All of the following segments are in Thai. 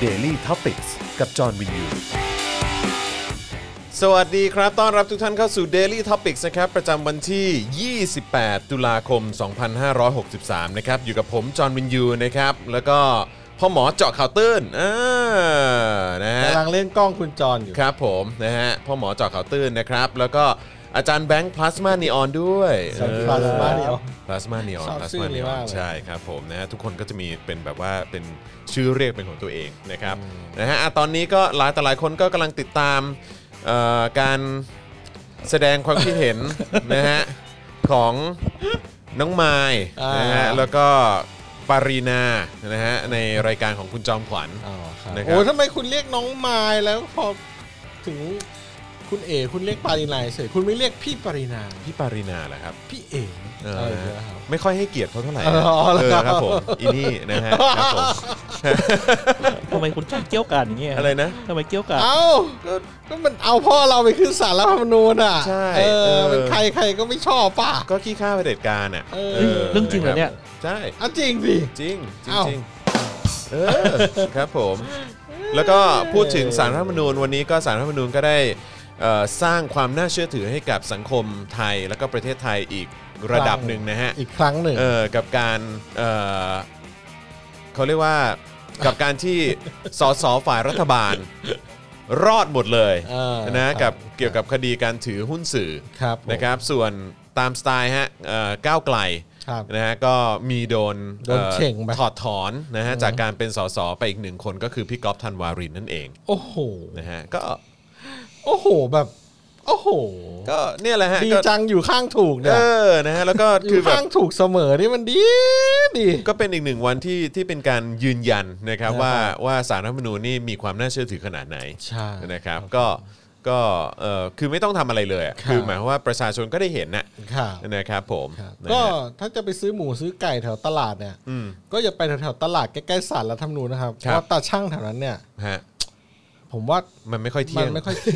Daily Topics กับจอห์นวินยูสวัสดีครับต้อนรับทุกท่านเข้าสู่ Daily Topics นะครับประจำวันที่ 28 ตุลาคม 2563 นะครับอยู่กับผมจอห์นวินยูนะครับแล้วก็พ่อหมอเจาะข่าวตื้นนะฮะกำลังเล่นกล้องคุณจรอยู่ครับผมนะฮะพ่อหมอเจาะข่าวตื้นนะครับแล้วก็อาจารย์แบงค์พลาสมานีออนด้วยพลาสมานีออนพลาสมานีออนพลาสมานีออนใช่ครับผมนะฮะทุกคนก็จะมีเป็นแบบว่าเป็นชื่อเรียกเป็นของตัวเองนะครับนะฮะตอนนี้ก็หลายต่อหลายคนก็กำลังติดตามการแสดงความคิดเห็น นะฮะของน้องไมล์นะฮะแล้วก็ปารีนานะฮะในรายการของคุณจอมขวัญนะครับโอ้ทำไมคุณเรียกน้องไมล์แล้วพอถึงคุณเอคุณเรียกปารีนาเฉยคุณไม่เรียกพี่ปารีนาพี่ปารีนาเหรอครับพี่เออะไรอย่างเงี้ยครับไม่ค่อยให้เกียรติเขาเท่าไหร่ครับผมอีนี่นะฮะครับผมทำไมคุณเกี้ยวกาดอย่างเงี้ยอะไรนะทำไมเกี้ยวกาดก็มันเอาพ่อเราไปขึ้นศาลรัฐธรรมนูญอ่ะใช่เป็นใครก็ไม่ชอบป่ะก็ขี้ข้าเผด็จการอ่ะเรื่องจริงเหรอเนี่ยใช่จริงดิจริงครับผมแล้วก็พูดถึงศาลรัฐธรรมนูญวันนี้ก็ศาลรัฐธรรมนูญก็ได้สร้างความน่าเชื่อถือให้กับสังคมไทยแล้วก็ประเทศไทยอีกระดับหนึ่งนะฮะอีกครั้งหนึ่งกับการเขาเรียกว่ากับการที่สสฝ่ายรัฐบาลรอดหมดเลยนะกับเกี่ยวกับคดีการถือหุ้นสื่อนะครับส่วนตามสไตล์ฮะก้าวไกลนะฮะก็มีโดนถอดถอนนะฮะจากการเป็นสสไปอีกหนึ่งคนก็คือพี่ก๊อฟธันวารินนั่นเองโอ้โหนะฮะก็โอ้โหแบบโอ้โหก็เนี่ยแหละฮะดีจังอยู่ข้างถูกเนี่ยนะฮะแล้วก็คือแบบข้างถูกเสมอนี่มันดีก็เป็นอีกหนึ่งวันที่เป็นการยืนยันนะครับว่าศาลรัฐธรรมนูญนี่มีความน่าเชื่อถือขนาดไหนนะครับก็คือไม่ต้องทำอะไรเลยคือหมายความว่าประชาชนก็ได้เห็นนะครับผมก็ถ้าจะไปซื้อหมูซื้อไก่แถวตลาดเนี่ยก็อย่าไปแถวตลาดใกล้ๆศาลรัฐธรรมนูญนะครับเพราะตาช่างแถวนั้นเนี่ยผมว่ามันไม่ค่อยเที่ยง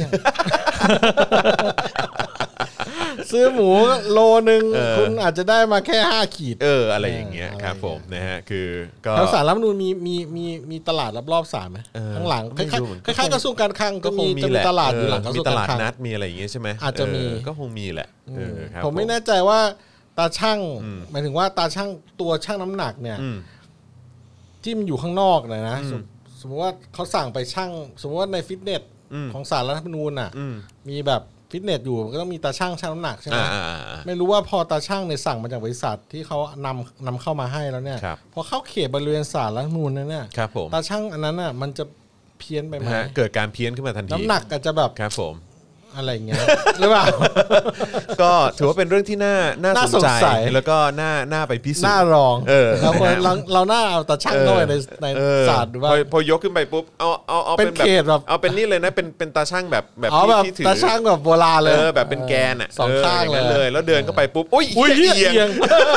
ซื้อหมูโลนึงคุณอาจจะได้มาแค่5ขีดอะไรอย่างเงี้ยครับผมนะฮะคือก็แถวศาลรัฐธรรมนูญมีตลาดรอบๆศาลไหมข้างหลังคล้ายๆกระทรวงการคลังก็มีจะมีตลาดอยู่หลังกระทรวงการคลังมีตลาดนัดมีอะไรอย่างเงี้ยใช่ไหมอาจจะมีก็คงมีแหละผมไม่แน่ใจว่าตาช่างหมายถึงว่าตาช่างตัวช่างน้ำหนักเนี่ยที่มันอยู่ข้างนอกนะสมมติว่าเขาสั่งไปช่างสมมติว่าในฟิตเนสของศาลรัฐธรรมนูญน่ะมีแบบฟิตเนสอยู่ก็ต้องมีตาช่างน้ำหนักใช่ไหมไม่รู้ว่าพอตาช่างในสั่งมาจากบริษัทที่เขานำเข้ามาให้แล้วเนี่ยพอเข้าเขตบริเวณศาลรัฐธรรมนูญนั้นเนี่ยตาช่างอันนั้นน่ะมันจะเพี้ยนไปไหมเกิดการเพี้ยนขึ้นมาทันทีน้ำหนักอาจจะแบบครับผมอะไรเงี้ยหรือเปล่าก็ถือว่าเป็นเรื่องที่น่าสนใจแล้วก็น่าไปพิสูจน์น่ารองเราน่าเอาตาช่างเข้าไปในศาสตร์ดูว่าพอยกขึ้นไปปุ๊บเอาเป็นแบบเอาเป็นนี่เลยนะเป็นตาช่างแบบที่ถือตาช่างแบบโบราณเลยแบบเป็นแกนอ่ะสองข้างเลยแล้วเดินเข้าไปปุ๊บอุ้ยเอียง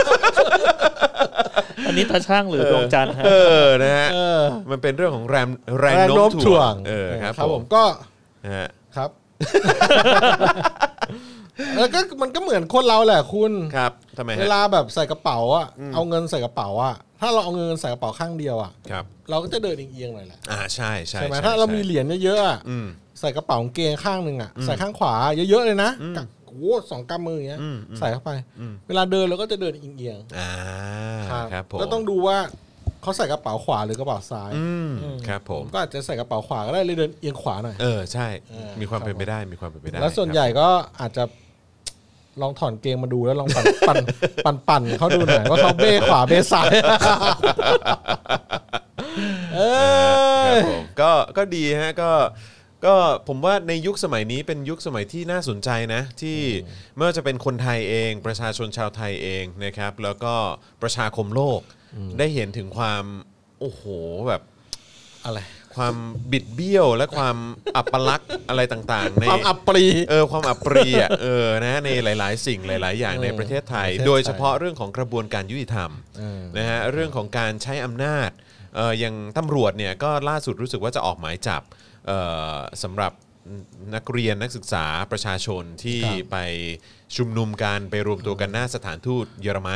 อันนี้ตาช่างหรือดวงจันทร์ฮะนะฮะมันเป็นเรื่องของแรงโน้มถ่วงครับผมก็ครับแล้วก็มันก็เหมือนคนเราแหละคุณครับทำไมเวลาแบบใส่กระเป๋าอ่ะเอาเงินใส่กระเป๋าอ่ะถ้าเราเอาเงินใส่กระเป๋าข้างเดียวอ่ะเราก็จะเดินเอียงๆหน่อยแหละใช่ใช่ไหมถ้าเรามีเหรียญเยอะๆอ่ะใส่กระเป๋าเกงข้างนึงอ่ะใส่ข้างขวาเยอะๆเลยนะโอ้2 กำมืออย่างเงี้ยใส่เข้าไปเวลาเดินเราก็จะเดินเอียงๆครับผมก็ต้องดูว่าเขาใส่กระเป๋าขวาหรือกระเป๋าซ้ายครับผมก็อาจจะใส่กระเป๋าขวาก็ได้เลยเดินเอียงขวาหน่อยใช่มีความเป็นไปได้แล้วส่วนใหญ่ก็อาจจะลองถอนเกงมาดูแล้วลองปั่นเขาดูหน่อยว่าเขาเบ้ขวาเบ้ซ้ายครับผมก็ดีฮะก็ผมว่าในยุคสมัยนี้เป็นยุคสมัยที่น่าสนใจนะที่ไม่ว่าจะเป็นคนไทยเองประชาชนชาวไทยเองนะครับแล้วก็ประชาคมโลกได้เห็นถึงความโอ้โหแบบอะไรความบิดเบี้ยวและความอัปลักษณ์อะไรต่างๆในความอัปรีความอัปรีนะในหลายๆสิ่งหลายๆอย่างในประเทศไทยโดยเฉพาะเรื่องของกระบวนการยุติธรรมนะฮะเรื่องของการใช้อำนาจอย่างตำรวจเนี่ยก็ล่าสุดรู้สึกว่าจะออกหมายจับสำหรับนักเรียนนักศึกษาประชาชนที่ไปชุมนุมกันไปรวมตัวกันหน้าสถานทูตเยอรมัน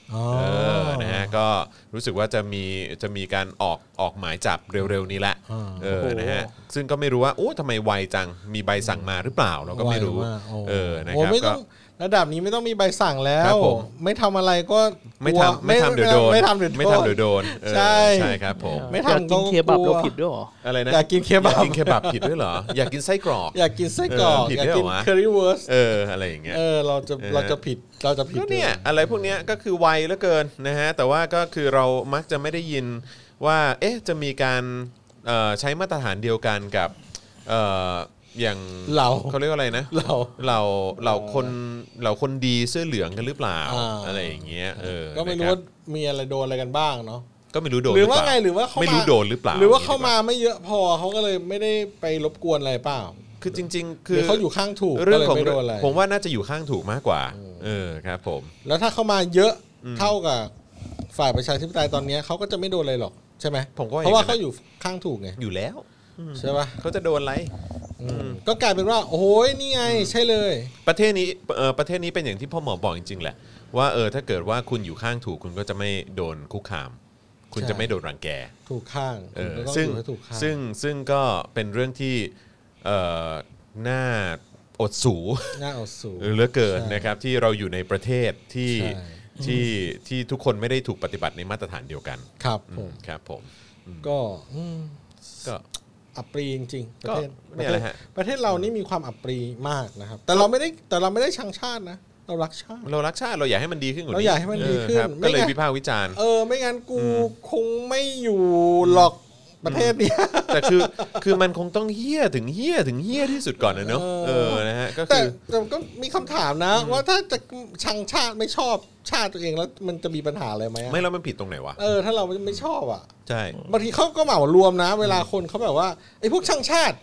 อ๋อนะฮะก็รู้สึกว่าจะมีการออกหมายจับเร็วๆนี้แหละนะฮะซึ่งก็ไม่รู้ว่าโอ้ทำไมไวจังมีใบสั่งมาหรือเปล่าเราก็ไม่รู้ไวมากโอ้นะครับไม่ต้ก็องระดับนี้ไม่ต้องมีใบสั่งแล้ครัวบผมไม่ทำอะไรก็ไม่ทำเดี๋ยวโดนไม่ทำเดี๋ยวโดนไม่ทำเดี๋ยวโดนใช่ใช่ครับผมไม่อยากทำกินเคบับกลัเราวผิดด้วยเหรออะไรนะอยากกินเคบับอยากกินเคบับผิดด้วยเหรออยากกินไส้กรอกอยากกินไส้กรอกผิดอยากด้วยกินเหรอวะเคอรี่เวิร์สอะไรอย่างเงี้ยเราจะผิดก็เนี่ยอะไรพวกเนี้ยก็คือไวเหลือเกินนะฮะแต่ว่าก็คือเรามักจะไม่ได้ยินว่าจะมีการใช้มาตรฐานเดียวกันกับอย่าง เขาเรียกว่าอะไรนะเราคนดีเสื้อเหลืองกันหรือเปล่าอะไรอย่างเงี้ยก็ไม่รู้ว่ามีอะไรโดนอะไรกันบ้างเนาะก็ไม่รู้โดนหรือว่าไงหรือว่าเขาไม่รู้โดนหรือเปล่าหรือว่าเข้ามาไม่เยอะพอเขาก็เลยไม่ได้ไปรบกวนอะไรเปล่าคือจริงๆ คืหรือ อเขาอยู่ข้างถูกเรื่องของก็เลยไม่โดนอะไรผมว่าน่าจะอยู่ข้างถูกมากกว่าครับผมแล้วถ้าเข้ามาเยอะเท่ากับฝ่ายประชาธิปไตยตอนนี้เขาก็จะไม่โดนอะไรหรอกใช่ไหมผมก็เพราะว่าเขาอยู่ข้างถูกไงอยู่แล้วใช่ปะเขาจะโดนอะไรก็กลายเป็นว่าโอ้ยนี่ไงใช่เลยประเทศนี้เป็นอย่างที่พ่อหมอบอกจริงๆแหละว่าถ้าเกิดว่าคุณอยู่ข้างถูกคุณก็จะไม่โดนคุกคาม คุณจะไม่โดนรังแกถูกข้างคุณก็ต้องอยู่ให้ถูกข้างซึ่งก็เป็นเรื่องที่น่าอดสูน่าเอาสู่เหลือเกินใช่นะครับที่เราอยู่ในประเทศที่ใช่ที่ทุกคนไม่ได้ถูกปฏิบัติในมาตรฐานเดียวกันครับผมครับผมก็ก็อับปรีจริงๆประเทศเนี่ยแหละฮะประเทศเรานี่มีความอับปรีมากนะครับแต่เราไม่ได้ชังชาตินะเรารักชาติเรารักชาติเราอยากให้มันดีขึ้นกว่านี้เราอยากให้มันดีขึ้นครับไม่ก็เลยงั้นวิพากษ์วิจารณ์ไม่งั้นกูคงไม่อยู่หรอกประเทศเนี้ยแต่คือมันคงต้องเฮี้ยถึงเฮี้ยที่สุดก่อนนะเนอะนะฮะก็แต่คือก็มีคำถามนะ ว่าถ้าจะชังชาติไม่ชอบชาติตัวเองแล้วมันจะมีปัญหาอะไรไหมอะไม่แล้วมันผิดตรงไหนวะถ้าเราไม่ชอบอ่ะใช่บางทีเขาก็เหมารวมนะ เวลาคนเขาแบบว่าไอ้พวกชังชาติ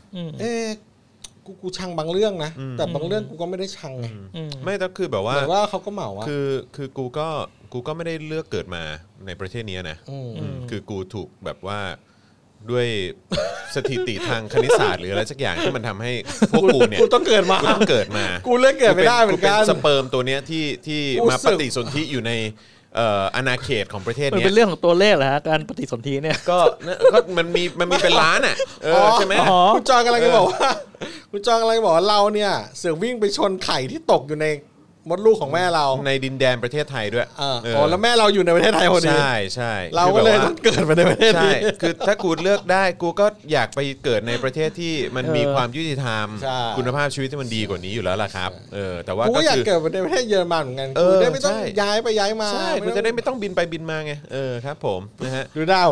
กูชังบางเรื่องนะแต่บางเรื่องกูก็ไม่ได้ชังไงไม่แต่คือแบบว่าเหมือนว่าเขาก็เหมาว่าคือกูก็ไม่ได้เลือกเกิดมาในประเทศนี้นะคือกูถูกแบบว่าด้วยสถิติทางคณิตศาสตร์หรืออะไรสักอย่างที่มันทำให้พวกกูเนี่ยกูต้องเกิดมากูต้องเกิดมากูเลือกเกิดไม่ได้เหมือนกันสเปิร์มตัวเนี้ยที่กูมาสึปกฏิสนธิอยู่ในอาณาเขตของประเทศมันเนี้เป็ยนเรื่องของตัวเลขเหรอฮะการปฏิสนธิเนี่ยก็มันมีเป็นล้านอ่ะใช่ไหมอ๋อคุณจอยกำลังจะบอกว่าคุณจอยกำลังจะบอกว่าเราเนี่ยเสือกวิ่งไปชนไข่ที่ตกอยู่ในมดลูกของแม่เราในดินแดนประเทศไทยด้วยแล้วแม่เราอยู่ในประเทศไทยพอดีใช่เราก็เลยต้องเกิดมาในประเทศใช่นี้คือถ้ากูเลือกได้กูก็อยากไปเกิดในประเทศที่มันมีความยุติธรรมใช่คุณภาพชีวิตที่มันดีกว่านี้อยู่แล้วล่ะครับแต่ว่ากูก็อยากคือเกิดมาในประเทศเยอรมันเหมือนกันเออกูได้ไม่ต้องใช่ย้ายไปย้ายมาใช่มันจะได้ไม่ต้องบินไปบินมาไงครับผมนะฮะดูหน้าผม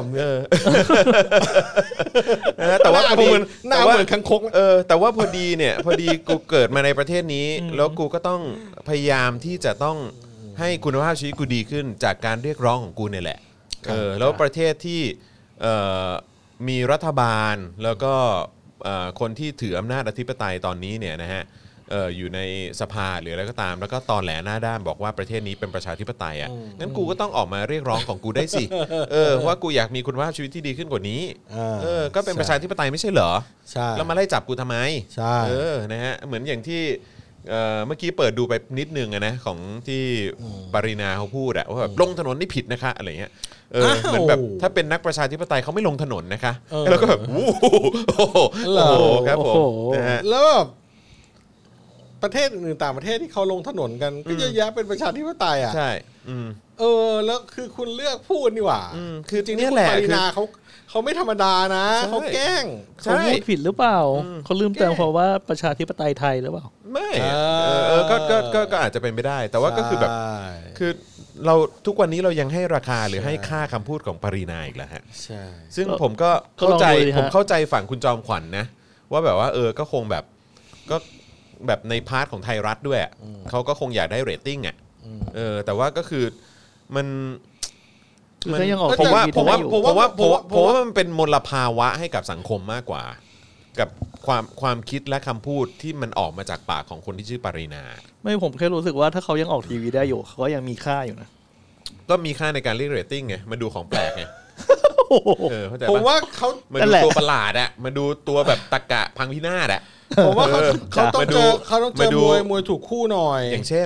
นะฮะแต่ว่าพอดีหน้าเหมือนคังคกแต่ว่าพอดีเนี่ยพอดีกูเกิดมาในประเทศนี้ แล้วกูก็ต้องพยายามที่จะต้องให้คุณภาพชีวิตกูดีขึ้นจากการเรียกร้องของกูเนี่ยแหละแล้วประเทศที่มีรัฐบาลแล้วก็คนที่ถืออำนาจอธิปไตยตอนนี้เนี่ยนะฮะอยู่ในสภาหรืออะไรก็ตามแล้วก็ตอนแหลหน้าด้านบอกว่าประเทศนี้เป็นประชาธิปไตยอ่ะงั้นกูก็ต้องออกมาเรียกร้องของกูได้สิว่ากูอยากมีคุณภาพชีวิตที่ดีขึ้นกว่านี้ก็เป็นประชาธิปไตยไม่ใช่เหรอใช่แล้วมาไล่จับกูทำไมใช่นะฮะเหมือนอย่างที่เมื่อกี้เปิดดูไปนิดนึงนะของที่ปรินาเขาพูดอะว่าแบบลงถนนนี่ผิดนะคะอะไรเงี้ยเหมือนแบบถ้าเป็นนักประชาธิปไตยเขาไม่ลงถนนนะคะแล้วก็แบบโอ้โหครับผมนะฮะแล้วแบบประเทศอื่นๆต่างประเทศที่เขาลงถนนกันก็เยอะแยะเป็นประชาธิปไตยอ่ะใช่แล้วคือคุณเลือกพูดนี่หว่าคือจริงนี่นี่แหละปรินาเขาไม่ธรรมดานะเขาแกล้งเขาพูดผิดหรือเปล่าเขาลืมเติมเพราะว่าประชาธิปไตยไทยหรือเปล่าไม่ก็อาจจะเป็นไปได้ แต่ว่าก็คือแบบคือเราทุกวันนี้เรายังให้ราคาหรือให้ค่าคำพูดของปรินาอีกแล้วฮะใช่ซึ่งผมก็เข้าใจก็ลองดูดิฮะผมเข้าใจฝั่งคุณจอมขวัญนะว่าแบบว่าก็คงแบบก็แบบในพาร์ทของไทยรัฐด้วยเขาก็คงอยากได้เรตติ้งอ่ะแต่ว่าก็คือมันคือก็ยังออกผมว่าทีวีผมว่าได้อยู่ผมว่ามันเป็นมลภาวะให้กับสังคมมากกว่า กับความคิดและคำพูดที่มันออกมาจากปากของคนที่ชื่อปรินาไม่ผมแค่รู้สึกว่าถ้าเขายังออกทีวีได้อยู่เขาก็ยังมีค่าอยู่นะก็มีค่าในการเรียกเรตติ้งไงมาดูของแปลกไงเข้าใจผมปะว่าเขามาดูตัวประหลาดอะมาดูตัวแบบตะกะพังพินาศอะผมว่าเขาต้องมาดูเจอเขาต้องเจมาอดูมวยถูกคู่หน่อยอย่างเช่นค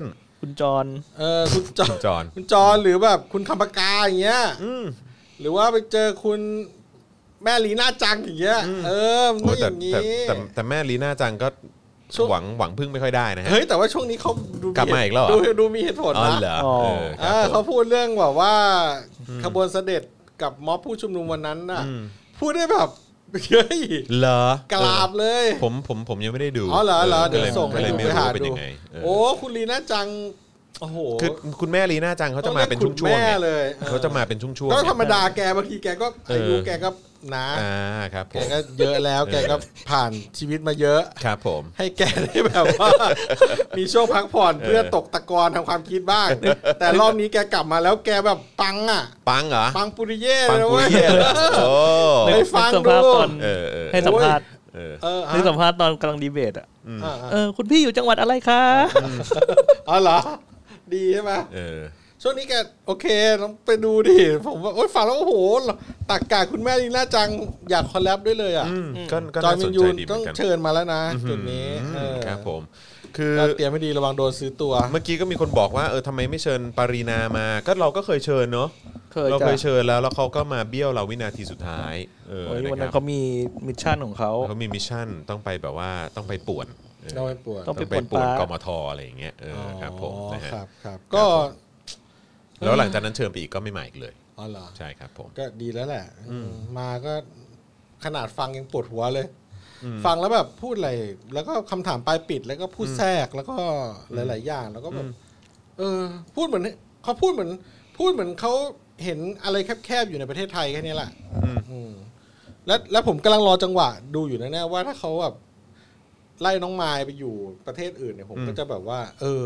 คุณจรคุณจจอนคุณจรหรือแบบคุณคำปากาอย่างเงี้ยหรือว่าไปเจอคุณแม่ลีน่าจังอย่างเงี้ยมันโอ้ต้องอแต่ย่างนี้แต่แม่ลีน่าจังก็หวังพึ่งไม่ค่อยได้นะฮะเฮ้ยแต่ว่าช่วงนี้เขาดูกลับมาอีกแล้วเหรอดูมีเหตุผลอ๋อนะเหรอครับผมเขาพูดเรื่องแบบว่าขบวนเสด็จกับม็อบผู้ชุมนุมวันนั้นน่ะพูดได้แบบเฮ้ยเหรอกราบเลยผมยังไม่ได้ดูอ๋อเหรอก็เดี๋ยวเลยส่งก็เลยไม่ไปรู้หาเป็นดูยังไงโอ้คุณลีน่าจังโอ้โหคือคุณแม่ลีน่าจังเขาจะมาเป็นช่วงๆแม่ไงเลยเขาจะมาเป็นช่วงๆก็ไงธรรมดาแกบางทีแกก็อายุแกก็นะครับผแกมก็เยอะแล้วแกก็ผ่านชีวิตมาเยอะครับผมให้แกได้แบบว่า มีช่วงพักผ่อนเพื่อตกตะกอนทำความคิดบ้าง แต่รอบนี้แกกลับมาแล้วแกแบบปังอ่ะปังเหรอปังปุริเย่ปังเลยปุเว้ริยเย่เลยโอ้ไปฟังนึกสภาพดูตอน ให้สัมภาษณ์ นึกสัมภาษณ์ตอนกำลังดีเบตอ่ะคุณพี่อยู่จังหวัดอะไรคะอ๋อเหรอดีใช่ไหมช่วงนี้แกโอเคต้องไปดูดิผมว่าโอ๊ยฟังแล้วโอ้โหตักกาคุณแม่ลีน่าจังอยากคอลแลบด้วยเลยอ่ะก็จอน่ามิสนนยูใจนดีเหมืต้อองนกันเชิญมาแล้วนะจุดนี้ครับผมคือก็เตรียมให้ดีระวังโดนซื้อตัวเมื่อกี้ก็มีคนบอกว่าทำไมไม่เชิญปารีนามาก็เราก็เคยเชิญเนาะ เราเคยเชิญแล้วเขาก็มาเบี้ยวเราวินาทีสุดท้ายวันนั้นเขามีมิชชั่นของเขามีมิชชั่นต้องไปแบบว่าต้องไปป่วนต้องไปป่วนต้องไปป่วนกมทอะไรอย่างเงี้ยครับผมนะฮะครับก็แล้วหลังจากนั้นเชิญไปอีกก็ไม่มาอีกเลยอ๋อเหรอใช่ครับผมก็ดีแล้วแหละมาก็ขนาดฟังยังปวดหัวเลยฟังแล้วแบบพูดอะไรแล้วก็คำถามปลายปิดแล้วก็พูดแทรกแล้วก็หลายๆอย่างแล้วก็แบบพูดเหมือนเขาพูดเหมือนเขาเห็นอะไรแคบๆอยู่ในประเทศไทยแค่นี้แหละแล้วผมกำลังรอจังหวะดูอยู่แน่ๆว่าถ้าเขาแบบไล่น้องมายไปอยู่ประเทศอื่นเนี่ยผมก็จะแบบว่า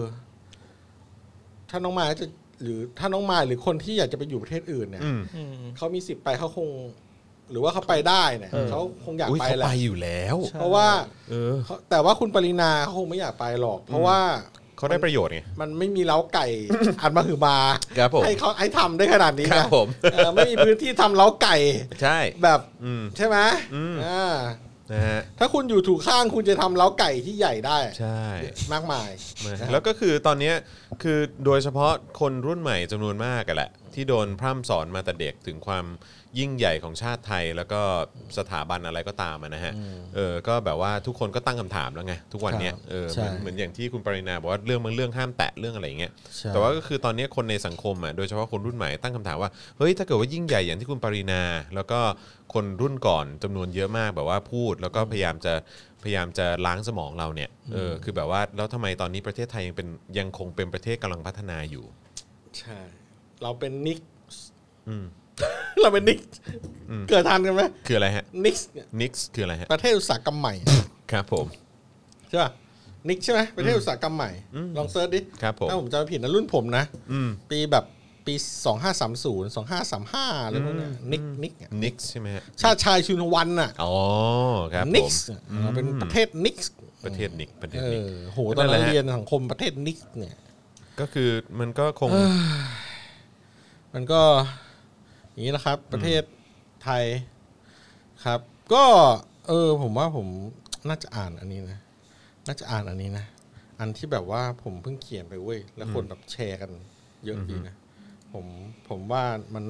ถ้าน้องมายจะหรือถ้าน้องมายหรือคนที่อยากจะไปอยู่ประเทศอื่นเนี่ยเขามีสิทธิ์ไปเขาคง หรือว่าเขาไปได้เนี่ยเขาคงอยากไปแหละเขาไปอยู่แล้วเพราะว่าแต่ว่าคุณปรินาเขาคงไม่อยากไปหรอกเพราะว่าเขาได้ประโยชน์ไงมันไม่มีเล้าไก่อันมาหือมาให้เขาให้ทำได้ขนาดนี้นะไม่มีพื้นที่ทำเล้าไก่ใช่แบบใช่ไหมนะฮะถ้าคุณอยู่ถูกข้างคุณจะทำเล้าไก่ที่ใหญ่ได้ใช่มากมายแล้วก็คือตอนนี้คือโดยเฉพาะคนรุ่นใหม่จำนวนมากกันแหละที่โดนพร่ำสอนมาแต่เด็กถึงความยิ่งใหญ่ของชาติไทยแล้วก็สถาบันอะไรก็ตามนะฮะก็แบบว่าทุกคนก็ตั้งคำถามแล้วไงทุกวันนี้เหมือนอย่างที่คุณปรินาบอกว่าเรื่องห้ามแตะเรื่องอะไรอย่างเงี้ยแต่ว่าก็คือตอนนี้คนในสังคมโดยเฉพาะคนรุ่นใหม่ตั้งคำถามว่าเฮ้ยถ้าเกิดว่ายิ่งใหญ่อย่างที่คุณปรินาแล้วก็คนรุ่นก่อนจำนวนเยอะมากแบบว่าพูดแล้วก็พยายามจะล้างสมองเราเนี่ยคือแบบว่าแล้วทำไมตอนนี้ประเทศไทยยังคงเป็นประเทศกำลังพัฒนาอยู่ใช่เราเป็นนิกเราเป็นนิกเกิดทันกันไหมคืออะไรฮะนิกคืออะไรฮะประเทศอุตสาหกรรมใหม่ครับผมใช่ป่ะนิกใช่ไหมประเทศอุตสาหกรรมใหม่ลองเซิร์ชดิถ้าผมจำไม่ผิดนะรุ่นผมนะปีแบบปี2530 2535อะไรพวกนี้นิกใช่ไหมฮะชาติชายชุนวันน่ะอ๋อครับนิกเป็นประเทศนิกประเทศนิกโหตอนนั้นเรียนสังคมประเทศนิกเนี่ยก็คือมันก็คงมันก็อย่างนี้นะครับประเทศไทยครับก็ผมว่าผมน่าจะอ่านอันนี้นะอันที่แบบว่าผมเพิ่งเขียนไปเว้ยแล้วคนแบบแชร์กันเยอะดีนะผมว่ามัน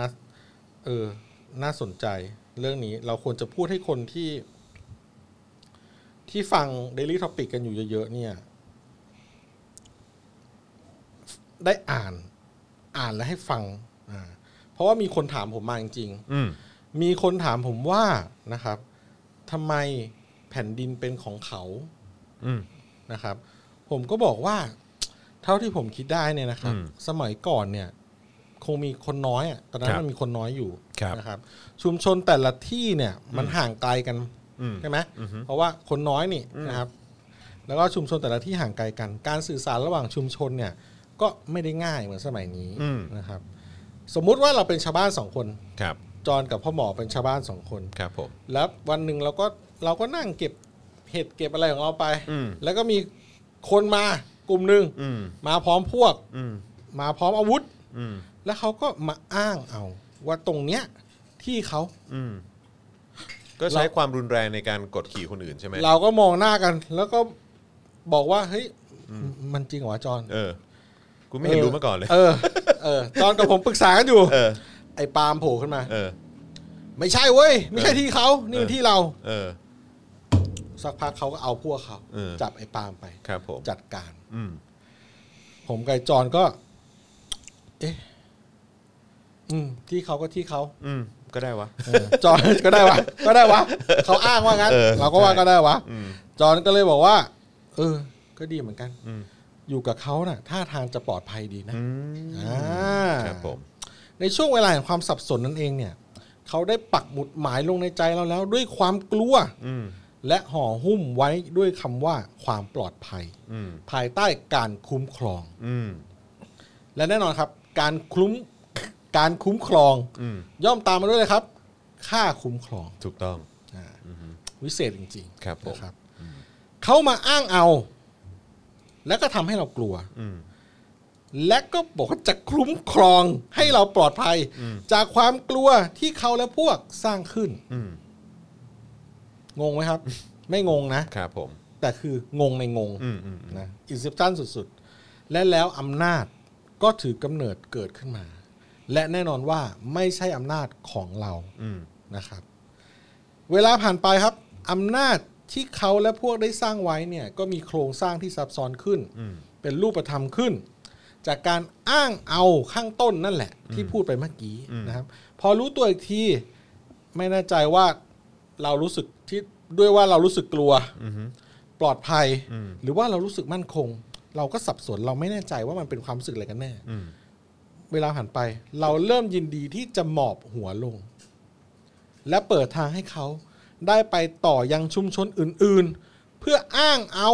น่าสนใจเรื่องนี้เราควรจะพูดให้คนที่ฟัง Daily Topic กันอยู่เยอะๆเนี่ยได้อ่านแล้วให้ฟังเพราะว่ามีคนถามผมมาจริงๆมีคนถามผมว่านะครับทำไมแผ่นดินเป็นของเขานะครับผมก็บอกว่าเท่าที่ผมคิดได้เนี่ยนะครับสมัยก่อนเนี่ยคงมีคนน้อยตอนนั้นมันมีคนน้อยอยู่นะครับชุมชนแต่ละที่เนี่ยมันห่างไกลกันใช่ไหมเพราะว่าคนน้อยนี่นะครับแล้วก็ชุมชนแต่ละที่ห่างไกลกันการสื่อสารระหว่างชุมชนเนี่ยก็ไม่ได้ง่ายเหมือนสมัยนี้นะครับสมมุติว่าเราเป็นชาวบ้าน2คนจอนกับพ่อหมอเป็นชาวบ้าน2คนครับผมแล้ววันหนึ่งเราก็นั่งเก็บเห็ดเก็บอะไรของเราไปแล้วก็มีคนมากลุ่มหนึ่งมาพร้อมพวกมาพร้อมอาวุธแล้วเขาก็มาอ้างเอาว่าตรงเนี้ยที่เขาก็ใช้ความรุนแรงในการกดขี่คนอื่นใช่ไหมเราก็มองหน้ากันแล้วก็บอกว่าเฮ้ยมันจริงเหรอจอนกูไม่เห็นรู้มาก่อนเลยจอนกับผมปรึกษากันอยู่ไอ้ปาล์มโผล่ขึ้นมาไม่ใช่เว้ยไม่ใช่ที่เขานี่เป็นที่เราสักพักเขาก็เอาพวกเขาจับไอ้ปาล์มไปจัดการผมกับจอนก็ที่เขาก็ที่เขาก็ได้วะจอนก็ได้วะเขาอ้างว่างั้นเราก็ว่าก็ได้วะจอนก็เลยบอกว่าก็ดีเหมือนกันอยู่กับเขาน่ะท่าทางจะปลอดภัยดีนะครับผมในช่วงเวลาแห่งความสับสนนั่นเองเนี่ยเขาได้ปักหมุดหมายลงในใจเราแล้วด้วยความกลัวและห่อหุ้มไว้ด้วยคำว่าความปลอดภัยภายใต้การคุ้มครองและแน่นอนครับการคุ้มครองย่อมตามมาด้วยเลยครับค่าคุ้มครองถูกต้องวิเศษจริงๆครับนะครับเขามาอ้างเอาแล้วก็ทำให้เรากลัวและก็บอกว่าจะคุ้มครองให้เราปลอดภัยจากความกลัวที่เขาและพวกสร้างขึ้นงงไหมครับไม่งงนะครับผมแต่คืองงในงงนะอินเซปชั่นสุดๆและแล้วอำนาจก็ถือกำเนิดเกิดขึ้นมาและแน่นอนว่าไม่ใช่อำนาจของเรานะครับเวลาผ่านไปครับอำนาจที่เขาและพวกได้สร้างไว้เนี่ยก็มีโครงสร้างที่ซับซ้อนขึ้นเป็นรูปธรรมขึ้นจากการอ้างเอาข้างต้นนั่นแหละที่พูดไปเมื่อกี้นะครับพอรู้ตัวอีกทีไม่แน่ใจว่าเรารู้สึกที่ด้วยว่าเรารู้สึกกลัวปลอดภัยหรือว่าเรารู้สึกมั่นคงเราก็สับสนเราไม่แน่ใจว่ามันเป็นความรู้สึกอะไรกันแน่เวลาผ่านไปเราเริ่มยินดีที่จะหมอบหัวลงและเปิดทางให้เขาได้ไปต่อยังชุมชนอื่นๆเพื่ออ้างเอา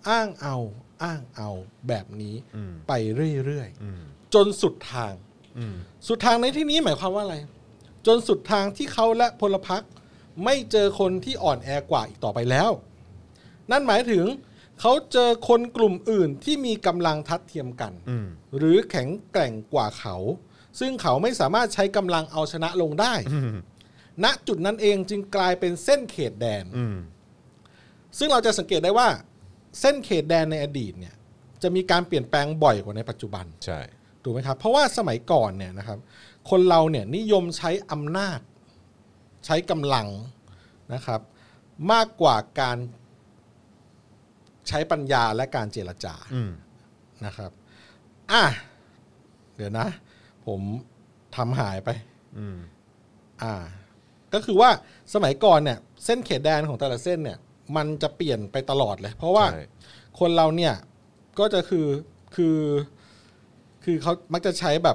แบบนี้ไปเรื่อยๆจนสุดทางในที่นี้หมายความว่าอะไรจนสุดทางที่เขาและพลพรรคไม่เจอคนที่อ่อนแอกว่าอีกต่อไปแล้วนั่นหมายถึงเขาเจอคนกลุ่มอื่นที่มีกำลังทัดเทียมกันหรือแข็งแกร่งกว่าเขาซึ่งเขาไม่สามารถใช้กำลังเอาชนะลงได้ณจุดนั้นเองจึงกลายเป็นเส้นเขตแดนซึ่งเราจะสังเกตได้ว่าเส้นเขตแดนในอดีตเนี่ยจะมีการเปลี่ยนแปลงบ่อยกว่าในปัจจุบันใช่ถูกไหมครับเพราะว่าสมัยก่อนเนี่ยนะครับคนเราเนี่ยนิยมใช้อำนาจใช้กำลังนะครับมากกว่าการใช้ปัญญาและการเจรจานะครับเดี๋ยวนะผมทำหายไปก็คือว่าสมัยก่อนเนี่ยเส้นเขตแดนของแต่ละเส้นเนี่ยมันจะเปลี่ยนไปตลอดเลยเพราะว่าคนเราเนี่ยก็จะคือเขามักจะใช้แบบ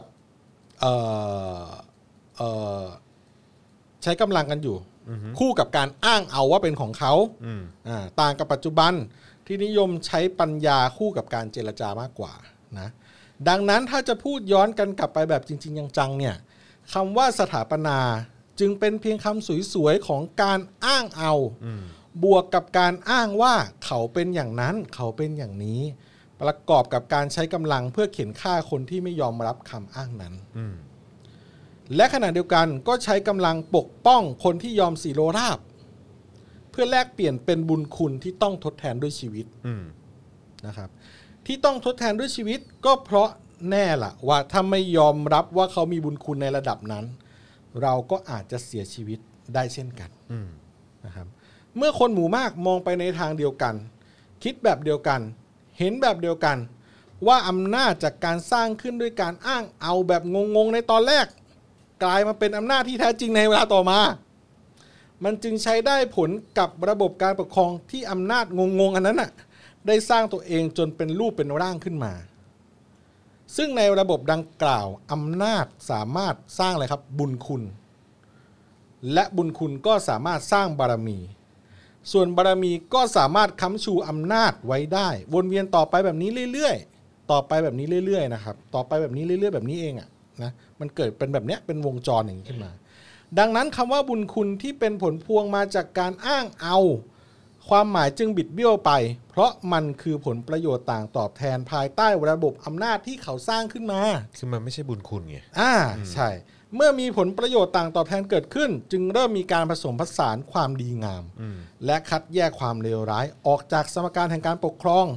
ใช้กำลังกันอยู่คู่กับการอ้างเอาว่าเป็นของเขาต่างกับปัจจุบันที่นิยมใช้ปัญญาคู่กับการเจรจามากกว่านะดังนั้นถ้าจะพูดย้อนกันกลับไปแบบจริงๆจังๆเนี่ยคำว่าสถาปนาจึงเป็นเพียงคำสวยๆของการอ้างเอาบวกกับการอ้างว่าเขาเป็นอย่างนั้นเขาเป็นอย่างนี้ประกอบกับการใช้กำลังเพื่อเข็นฆ่าคนที่ไม่ยอมรับคำอ้างนั้นและขณะเดียวกันก็ใช้กำลังปกป้องคนที่ยอมสีโรราบเพื่อแลกเปลี่ยนเป็นบุญคุณที่ต้องทดแทนด้วยชีวิตนะครับที่ต้องทดแทนด้วยชีวิตก็เพราะแน่ล่ะว่าถ้าไม่ยอมรับว่าเขามีบุญคุณในระดับนั้นเราก็อาจจะเสียชีวิตได้เช่นกันนะครับเมื่อคนหมู่มากมองไปในทางเดียวกันคิดแบบเดียวกันเห็นแบบเดียวกันว่าอำนาจจากการสร้างขึ้นด้วยการอ้างเอาแบบงงๆในตอนแรกกลายมาเป็นอำนาจที่แท้จริงในเวลาต่อมามันจึงใช้ได้ผลกับระบบการปกครองที่อำนาจงงๆอันนั้นน่ะได้สร้างตัวเองจนเป็นรูปเป็นร่างขึ้นมาซึ่งในระบบดังกล่าวอำนาจสามารถสร้างอะไรครับบุญคุณและบุญคุณก็สามารถสร้างบารมีส่วนบารมีก็สามารถค้ำชูอำนาจไว้ได้วนเวียนต่อไปแบบนี้เรื่อยๆต่อไปแบบนี้เรื่อยๆนะครับต่อไปแบบนี้เรื่อยๆแบบนี้เองอ่ะนะมันเกิดเป็นแบบเนี้ยเป็นวงจรอย่างนี้ขึ้นมาดังนั้นคำว่าบุญคุณที่เป็นผลพวงมาจากการอ้างเอาความหมายจึงบิดเบี้ยวไปเพราะมันคือผลประโยชน์ต่างตอบแทนภายใต้ระบบอำนาจที่เขาสร้างขึ้นมาคือมันไม่ใช่บุญคุณไงใช่เมื่อมีผลประโยชน์ต่างตอบแทนเกิดขึ้นจึงเริ่มมีการผสมผสานความดีงามและคัดแยกความเลวร้ายออกจากสมการแห่งการปกครอง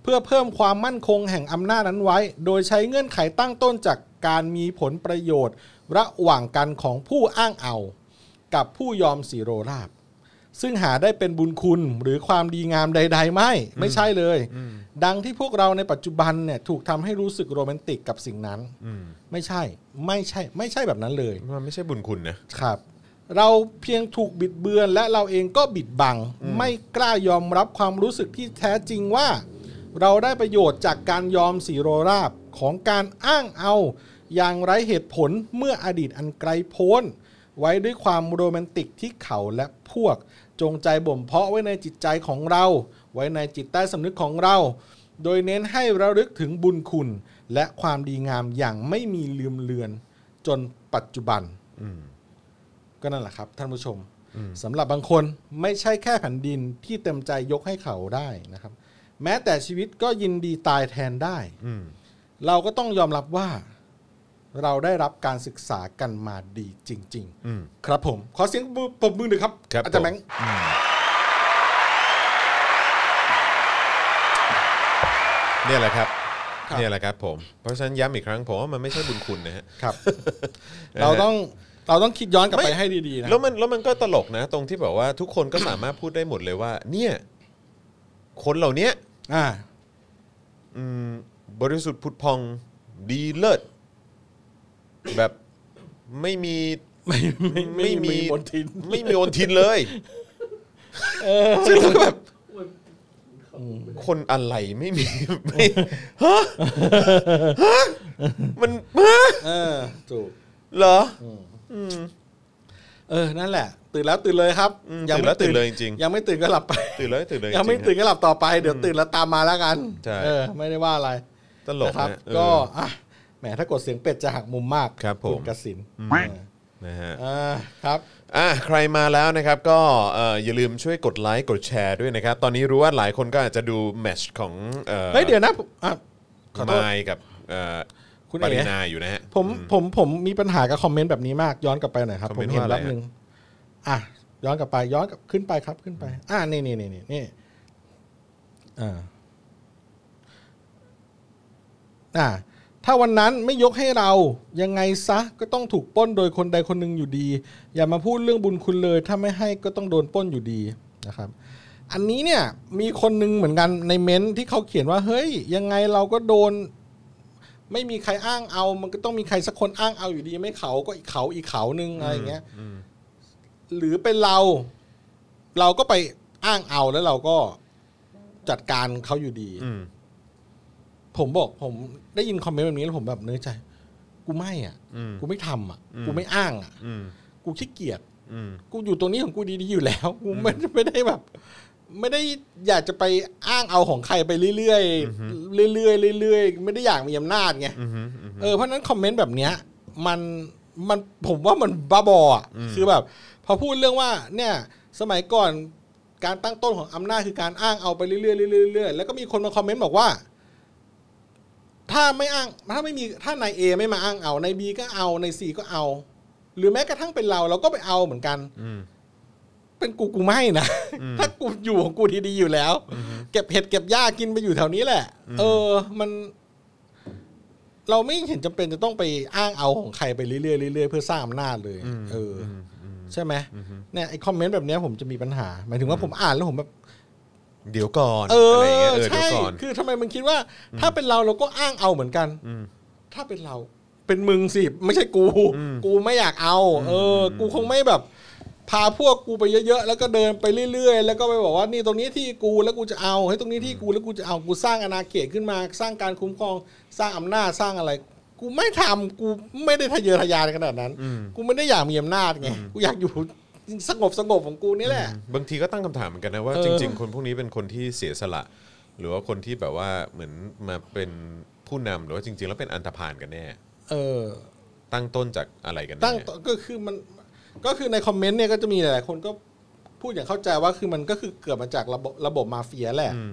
เพื่อเพิ่มความมั่นคงแห่งอำนาจนั้นไว้โดยใช้เงื่อนไขตั้งต้นจากการมีผลประโยชน์ระหว่างกันของผู้อ้างเอากับผู้ยอมสีโรราบซึ่งหาได้เป็นบุญคุณหรือความดีงามใดๆไม่ใช่เลยดังที่พวกเราในปัจจุบันเนี่ยถูกทำให้รู้สึกโรแมนติกกับสิ่งนั้นไม่ใช่แบบนั้นเลยมันไม่ใช่บุญคุณนะครับเราเพียงถูกบิดเบือนและเราเองก็บิดบังไม่กล้ายอมรับความรู้สึกที่แท้จริงว่าเราได้ประโยชน์จากการยอมสีโรราบของการอ้างเอาอย่างไร้เหตุผลเมื่ออดีตอันไกลโพ้นไว้ด้วยความโรแมนติกที่เขาและพวกจงใจบ่มเพาะไว้ในจิตใจของเราไว้ในจิตใต้สำนึกของเราโดยเน้นให้ระลึกถึงบุญคุณและความดีงามอย่างไม่มีลืมเลือนจนปัจจุบันก็นั่นแหละครับท่านผู้ชมสำหรับบางคนไม่ใช่แค่แผ่นดินที่เต็มใจยกให้เขาได้นะครับแม้แต่ชีวิตก็ยินดีตายแทนได้เราก็ต้องยอมรับว่าเราได้รับการศึกษากันมาดีจริงๆครับผมขอเสียงปรบมือหน่อยครับอาจารย์แบงค์เนี่ยแหละครับผมเพราะฉะนั้นย้ำอีกครั้งผมว่ามันไม่ใช่บุญคุณนะฮะครับเราต้องคิดย้อนกลับไปให้ดีๆนะแล้วมันก็ตลกนะตรงที่แบบว่าทุกคนก็สามารถพูดได้หมดเลยว่าเนี่ยคนเหล่านี้บริสุทธิ์ผุดพองดีเลิศแบบไม่มีมนทินไม่มีมนทินเลยซึ่งแบบคนอะไรไม่มีฮะมันถูกเหรอนั่นแหละตื่นแล้วตื่นเลยครับยังไม่ตื่นเลยจริงยังไม่ตื่นก็หลับไปตื่นเลยยังไม่ตื่นก็หลับต่อไปเดี๋ยวตื่นแล้วตามมาแล้วกันไม่ได้ว่าอะไรตลกครับก็แหมถ้ากดเสียงเป็ดจะหักมุมมากครับผมกสินนะฮะครับใครมาแล้วนะครับก็อย่าลืมช่วยกดไลค์กดแชร์ด้วยนะครับตอนนี้รู้ว่าหลายคนก็อาจจะดูแมตช์ของเฮ้ยเดี๋ยวนะมายกับคุณปรินาอยู่นะฮะผมมีปัญหากับคอมเมนต์แบบนี้มากย้อนกลับไปหน่อยครับผมเห็นแป๊บนึงย้อนกลับไปขึ้นไปครับขึ้นไปนี่ถ้าวันนั้นไม่ยกให้เรายังไงซะก็ต้องถูกปล้นโดยคนใดคนหนึ่งอยู่ดีอย่ามาพูดเรื่องบุญคุณเลยถ้าไม่ให้ก็ต้องโดนปล้นอยู่ดีนะครับอันนี้เนี่ยมีคนนึงเหมือนกันในเม้นที่เขาเขียนว่าเฮ้ยยังไงเราก็โดนไม่มีใครอ้างเอามันก็ต้องมีใครสักคนอ้างเอาอยู่ดีไม่เขาก็อีกเขานึงอะไรอย่างเงี้ยหรือเป็นเราก็ไปอ้างเอาแล้วเราก็จัดการเขาอยู่ดีผมได้ยินคอมเมนต์แบบนี้แล้วผมแบบเนื้อใจกูไม่กูไม่ทำกูไม่อ้างกูขี้เกียจกูอยู่ตรงนี้ของกูดีๆอยู่แล้วกูไม่ได้แบบไม่ได้อยากจะไปอ้างเอาของใครไปเรื่อยๆเรื่อยๆไม่ได้อยากมีอำนาจไงเพราะนั้นคอมเมนต์แบบเนี้ยมันผมว่ามันบ้าบอคือแบบพอพูดเรื่องว่าเนี่ยสมัยก่อนการตั้งต้นของอำนาจคือการอ้างเอาไปเรื่อยๆแล้วก็มีคนมาคอมเมนต์บอกว่าถ้าไม่อ้างถ้านาย A ไม่มาอ้างเอานาย B ก็เอานาย C ก็เอาหรือแม้กระทั่งเป็นเราก็ไปเอาเหมือนกันเป็นกูไม่นะถ้ากูอยู่ของกูดีๆอยู่แล้วเก็บเห็ดเก็บหญ้ากินไปอยู่แถวนี้แหละมันเราไม่เห็นจำเป็นจะต้องไปอ้างเอาของใครไปเรื่อยๆเพื่อสร้างอำนาจเลยใช่ไหมเนี่ยไอ้คอมเมนต์แบบนี้ผมจะมีปัญหาหมายถึงว่าผมอ่านแล้วผมแบบเดี๋ยวก่อนอะไรเงี้ยใช่คือทำไมมึงคิดว่าถ้าเป็นเราก็อ้างเอาเหมือนกันถ้าเป็นเราเป็นมึงสิไม่ใช่กูไม่อยากเอากูคงไม่แบบพาพวกกูไปเยอะๆแล้วก็เดินไปเรื่อยๆแล้วก็ไปบอกว่านี่ตรงนี้ที่กูแล้วกูจะเอาให้ตรงนี้ที่กูแล้วกูจะเอากูสร้างอาณาเขตขึ้นมาสร้างการคุ้มครองสร้างอำนาจสร้างอะไรกูไม่ทำกูไม่ได้ทะเยอทะยานขนาดนั้นกูไม่ได้อยากมีอำนาจไงกูอยากอยู่สงบของกูนี่แหละบางทีก็ตั้งคำถามเหมือนกันนะว่าจริงๆคนพวกนี้เป็นคนที่เสียสละหรือว่าคนที่แบบว่าเหมือนมาเป็นผู้นำหรือว่าจริงๆแล้วเป็นอันธพาลกันแน่ตั้งต้นจากอะไรกันตั้งก็คือในคอมเมนต์เนี่ยก็จะมีหลายๆคนก็พูดอย่างเข้าใจว่าคือมันก็คือเกิดมาจากระบบมาเฟียแหละ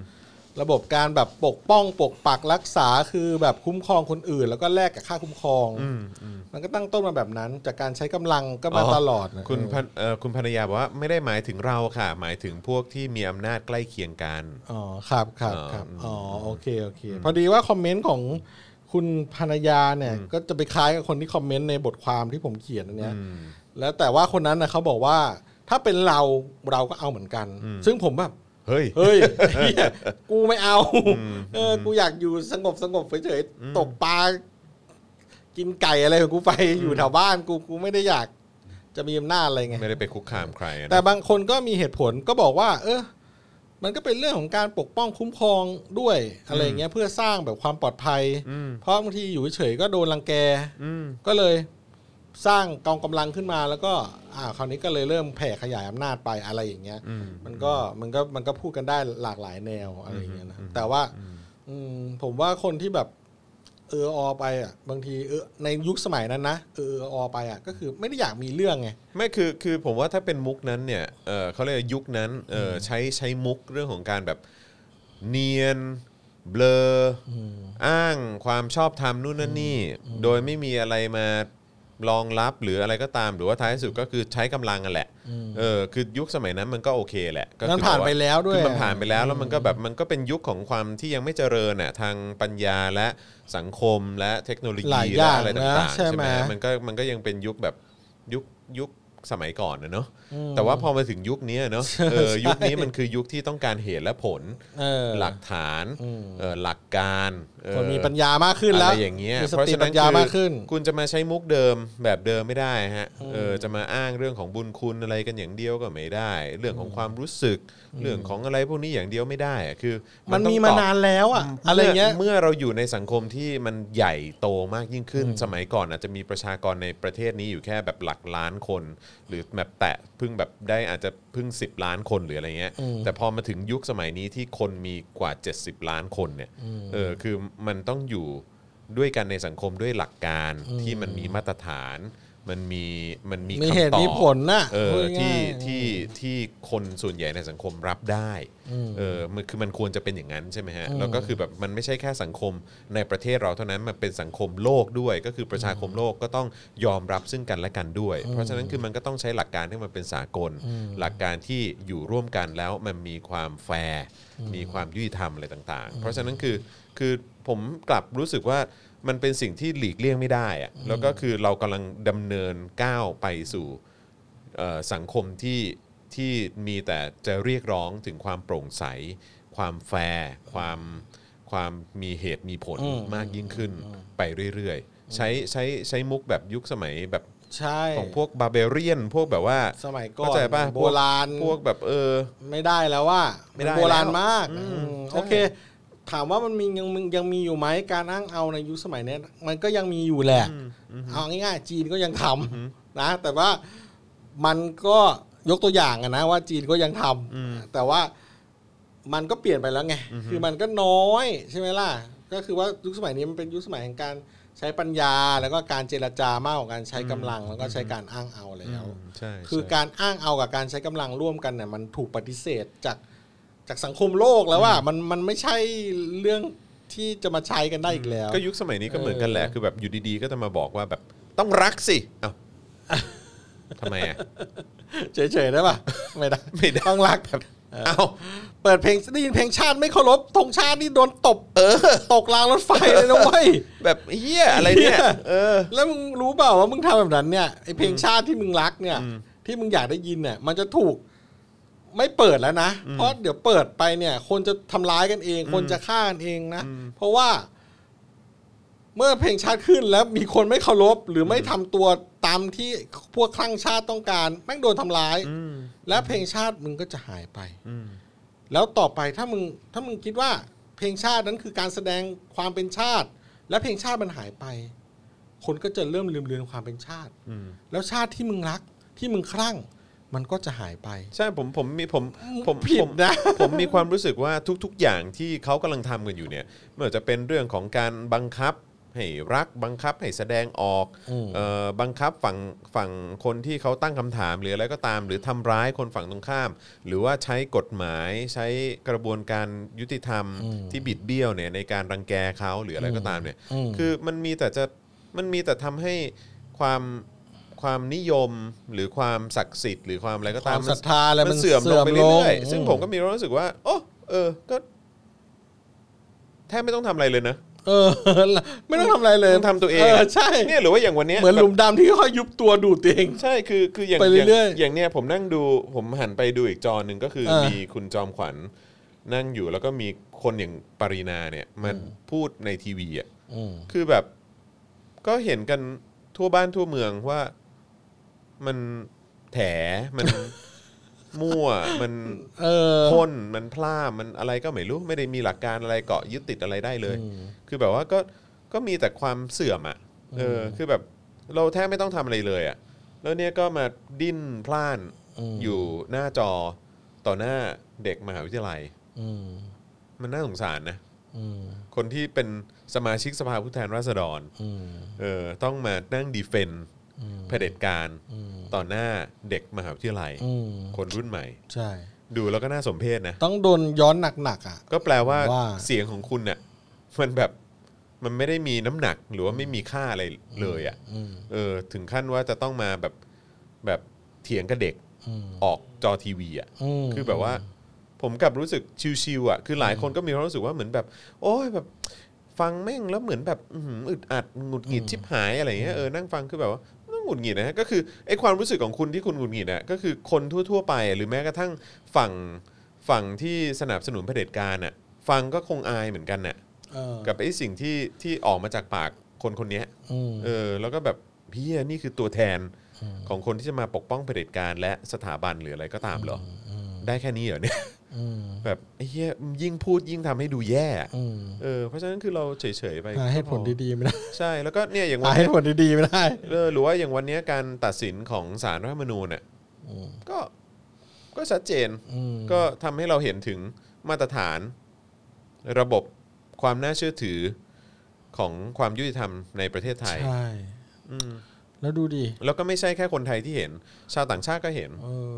ระบบการแบบปกป้องปกปักรักษาคือแบบคุ้มครองคนอื่นแล้วก็แลกกับค่าคุ้มครองมันก็ตั้งต้นมาแบบนั้นจากการใช้กำลังก็มาตลอดนะคุณภรรยาบอกว่าไม่ได้หมายถึงเราค่ะหมายถึงพวกที่มีอำนาจใกล้เคียงกันอ๋อครับอ๋อโอเคพอดีว่าคอมเมนต์ของคุณภรรยาเนี่ยก็จะไปคล้ายกับคนที่คอมเมนต์ในบทความที่ผมเขียนอันเนี้ยแล้วแต่ว่าคนนั้นนะเขาบอกว่าถ้าเป็นเราก็เอาเหมือนกันซึ่งผมแบบเฮ้ยกูไม่เอากูอยากอยู่สงบเฉยๆตกปลากินไก่อะไรของกูไปอยู่แถวบ้านกูไม่ได้อยากจะมีอำนาจอะไรไงไม่ได้ไปคุกคามใครแต่บางคนก็มีเหตุผลก็บอกว่ามันก็เป็นเรื่องของการปกป้องคุ้มครองด้วยอะไรเงี้ยเพื่อสร้างแบบความปลอดภัยเพราะบางทีอยู่เฉยๆก็โดนรังแกก็เลยสร้างกองกำลังขึ้นมาแล้วก็คราวนี้ก็เลยเริ่มแผ่ขยายอำนาจไปอะไรอย่างเงี้ยมันก็พูดกันได้หลากหลายแนวอะไรอย่างเงี้ยนะแต่ว่าผมว่าคนที่แบบไปบางทีในยุคสมัยนั้นนะไปก็คือไม่ได้อยากมีเรื่องไงไม่คือผมว่าถ้าเป็นมุกนั้นเนี่ยเขาเรียกยุคนั้นใช้มุกเรื่องของการแบบเนียนเบลออ้างความชอบธรรมนู่นนั่นนี่โดยไม่มีอะไรมารองรับหรืออะไรก็ตามหรือว่าท้ายสุดก็คือใช้กำลังกันแหละคือยุคสมัยนั้นมันก็โอเคแหละมันผ่านไปแล้วด้วยคือมันผ่านไปแล้วมันก็แบบมันก็เป็นยุคของความที่ยังไม่เจริญน่ะทางปัญญาและสังคมและเทคโนโลยีและอะไรต่างๆใช่ไหมมันก็ยังเป็นยุคแบบยุคสมัยก่อนนะเนาะแต่ว่าพอมาถึงยุคนี้เนาะยุคนี้มันคือยุคที่ต้องการเหตุและผลหลักฐานหลักการคนมีปัญญามากขึ้นแล้วอะไรอย่างเงี้ยเพราะฉะนั้นคุณจะมาใช้มุกเดิมแบบเดิมไม่ได้ฮะจะมาอ้างเรื่องของบุญคุณอะไรกันอย่างเดียวก็ไม่ได้เรื่องของความรู้สึกเรื่องของอะไรพวกนี้อย่างเดียวไม่ได้คือมันมีมานานแล้วอะอะไรเงี้ยเมื่อเราอยู่ในสังคมที่มันใหญ่โตมากยิ่งขึ้นสมัยก่อนอาจจะมีประชากรในประเทศนี้อยู่แค่แบบหลักล้านคนหรือแบบแตะพึ่งแบบได้อาจจะพึ่ง10 ล้านคนหรืออะไรเงี้ยแต่พอมาถึงยุคสมัยนี้ที่คนมีกว่า70 ล้านคนเนี่ยคือมันต้องอยู่ด้วยกันในสังคมด้วยหลักการที่มันมีมาตรฐานมันมีเหตุมีผลนะที่คนส่วนใหญ่ในสังคมรับได้มันควรจะเป็นอย่างนั้นใช่ไหมฮะแล้วก็คือแบบมันไม่ใช่แค่สังคมในประเทศเราเท่านั้นมันเป็นสังคมโลกด้วยก็คือประชาคมโลกก็ต้องยอมรับซึ่งกันและกันด้วยเพราะฉะนั้นคือมันก็ต้องใช้หลักการที่มันเป็นสากลหลักการที่อยู่ร่วมกันแล้วมันมีความแฟร์มีความยุติธรรมอะไรต่างๆเพราะฉะนั้นคือผมกลับรู้สึกว่ามันเป็นสิ่งที่หลีกเลี่ยงไม่ได้อะแล้วก็คือเรากำลังดำเนินก้าวไปสู่สังคมที่มีแต่จะเรียกร้องถึงความโปร่งใสความแฟร์ความมีเหตุมีผลมากยิ่งขึ้นไปเรื่อยๆใช้มุกแบบยุคสมัยแบบของพวกบาร์เบเรียนพวกแบบว่าสมัยก่อนโบราณพวกแบบไม่ได้แล้วว่าโบราณมากโอเคถามว่ามันมียังมีอยู่ไหมการอ้างเอาในยุคสมัยนี้มันก็ยังมีอยู่แหละเอาง่ายๆจีนก็ยังทำนะแต่ว่ามันก็ยกตัวอย่างนะว่าจีนก็ยังทำแต่ว่ามันก็เปลี่ยนไปแล้วไงคือมันก็น้อยใช่ไหมล่ะก็คือว่ายุคสมัยนี้มันเป็นยุคสมัยแห่งการใช้ปัญญาแล้วก็การเจรจามากกว่าการใช้กำลังแล้วก็ใช้การอ้างเอาแล้วคือการอ้างเอากับการใช้กำลังร่วมกันเนี่ยมันถูกปฏิเสธจากสังคมโลกแล้วว่ามันไม่ใช่เรื่องที่จะมาใช้กันได้อีกแล้วก็ยุคสมัยนี้ก็เหมือนกันแหละคือแบบอยู่ดีๆก็จะมาบอกว่าแบบต้องรักสิเอ้าทำไมอ่ะเฉยๆได้ป่ะไม่ได้ต้องรักแบบเอ้าเปิดเพลงได้ยินเพลงชาติไม่เคารพธงชาตินี่โดนตบตกรางรถไฟเลยนะเว้ยแบบเหี้ยอะไรเนี่ยแล้วมึงรู้เปล่าว่ามึงทำแบบนั้นเนี่ยไอเพลงชาติที่มึงรักเนี่ยที่มึงอยากได้ยินเนี่ยมันจะถูกไม่เปิดแล้วนะเพราะเดี๋ยวเปิดไปเนี่ยคนจะทำร้ายกันเองคนจะฆ่ากันเองนะเพราะว่าเมื่อเพลงชาติขึ้นแล้วมีคนไม่เคารพหรือไม่ทำตัวตามที่พวกคลั่งชาติต้องการแม่งโดนทำร้ายแล้วเพลงชาติมึงก็จะหายไปแล้วต่อไปถ้ามึงคิดว่าเพลงชาตินั้นคือการแสดงความเป็นชาติและเพลงชาติมันหายไปคนก็จะเริ่มลืมเลือนความเป็นชาติแล้วชาติที่มึงรักที่มึงคลั่งมันก็จะหายไปใช่ผมผิดนะผมมีความรู้สึกว่าทุกๆอย่างที่เขากำลังทำกันอยู่เนี่ยไม่ว่าจะเป็นเรื่องของการบังคับให้รักบังคับให้แสดงออกบังคับฝั่งคนที่เขาตั้งคำถามหรืออะไรก็ตามหรือทำร้ายคนฝั่งตรงข้ามหรือว่าใช้กฎหมายใช้กระบวนการยุติธรรมที่บิดเบี้ยวเนี่ยในการรังแกเขาหรืออะไรก็ตามเนี่ยคือมันมีแต่ทำให้ความนิยมหรือความศักดิ์สิทธิ์หรือความอะไรก็ตามศรัทธาอะไรมันเสื่อมลงไปเรื่อยๆซึ่งผมก็มีความรู้สึกว่าโอ้ก็แทบไม่ต้องทำอะไรเลยนะไม่ต้องทำอะไรเลยทำตัวเองใช่เนี่ยหรือว่าอย่างวันนี้เหมือนหลุมดำที่ค่อยยุบตัวดูดตัวเองใช่คืออย่างเนี้ยผมนั่งดูผมหันไปดูอีกจอหนึ่งก็คือมีคุณจอมขวัญนั่งอยู่แล้วก็มีคนอย่างปรินาเนี่ยมันพูดในทีวีอ่ะคือแบบก็เห็นกันทั่วบ้านทั่วเมืองว่ามันแถมันมั่วมันพ่นมันพล่ามันอะไรก็ไม่รู้ไม่ได้มีหลักการอะไรเกาะยึดติดอะไรได้เลยคือแบบว่าก็มีแต่ความเสื่อมอ่ะคือแบบเราแทบไม่ต้องทำอะไรเลยอ่ะแล้วเนี่ยก็มาดิ้นพล่านอยู่หน้าจอต่อหน้าเด็กมหาวิทยาลัยมันน่าสงสารนะคนที่เป็นสมาชิกสภาผู้แทนราษฎรต้องมานั่งดีเฟนต์เผด็จการต่อหน้าเด็กมหาวิทยาลัยคนรุ่นใหม่ใช่ดูแล้วก็น่าสมเพชนะต้องโดนย้อนหนักๆอ่ะก็แปลว่าเสียงของคุณเนี่ยมันแบบมันไม่ได้มีน้ำหนักหรือว่าไม่มีค่าอะไรเลยอ่ะถึงขั้นว่าจะต้องมาแบบเถียงกับเด็กออกจอทีวีอ่ะคือแบบว่าผมกลับรู้สึกชิวๆอ่ะคือหลายคนก็มีความรู้สึกว่าเหมือนแบบโอ้ยแบบฟังแม่งแล้วเหมือนแบบอึดอัดหงุดหงิดชิบหายอะไรเงี้ยนั่งฟังคือแบบว่าหงุดหงิดนะฮะก็คือไอ้ความรู้สึกของคุณที่คุณหงุดหงิดอ่ะก็คือคนทั่วๆไปหรือแม้กระทั่งฝั่งที่สนับสนุนเผด็จการอ่ะฟังก็คงอายเหมือนกันน่ะกับไอ้สิ่งที่ออกมาจากปากคนนี้แล้วก็แบบพี่นี่คือตัวแทนของคนที่จะมาปกป้องเผด็จการและสถาบันหรืออะไรก็ตามเหรอได้แค่นี้เหรอเนี่ยแบบไอ้เหี้ยยิ่งพูดยิ่งทำให้ดูแย่เพราะฉะนั้นคือเราเฉยๆไปให้ผลดีๆไม่ได้ใช่แล้วก็เนี่ยอย่างวันให้ผลดีๆไม่ได้หรือว่าอย่างวันนี้การตัดสินของศาลรัฐธรรมนูญเนี่ยก็ชัดเจนก็ทำให้เราเห็นถึงมาตรฐานระบบความน่าเชื่อถือของความยุติธรรมในประเทศไทยใช่แล้วดูดิแล้วก็ไม่ใช่แค่คนไทยที่เห็นชาวต่างชาติก็เห็น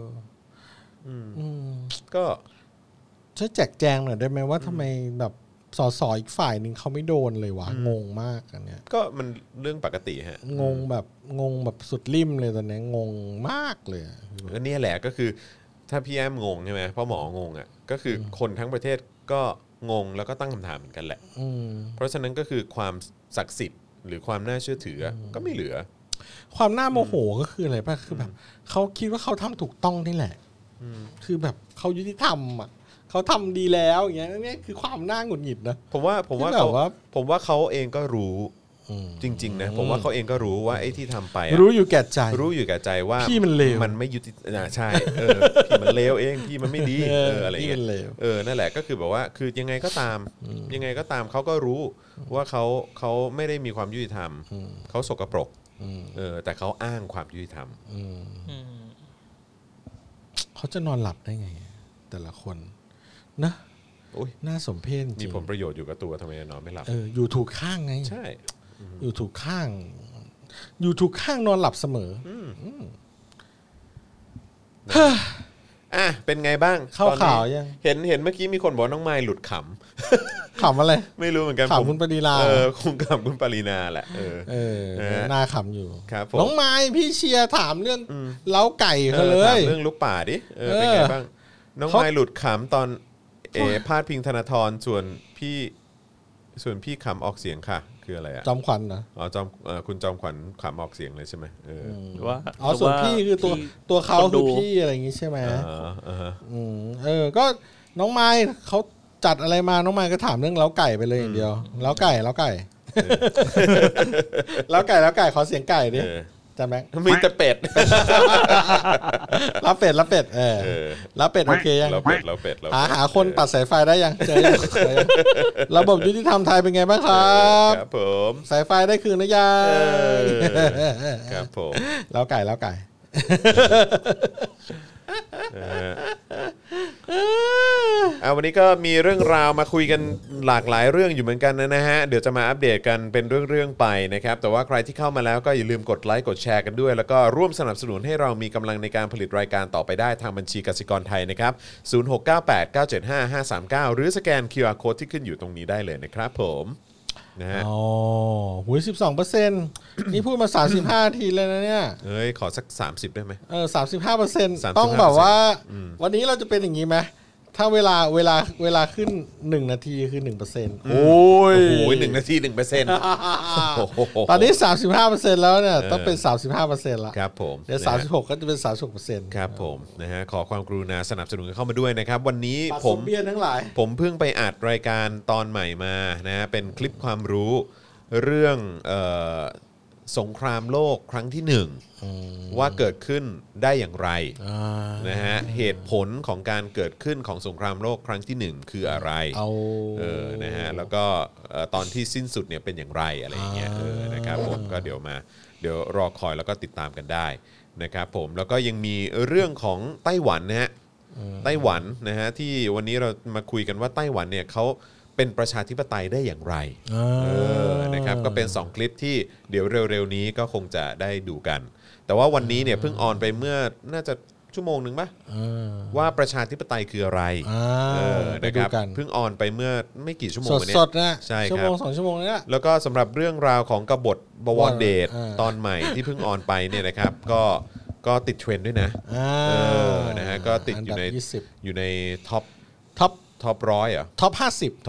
ก็ช่วยแจกแจงหน่อยได้ไหมว่าทำไมแบบสสอีกฝ่ายหนึ่งเขาไม่โดนเลยวะงงมากอันเนี้ยก็มันเรื่องปกติฮะงงแบบสุดริมเลยตอนนี้งงมากเลยก็เนี่ยแหละก็คือถ้าพี่แอมงงใช่ไหมพ่อหมองงอ่ะก็คือคนทั้งประเทศก็งงแล้วก็ตั้งคำถามเหมือนกันแหละเพราะฉะนั้นก็คือความศักดิ์สิทธิ์หรือความน่าเชื่อถือก็ไม่เหลือความน่าโมโหก็คืออะไรป่ะคือแบบเขาคิดว่าเขาทำถูกต้องนี่แหละคือแบบเขายุติธรรมอ่ะเขาทำดีแล้วอย่างเงี้ยนี่คือความน่าหงุดหงิดนะผมว่าเขาเองก็รู้จริงๆนะผมว่าเขาเองก็รู้ว่าไอ้ที่ทำไปรู้อยู่แก่ใจว่าพี่มันเลวมันไม่ยุติใช่พี่มันเลวเองพี่มันไม่ดีอะไรเงี้ยนั่นแหละก็คือแบบว่าคือยังไงก็ตามเขาก็รู้ว่าเขาไม่ได้มีความยุติธรรมเขาสกปรกแต่เขาอ้างความยุติธรรมเขาจะนอนหลับได้ไงแต่ละคนนะน่าสมเพชจริงมีผลประโยชน์อยู่กับตัวทำไมนอนไม่หลับอยู่ถูกข้างไงใช่อยู่ถูกข้างนอนหลับเสมอเป็นไงบ้างเข้าข่าวยังเห็นเมื่อกี้มีคนบอกน้องไมล์หลุดขำอะไรไม่รู้เหมือนกันขำคุณปรีนาคงขำคุณปรีนาแหละน่าขำอยู่ครับน้องไมล์พี่เชียร์ถามเรื่องเล้าไก่เขาเลยเรื่องลูกป่าดิเป็นไงบ้างน้องไมล์หลุดขำตอนพาดพิงธนาธรส่วนพี่ขำออกเสียงค่ะคืออะไรอะจอมขวัญนะคุณจอมขวัญขำออกเสียงเลยใช่ไหมว่าส่วนพี่คือตัวเขาคือพี่อะไรอย่างงี้ใช่ไหมก็น้องไม้เขาจัดอะไรมาน้องไม้ก็ถามเรื่องเล้าไก่ไปเลยอย่างเดียวเล้าไก่เล้าไก่ขอเสียงไก่ดิจำไหมมีแต่เป็ดรับเป็ดรับเป็ดโอเคยังรับเป็ดหาคนตัดสายไฟได้ยังเจอยังระบบยุติธรรมไทยเป็นไงบ้างครับครับผมสายไฟได้คืนนะยังครับผมแล้วไก่วันนี้ก็มีเรื่องราวมาคุยกันหลากหลายเรื่องอยู่เหมือนกันนะฮะเดี๋ยวจะมาอัปเดตกันเป็นเรื่องๆไปนะครับแต่ว่าใครที่เข้ามาแล้วก็อย่าลืมกดไลค์กดแชร์กันด้วยแล้วก็ร่วมสนับสนุนให้เรามีกำลังในการผลิตรายการต่อไปได้ทางบัญชีกสิกรไทยนะครับ0698975539หรือสแกน QR Code ที่ขึ้นอยู่ตรงนี้ได้เลยนะครับผมนะฮะอ๋อหู12%นี่พูดมา35ทีเลยนะเนี่ยเฮ้ยขอสัก30ได้ไหม 35%ต้องแบบว่าวันนี้เราจะเป็นอย่างนี้ไหมถ้าเวลาขึ้น1นาทีคือ 1% โอ้ย1นาที 1% ตอนนี้ 35% แล้วเนี่ยต้องเป็น 35% แล้วครับผมเดี๋ยว36ก็จะเป็น 36% ครับผมนะฮะขอความกรุณาสนับสนุนเข้ามาด้วยนะครับวันนี้ผมเบียร์ทั้งหลายผมเพิ่งไปอัดรายการตอนใหม่มานะฮะเป็นคลิปความรู้เรื่องสงครามโลกครั้งที่1ว่าเกิดขึ้นได้อย่างไรนะฮะเหตุผลของการเกิดขึ้นของสงครามโลกครั้งที่1คืออะไรนะฮะแล้วก็ตอนที่สิ้นสุดเนี่ยเป็นอย่างไรอะไรอย่างเงี้ยนะครับผมก็เดี๋ยวรอคอยแล้วก็ติดตามกันได้นะครับผมแล้วก็ยังมีเรื่องของไต้หวันนะฮะไต้หวันนะฮะที่วันนี้เรามาคุยกันว่าไต้หวันเนี่ยเขาเป็นประชาธิปไตยได้อย่างไรนะครับก็เป็น2คลิปที่เดี๋ยวเร็วๆนี้ก็คงจะได้ดูกันแต่ว่าวันนี้เนี่ยเพิ่งออนไปเมื่อน่าจะชั่วโมงนึงป่ะว่าประชาธิปไตยคืออะไรนะครับเพิ่งออนไปเมื่อไม่กี่ชั่วโมงนี้สดๆนะใช่ครับชั่วโมง2ชั่วโมงนี้แล้วก็สำหรับเรื่องราวของกบฏบวรเดชตอนใหม่ที่เพิ่งออนไปเนี่ยนะครับก็ติดเทรนด์ด้วยนะนะฮะก็ติดอยู่ในท็อป100เหรอท็อป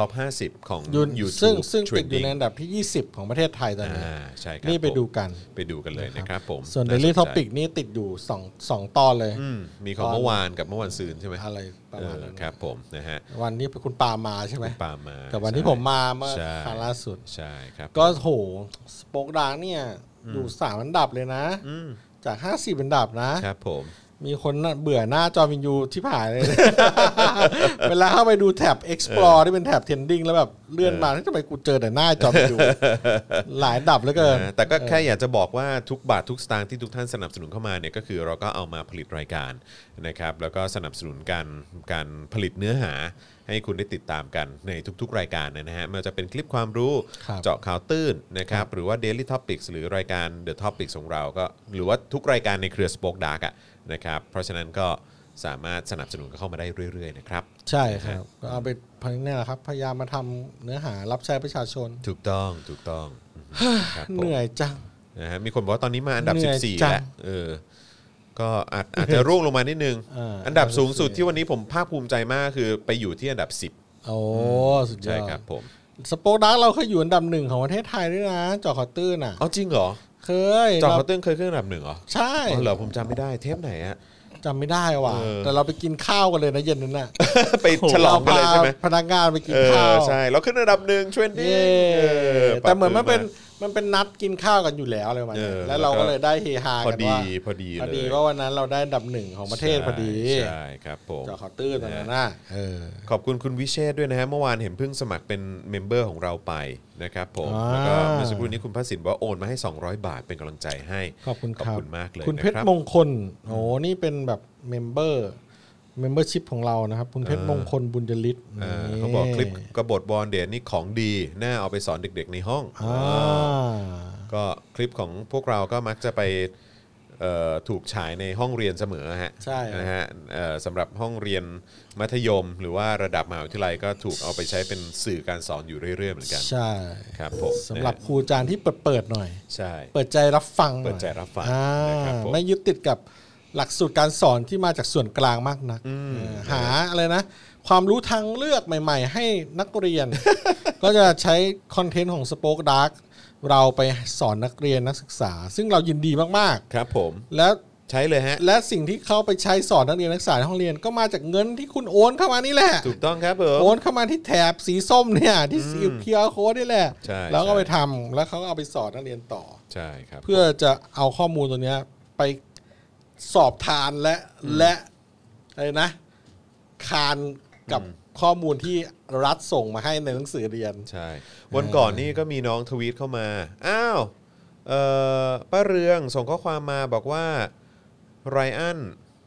50ของ YouTube ซึ่งติดอยู่ในอันดับที่20ของประเทศไทยตอนนี้ใช่ครับนี่ไปดูกันเลยนะครับผมส่วน Daily Topic นี่ติดอยู่2ตอนเลยมีของเมื่อวานกับเมื่อวันซืนใช่ไหมอะไรประมาณนั้นครับผมนะฮะวันนี้คุณปามาใช่ไหมปามากับวันที่ผมมาเมื่อครั้งล่าสุดใช่ครับก็โหสป็อกดาร์กเนี่ยอยู่3อันดับเลยนะจาก50อันดับนะครับผมมีคนเบื่อหน้าจอวินยูที่ผ่านเลย เวลาเข้าไปดูแท็บ explore ที่เป็นแท็บ trending แล้วแบบเลื่อนมาทำไมกูเจอแต่หน้าจอวินยู หลายดับเหลือเกินแต่ก็แค่อยากจะบอกว่าทุกบาททุกสตางค์ที่ทุกท่านสนับสนุนเข้ามาเนี่ยก็คือเราก็เอามาผลิตรายการนะครับแล้วก็สนับสนุนการผลิตเนื้อหาให้คุณได้ติดตามกันในทุกๆรายการนะฮะไม่ว่าจะเป็นคลิปความรู้เจาะข่าวตื้นนะครับหรือว่า Daily Topics หรือรายการ The Topics ของเราก็หรือว่าทุกรายการในเครือ Spoke Dark อ่ะนะครับเพราะฉะนั้นก็สามารถสนับสนุนเข้ามาได้เรื่อยๆนะครับใช่ครับก็เอาไปนี่แหละครับพยายามมาทำเนื้อหารับใช้ประชาชนถูกต้องเหนื่อยจังนะฮะมีคนบอกว่าตอนนี้มาอันดับ14แล้วก็อาจจะร่วงลงมานิดนึงอันดับสูงสุดที่วันนี้ผมภาคภูมิใจมากคือไปอยู่ที่อันดับ10 โอ้สุดยอดใช่ครับผมสป็อกดาร์กเราเคยอยู่อันดับ1ของประเทศไทยด้วยนะจอข่าวตื้นอ่ะอ๋อจริงเหรอเคยจอข่าวตื้นเคยขึ้นอันดับ1เหรอใช่เหรอผมจำไม่ได้เทปไหนอะจำไม่ได้ว่ะแต่เราไปกินข้าวกันเลยนะเย็นนั้นน่ะไปฉลองกันเลยใช่ไหมพนักงานไปกินข้าวใช่เราขึ้นอันดับ1เทรนดิ้งแต่เหมือนมันเป็นนัดกินข้าวกันอยู่แล้วอะไรประมาณนี้แล้วเราก็เลยได้เฮฮากันว่าพอดีว่าวันนั้นเราได้อันดับ1ของประเทศพอดีใช่ครับผมจอข่าวตื้นตอนนั้นน่ะขอบคุณคุณวิเชษด้วยนะฮะเมื่อวานเห็นเพิ่งสมัครเป็นเมมเบอร์ของเราไปนะครับผมแล้วก็เมื่อสักครู่นี้คุณพระสินบอกว่าโอนมาให้200 บาทเป็นกำลังใจให้ขอบคุณมากเลยคุณเพชรมงคลโอ้นี่เป็นแบบเมมเบอร์ชิพของเรานะครับคุณเพชรมงคลบุญยฤทธิ์เขาบอกคลิปกบฏบอลเดชนี่ของดีน่าเอาไปสอนเด็กๆในห้องก็คลิปของพวกเราก็มักจะไปถูกฉายในห้องเรียนเสมอฮะใช่นะฮะสำหรับห้องเรียนมัธยมหรือว่าระดับมหาวิทยาลัยก็ถูกเอาไปใช้เป็นสื่อการสอนอยู่เรื่อยๆเหมือนกันใช่ครับผมสำหรับครูอาจารย์ที่เปิดหน่อยใช่เปิดใจรับฟังนะครับไม่ยึดติดกับหลักสูตรการสอนที่มาจากส่วนกลางมากนักหาอะไรนะความรู้ทางเลือกใหม่ๆให้นักเรียน ก็จะใช้คอนเทนต์ของ Spoke Dark เราไปสอนนักเรียนนักศึกษาซึ่งเรายินดีมากๆครับผมแล้วใช้เลยฮะและสิ่งที่เขาไปใช้สอนนักเรียนนักศึกษาในห้องเรียนก็มาจากเงินที่คุณโอนเข้ามานี่แหละถูกต้องครับผมโอนเข้ามาที่แถบสีส้มเนี่ยที่QR Code นี่แหละแล้วก็ไปทำแล้วเขาก็เอาไปสอนนักเรียนต่อใช่ครับเพื่อจะเอาข้อมูลตัวนี้ไปสอบทานและอะไรนะคานกับข้อมูลที่รัฐส่งมาให้ในหนังสือเรียนใช่วันก่อนนี่ก็มีน้องทวีตเข้ามาอ้าวป้าเรืองส่งข้อความมาบอกว่าไรอัน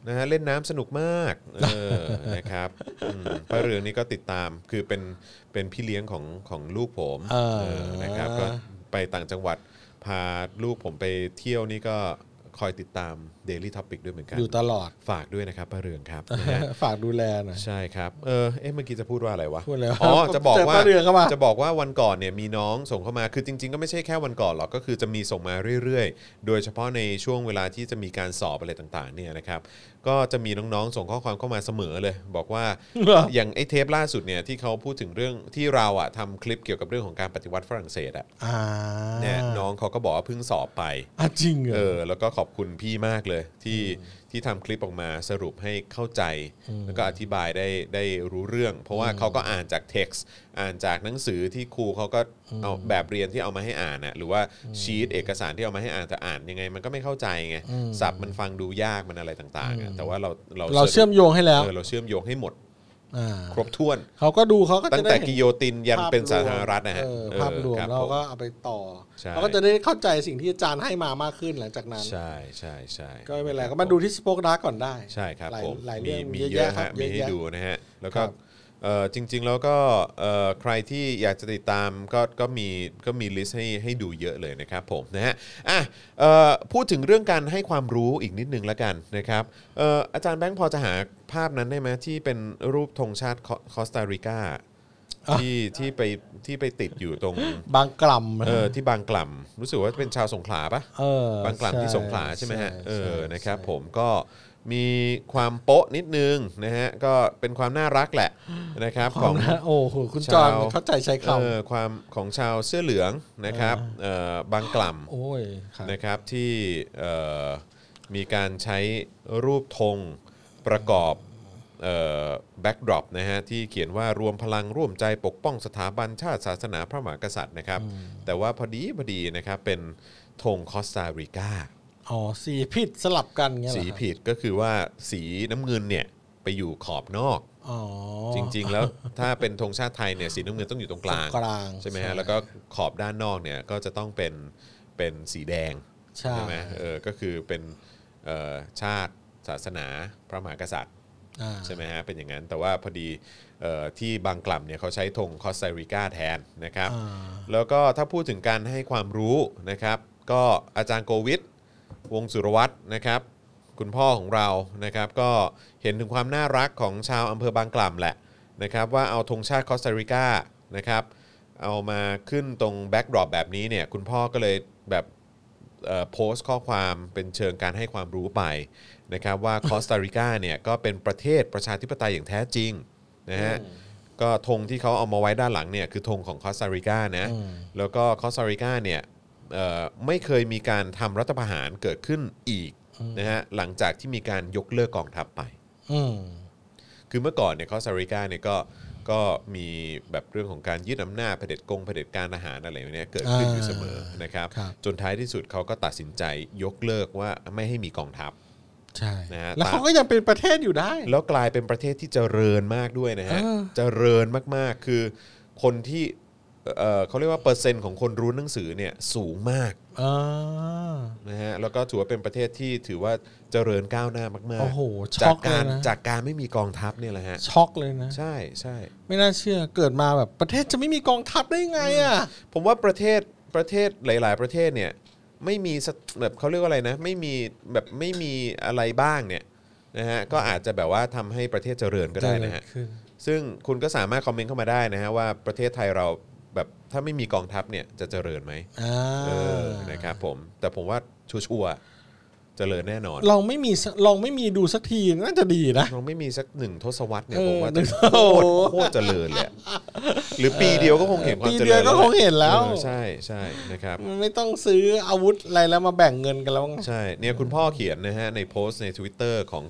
นะฮะเล่นน้ำสนุกมากนะครับป้าเรืองนี่ก็ติดตามคือเป็นพี่เลี้ยงของลูกผมนะครับก็ไปต่างจังหวัดพาลูกผมไปเที่ยวนี่ก็คอยติดตาม Daily Topic ด้วยเหมือนกันอยู่ตลอดฝากด้วยนะครับป้าเรืองครับฝากดูแลหน่อยใช่ครับเมื่อกี้จะพูดว่าอะไรวะพูดแล้วอ๋อจะบอกว่าวันก่อนเนี่ยมีน้องส่งเข้ามาคือจริงๆก็ไม่ใช่แค่วันก่อนหรอกก็คือจะมีส่งมาเรื่อยๆโดยเฉพาะในช่วงเวลาที่จะมีการสอบอะไรต่างๆเนี่ยนะครับก็จะมีน้องๆส่งข้อความเข้ามาเสมอเลยบอกว่าอย่างไอ้เทปล่าสุดเนี่ยที่เขาพูดถึงเรื่องที่เราอะทำคลิปเกี่ยวกับเรื่องของการปฏิวัติฝรั่งเศสอะเนี่ยน้องเขาก็บอกว่าเพิ่งสอบไปจริงเหรอแล้วก็ขอบคุณพี่มากเลยที่ทำคลิปออกมาสรุปให้เข้าใจแล้วก็อธิบายได้รู้เรื่องเพราะว่าเขาก็อ่านจากเท็กซ์อ่านจากหนังสือที่ครูเขาก็เอาแบบเรียนที่เอามาให้อ่านน่ะหรือว่าชีทเอกสารที่เอามาให้อ่านแต่อ่านยังไงมันก็ไม่เข้าใจไงศัพท์มันฟังดูยากมันอะไรต่างๆแต่ว่าเราเชื่อมโยงให้แล้วเราเชื่อมโยงให้หมดครบถ้วนเขาก็ดูเขาก็ตั้งแต่กิโยตินยันเป็นสาธารณรัฐนะฮะภาพรวมเราก็เอาไปต่อเขาก็จะได้เข้าใจสิ่งที่อาจารย์ให้มามากขึ้นหลังจากนั้นใช่ใช่ใช่ก็ไม่เป็นไรก็มาดูที่สป็อคดาร์กก่อนได้ใช่ครับผมหลายเรื่องมีเยอะฮะมีให้ดูนะฮะแล้วก็จริงๆแล้วก็ใครที่อยากจะติดตามก็มีลิสต์ให้ดูเยอะเลยนะครับผมนะฮะพูดถึงเรื่องการให้ความรู้อีกนิดนึงแล้วกันนะครับอาจารย์แบงค์พอจะหาภาพนั้นได้ไหมที่เป็นรูปธงชาติคอสตาริกาที่ไปติดอยู่ตรงบางกล่ำที่บางกล่ำรู้สึกว่าเป็นชาวสงขลาปะบางกล่ำที่สงขลาใช่ไหมฮะนะครับผมก็มีความโป๊ะนิดนึงนะฮะก็เป็นความน่ารักแหละนะครับของโอ้โหคุณจอนเข้าใจใช้คำความของชาวเสื้อเหลืองนะครับบางกล่ำนะครับที่มีการใช้รูปธงประกอบแบ็กดรอปนะฮะที่เขียนว่ารวมพลังร่วมใจปกป้องสถาบันชาติศาสนาพระมหากษัตริย์นะครับแต่ว่าพอดีนะครับเป็นธงคอสตาริกาสีผิดสลับกันเงี้ยสีผิดก็คือว่าสีน้ำเงินเนี่ยไปอยู่ขอบนอกจริงๆแล้วถ้าเป็นธงชาติไทยเนี่ยสีน้ำเงินต้องอยู่ตรงกลางใช่ไหมฮะแล้วก็ขอบด้านนอกเนี่ยก็จะต้องเป็นสีแดงใช่ไหมก็คือเป็นชาติศาสนาพระมหากษัตริย์ใช่ไหมฮะเป็นอย่างนั้นแต่ว่าพอดีที่บางกล่ำเนี่ยเขาใช้ธงคอสตาริกาแทนนะครับแล้วก็ถ้าพูดถึงการให้ความรู้นะครับก็อาจารย์โกวิทวงสุรวัตรนะครับคุณพ่อของเรานะครับก็เห็นถึงความน่ารักของชาวอำเภอบางกล่ำแหละนะครับว่าเอาธงชาติคอสตาริกานะครับเอามาขึ้นตรงแบ็กดรอปแบบนี้เนี่ยคุณพ่อก็เลยแบบโพสต์ข้อความเป็นเชิงการให้ความรู้ไปนะครับว่าคอสตาริกาเนี่ยก็เป็นประเทศประชาธิปไตยอย่างแท้จริงนะฮะก็ธงที่เขาเอามาไว้ด้านหลังเนี่ยคือธงของคอสตาริกานะแล้วก็คอสตาริกาเนี่ยไม่เคยมีการทำรัฐประหารเกิดขึ้นอีกนะฮะหลังจากที่มีการยกเลิกกองทัพไปคือเมื่อก่อนเนี่ยคอสตาริกาเนี่ยก็มีแบบเรื่องของการยึดอำนาจเผด็จการทหารอะไรแบบนี้เกิดขึ้นอยู่เสมอนะครับจนท้ายที่สุดเขาก็ตัดสินใจยกเลิกว่าไม่ให้มีกองทัพใช่นะแล้วเขาก็ยังเป็นประเทศอยู่ได้แล้วกลายเป็นประเทศที่เจริญมากด้วยนะฮะเจริญมากๆคือคนที่เขาเรียกว่าเปอร์เซ็นต์ของคนรู้หนังสือเนี่ยสูงมากนะฮะแล้วก็ถือว่าเป็นประเทศที่ถือว่าเจริญก้าวหน้ามากๆโอ้โหช็อกเลยนะจากการไม่มีกองทัพเนี่ยแหละฮะช็อกเลยนะใช่ใช่ไม่น่าเชื่อเกิดมาแบบประเทศจะไม่มีกองทัพได้ไงอ่ะผมว่าประเทศหลายๆประเทศเนี่ยไม่มีแบบเขาเรียกว่าอะไรนะไม่มีอะไรบ้างเนี่ยนะฮะก็อาจจะแบบว่าทำให้ประเทศเจริญก็ได้นะฮะซึ่งคุณก็สามารถคอมเมนต์เข้ามาได้นะฮะว่าประเทศไทยเราแบบถ้าไม่มีกองทัพเนี่ยจะเจริญไหมนะครับผมแต่ผมว่าชัวร์เจริญแน่นอนลองไม่มีดูสักทีน่าจะดีนะลองไม่มีสัก1ทศวรรษเนี่ยผมว่าโคตรเจริญเลยหรือปีเดียวก็คงเห็นความเจริญปีเดียวก็คงเห็นแล้วใช่ใช่นะครับไม่ต้องซื้ออาวุธอะไรแล้วมาแบ่งเงินกันแล้วใช่เนี่ยคุณพ่อเขียนนะฮะในโพสต์ใน Twitter ของ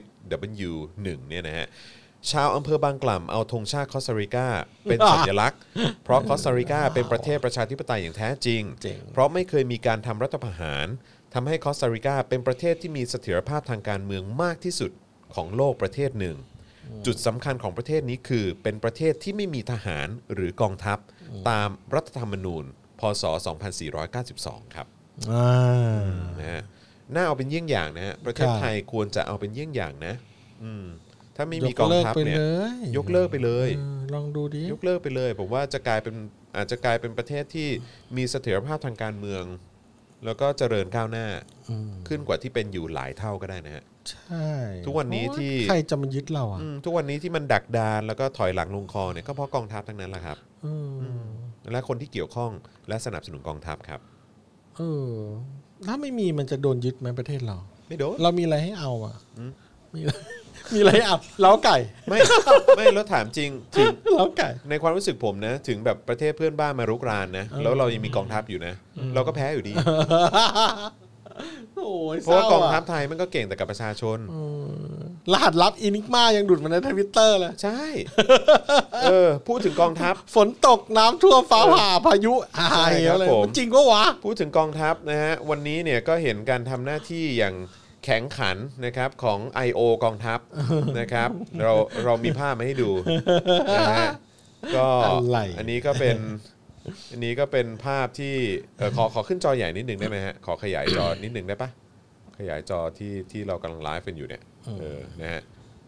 GoWithW1 เนี่ยนะฮะชาวอำเภอบางกล่ำเอาธงชาติคอสตาริกาเป็นสัญลักษณ์เพราะคอสตาริกาเป็นประเทศประชาธิปไตยอย่างแท้จริงเพราะไม่เคยมีการทำรัฐประหารทำให้คอสตาริกาเป็นประเทศที่มีเสถียรภาพทางการเมืองมากที่สุดของโลกประเทศหนึ่งจุดสำคัญของประเทศนี้คือเป็นประเทศที่ไม่มีทหารหรือกองทัพตามรัฐธรรมนูญพ.ศ. 2492ครับนะฮะน่าเอาเป็นเยี่ยงอย่างนะฮะประเทศไทยควรจะเอาเป็นเยี่ยงอย่างนะถ้าไม่มีกองทัพเนี่ยยกเลิกไปเลยลองดูดิยกเลิกไปเลยผมว่าจะกลายเป็นอาจจะกลายเป็นประเทศที่มีเสถียรภาพทางการเมืองแล้วก็เจริญก้าวหน้าขึ้นกว่าที่เป็นอยู่หลายเท่าก็ได้นะฮะใช่ทุกวันนี้ที่ใครจะมายึดเราอ่ะทุกวันนี้ที่มันดักดานแล้วก็ถอยหลังลงคอเนี่ยก็เพราะกองทัพทั้งนั้นแหละครับและคนที่เกี่ยวข้องและสนับสนุนกองทัพครับถ้าไม่มีมันจะโดนยึดไหมประเทศเราไม่โดนเรามีอะไรให้เอาอ่ะมีอะไรให้เอาเล้าไก่ไม่แล้วถามจริงถึงเล้าไก่ในความรู้สึกผมนะถึงแบบประเทศเพื่อนบ้านมารุกรานนะแล้วเรายังมีกองทัพอยู่นะเราก็แพ้อยู่ดีเพราะว่ากองทัพไทยมันก็เก่งแต่กับประชาชนรหัสลับอินิกมายังดุดมาในTwitterเลยใช่พูดถึงกองทัพฝนตกน้ำท่วมฟ้าผ่าพายุอะไรจริงก็วะพูดถึงกองทัพนะฮะวันนี้เนี่ยก็เห็นการทำหน้าที่อย่างแข็งขันนะครับของ I.O. กองทัพนะครับเรามีภาพมาให้ดูนะฮะก็อันนี้ก็เป็นภาพที่ขอขึ้นจอใหญ่นิดนึงได้ไหมฮะขอขยายจอนิดนึงได้ปะขยายจอที่เรากำลังไลฟ์กันอยู่เนี่ยนะฮะ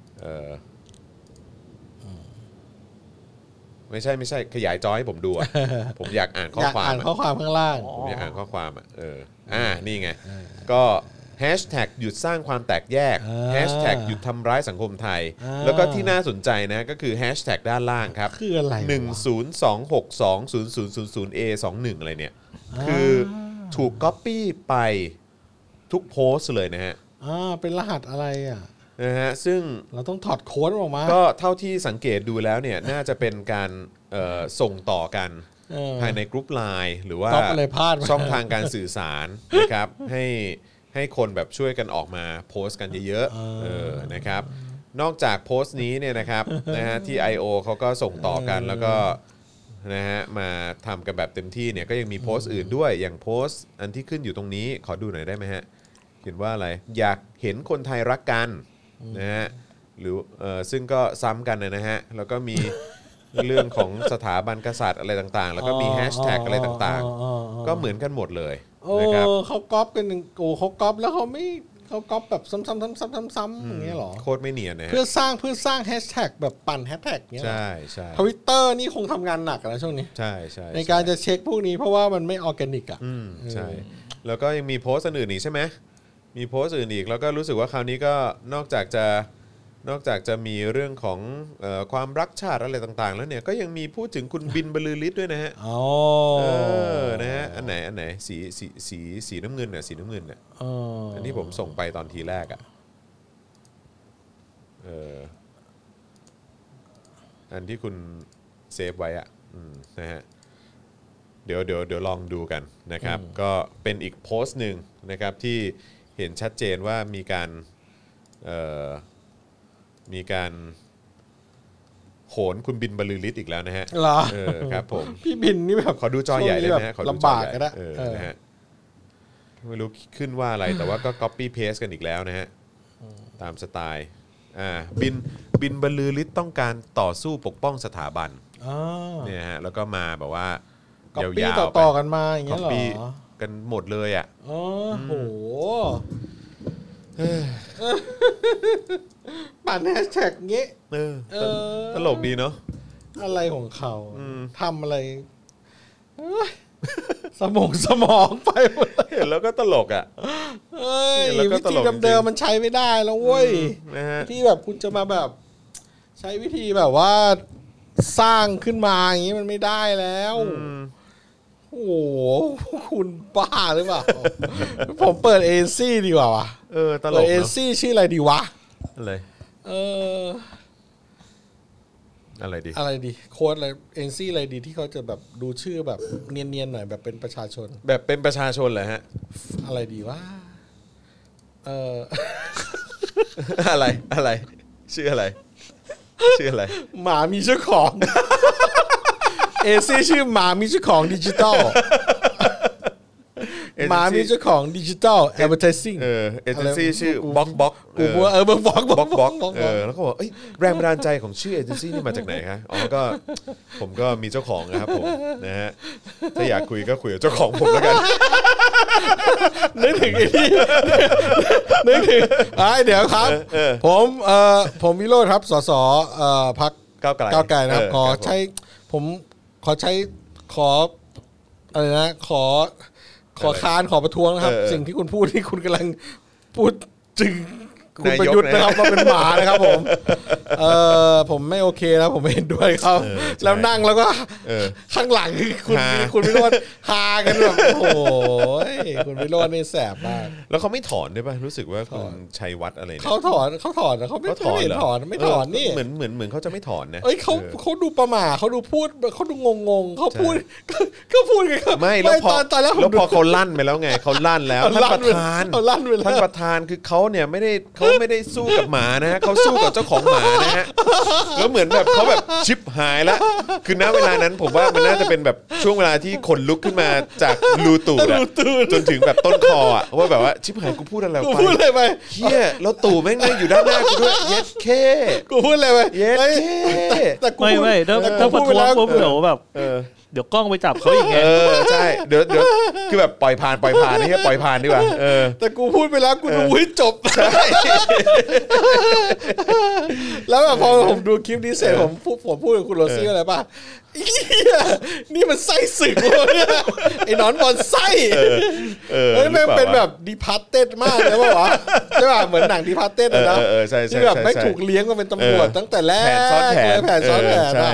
ไม่ใช่ขยายจอให้ผมดูผมอยากอ่านข้อความข้างล่างผมอยากอ่านข้อความนี่ไงก็แฮชแท็กหยุดสร้างความแตกแยกแฮชแท็กหยุดทำร้ายสังคมไทยแล้วก็ที่น่าสนใจนะก็คือแฮชแท็กด้านล่างครับคืออะไร 1026200A21อะไรเนี่ยคือถูกก๊อปปี้ไปทุกโพสต์เลยนะฮะเป็นรหัสอะไรนะฮะซึ่งเราต้องถอดโค้ดออกมาก็เท่าที่สังเกตดูแล้วเนี่ยน่าจะเป็นการส่งต่อกันภายในกรุ๊ปไลน์หรือว่าช่องทางการสื่อสารนะครับให้คนแบบช่วยกันออกมาโพสต์กันเยอะๆนะครับนอกจากโพสต์นี้เนี่ยนะครับนะฮะที่ I.O. เขาก็ส่งต่อกันแล้วก็นะฮะมาทำกันแบบเต็มที่เนี่ยก็ยังมีโพสต์อื่นด้วยอย่างโพสต์อันที่ขึ้นอยู่ตรงนี้ขอดูหน่อยได้ไหมฮะเขียนว่าอะไรอยากเห็นคนไทยรักกันนะฮะหรือซึ่งก็ซ้ำกันนะฮะแล้วก็มีเรื่องของสถาบันกษัตริย์อะไรต่างๆแล้วก็มีแฮชแท็กอะไรต่างๆก็เหมือนกันหมดเลยนะครับเขาก๊อปกันเขาก๊อปแล้วเขาก๊อปแบบซ้ำๆอย่างเงี้ยหรอโคตรไม่เนียนนะเพื่อสร้างแฮชแท็กแบบปั่นแฮชแท็กเงี้ยใช่ Twitter นี่คงทำงานหนักนะช่วงนี้ใช่ในการจะเช็คพวกนี้เพราะว่ามันไม่ออร์แกนิกใช่แล้วก็ยังมีโพสต์อื่นอีกใช่ไหมมีโพสต์อื่นอีกแล้วก็รู้สึกว่าคราวนี้ก็นอกจากจะมีเรื่องของความรักชาติอะไรต่างๆแล้วเนี่ยก็ยังมีพูดถึงคุณบินบรรลือฤทธิ์ด้วยนะฮะนะฮะอันไหนสีน้ำเงินน่ะสีน้ำเงินน่ะอันที่ผมส่งไปตอนทีแรกอันที่คุณเซฟไว้นะฮะเดี๋ยวลองดูกันนะครับก็เป็นอีกโพสต์หนึ่งนะครับที่เห็นชัดเจนว่ามีการโหนคุณบินบรรลือฤทธิ์อีกแล้วนะฮะครับผมพี่บินนี่แบบขอดูจอใหญ่ได้ไหมฮะขอดูจอใหญ่นะฮะไม่รู้ขึ้นว่าอะไรแต่ว่าก็ copy paste กันอีกแล้วนะฮะตามสไตล์บินบรรลือฤทธิ์ต้องการต่อสู้ปกป้องสถาบันเนี่ยฮะแล้วก็มาแบบว่ายาวๆต่อกันมาอย่างเงี้ยหรอกันหมดเลยโอ้โหปั่นแฮชแท็กงี้ตลกดีเนาะอะไรของเขาทำอะไรสมองไปเห็นแล้วก็ตลกวิธีเดิมๆมันใช้ไม่ได้แล้วเว้ยที่แบบคุณจะมาแบบใช้วิธีแบบว่าสร้างขึ้นมาอย่างนี้มันไม่ได้แล้วโอ้โหคุณบ้าหรือเปล่าผมเปิดเอซี่ดีกว่าวะตลกเอซี่ชื่ออะไรดีวะอะไรดีโค้ดอะไรเอซี่อะไรดีที่เขาจะแบบดูชื่อแบบเนียนๆหน่อยแบบเป็นประชาชนแบบเป็นประชาชนเหรอฮะอะไรดีวะอะไรชื่ออะไรหมามีเจ้าของเอซี่ชื่อหมามีเจ้าของดิจิตอลเอ agency หมามีเจ้าของ Digital Advertising เอเจนซี่ชื่อ Box กูว่าBox แล้วก็บอกแรงบันดาลใจของชื่อเอเจนซี่นี่มาจากไหนคะอ๋อก็ผมก็มีเจ้าของนะครับผมนะฮะถ้าอยากคุยก็คุยกับเจ้าของผมแล้วกันนึกถึงไอ้นี่นึกถึงเดี๋ยวครับผมวิโรจน์ครับสสพรรคก้าวไกลนะครับขอใช้อะไรนะขอค้านขอประท้วงนะครับสิ่งที่คุณพูดที่คุณกำลังพูดถึงคุณประยุทธ์นะครับว่าเป็นหมานะครับผมไม่โอเคนะผมไม่เห็นด้วยครับแล้วนั่งแล้วก็ข้างหลังคุณวิโรจน์ฮากันแบบโอ้ยคุณวิโรจน์นี่แสบมากแล้วเขาไม่ถอนด้วยป่ะรู้สึกว่าคุณชัยวัฒน์อะไรเนี่ยเขาถอนเขาไม่ถอนนี่เหมือนเขาจะไม่ถอนนะเขาดูประหม่าเขาดูพูดเขาดูงงเขาพูดไงครับไม่แล้วพอเขาลั่นไปแล้วไงเขาลั่นแล้วท่านประธานคือเขาเนี่ยไม่ได้สู้กับหมานะฮะเขาสู้กับเจ้าของหมานะฮะแล้วเหมือนแบบเขาแบบชิปหายแล้วคือณเวลานั้นผมว่ามันน่าจะเป็นแบบช่วงเวลาที่ขนลุกขึ้นมาจากรูตูดจนถึงแบบต้นคออ่ะว่าแบบว่าชิปหายกูพูดอะไรไปเฮียแล้วตู่แม่งนั่งอยู่ด้านหน้ากูด้วยเย็ดเคกูพูดอะไรไปเย็ดเคแต่ไม่ถ้าประท้วงปุ๊บเดี๋ยวแบบเดี๋ยวกล้องไปจับเขาอีกไงใช่เดี๋ยวคือแบบปล่อยผ่านนี่แค่ปล่อยผ่านดีกว่าแต่กูพูดไปแล้วกูดูให้จบใช่แล้วแบบพอผมดูคลิปนี้เสร็จผมพูดกับคุณโรซี่อะไรป่ะนี่มันไส้สึกเลยไอ้นอนบอลไส้แม่งเป็นแบบดีพาร์ตเต็ดมากเลยป่ะวะใช่ป่ะเหมือนหนังดีพาร์ตเต็ดนะที่แบบไม่ถูกเลี้ยงมาเป็นตำรวจตั้งแต่แรกแผนซ้อนแผนใช่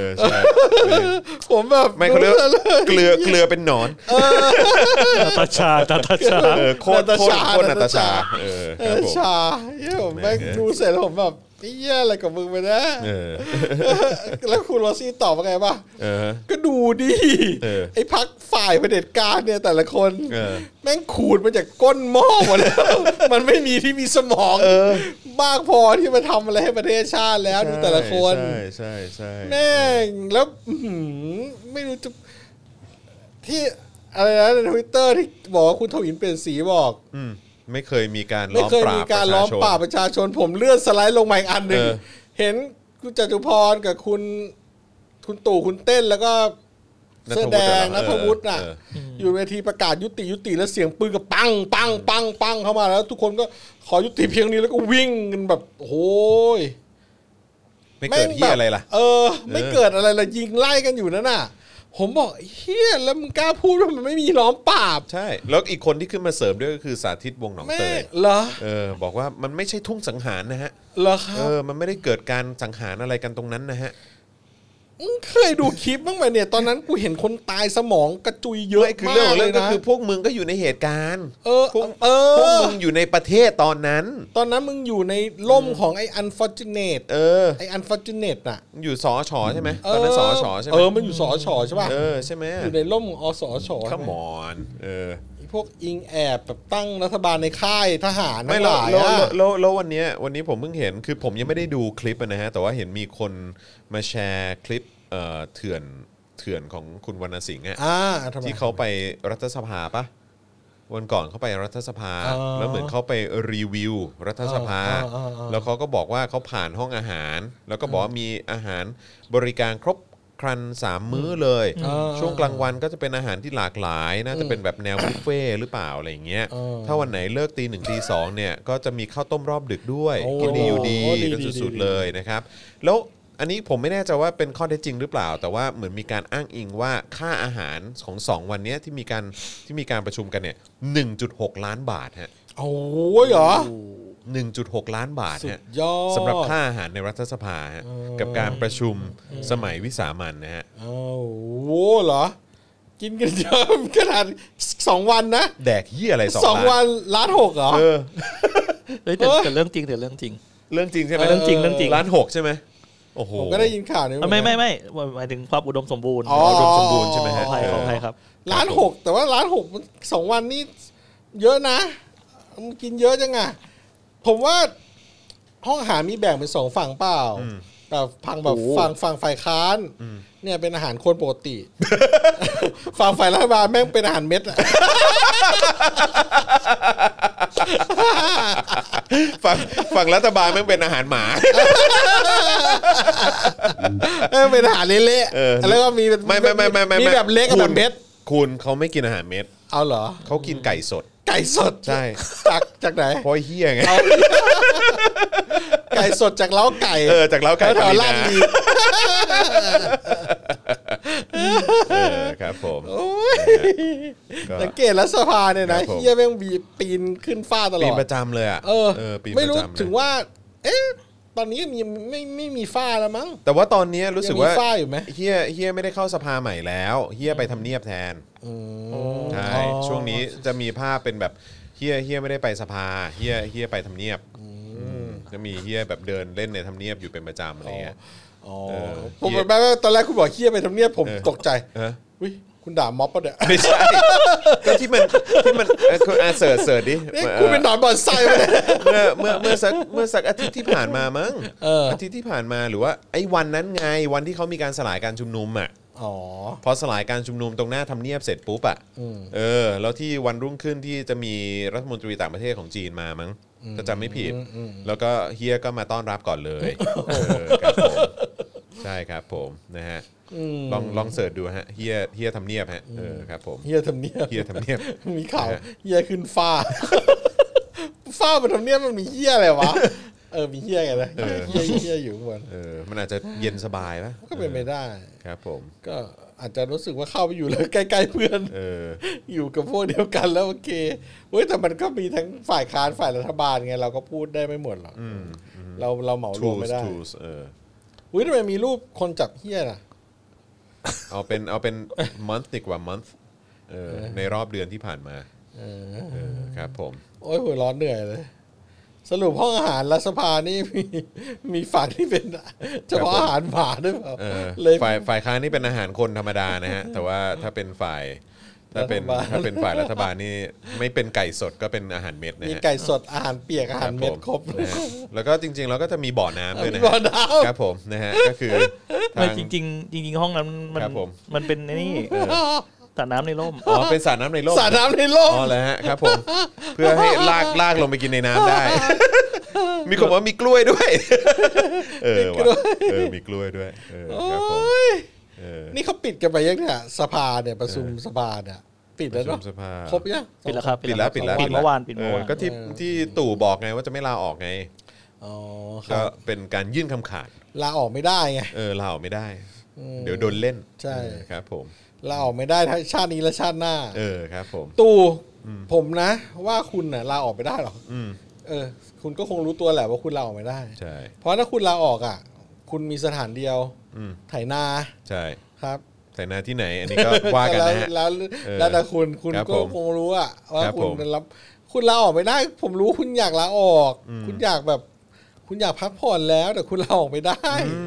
ผมแบบไม่เขาเรียกเกลือเป็นหนอนนาตาชาโคตรนาตาชาชาผมแม่งดูเสร็จแล้วผมแบบไอ้เหี้ยอะไรกับมึงไปนะแล้วคุณโรซี่ตอบว่าไงป่ะก็ดูดิไอ้พรรคฝ่ายเผด็จการเนี่ยแต่ละคนแม่งขูดมาจากก้นหม้อหมดแล้วมันไม่มีที่มีสมองมากพอที่มาทำอะไรให้ประเทศชาติแล้วดูแต่ละคนใช่แม่งแล้วไม่รู้จะที่อะไรนะใน Twitter ที่บอกว่าคุณทวินเปลี่ยนสีบอกไม่เคยมีการล้อมปราบประชาชนผมเลื่อนสไลด์ลงมาอีกอันหนึ่งเห็นคุณจตุพรกับคุณตู่คุณเต้นแล้วก็เสื้อแดงณัฐวุฒิน่ะอยู่เวทีประกาศยุติแล้วเสียงปืนก็ปังเข้ามาแล้วทุกคนก็ขอยุติเพียงนี้แล้วก็วิ่งกันแบบโอ้ยไม่เกิดที่อะไรล่ะไม่เกิดอะไรล่ะยิงไล่กันอยู่นั่นน่ะผมบอกเฮียแล้วมึงกล้าพูดว่ามันไม่มีล้อมปราบใช่แล้วอีกคนที่ขึ้นมาเสริมด้วยก็คือสาธิตวงศ์หนองเตยเหรอบอกว่ามันไม่ใช่ทุ่งสังหารนะฮะเหรอครับมันไม่ได้เกิดการสังหารอะไรกันตรงนั้นนะฮะเคยดูคลิปบ้างไหมเนี่ยตอนนั้นกูเห็นคนตายสมองกระจุยเยอะคือเรื่องก็คือพวกมึงก็อยู่ในเหตุการณ์พวกมึงอยู่ในประเทศตอนนั้นมึงอยู่ในล่มของไอ้ unfortunate ไอ้ unfortunate น่ะอยู่สชใช่ไหมตอนนั้นสชใช่ไหมมันอยู่สชใช่ป่ะใช่ไหมอยู่ในล่มของอสชขมอนพวกอิงแอบแบบตั้งรัฐบาลในค่ายทหารไม่หลายแล้ววันนี้ผมเพิ่งเห็นคือผมยังไม่ได้ดูคลิปนะฮะแต่ว่าเห็นมีคนมาแชร์คลิปเถื่อนของคุณวรรณสิงห์ที่เขาไปรัฐสภาปะวันก่อนเขาไปรัฐสภาแล้วเหมือนเขาไปรีวิวรัฐสภาแล้วเขาก็บอกว่าเขาผ่านห้องอาหารแล้วก็บอกว่ามีอาหารบริการครบครัน3 มื้อเลยช่วงกลางวันก็จะเป็นอาหารที่หลากหลายน่าจะเป็นแบบแนวบุฟเฟ่หรือเปล่าอะไรอย่างเงี้ยถ้าวันไหนเลิก 1:00 น 2:00 นเนี่ยก็จะมีข้าวต้มรอบดึกด้วยกินดีอยู่ดีกันสุดๆเลยนะครับแล้วอันนี้ผมไม่แน่ใจว่าเป็นข้อเท็จจริงหรือเปล่าแต่ว่าเหมือนมีการอ้างอิงว่าค่าอาหารของ2วันนี้ที่มีการประชุมกันเนี่ย 1.6 ล้านบาทฮะโอ้ยเหรอ 1.6 ล้านบาทฮะสำหรับค่าอาหารในรัฐสภากับการประชุมสมัยวิสามัญนะฮะโอ้โหเหรอกินกันเยอะขนาด2วันนะแดกเหี้ยอะไร 2วัน1.6 ล้านเหรอแต่เรื่องจริงเรื่องจริงใช่ไหมเรื่องจริง 1.6 ล้านใช่ไหมโอ้โหผมก็ได้ยินข่าวนี้ไม่หมายถึงความอุดมสมบูรณ์อุดมสมบูรณ์ใช่ไหมฮะขออภัยครับ 1.6 ล้านแต่ว่า1.6 ล้าน2วันนี่เยอะนะมึงกินเยอะจังอ่ะผมว่าห้องอาหารมีแบ่งเป็น2ฝั่งเปล่าแต่ฟังฝ่ายค้านเนี่ยเป็นอาหารคนปกติ ฟังฝ่ายรัฐบาลแม่งเป็นอาหารเม็ดอะฝั่งรัฐบาลแม่งเป็นอาหารหมาเป็นอาหารเละๆแล้วก็มีไม่มีแบบเล็กกับแบบเม็ดคุณเขาไม่กินอาหารเม็ดเอาเหรอเขากินไก่สดใช่จากไหนเพราะเหี้ยไงไก่สดจากเล้าไก่จากเล้าไก่แถวลาดดีครับผมสังเกตแล้วสภาเนี่ยนะเหี้ยแม่งบีปีนขึ้นฟ้าตลอดปีนประจำเลยอ่ะไม่รู้ถึงว่าตอนนี้ไม่มีฝ้าแล้วมั้งแต่ว่าตอนนี้รู้สึกว่าฝ้าอยู่ไหมเฮียไม่ได้เข้าสภาใหม่แล้วเฮียไปทำเนียบแทนใช่ช่วงนี้จะมีภาพเป็นแบบเฮียไม่ได้ไปสภาเฮียไปทำเนียบจะมีเฮียแบบเดินเล่นในทำเนียบอยู่เป็นประจำอะไรเงี้ยผมแบบตอนแรกคุณบอกเฮียไปทำเนียบผมตกใจคุณด่าม็อบป่ะเนี่ยไม่ใช่ก็ที่มันคุณเสิร์ชดิคุณเป็นหนอนบอนไซไปเลยเมื่อสักอาทิตย์ที่ผ่านมามั้งอาทิตย์ที่ผ่านมาหรือว่าไอ้วันนั้นไงวันที่เขามีการสลายการชุมนุมอ่ะพอสลายการชุมนุมตรงหน้าทำเนียบเสร็จปุ๊บอ่ะแล้วที่วันรุ่งขึ้นที่จะมีรัฐมนตรีต่างประเทศของจีนมามั้งก็จำไม่ผิดแล้วก็เฮียก็มาต้อนรับก่อนเลยครับผมใช่ครับผมนะฮะลองเสิร์ชดูฮะเฮียทำเนียบฮะครับผมเฮียทำเนียบมีข่าวเฮียขึ้นฟ้าบนทำเนียบมันมีเฮียอะไรวะมีเฮียไงนะเฮียอยู่ข้างบนมันอาจจะเย็นสบายป่ะก็เป็นไม่ได้ครับผมก็อาจจะรู้สึกว่าเข้าไปอยู่เลยใกล้ๆเพื่อนอยู่กับพวกเดียวกันแล้วโอเคเว้ยแต่มันก็มีทั้งฝ่ายค้านฝ่ายรัฐบาลไงเราก็พูดได้ไม่หมดหรอกเราเหมารวมไม่ได้เฮ้ยทำไมมีรูปคนจับเฮียล่ะเอาเป็น month ดีกว่า month ในรอบเดือนที่ผ่านมาครับผมโอ้ยหัวร้อนเหนื่อยเลยสรุปห้องอาหารรัฐสภานี่มีฝั่งที่เป็นเฉพาะอาหารหมาด้วยเปล่าเลยฝ่ายค้านนี่เป็นอาหารคนธรรมดานะฮะแต่ว่าถ้าเป็นฝ่ายฝ่ายรัฐบาลนี่ไม่เป็นไก่สดก็เป็นอาหารเม็ดนะฮะมีไก่สดอาหารเปียกอาหารเม็ดครบแล้วก็จริงๆเราก็จะมีบ่อน้ำด้วยนะครับผมนะฮะก็คือไม่จริงห้องนั้นมันเป็นนี่สระน้ำในร่มเป็นสระน้ำในร่มเลยฮะครับผมเพื่อให้ลากลงไปกินในน้ำได้มีคนบอกว่ามีกล้วยด้วยมีกล้วยด้วยครับผมนี่เขาปิดกันไปยังเนี่ยสภาเนี่ยประชุมสภาเนี่ยปิดแล้วเนาะครบยังปิดแล้วครับปิดแล้วปิดเมื่อวานก็ที่ตู่บอกไงว่าจะไม่ลาออกไงก็เป็นการยื่นคำขาดลาออกไม่ได้ไงลาออกไม่ได้เดี๋ยวโดนเล่นใช่ครับผมลาออกไม่ได้ทั้งชาตินี้และชาติหน้าครับผมตู่ผมนะว่าคุณน่ะลาออกไม่ได้หรอกคุณก็คงรู้ตัวแหละว่าคุณลาออกไม่ได้ใช่เพราะถ้าคุณลาออกอ่ะคุณมีสถานเดียวไถนาใช่ครับไถนาที่ไหนอันนี้ก็ว่ากันนะฮะแล้วแต่คุณก็คงรู้อ่ะว่าคุณลาออกไม่ได้ผมรู้คุณอยากลาออกคุณอยากแบบคุณอยากพักผ่อนแล้วแต่คุณลาออกไม่ได้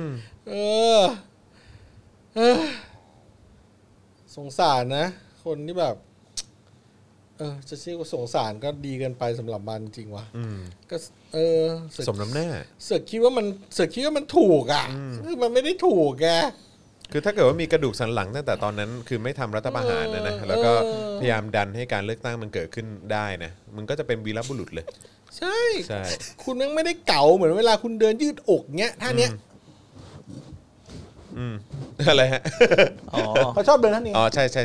สงสารนะคนที่แบบจะชื่อว่าสงสารก็ดีเกินไปสำหรับมันจริงว่ะก็สมน้ำหน้าเสือกคิดว่ามันถูกอ่ะมันไม่ได้ถูกแกคือถ้าเกิดว่ามีกระดูกสันหลังตั้งแต่ตอนนั้นคือไม่ทำรัฐประหารนะแล้วก็พยายามดันให้การเลือกตั้งมันเกิดขึ้นได้นะมันก็จะเป็นวีรบุรุษเลยใช่คุณยังไม่ได้เก๋าเหมือนเวลาคุณเดินยืดอกเงี้ยท่าเนี้ยอะไรฮะเขาชอบเดินท่านี้ใช่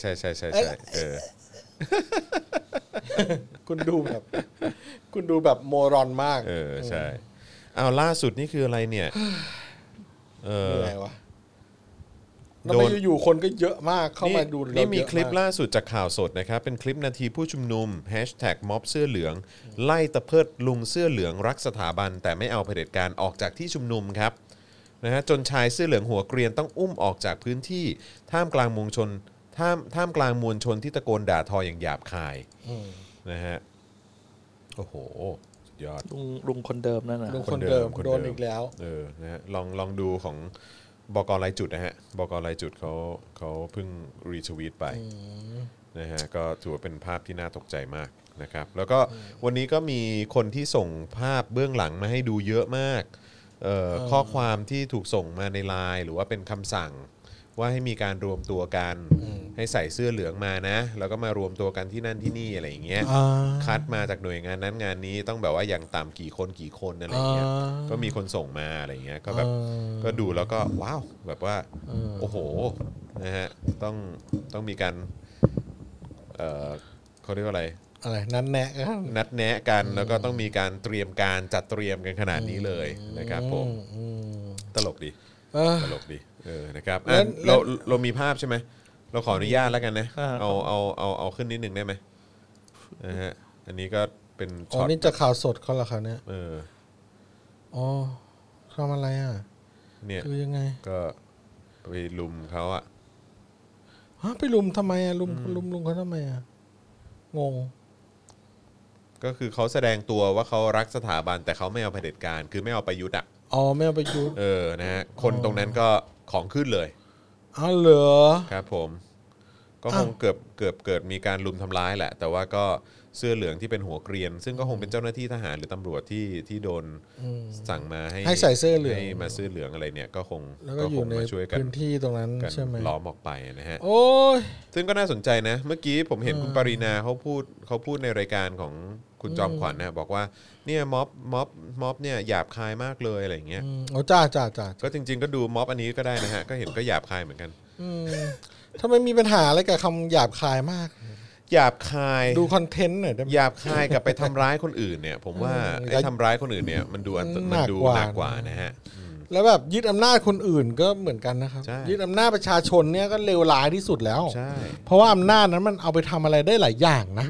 คุณดูแบบโมรอนมากใช่ล่าสุดนี่คืออะไรเนี่ยไงวะโดนอยู่คนก็เยอะมากเข้ามาดูนี่มีคลิปล่าสุดจากข่าวสดนะครับเป็นคลิปนาทีผู้ชุมนุมม็อบเสื้อเหลืองไล่ตะเพิดลุงเสื้อเหลืองรักสถาบันแต่ไม่เอาเผด็จการออกจากที่ชุมนุมครับนะฮะจนชายเสื้อเหลืองหัวเกรียนต้องอุ้มออกจากพื้นที่ท่ามกลางมวลชนที่ตะโกนด่าทออย่างหยาบคายนะฮะโอ้โหสุดยอดลุงคนเดิมนั่นน่ะลุงคนเดิมโดนอีกแล้วนะฮะลองดูของบก.รายจุดนะฮะบก.รายจุดเขาเพิ่งรีทวีตไปนะฮะก็ถือว่าเป็นภาพที่น่าตกใจมากนะครับแล้วก็วันนี้ก็มีคนที่ส่งภาพเบื้องหลังมาให้ดูเยอะมากข้อความที่ถูกส่งมาในไลน์หรือว่าเป็นคำสั่งว่าให้มีการรวมตัวกันให้ใส่เสื้อเหลืองมานะแล้วก็มารวมตัวกันที่นั่นที่นี่อะไรอย่างเงี้ยคัดมาจากหน่วยงานนั้นงานนี้ต้องแบบว่าอย่างต่ำกี่คนอะไรอย่างเงี้ยก็มีคนส่งมาอะไรอย่างเงี้ยก็แบบก็ดูแล้วก็ว้าวแบบว่าโอ้โหนะฮะต้องมีการเขาเรียกว่าอะไรนัดแนะกันแล้วก็ต้องมีการเตรียมการจัดเตรียมกันขนาดนี้เลยนะครับผมตลกดีนะครับเรามีภาพใช่ไหมเราขออนุญาตแล้วกันนะเอาขึ้นนิดนึงได้ไหมนะฮะอันนี้ก็เป็นช็อตนี่จะข่าวสดเขาเหรอครับเนี่ยอ๋อทำอะไรอ่ะเนี่ยคือยังไงก็ไปลุมเขาอ่ะไปลุมทำไมอ่ะลุมเขาทำไมอ่ะงงก็คือเขาแสดงตัวว่าเขารักสถาบันแต่เขาไม่เอาเผด็จการคือไม่เอาประยุทธ์อ่ะไม่เอาประยุทธ์นะฮะคนตรงนั้นก็ของขึ้นเลยเหรอครับผมก็คงเกิดมีการลุมทำร้ายแหละแต่ว่าก็เสื้อเหลืองที่เป็นหัวเกรียนซึ่งก็คงเป็นเจ้าหน้าที่ทหารหรือตำรวจที่โดนสั่งมาให้ใส่เสื้อเหลืองให้มาเสื้อเหลืองอะไรเนี่ยก็คงมาช่วยกันพื้นที่ตรงนั้นใช่ไหมล้อมออกไปนะฮะโอ้ยซึ่งก็น่าสนใจนะเมื่อกี้ผมเห็นคุณปรินาเขาพูดในรายการของคุณจอมขวัญนะบอกว่าเนี่ยม็อบเนี่ยหยาบคายมากเลยอะไรอย่างเงี้ยจ้าก็จริงๆก็ดูม็อบอันนี้ก็ได้นะฮะก็เห็นก็หยาบคายเหมือนกันทำไมมีปัญหาอะไรกับคำหยาบคายมากหยาบคายดูคอนเทนต์หน่อยหยาบคายกับไปทำร้ายคนอื่นเนี่ยผมว่าไอ้ทำร้ายคนอื่นเนี่ยมันดูหนักกว่านะฮะแล้วแบบยึดอำนาจคนอื่นก็เหมือนกันนะครับยึดอำนาจประชาชนเนี่ยก็เลวร้ายที่สุดแล้วเพราะว่าอำนาจนั้นมันเอาไปทำอะไรได้หลายอย่างนะ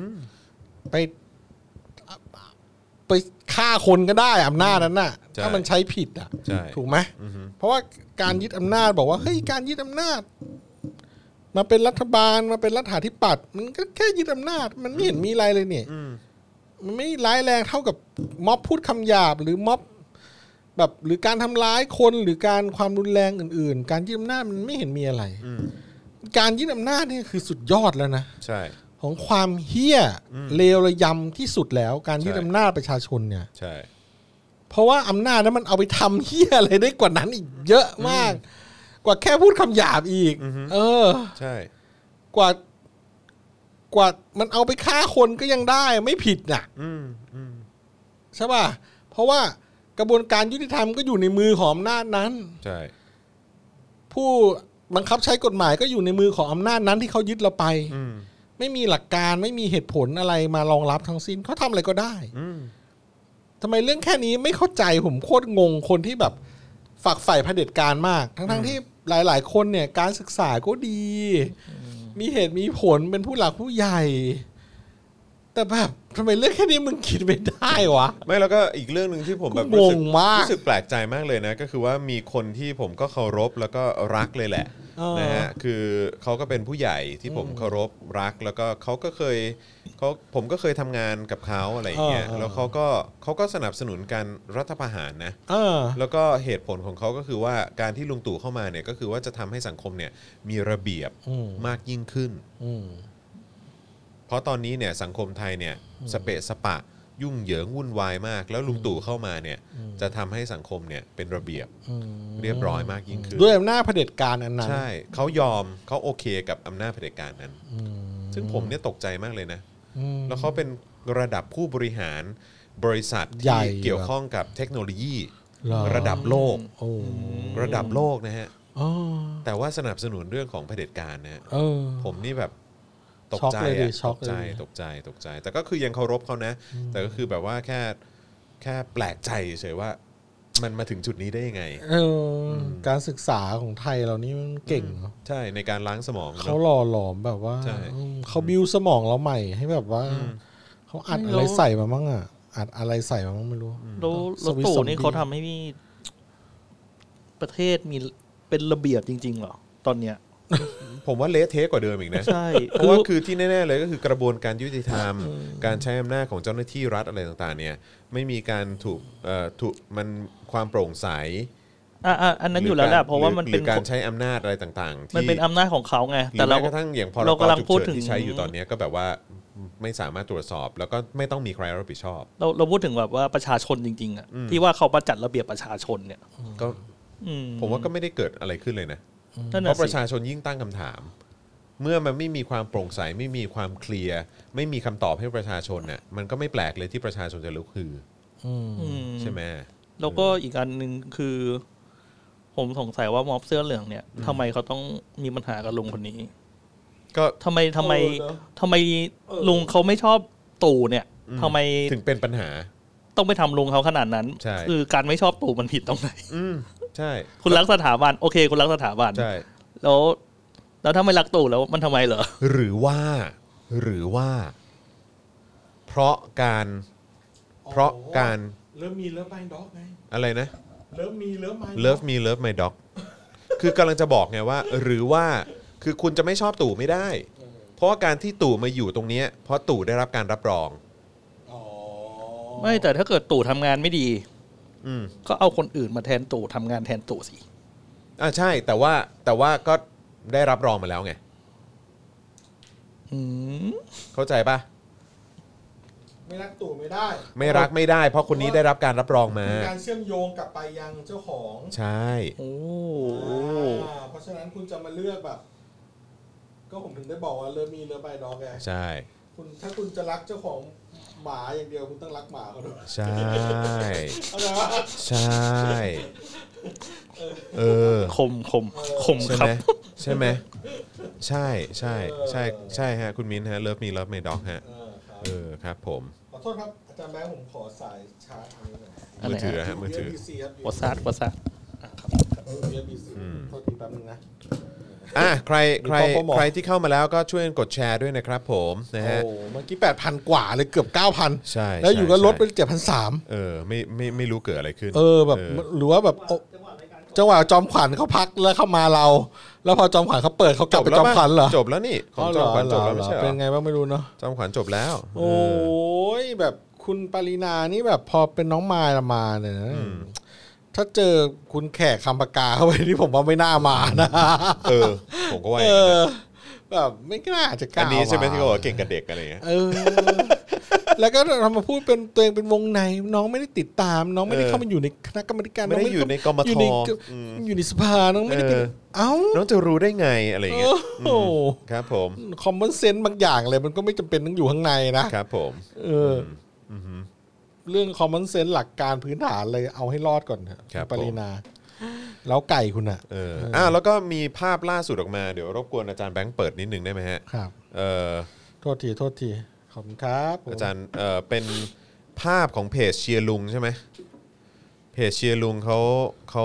ไปฆ่าคนก็ได้อำนาจนั้นน่ะถ้ามันใช้ผิดอ่ะถูกไหมเพราะว่าการยึดอำนาจบอกว่าเฮ้ยการยึดอำนาจมาเป็นรัฐบาลมาเป็นรัฐาธิปัตย์มันก็แค่ยึดอำนาจมันไม่เห็นมีอะไรเลยเนี่ยมันไม่ร้ายแรงเท่ากับม็อบพูดคำหยาบหรือม็อบแบบหรือการทำร้ายคนหรือการความรุนแรงอื่นๆการยึดอำนาจมันไม่เห็นมีอะไรการยึดอำนาจนี่คือสุดยอดแล้วนะใช่ของความเหี้ยเลวระยำที่สุดแล้วการยึดอำนาจประชาชนเนี่ยใช่เพราะว่าอำนาจนั้นมันเอาไปทำเหี้ยอะไรได้กว่านั้นอีกเยอะมากกว่าแค่พูดคำหยาบอีกใช่กว่ามันเอาไปฆ่าคนก็ยังได้ไม่ผิดน่ะใช่ป่ะเพราะว่ากระบวนการยุติธรรมก็อยู่ในมือของอำนาจนั้นใช่ผู้บังคับใช้กฎหมายก็อยู่ในมือของอำนาจนั้นที่เขายึดเราไปไม่มีหลักการไม่มีเหตุผลอะไรมารองรับทั้งสิ้นเขาทำอะไรก็ได้ทำไมเรื่องแค่นี้ไม่เข้าใจผมโคตรงงคนที่แบบฝักใฝ่เผด็จการมากทั้งที่หลายๆคนเนี่ยการศึกษาก็ดีมีเหตุมีผลเป็นผู้หลักผู้ใหญ่แต่แบบทำไมเรื่องแค่นี้มึงคิดไม่ได้วะไม่แล้วก็อีกเรื่องนึงที่ผมแบบรู้สึกแปลกใจมากเลยนะก็คือว่ามีคนที่ผมก็เคารพแล้วก็รักเลยแหละนะฮะคือเขาก็เป็นผู้ใหญ่ที่ผมเคารพรักแล้วก็เขาก็เคยผมก็เคยทำงานกับเขาอะไรอย่างเงี้ยแล้วเขาก็สนับสนุนการรัฐประหารนะแล้วก็เหตุผลของเขาก็คือว่าการที่ลุงตู่เข้ามาเนี่ยก็คือว่าจะทำให้สังคมเนี่ยมีระเบียบมากยิ่งขึ้นเพราะตอนนี้เนี่ยสังคมไทยเนี่ยสเปะสปะยุ่งเหยิงวุ่นวายมากแล้วลุงตู่เข้ามาเนี่ยจะทำให้สังคมเนี่ยเป็นระเบียบเรียบร้อยมากยิ่งขึ้นด้วยอำนาจเผด็จการอันนั้นใช่เขายอมเขาโอเคกับอำนาจเผด็จการนั้นซึ่งผมเนี่ยตกใจมากเลยนะแล้วเขาเป็นระดับผู้บริหารบริษัทที่เกี่ยวข้องกับเทคโนโลยีระดับโลกระดับโลกนะฮะแต่ว่าสนับสนุนเรื่องของเผด็จการนะผมนี่แบบตกใจแต่ก็คือยังเคารพเขานะแต่ก็คือแบบว่าแค่แปลกใจเฉยว่ามันมาถึงจุดนี้ได้ยังไงการศึกษาของไทยเรานี่มันเก่งเนาะใช่ในการล้างสมองเขาหล่อหลอมแบบว่าเขาบิวสมองเราใหม่ให้แบบว่าเขาอัดอะไรใส่มาบ้างอ่ะอัดอะไรใส่มาบ้างไม่รู้แล้วตู่นี่เขาทำให้นี่ประเทศมีเป็นระเบียบจริงๆเหรอตอนเนี้ยผมว่าเละเทะกว่าเดิมอีกนะใช่เพราะว่าคือที่แน่ๆเลยก็คือกระบวนการยุติธรรมการใช้อำนาจของเจ้าหน้าที่รัฐอะไรต่างๆเนี่ยไม่มีการถูกมันความโปร่งใสอันนั้นอยู่แล้วแหละเพราะว่ามันเป็นการใช้อำนาจอะไรต่างๆมันเป็นอำนาจของเขาไงแต่เรากระทั่งอย่างพอเรากำลังพูดถึงที่ใช้อยู่ตอนนี้ก็แบบว่าไม่สามารถตรวจสอบ แล้วก็ไม่ต้องมีใครรับผิดชอบเราพูดถึงแบบว่าประชาชนจริงๆอ่ะที่ว่าเขามาจัดระเบียบประชาชนเนี่ยก็ผมว่าก็ไม่ได้เกิดอะไรขึ้นเลยนะเพนั่นน่ะราะปสิระชาชนยิ่งตั้งคำถาม เมื่อมันไม่มีความโปร่งใสไม่มีความเคลียร์ไม่มีคำตอบให้ประชาชนเนี่ยมันก็ไม่แปลกเลยที่ประชาชนจะลุกฮืออืมใช่ไหมแล้วก็อีกอันหนึ่งคือ ผมสงสัยว่าม็อบเสื้อเหลืองเนี่ยทำไมเขาต้องมีปัญหากับลุงคนนี้ก็ทำไมเออเนอะทำไมลุงเขาไม่ชอบตู่เนี่ยทำไมถึงเป็นปัญหาต้องไปทำลุงเขาขนาดนั้นใช่คือการไม่ชอบตู่มันผิดตรงไหนใช่คุณรักสถาบันโอเค คุณรักสถาบันใช่แล้วถ้าไม่รักตู่แล้วมันทำไมเหรอหรือว่า เพราะการเริ่มมีเลิฟไมด็อกไงอะไรนะเริ่มมีเลิฟไม Love me love my dog คือกำลังจะบอกไงว่า หรือว่าคือคุณจะไม่ชอบตู่ไม่ได้ เพราะว่าการที่ตู่มาอยู่ตรงเนี้ยเพราะตู่ได้รับการรับรองไม่แต่ถ้าเกิดตู่ทำงานไม่ดีอืมก็เอาคนอื่นมาแทนตู่ทำงานแทนตู่สิใช่แต่ว่าก็ได้รับรองมาแล้วไงอืมเข้าใจปะไม่รักตู่ไม่ได้ไม่รักไม่ได้ เพราะคนนี้ได้รับการรับรองมามีการเชื่อมโยงกลับไปยังเจ้าของใช่โอ้เพราะฉะนั้นคุณจะมาเลือกแบบ ก็ผมถึงได้บอกว่าเริ่มมีเลิฟไมด็อกไงใช่ถ้าคุณจะรักเจ้าของหมาอย่างเดียวคุณต้องรักหมาเขาด้วยใช่เข้าใจปะใช่คมใช่ครัไหมบใช่ไหมใช่ใช่ใช่ใช่ฮะคุณมิ้นฮะ Love me love my dog ฮะครับครับผมขอโทษครับอาจารย์แบงค์ผมขอสายชาร์จอันนี้หน่อยอะไรฮะมือถือฮะมือถือ USB ครับวอซัด USB โทษทีแป๊บนึงนะใครมีข้อมูลใครที่เข้ามาแล้วก็ช่วยกดแชร์ด้วยนะครับผมนะฮะโอ้เมื่อกี้ 8,000 กว่าเลยเกือบ 9,000 ใช่แล้วอยู่ก็ใช่ลดไป7,300 ไม่รู้เกิดอะไรขึ้นแบบหรือว่าแบบจังหวะจอมขวัญเขาพักแล้วเข้ามาเรา แล้วพอจอมขวัญเขาเปิดเขากลับไปจอมขวัญเหรอจบแล้วนี่ของจอมขวัญจบแล้วไม่ใช่เหรเป็นอไงบ้างไม่รู้เนาะจอมขวัญจบแล้วโอ้ยแบบคุณปรินานี่แบบพอเป็นน้องมายละมาเนี่ยนะถ้าเจอคุณแขกคำปากาเข้าไปที่ผมว่าไม่น่ามานะผมก็ว่าอย่างนั้นนะแบบไม่น่าจะกล้าอันนี้ใช่ไหมมาที่เขาบอกว่าเก่งกับเด็กอะไรอย่างเงี้ยแล้วก็ทำมาพูดเป็นตัวเองเป็นวงในน้องไม่ได้ติดตาม น้องไม่ได้เข้ามาอยู่ในคณะกรรมการไม่ได้อยู่ในกมทอยู่ในสภาน้องไม่ได้เป็นเอ้าน้องจะรู้ได้ไงอะไรอย่างเงี้ยโอ้โหครับผมคอมมอนเซนส์บางอย่างเลยมันก็ไม่จำเป็นต้องอยู่ข้างในนะครับผมเรื่องคอมมอนเซนส์หลักการพื้นฐานเลยเอาให้รอดก่อนเถอะปรินาแล้วไก่คุณอ่ะแล้วก็มีภาพล่าสุดออกมาเดี๋ยวรบกวนอาจารย์แบงค์เปิดนิดนึงได้ไหมฮะครับโทษทีขอบคุณครับผมอาจารย์เป็นภาพของเพจเชียร์ลุงใช่ไหมเพจเชียร์ลุงเขา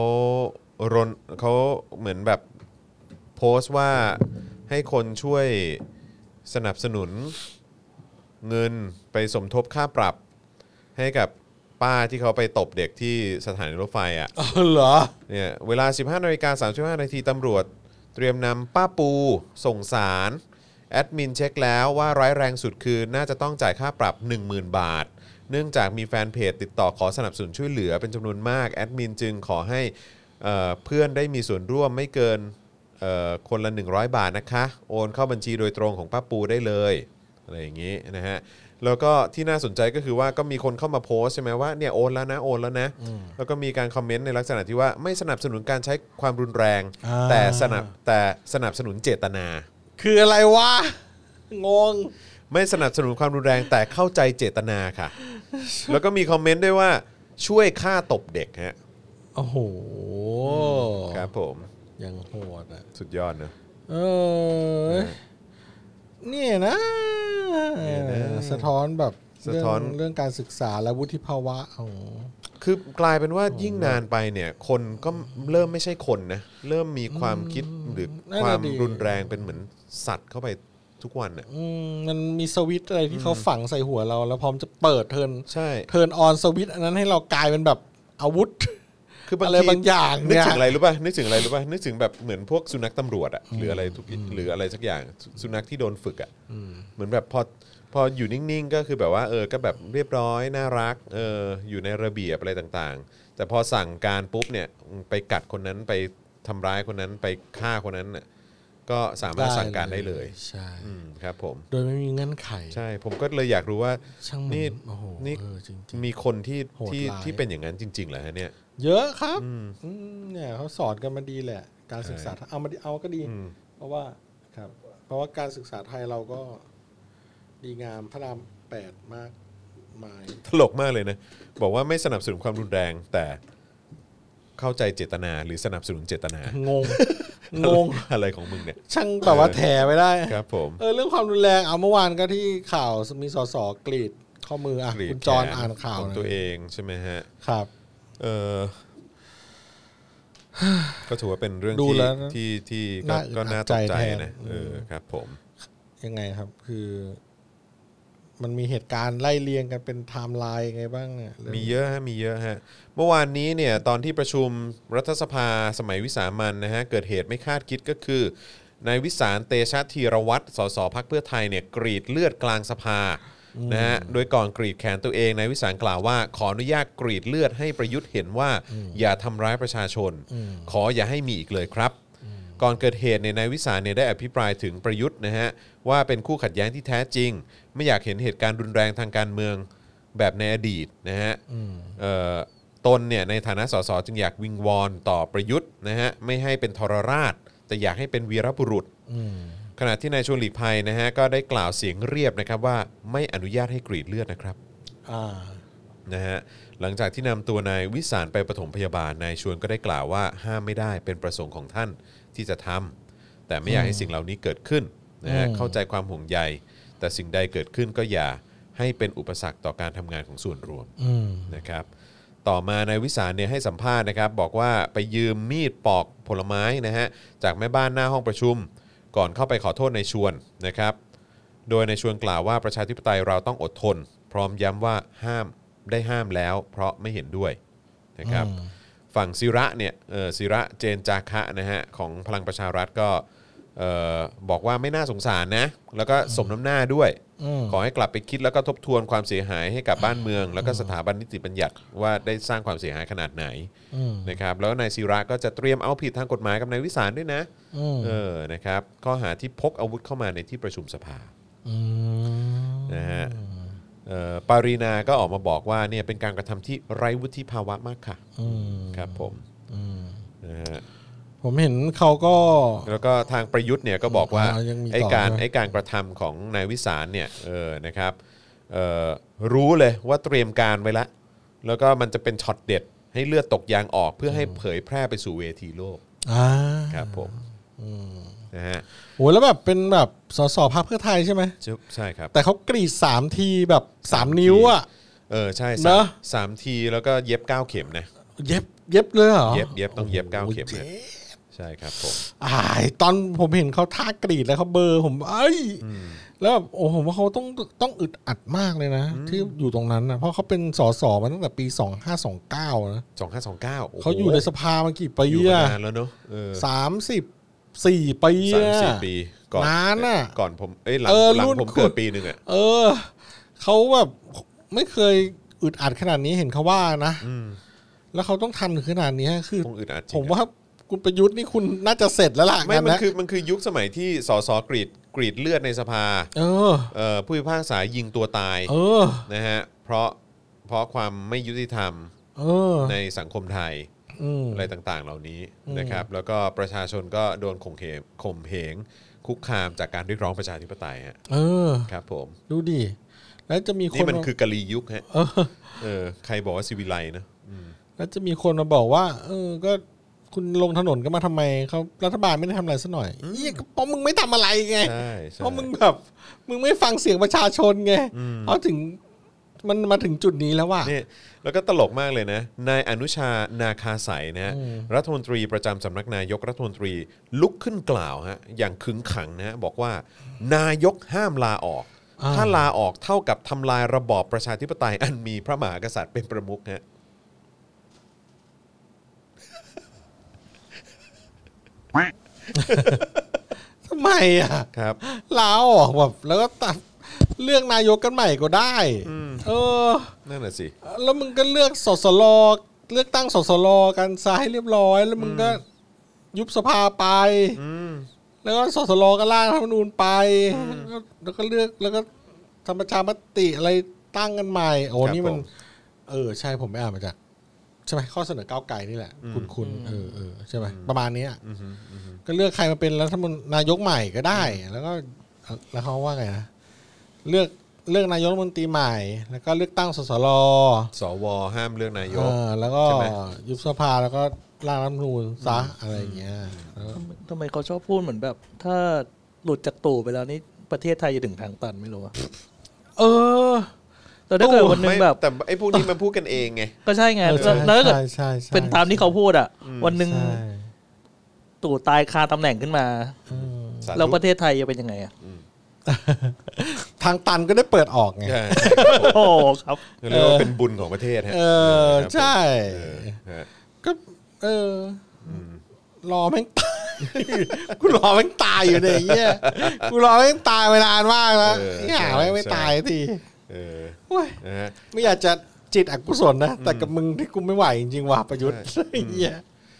เหมือนแบบโพสต์ว่าให้คนช่วยสนับสนุนเงินไปสมทบค่าปรับให้กับป้าที่เขาไปตบเด็กที่สถานีรถไฟอ่ะเหรอเนี่ยเวลา 15:35 น.ตำรวจเตรียมนำป้าปูส่งศาลแอดมินเช็คแล้วว่าร้ายแรงสุดคือน่าจะต้องจ่ายค่าปรับ 10,000 บาท เนื่องจากมีแฟนเพจติดต่อขอสนับสนุนช่วยเหลือเป็นจำนวนมากแอดมินจึงขอให้เพื่อนได้มีส่วนร่วมไม่เกินคนละ100 บาทนะคะโอนเข้าบัญชีโดยตรงของป้าปูได้เลยอะไรอย่างนี้นะฮะแล้วก็ที่น่าสนใจก็คือว่าก็มีคนเข้ามาโพสต์ใช่ไหมว่าเนี่ยโอนแล้วนะแล้วก็มีการคอมเมนต์ในลักษณะที่ว่าไม่สนับสนุนการใช้ความรุนแรงแต่สนับสนุนเจตนาคืออะไรวะงงไม่สนับสนุนความรุนแรงแต่เข้าใจเจตนาค่ะ แล้วก็มีคอมเมนต์ด้วยว่าช่วยฆ่าตบเด็กฮะโอ้โหครับผมยังโหดอ่ะสุดยอดเนอะเนี่ยนะสะท้อนแบบเรื่องการศึกษาและวุฒิภาวะคือกลายเป็นว่ายิ่งนานไปเนี่ยคนก็เริ่มไม่ใช่คนนะเริ่มมีความคิดหรือความรุนแรงเป็นเหมือนสัตว์เข้าไปทุกวันอ่ะมันมีสวิตช์อะไรที่เขาฝังใส่หัวเราแล้วพร้อมจะเปิดเทิร์นออนสวิตช์อันนั้นให้เรากลายเป็นแบบอาวุธคือบางอะไรบางอย่างนึกถึงอะไรรู้ป่ะนึกถึงแบบเหมือนพวกสุนัขตำรวจอ่ะหรืออะไรหรืออะไรสักอย่างสุนัขที่โดนฝึกอ่ะเหมือนแบบพออยู่นิ่งๆก็คือแบบว่าก็แบบเรียบร้อยน่ารักอยู่ในระเบียบอะไรต่างๆแต่พอสั่งการปุ๊บเนี่ยไปกัดคนนั้นไปทำร้ายคนนั้นไปฆ่าคนนั้นน่ะก็สามารถสั่งการได้เลยใช่ครับผมโดยไม่มีเงื่อนไขใช่ผมก็เลยอยากรู้ว่าช่างมันนี่โอ้โหนี่จริงมีคนที่โหดร้ายที่เป็นอย่างนั้นจริงๆเหรอฮะเนี่ยๆเยอะครับเนี่ยเขาสอนกันมาดีแหละ การศึกษาเอาก็ดี เพราะว่าครับ เพราะว่าการศึกษาไทยเราก็ดีงามพระราม8มากมายตลกมากเลยนะบอกว่าไม่สนับสนุนความรุนแรงแต่เข้าใจเจตนาหรือสนับสนุนเจตนางงอะไรของมึงเนี่ยช่างแบบว่าแถไม่ได้ครับผมเรื่องความรุนแรงเอาเมื่อวานก็ที่ข่าวมีสสกรีดข้อมืออ่ะกรีดคุณจรแขนอ่านข่าวของหน่ตัวอยเองใช่ไหมฮะครับก็ถือว่าเป็นเรื่องดูที่แล้วที่น่าก็น่าตกใจใจแทนนะครับผมยังไงครับ คือ มันมีเหตุการณ์ไล่เรียงกันเป็นไทม์ไลน์ยังไงบ้างเนี่ยมีเยอะฮะมีเยอะฮะเมื่อวานนี้เนี่ยตอนที่ประชุมรัฐสภาสมัยวิสามัญนะฮะเกิดเหตุไม่คาดคิดก็คือนายวิสารเตชะธีรวัตรสสพรรคเพื่อไทยเนี่ยกรีดเลือดกลางสภานะฮะโดยก่อนกรีดแขนตัวเองนายวิสารกล่าวว่าขออนุญาตกรีดเลือดให้ประยุทธ์เห็นว่าอย่าทำร้ายประชาชนขออย่าให้มีอีกเลยครับก่อนเกิดเหตุนายวิสารเนี่ยได้อภิปรายถึงประยุทธ์นะฮะว่าเป็นคู่ขัดแย้งที่แท้จริงไม่อยากเห็นเหตุการณ์รุนแรงทางการเมืองแบบในอดีตนะฮะตนเนี่ยในฐานะสสจึงอยากวิงวอนต่อประยุทธ์นะฮะไม่ให้เป็นทรราชแต่อยากให้เป็นวีรบุรุษขณะที่นายชวนหลีกภัยนะฮะก็ได้กล่าวเสียงเรียบนะครับว่าไม่อนุญาตให้กรีดเลือดนะครับนะฮะหลังจากที่นำตัวนายวิสารไปปฐมพยาบาลนายชวนก็ได้กล่าวว่าห้ามไม่ได้เป็นประสงค์ของท่านที่จะทำแต่ไม่อยากให้สิ่งเหล่านี้เกิดขึ้นนะฮะเข้าใจความห่วงใยแต่สิ่งใดเกิดขึ้นก็อย่าให้เป็นอุปสรรคต่อการทำงานของส่วนรวมนะครับต่อมานายวิสารเนี่ยให้สัมภาษณ์นะครับบอกว่าไปยืมมีดปอกผลไม้นะฮะจากแม่บ้านหน้าห้องประชุมก่อนเข้าไปขอโทษนายชวนนะครับโดยนายชวนกล่าวว่าประชาธิปไตยเราต้องอดทนพร้อมย้ำว่าห้ามแล้วเพราะไม่เห็นด้วยนะครับฝั่งศิระเนี่ยศิระเจนจาคะนะฮะของพลังประชารัฐก็บอกว่าไม่น่าสงสารนะแล้วก็สมน้ำหน้าด้วยขอให้กลับไปคิดแล้วก็ทบทวนความเสียหายให้กับบ้านเมืองแล้วก็สถาบันนิติบัญญัติว่าได้สร้างความเสียหายขนาดไหนนะครับแล้วนายศิระก็จะเตรียมเอาผิดทางกฎหมายกับนายวิสารด้วยนะนะครับข้อหาที่พกอาวุธเข้ามาในที่ประชุมสภานะฮะปารีนาก็ออกมาบอกว่าเนี่ยเป็นการกระทำที่ไร้วุฒิภาวะมากค่ะครับผมนะฮะผมเห็นเขาก็แล้วก็ทางประยุทธ์เนี่ยก็บอกว่าไอ้การกระทำของนายวิสารเนี่ยนะครับรู้เลยว่าเตรียมการไว้แล้วก็มันจะเป็นช็อตเด็ดให้เลือดตกยางออกเพื่อให้เผยแพร่ไปสู่เวทีโลกครับผมนะฮะโหแล้วแบบเป็นแบบสสพรรคเพื่อไทยใช่ไหมใช่ครับแต่เขากรีด3ทีแบบ3นิ้วอ่ะใช่3ทีแล้วก็เย็บ9เข็มนะเย็บเลยเหรอเย็บต้องเย็บ9เข็มนะใช่ครับผมตอนผมเห็นเขาท่ากรีดแล้วเขาเบอร์ผมแล้วแบบโอ้ผมว่าเขาต้องอึดอัดมากเลยนะที่อยู่ตรงนั้นนะเพราะเขาเป็นสสมาตั้งแต่ปี2529นะ 2529 เขาอยู่ในสภามากี่ปีอยู่นานแล้วเนอะ 34 ปี 34 ปีก่อนนานน่ะก่อนผมหลังผมเกิดปีนึงอ่ะเขาแบบไม่เคยอึดอัดขนาดนี้เห็นเขาว่านะแล้วเขาต้องทำถึงขนาดนี้คือผมว่าคุณประยุทธ์นี่คุณน่าจะเสร็จแล้วล่ะไม่มันคือยุคสมัยที่สสกรีดเลือดในสภาผู้พิพากษายิงตัวตายนะฮะเพราะความไม่ยุติธรรมในสังคมไทยอะไรต่างๆเหล่านี้นะครับแล้วก็ประชาชนก็โดนข่มเหงคุกคามจากการเรียกร้องประชาธิปไตยฮะครับผมดูดิแล้วจะมีคนนี่มันคือกะลียุคฮะใครบอกว่าซีวิไลนะแล้วจะมีคนมาบอกว่าก็คุณลงถนนก็มาทำไมเขารัฐบาลไม่ได้ทำอะไรซะหน่อยเพราะมึงไม่ทำอะไรไงเพราะมึงแบบมึงไม่ฟังเสียงประชาชนไงเขาถึงมันมาถึงจุดนี้แล้วว่ะนี่แล้วก็ตลกมากเลยนะนายอนุชานาคาใสนะรัฐมนตรีประจำสำนักนายกรัฐมนตรีลุกขึ้นกล่าวฮะอย่างขึงขังนะบอกว่านายกห้ามลาออกถ้าลาออกเท่ากับทำลายระบอบประชาธิปไตยอันมีพระมหากษัตริย์เป็นประมุขฮะทำไมอ่ะครับลาออกแบบแล้วก็ตัดเลือกนายกกันใหม่ก็ได้นั่นแหละสิแล้วมึงก็เลือกสสลเลือกตั้งสสลกันซะให้เรียบร้อยแล้วมึงก็ยุบสภาไปแล้วก็สสรก็ร่างรัฐธรรมนูญไปแล้วก็เลือกแล้วก็ทำประชามติอะไรตั้งกันใหม่โอ้นี่มันใช่ผมไม่อ่านมาจากใช่ไหมข้อเสนอก้าวไกลนี่แหละคุณใช่ไหมประมาณนี้ก็เลือกใครมาเป็นรัฐมนตรีนายกใหม่ก็ได้แล้วเขาว่าไงนะเลือกนายกรัฐมนตรีใหม่แล้วก็เลือกตั้งสสร. สวห้ามเลือกนายกแล้วก็ยุบสภาแล้วก็ร่างรัฐธรรมนูญซะอะไรอย่างเงี้ยทำไมเขาชอบพูดเหมือนแบบถ้าหลุดจากตู่ไปแล้วนี่ประเทศไทยจะถึงทางตันไม่รู้อะแต่ถ้าเกิดวันนึงแบบแต่ไอ้พวกนี้มันพูดกันเองไงก็ใช่ไงแล้วก็เป็นตามที่เขาพูดอ่ะวันนึงตู่ตายคาตำแหน่งขึ้นมาแล้วประเทศไทยจะเป็นยังไงอ่ะทางตันก็ได้เปิดออกไงโอ้ครับเรียกว่าเป็นบุญของประเทศฮะใช่ก็รอแม่งกูรอแม่งตายอยู่เนี่ยเงี้ยกูรอแม่งตายไปนานมากแล้วเนี่ยแม่งไม่ตายทีไม่อยากจะจิตอกุศลนะแต่กับมึงที่กูไม่ไหวจริงๆว่ะประยุทธ์เงี้ย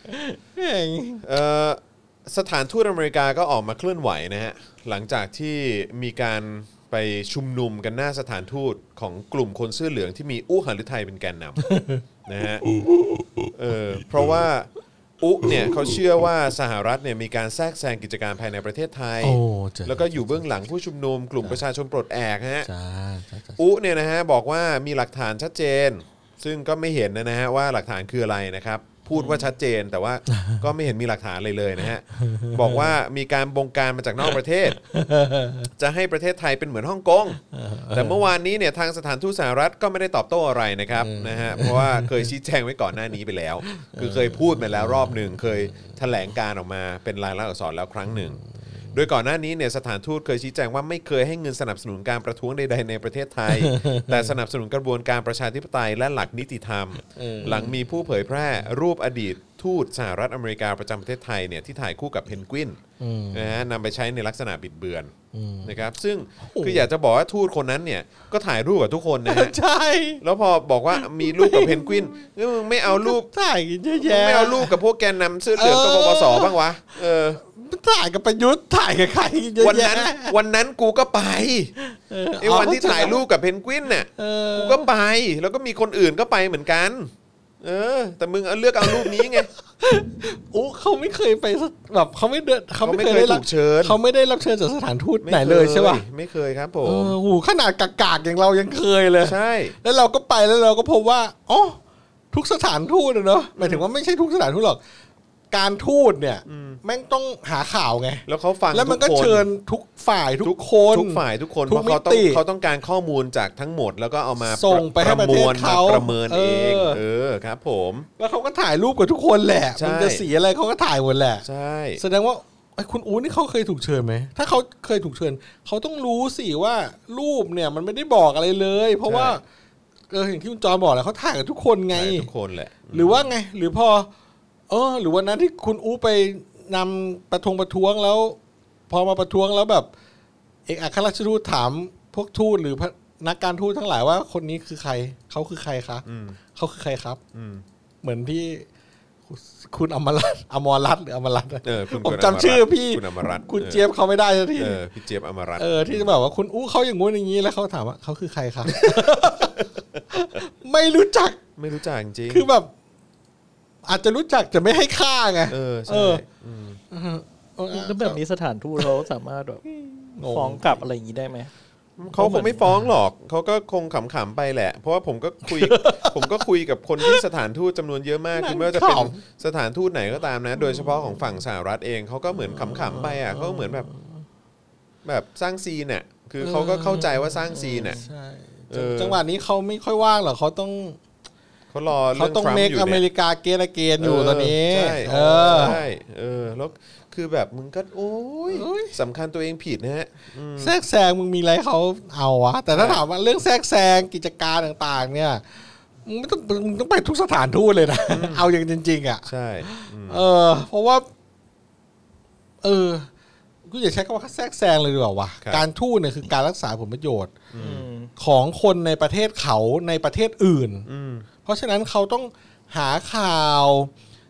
สถานทูตอเมริกาก็ออกมาเคลื่อนไหวนะฮะหลังจากที่มีการไปชุมนุมกันหน้าสถานทูตของกลุ่มคนเสื้อเหลืองที่มีอุหฤทัยเป็นแกนนำนะฮะเพราะว่าเนี่ยเขาเชื่อว่าสหรัฐเนี่ยมีการแทรกแซงกิจการภายในประเทศไทยแล้วก็อยู่เบื้องหลังผู้ชุมนุมกลุ่มประชาชนปลดแอกฮะเนี่ยนะฮะบอกว่ามีหลักฐานชัดเจนซึ่งก็ไม่เห็นนะฮะว่าหลักฐานคืออะไรนะครับพูดว่าชัดเจนแต่ว่าก็ไม่เห็นมีหลักฐานเลยนะฮะบอกว่ามีการบงการมาจากนอกประเทศจะให้ประเทศไทยเป็นเหมือนฮ่องกงแต่เมื่อวานนี้เนี่ยทางสถานทูตสหรัฐก็ไม่ได้ตอบโต้อะไรนะครับนะฮะเพราะว่าเคยชี้แจงไว้ก่อนหน้านี้ไปแล้วคือเคยพูดมาแล้วรอบหนึ่งเคยแถลงการออกมาเป็นลายลักษณ์อักษรแล้วครั้งหนึ่งโดยก่อนหน้านี้เนี่ยสถานทูตเคยชี้แจงว่าไม่เคยให้เงินสนับสนุนการประท้วงใดๆในประเทศไทยแต่สนับสนุนกระบวนการประชาธิปไตยและหลักนิติธรรมหลังมีผู้เผยแพร่รูปอดีตทูตสหรัฐอเมริกาประจำประเทศไทยเนี่ยที่ถ่ายคู่กับเพนกวินนะฮะนำไปใช้ในลักษณะบิดเบือนนะครับซึ่งคืออยากจะบอกว่าทูตคนนั้นเนี่ยก็ถ่ายรูปกับทุกคนนะฮะใช่แล้วพอบอกว่ามีรูปกับเพนกวินมึงไม่เอารูปถ่ายเยอะแยะไม่เอารูปกับพวกแกนนำเสื้อเหลืองกับปปสบ้างวะถ่ายกับประยุทธ์ถ่ายกับใครเยอะแยะวันนั้นกูก็ไปไอ้วันที่ถ่ายรูปกับเพนกวินเนี่ยกูก็ไปแล้วก็มีคนอื่นก็ไปเหมือนกันแต่มึงเลือกเอารูปนี้ไงเขาไม่เคยไปแบบเขาไม่เคยถูกเชิญเขาไม่ได้รับเชิญจากสถานทูตไหนเลยใช่ป่ะไม่เคยครับผมขนาดกากๆอย่างเรายังเคยเลยใช่แล้วเราก็ไปแล้วเราก็พบว่าอ๋อทุกสถานทูตเนอะหมายถึงว่าไม่ใช่ทุกสถานทูตหรอกการทูตเนี่ยแม่งต้องหาข่าวไงแล้วเขาฟังแล้วมันก็เชิญทุกฝ่ายทุกคนทุกคนเพราะเขาต้องการข้อมูลจากทั้งหมดแล้วก็เอามาส่งไปให้ประเทศเขาประเมินเองครับผมแล้วเขาก็ถ่ายรูปกับทุกคนแหละมันจะสีอะไรเขาก็ถ่ายหมดแหละใช่แสดงว่าไอ้คุณอู๋นี่เขาเคยถูกเชิญไหมถ้าเขาเคยถูกเชิญเขาต้องรู้สิว่ารูปเนี่ยมันไม่ได้บอกอะไรเลยเพราะว่าอย่างที่คุณจอบอกแหละเขาถ่ายกับทุกคนไงทุกคนแหละหรือว่าไงหรือพอหรือวันนั้นที่คุณอู๋ไปนำประท้วงแล้วพอมาประท้วงแล้วแบบเอกอัครราชทูตถามพวกทูตหรือนักการทูตทั้งหลายว่าคนนี้คือใครเขาคือใครคะเขาคือใครครับเหมือนที่คุณอมรรัตน์หรืออมรรัตน์ผมจำชื่อพี่คุณเจี๊ยบเขาไม่ได้สักทีพี่เจี๊ยบอมรรัตน์ที่จะแบบว่าคุณอู๋เขาอย่างงู้นอย่างนี้แล้วเขาถามว่าเขาคือใครครับไม่รู้จักจริงคือแบบอาจจะรู้จักจะไม่ให้ค่าไงใช่แล้วแบบนี้สถานทูตเขาสามารถแบบฟ้องกลับอะไรอย่างนี้ได้ไหมเขาคงไม่ฟ้องหรอกเขาก็คงขำๆไปแหละเพราะว่าผมก็คุยกับคนที่สถานทูตจำนวนเยอะมากคือไม่ว่าจะเป็นสถานทูตไหนก็ตามนะโดยเฉพาะของฝั่งสหรัฐเองเขาก็เหมือนขำๆไปอ่ะเขาเหมือนแบบสร้างซีนเนี่ยคือเขาก็เข้าใจว่าสร้างซีนเนี่ยจังหวะนี้เขาไม่ค่อยว่างหรอกเขาต้องเมคอเมริกาเกนเกนอยู่ตอนนี้ใช่แล้วคือแบบมึงก็โอ้ยสำคัญตัวเองผิดนะฮะแทรกแซงมึงมีอะไรเขาเอาวะแต่ถ้าถามว่าเรื่องแทรกแซงกิจการต่างๆเนี่ยมึงต้องไปทุกสถานทูตเลยนะเอาอย่างจริงๆอ่ะใช่เพราะว่ากูอย่าใช้คำว่าแทรกแซงเลยดีกว่าวะการทูตเนี่ยคือการรักษาผลประโยชน์ของคนในประเทศเขาในประเทศอื่นเพราะฉะนั้นเขาต้องหาข่าว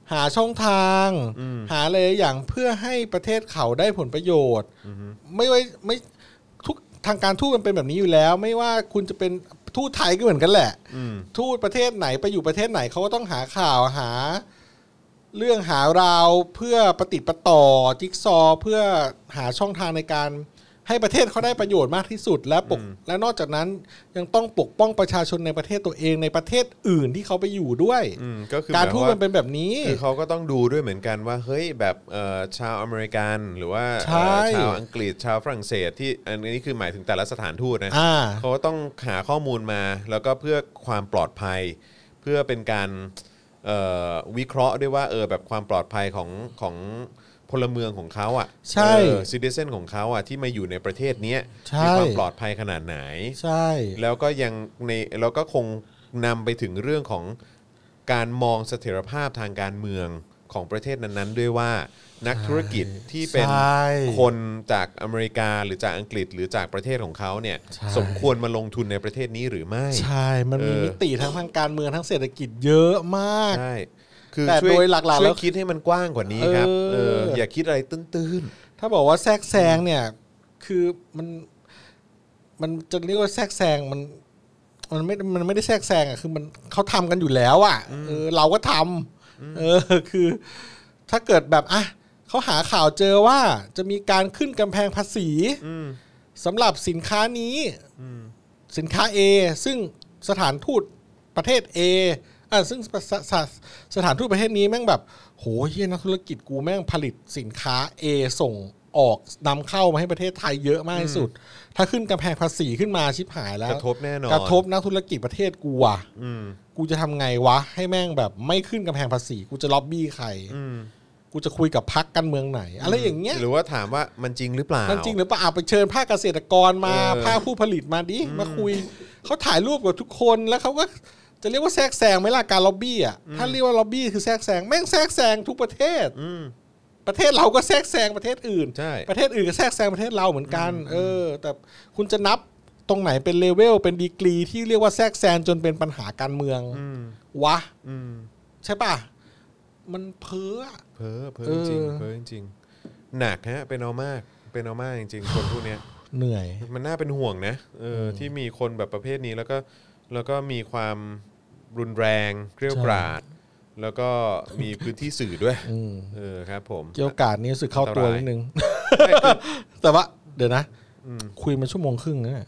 หาช่องทางหาอะไรอย่างเพื่อให้ประเทศเขาได้ผลประโยชน์ไม่ทุกทางการทูตมันเป็นแบบนี้อยู่แล้วไม่ว่าคุณจะเป็นทูตไทยก็เหมือนกันแหละทูตประเทศไหนไปอยู่ประเทศไหนเขาก็ต้องหาข่าวหาเรื่องหาราวเพื่อประติดประต่อจิ๊กซอเพื่อหาช่องทางในการให้ประเทศเขาได้ประโยชน์มากที่สุดและนอกจากนั้นยังต้องปกป้องประชาชนในประเทศตัวเองในประเทศอื่นที่เขาไปอยู่ด้วยก็คือการทูตมันเป็นแบบนี้คือเขาก็ต้องดูด้วยเหมือนกันว่าเฮ้ยแบบชาวอเมริกันหรือว่าชาวอังกฤษชาวฝรั่งเศสที่อันนี้คือหมายถึงแต่ละสถานทูตนะเขาต้องหาข้อมูลมาแล้วก็เพื่อความปลอดภัยเพื่อเป็นการวิเคราะห์ด้วยว่าแบบความปลอดภัยของพลเมืองของเขาอ่ะใช่ซิติเซนของเขาอ่ะที่มาอยู่ในประเทศนี้มีความปลอดภัยขนาดไหนใช่แล้วก็ยังเราก็คงนำไปถึงเรื่องของการมองเสถียรภาพทางการเมืองของประเทศนั้นๆด้วยว่านักธุรกิจที่เป็นคนจากอเมริกาหรือจากอังกฤษหรือจากประเทศของเขาเนี่ยสมควรมาลงทุนในประเทศนี้หรือไม่ใช่มันมีมิติทั้งทางการเมืองทั้งเศรษฐกิจเยอะมากใช่คือแต่โดยหลักๆแล้วคิดให้มันกว้างกว่านี้ครับอย่าคิดอะไรตื้นๆถ้าบอกว่าแทรกแซงเนี่ยคือมันจะเรียกว่าแทรกแซงมันไม่ได้แทรกแซงอ่ะคือมันเขาทำกันอยู่แล้วอ่ะเราก็ทำคือถ้าเกิดแบบเขาหาข่าวเจอว่าจะมีการขึ้นกำแพงภาษีสำหรับสินค้านี้สินค้า A ซึ่งสถานทูตประเทศ Aซึ่งสถานทูตประเทศนี้แม่งแบบโหเฮียนักธุรกิจกูแม่งผลิตสินค้า A ส่งออกนำเข้ามาให้ประเทศไทยเยอะมากที่สุดถ้าขึ้นกำแพงภาษีขึ้นมาชิบหายแล้วกระทบแน่นอนกระทบนักธุรกิจประเทศกูอ่ะกูจะทำไงวะให้แม่งแบบไม่ขึ้นกำแพงภาษีกูจะล็อบบี้ใครกูจะคุยกับพรรคการเมืองไหนอะไรอย่างเงี้ยหรือว่าถามว่ามันจริงหรือเปล่ามันจริงหรือเปล่าไปเชิญภาคเกษตรกรมาภาคผู้ผลิตมาดิมาคุยเขาถ่ายรูปกับทุกคนแล้วเขาก็จะเรียกว่าแทรกแซงไหมล่ะการล็อบบี้อ่ะถ้าเรียกว่าล็อบบี้คือแทรกแซงแม่งแทรกแซงทุกประเทศประเทศเราก็แทรกแซงประเทศอื่นประเทศอื่นก็แทรกแซงประเทศเราเหมือนกันแต่คุณจะนับตรงไหนเป็นเลเวลเป็นดีกรีที่เรียกว่าแทรกแซงจนเป็นปัญหาการเมืองวะใช่ป่ะมันเพ้อจริงเพ้อจริงหนักฮะเป็นเอามากจริงๆคนพวกเนี้ยเหนื่อยมันน่าเป็นห่วงนะที่มีคนแบบประเภทนี้แล้วก็มีความรุนแรงเกรี้ยวกราดแล้วก็มีพื้นที่สื่อด้วยครับผมเกี่ยวกาดนี้รู้สึกเข้าตัวนิดนึงแต่ว่าเดี๋ยวนะคุยมาชั่วโมงครึ่งนะ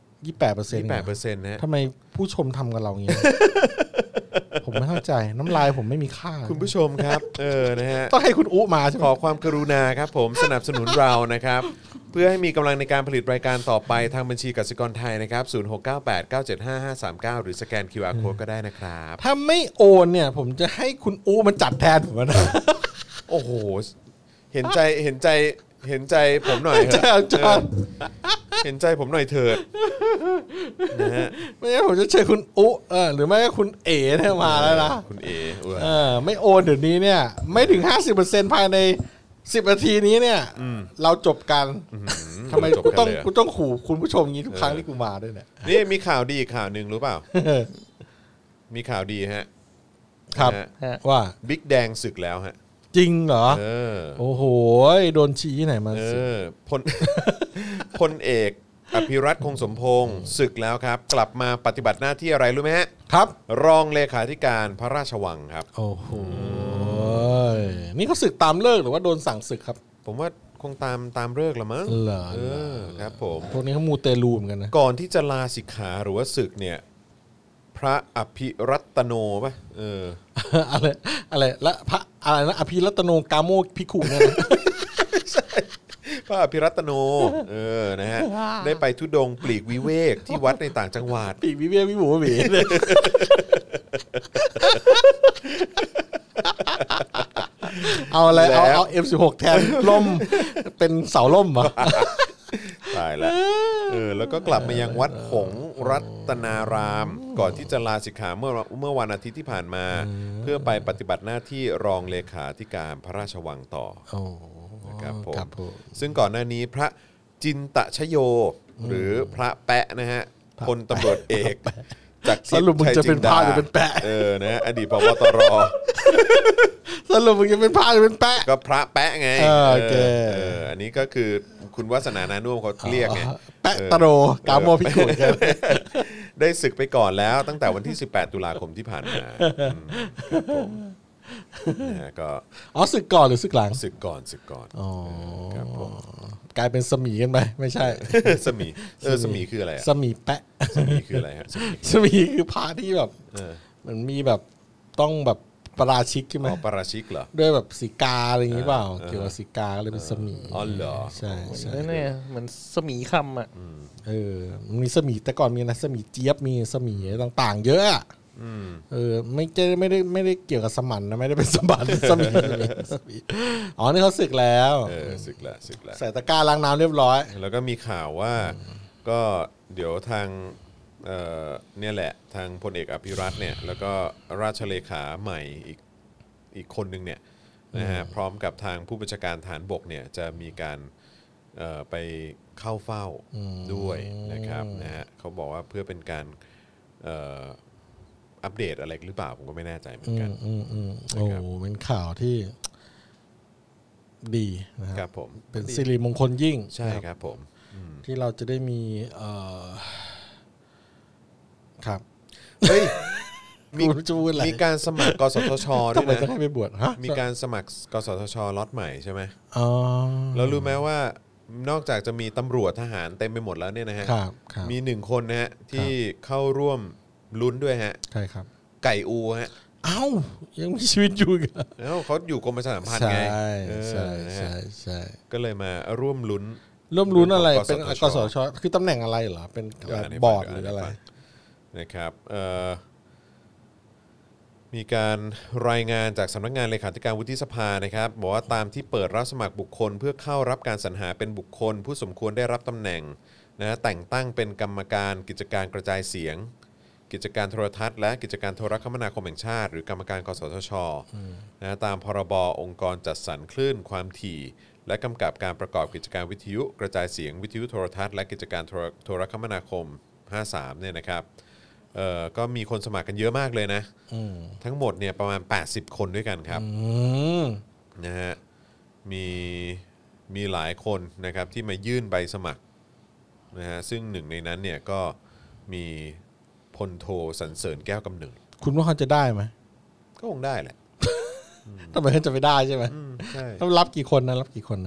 28% นะทำไมผู้ชมทำกับเราอย่างนี้ผมไม่เข้าใจน้ำลายผมไม่มีค่าคุณผู้ชมครับนะฮะต้องให้คุณอุ๊มาใช่ไหมขอความกรุณาครับผมสนับสนุนเรานะครับเพื่อให้มีกำลังในการผลิตรายการต่อไปทางบัญชีกสิกรไทยนะครับ0698975539หรือสแกน QR Code ก็ได้นะครับถ้าไม่โอนเนี่ยผมจะให้คุณอุ๊มันจัดแทนผมนะโอ้โหเห็นใจผมหน่อยเถอะเห็นใจผมหน่อยเถิดนะฮะไม่งั้นผมจะเชิญคุณอุ๊หรือไม่ก็คุณเอ๋เนี่ยมาแล้วนะคุณเอ๋ไม่โอนเดี๋ยวนี้เนี่ยไม่ถึง 50% ภายใน10 นาทีนี้เนี่ยเราจบกันทำไมกูต้องขู่คุณผู้ชมงี้ทุกครั้งที่กูมาด้วยเนี่ยนี่มีข่าวดีอีกข่าวนึงรู้เปล่ามีข่าวดีฮะครับว่าบิ๊กแดงศึกแล้วฮะจริงเหรอโอ้โหโดนชี้ไหนมาพลเอกอภิรัตคงสมพงษ์ศึกแล้วครับกลับมาปฏิบัติหน้าที่อะไรรู้ไหมฮะครับรองเลขาธิการพระราชวังครับโอ้โหนี่เขาศึกตามเลิกหรือว่าโดนสั่งศึกครับผมว่าคงตามเลิกละมั้งครับผมพวกนี้เขามูเตลูเหมือนกันนะก่อนที่จะลาสิกขาหรือว่าศึกเนี่ยพระอภิรัตโนป่ะอะไรและพระอะไรนะอภิรัตโนกาโมภิกขุเนี่ยนะใช่พระอภิรัตโนนะฮะได้ไปธุดงค์ปลีกวิเวกที่วัดในต่างจังหวัดปลีกวิเวกวิบูหวีเอาอะไรเอา F16 แทนล่มเป็นเสาล่มเหรอตายแล้วแล้วก็กลับมายังวัดหงส์รัตนารามก่อนที่จะลาสิกขาเมื่อวันอาทิตย์ที่ผ่านมาเพื่อไปปฏิบัติหน้าที่รองเลขาธิการพระราชวังต่อนะครับผมซึ่งก่อนหน้านี้พระจินตชโยหรือพระแปะนะฮะพลตำรวจเอกจากสรุปมึงจะเป็นพระหรือเป็นแปะนะอดีตผบตรสรุปมึงจะเป็นพระหรือเป็นแปะก็พระแปะไงโอเคอันนี้ก็คือคุณวาสนานานุ่มเขาเรียกไงแปะตะโรกาโมพิกุลได้ศึกไปก่อนแล้วตั้งแต่วันที่18ตุลาคมที่ผ่านมาครับผมก็ศึกก่อนหรือศึกหลังศึกก่อนครับผมกลายเป็นสมีกันไปไม่ใช่สมีสมีคืออะไรสมีแปะสมีคืออะไรฮะสมีคือพระที่แบบมันมีแบบต้องแบบปราชิกใช่ไหมปราชิกเหรอด้วยแบบสีกาอะไรอย่างงี้เปล่าเกี่ยวกับสีกาเลยเป็นสมีอ๋อเหรอใช่เนี่ยเหมือนสมีคำอ่ะมีสมีแต่ก่อนมีนะสมีเจี๊ยบมีสมีต่างๆเยอะไม่ได้เกี่ยวกับสมันนะไม่ได้เป็นสมันสมีอ๋อนี่เขาศึกแล้วศึกแล้วใส่ตะกร้าล้างน้ำเรียบร้อยแล้วก็มีข่าวว่าก็เดี๋ยวทางเนี่ยแหละทางพลเอกอภิรัตน์เนี่ยแล้วก็ราชเลขาใหม่อีกคนนึงเนี่ยนะฮะพร้อมกับทางผู้บัญชาการฐานบกเนี่ยจะมีการไปเข้าเฝ้าด้วยนะครับนะฮะเขาบอกว่าเพื่อเป็นการอัปเดตอะไรหรือเปล่าผมก็ไม่แน่ใจเหมือนกันโอ้เป็นข่าวที่ดีนะครับผมเป็นสิริมงคลยิ่งใช่ครับผมที่เราจะได้มีครับเฮ้ยมีการสมัครกสทชด้วยนะต้องไปบวชฮะมีการสมัครกสทชล็อตใหม่ใช่ไหมแล้วรู้ไหมว่านอกจากจะมีตำรวจทหารเต็มไปหมดแล้วเนี่ยนะฮะมี1คนนะฮะที่เข้าร่วมลุ้นด้วยฮะใช่ครับไก่อูฮะยังมีชีวิตอยู่กันเขาอยู่กรมประชาสัมพันธ์ไงใช่ก็เลยมาร่วมลุ้นอะไรเป็นกสทชคือตำแหน่งอะไรเหรอเป็นบอร์ดหรืออะไรนะครับมีการรายงานจากสำนักงานเลขาธิการวุฒิสภานะครับบอกว่าตามที่เปิดรับสมัครบุคคลเพื่อเข้ารับการสรรหาเป็นบุคคลผู้สมควรได้รับตำแหน่งนะแต่งตั้งเป็นกรรมการกิจการกระจายเสียงกิจการโทรทัศน์และกิจการโทรคมนาคมแห่งชาติหรือกรรมการกสทชนะตามพรบองค์กรจัดสรรคลื่นความถี่และกำกับการประกอบกิจการวิทยุกระจายเสียงวิทยุโทรทัศน์และกิจการโทรคมนาคม53เนี่ยนะครับก็มีคนสมัครกันเยอะมากเลยนะทั้งหมดเนี่ยประมาณ80คนด้วยกันครับนะฮะมีหลายคนนะครับที่มายื่นใบสมัครนะฮะซึ่งหนึ่งในนั้นเนี่ยก็มีพลโทสรรเสริญแก้วกำเนิดคุณว่าเขาจะได้ไหมก็คงได้แหละทำไมเขาจะไม่ได้ใช่ไหมใช่ต้องรับกี่คนนะ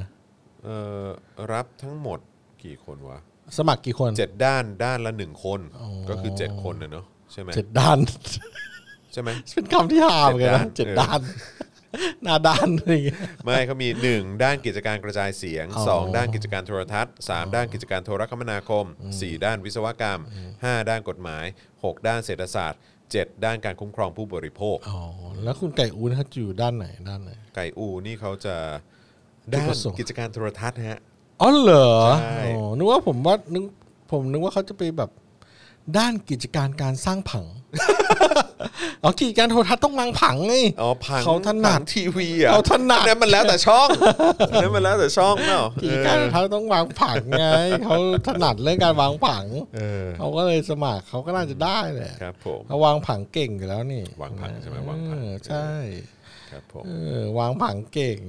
รับทั้งหมดกี่คนวะสมัครกี่คน 7ด้านละ1คนก็คือ7คนนะเนาะใช่ไหม 7ด้านใช่ไหมเป็นคำที่หาเหมือนกันนะ7ด้านหน้าด้านอะไรอย่างเงี้ยไม่เขามี1ด้านกิจการกระจายเสียง2ด้านกิจการโทรทัศน์3ด้านกิจการโทรคมนาคม4ด้านวิศวกรรม5ด้านกฎหมาย6ด้านเศรษฐศาสตร์7ด้านการคุ้มครองผู้บริโภคแล้วคุณไก่อูเขาอยู่ด้านไหนไก่อูนี่เขาจะด้านกิจการโทรทัศน์ฮะอ๋อเหรอนึกว่าผมนึกว่าเขาจะไปแบบด้านกิจการการสร้างผังกิจการโทรทัศน์ต้องวางผังไงผังเขาถนัดทีวีอ่ะเขาถนัดนั่นมันแล้วแต่ช่องนั่นมันแล้วแต่ช่องเนาะกิจการโทรทัศน์ต้องวางผังไงเขาถนัดเรื่องการวางผังเขาก็เลยสมัครเขาก็น่าจะได้แหละครับผมเขาวางผังเก่งอยู่แล้วนี่วางผังใช่ไหมวางผังใช่ครับผมวางผังเก่ง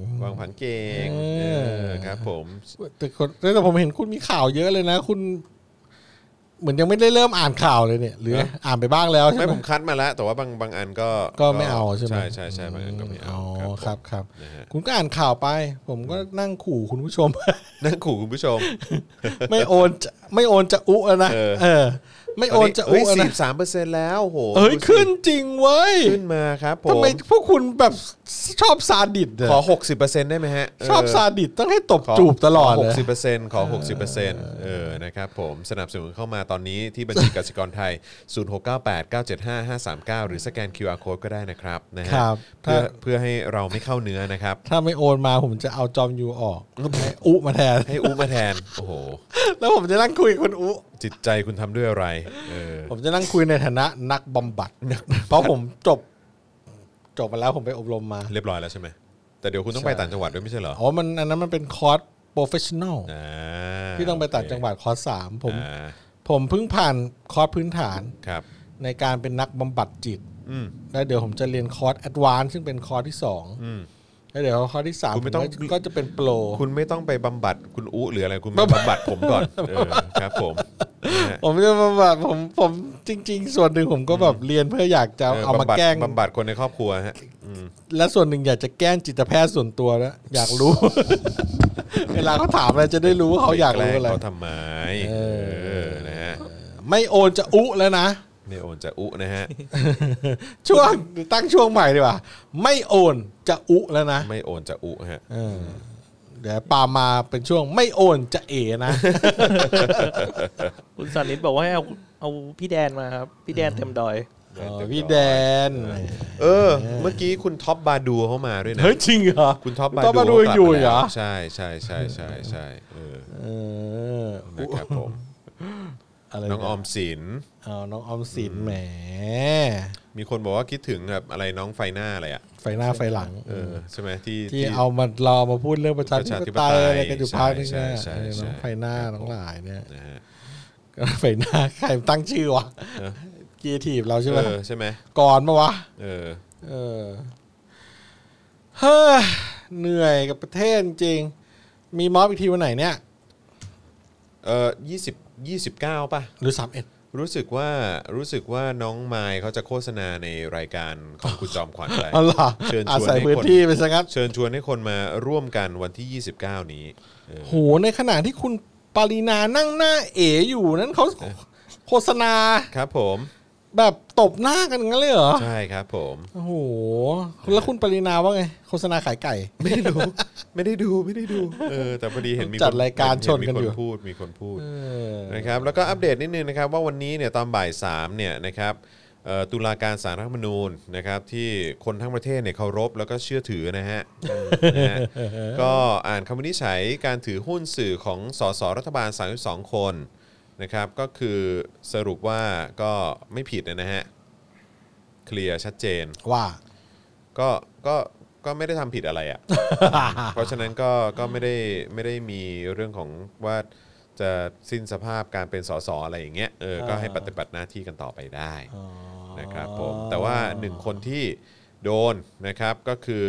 ครับผมแต่ผมเห็นคุณมีข่าวเยอะเลยนะคุณเหมือนยังไม่ได้เริ่มอ่านข่าวเลยเนี่ยหรืออ่านไปบ้างแล้วใช่ไหมไม่ผมคัดมาแล้วแต่ว่าบางอันก็ไม่เอาใช่ไหมใช่บางอันก็ไม่เอาครับคุณก็อ่านข่าวไปผมก็นั่งขู่คุณผู้ชมไม่โอนจะอุนะไม่โอนจะอุ้นะ 43%แล้วโหขึ้นจริงเว้ยขึ้นมาครับผมทำไมพวกคุณแบบชอบซาดิสขอ 60% ได้ไหมฮะชอบซาดิสต้องให้ตบจูบตลอดเลย 60% ขอ 60% นะครับผมสนับสนุนเข้ามาตอนนี้ที่บัญชีกสิกรไทย 0698975539 หรือสแกน QR Code ก็ได้นะครับนะฮะเพื่อให้เราไม่เข้าเนื้อนะครับถ้าไม่โอนมาผมจะเอาจอมยูออกให้อุมาแทนโอ้โหแล้วผมจะนั่งคุยกับคุณอุจิตใจคุณทำด้วยอะไรผมจะนั่งคุยในฐานะนักบำบัดเพราะผมจบมาแล้วผมไปอบรมมาเรียบร้อยแล้วใช่ไหมแต่เดี๋ยวคุณต้องไปต่างจังหวัดด้วยไม่ใช่เหรออันนั้นมันเป็นคอร์สโปรเฟชชั่นอลที่ต้องไปต่างจังหวัดคอร์ส3ผมเพิ่งผ่านคอร์สพื้นฐานในการเป็นนักบำบัดจิตแล้วเดี๋ยวผมจะเรียนคอร์สแอดวานซ์ซึ่งเป็นคอร์สที่2แล้วเดี๋ยวคอร์สที่3 คุณไม่ต้องก็จะเป็นโปรคุณไม่ต้องไปบำบัดคุณอุ๊หรืออะไรคุณมาบำบัดผมก่อนครับผมผมจะบำบัดผมจริงๆส่วนหนึ่งผมก็แบบเรียนเพื่ออยากจะเอามาแกล้งบำบัดคนในครอบครัวฮะและส่วนหนึ่งอยากจะแกล้งจิตแพทย์ส่วนตัวแล้วอยากรู้ เวลาเขาถามอะไรจะได้รู้ว่าเขาอยากรู้อะไรเขาทำไมนะฮะไม่โอนจะอุ๊แล้วนะไม่โอนจะอุ๊นะฮะช่วงตั้งช่วงใหม่ดีกว่าไม่โอนจะอุ๊แล้วนะไม่โอนจะอุ๊ฮะเดี๋ยวปามาเป็นช่วงไม่โอนจะเอนะคุณสันนิษบอกว่าให้เอาพี่แดนมาครับพี่แดนเต็มดอยพี่แดนเมื่อกี้คุณท็อปบาดูเข้ามาด้วยนะเฮ้ยจริงเหรอคุณท็อปบาดูอยู่เหรอใช่ใช่ใช่ใช่ใช่นะครับผมน้องออมสินน้องออมสินแหมมีคนบอกว่าคิดถึงแบบอะไรน้องไฟหน้าอะไรอะไฟหน้าไฟหลังใช่ไหมที่เอามารอมาพูดเรื่องประชาธิปไตยอะไรกันอยู่พักนึงนะน้องไฟหน้าน้องหลายเนี่ยไฟหน้าใครตั้งชื่อวะครีเอทีฟเราใช่ไหมใช่ไหมก่อนปะวะเฮ้ยเหนื่อยกับประเทศจริงมีม็อบอีกทีวันไหนเนี่ย 29ป่ะหรือ31 รู้สึกว่าน้องไมค์เขาจะโฆษณาในรายการของคุณจอมขวัญไปเชิญชวนให้คนที่ไปซะงั้นเชิญชวนให้คนมาร่วมกันวันที่29นี้โหในขณะที่คุณปรินานั่งหน้าเอ๋อยู่นั้นเขาโฆษณาครับผมแบบตบหน้ากันงั้นเลยเหรอใช่ครับผมโอ้โหแล้วคุณปรินาว่าไงโฆษณาขายไก่ไม่ได้ดูแต่พอดีเห็นมีจัดรายการชนกันอยู่มีคนพูดนะครับแล้วก็อัปเดตนิดนึงนะครับว่าวันนี้เนี่ยตอนบ่าย3เนี่ยนะครับตุลาการศาลรัฐธรรมนูญนะครับที่คนทั้งประเทศเนี่ยเคารพแล้วก็เชื่อถือนะฮะก็อ่านคำวินิจฉัยการถือหุ้นสื่อของสสรัฐบาล32คนนะครับก็คือสรุปว่าก็ไม่ผิดนะฮะเคลียร์ชัดเจนว่าก็ไม่ได้ทำผิดอะไรอ่ะ เพราะฉะนั้นก็ไม่ได้มีเรื่องของว่าจะสิ้นสภาพการเป็นสสอะไรอย่างเงี้ยก็ให้ปฏิบัติหน้าที่กันต่อไปได้นะครับผมแต่ว่า1คนที่โดนนะครับก็คือ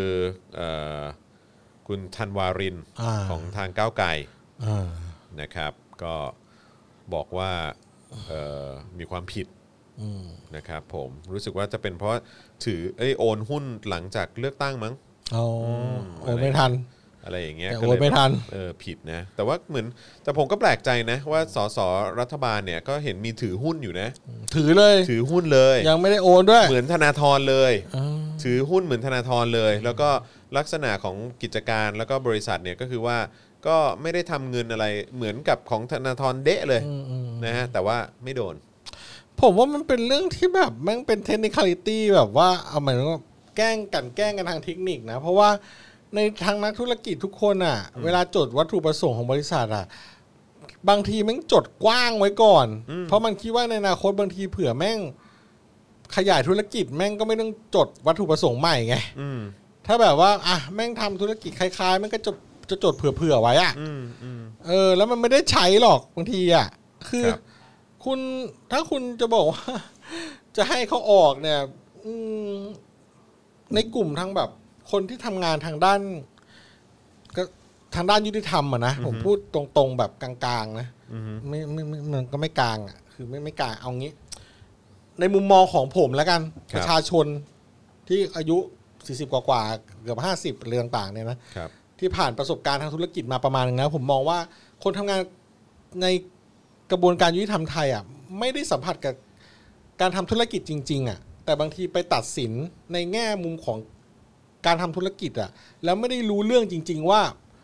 คุณธันวารินของทางก้าวไกลนะครับก็บอกว่ามีความผิดนะครับผมรู้สึกว่าจะเป็นเพราะถือโอนหุ้นหลังจากเลือกตั้งมั้งโอนไม่ทันอะไรอย่างเงี้ยโอนไม่ทันผิดนะแต่ว่าเหมือนแต่ผมก็แปลกใจนะว่าสสรัฐบาลเนี่ยก็เห็นมีถือหุ้นอยู่นะถือเลยถือหุ้นเลยยังไม่ได้โอนด้วยเหมือนธนาธรเลยถือหุ้นเหมือนธนาธรเลยแล้วก็ลักษณะของกิจการแล้วก็บริษัทเนี่ยก็คือว่าก็ไม่ได้ทำเงินอะไรเหมือนกับของธนาธรเดะเลยนะฮะแต่ว่าไม่โดนผมว่ามันเป็นเรื่องที่แบบมันเป็นเทคนิคอลิตี้แบบว่าเอาหมายถึงว่าแกล้งกันทางเทคนิคนะเพราะว่าในทางนักธุรกิจทุกคนอ่ะเวลาจดวัตถุประสงค์ของบริษัทอ่ะบางทีแม่งจดกว้างไว้ก่อนเพราะมันคิดว่าในอนาคตบางทีเผื่อแม่งขยายธุรกิจแม่งก็ไม่ต้องจดวัตถุประสงค์ใหม่ไงถ้าแบบว่าอ่ะแม่งทำธุรกิจคล้ายๆแม่งก็จะจดเผื่อไว้อ่ะแล้วมันไม่ได้ใช้หรอกบางทีอ่ะคือคุณถ้าคุณจะบอกว่าจะให้เขาออกเนี่ยในกลุ่มทางแบบคนที่ทำงานทางด้านก็ทางด้านยุติธรรมอะนะผมพูดตรงๆแบบกลางๆนะไม่มันก็ไม่กลางอ่ะคือไม่กลางเอางี้ในมุมมองของผมแล้วกันประชาชนที่อายุ40กว่าเกือบ50เรื่องต่างเนี่ยนะที่ผ่านประสบการณ์ทางธุรกิจมาประมาณนึงนะผมมองว่าคนทำงานในกระบวนการยุติธรรมไทยอ่ะไม่ได้สัมผัสกับการทำธุรกิจจริงๆอ่ะแต่บางทีไปตัดสินในแง่มุมของการทำธุรกิจอ่ะแล้วไม่ได้รู้เรื่องจริงๆว่า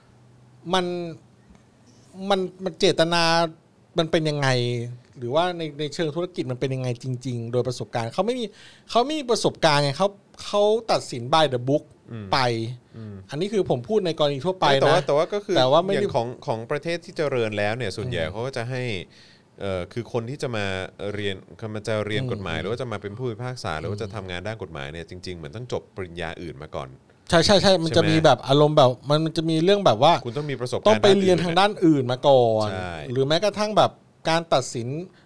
มันเจตนามันเป็นยังไงหรือว่าในเชิงธุรกิจมันเป็นยังไงจริงๆโดยประสบการณ์เขาไม่มีประสบการณ์ไงเขาตัดสิน by the book ไปอันนี้คือผมพูดในกรณีทั่วไปนะแต่ว่าก็คืออย่างของประเทศที่เจริญแล้วเนี่ยส่วนใหญ่เขาก็จะให้คือคนที่จะมาเรียนกฎหมายหรือว่าจะมาเป็นผู้พิพากษาหรือว่าจะทำงานด้านกฎหมายเนี่ยจริงๆเหมือนต้องจบปริญญาอื่นมาก่อนใช่มันจะมีแบบอารมณ์แบบมันจะมีเรื่องแบบว่าคุณต้องมีประสบการณ์ต้องไปเรียนทางด้านอื่นมาก่อนหรือแม้กระทั่งแบบการตัดสิน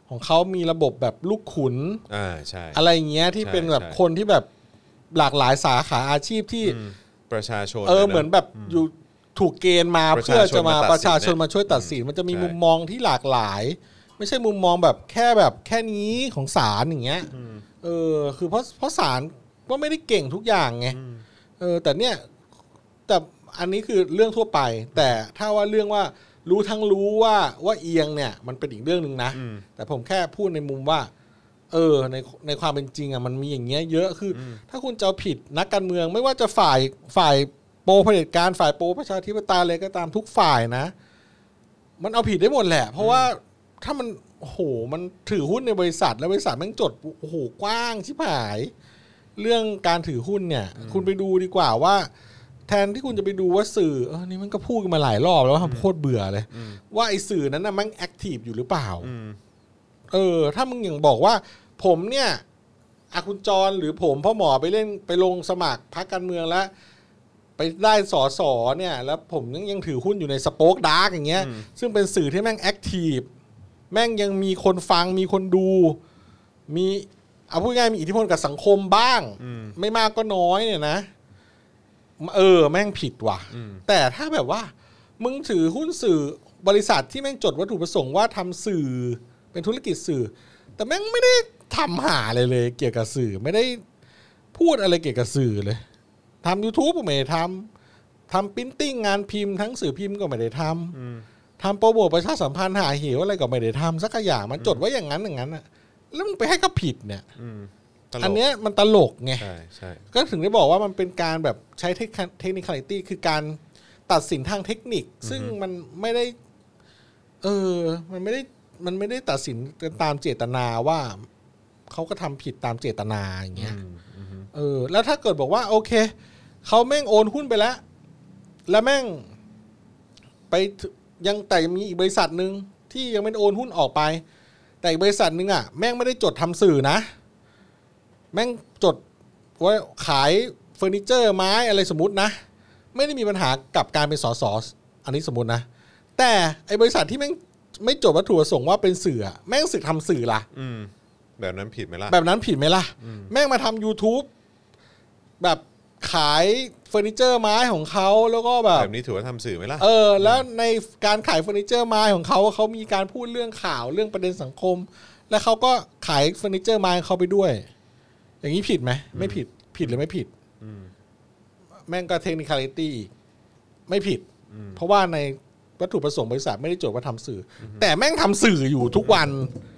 ของเขามีระบบแบบลูกขุนใช่อะไรเงี้ยที่เป็นแบบคนที่แบบหลากหลายสาขาอาชีพที่ประชาชนเหมือนแบบอยู่ถูกเกณฑ์มาเพื่อจะมาประชาชนมาช่วยตัดสินมันจะมีมุมมองที่หลากหลายไม่ใช่มุมมองแบบแค่นี้ของศาลอย่างเงี้ยคือเพราะศาลก็ไม่ได้เก่งทุกอย่างไงแต่เนี่ยแต่อันนี้คือเรื่องทั่วไปแต่ถ้าว่าเรื่องว่ารู้ว่าเอียงเนี่ยมันเป็นอีกเรื่องนึงนะแต่ผมแค่พูดในมุมว่าในความเป็นจริงอ่ะมันมีอย่างเงี้ยเยอะคือถ้าคุณจะเอาผิดนักการเมืองไม่ว่าจะฝ่ายโปรเผด็จการฝ่ายโปรประชาธิปไตยอะไรก็ตามทุกฝ่ายนะมันเอาผิดได้หมดแหละเพราะว่าถ้ามันมันถือหุ้นในบริษัทแล้วบริษัทแม่งจดกว้างชิบหายเรื่องการถือหุ้นเนี่ยคุณไปดูดีกว่าว่าแทนที่คุณจะไปดูว่าสื่อนี่มันก็พูดกันมาหลายรอบแล้วว่าโคตรเบื่อเลยว่าไอ้สื่อนั้นน่ะมันแอคทีฟอยู่หรือเปล่าถ้ามึงอย่างบอกว่าผมเนี่ยคุณจรหรือผมพ่อหมอไปลงสมัครพรรคการเมืองแล้วไปได้สสเนี่ยแล้วผมยังถือหุ้นอยู่ในสโป๊กดาร์กอย่างเงี้ยซึ่งเป็นสื่อที่แม่งแอคทีฟแม่งยังมีคนฟังมีคนดูมีเอาพูดง่ายมีอิทธิพลกับสังคมบ้างไม่มากก็น้อยเนี่ยนะแม่งผิดว่ะแต่ถ้าแบบว่ามึงถือหุ้นสื่อบริษัทที่แม่งจดวัตถุประสงค์ว่าทำสื่อเป็นธุรกิจสื่อแต่แม่งไม่ได้ทำหาเลยเกี่ยวกับสื่อไม่ได้พูดอะไรเกี่ยวกับสื่อเลยทำ YouTube ก็ไม่ได้ทำปริ้นติ้งงานพิมพ์ทั้งสื่อพิมพ์ก็ไม่ได้ทำโปรโมทประชาสัมพันธ์หาเหวอะไรก็ไม่ได้ทำสักอย่างมันจดไว้อย่างนั้นอ่ะแล้วมึงไปให้เขาผิดเนี่ยอันเนี้ยมันตลกไงใช่ก็ถึงได้บอกว่ามันเป็นการแบบใช้เทคนิคอลิตี้คือการตัดสินทางเทคนิคซึ่งมันไม่ได้มันไม่ได้ตัดสินตามเจตนาว่าเขาก็ทำผิดตามเจตนาอย่างเงี้ยแล้วถ้าเกิดบอกว่าโอเคเขาแม่งโอนหุ้นไปแล้วแม่งไปแต่มีอีกบริษัทนึงที่ยังไม่โอนหุ้นออกไปแต่อีกบริษัทนึงอ่ะแม่งไม่ได้จดทำสื่อนะแม่งจดไว้ขายเฟอร์นิเจอร์ไม้อะไรสมมตินะไม่ได้มีปัญหากับการเป็นสสอันนี้สมมตินะแต่ไอ้บริษัทที่แม่งไม่จดวัตถุประสงค์ว่าเป็นสื่อแม่งสึกทำสื่อล่ะแบบนั้นผิดไหมล่ะแม่งมาทำ YouTube แบบขายเฟอร์นิเจอร์ไม้ของเขาแล้วก็แบบนี้ถือว่าทำสื่อไหมล่ะแล้วในการขายเฟอร์นิเจอร์ไม้ของเขามีการพูดเรื่องข่าวเรื่องประเด็นสังคมแล้วเขาก็ขายเฟอร์นิเจอร์ไม้เขาไปด้วยอย่างนี้ผิดไหมไม่ผิดหรือไม่ผิดแม่งก็เทคนิคอลิตี้ไม่ผิดเพราะว่าในวัตถุประสงค์บริษัทไม่ได้จดว่าทำสื่อแต่แม่งทำสื่ออยู่ทุกวัน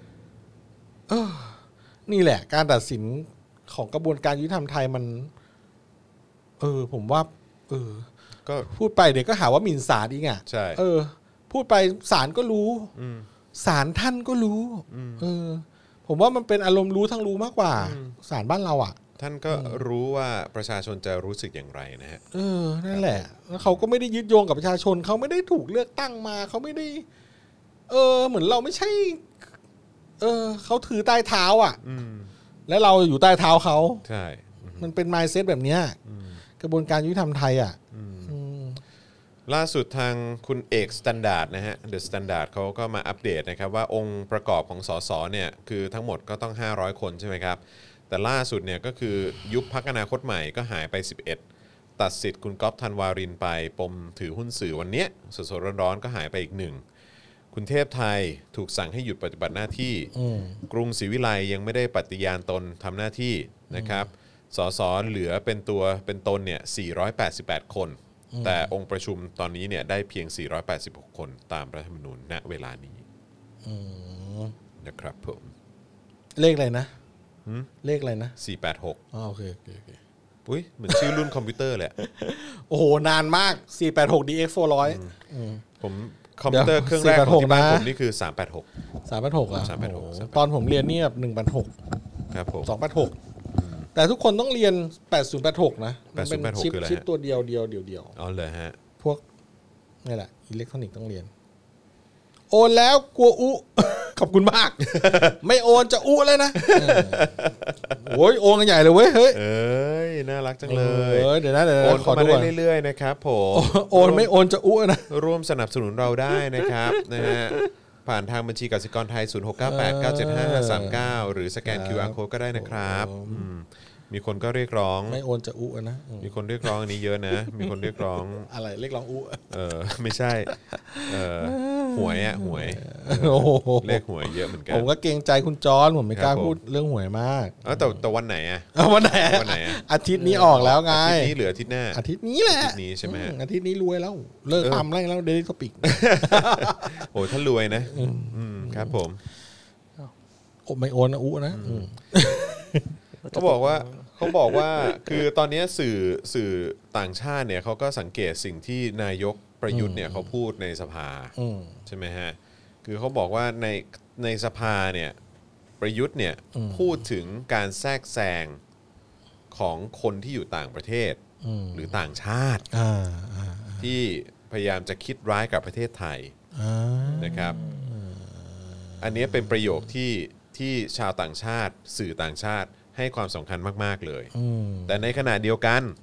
นี่แหละการตัดสินของกระบวนการยุติธรรมไทยมันผมว่าก็พูดไปเดี๋ยวก็หาว่าหมิ่นศาลอีกอ่ะใช่พูดไปศาลก็รู้ศาลท่านก็รู้ผมว่ามันเป็นอารมณ์รู้ทั้งรู้มากกว่าศาลบ้านเราอ่ะท่านก็รู้ว่าประชาชนจะรู้สึกอย่างไรนะฮะนั่นแหละแล้วเขาก็ไม่ได้ยึดโยงกับประชาชนเขาไม่ได้ถูกเลือกตั้งมาเขาไม่ได้เหมือนเราไม่ใช่เขาถือใต้เท้าอ่ะแล้วเราอยู่ใต้เท้าเขาใช่มันเป็น mindset แบบเนี้ยกระบวนการยุติธรรมไทยอ่ะล่าสุดทางคุณเอกสแตนดาร์ดนะฮะเดอะสแตนดาร์ดเขาก็มาอัปเดตนะครับว่าองค์ประกอบของสสเนี่ยคือทั้งหมดก็ต้อง500คนใช่ไหมครับแต่ล่าสุดเนี่ยก็คือยุบพรรคอนาคตใหม่ก็หายไป11ตัดสิทธิ์คุณก๊อฟธันวารินไปปมถือหุ้นสื่อวันเนี้ยสดๆร้อนๆก็หายไปอีก1คุณเทพไทยถูกสั่งให้หยุดปฏิบัติหน้าที่กรุงศรีวิไลยังไม่ได้ปฏิญาณตนทำหน้าที่นะครับสสเหลือเป็นตนเนี่ย488คนแต่องค์ประชุมตอนนี้เนี่ยได้เพียง486คนตามรัฐธรรมนูญณเวลานี้นะครับผมเลขอะไรนะเลขอะไรนะ 486 โอเคอุ้ยเหมือนชื่อรุ่นคอมพิวเตอร์เลยโอ้โหนานมาก486 DX 400 ผมคอมพิวเตอร์เครื่องแรกของที่บ้านผมนี่คือ 386อ่ะตอนผมเรียนนี่แบบ186 ครับผม 286แต่ทุกคนต้องเรียน8086นะมันเป็นชิปตัวเดียวอ๋อเลยฮะพวกนี่แหละอิเล็กทรอนิกส์ต้องเรียนโอนแล้วกลัวอุขอบคุณมากไม่โอนจะอุแล้วนะโอ้ยโอนกันใหญ่เลยเว้ยเฮ้ยน่ารักจังเลยเดี๋ยวนะโอนเข้ามาได้เรื่อยๆนะครับผมโอนไม่โอนจะอุนะร่วมสนับสนุนเราได้นะครับนะฮะผ่านทางบัญชีกสิกรไทย0698975539หรือสแกน QR Code ก็ได้นะครับมีคนก็เรียกร้องไม่โอนจะอุนะมีคนเรียกร้องอันนี้เยอะนะมีคนเรียกร้องอะไรเรียกร้องอุไม่ใช่หวยเลขหวยเยอะเหมือนกันผมก็เกรงใจคุณจอนผมไม่กล้าพูดเรื่องหวยมากแต่วันไหนอ่ะวันไหนอาทิตย์นี้ออกแล้วไงอาทิตย์นี้เหลืออาทิตย์หน้าอาทิตย์นี้แหละอาทิตย์นี้ใช่ไหมอาทิตย์นี้รวยแล้วเลิกทำแล้วเดลิทอปิกโอ้ถ้ารวยนะครับผมไม่โอนนะอุนะเขาบอกว่าคือตอนนี้สื่อต่างชาติเนี่ยเขาก็สังเกตสิ่งที่นายกประยุทธ์เนี่ยเขาพูดในสภาใช่ไหมฮะคือเขาบอกว่าในสภาเนี่ยประยุทธ์เนี่ยพูดถึงการแทรกแซงของคนที่อยู่ต่างประเทศหรือต่างชาติที่พยายามจะคิดร้ายกับประเทศไทยนะครับอันนี้เป็นประโยคที่ชาวต่างชาติสื่อต่างชาติให้ความสำคัญมากๆเลยแต่ในขณะเดียว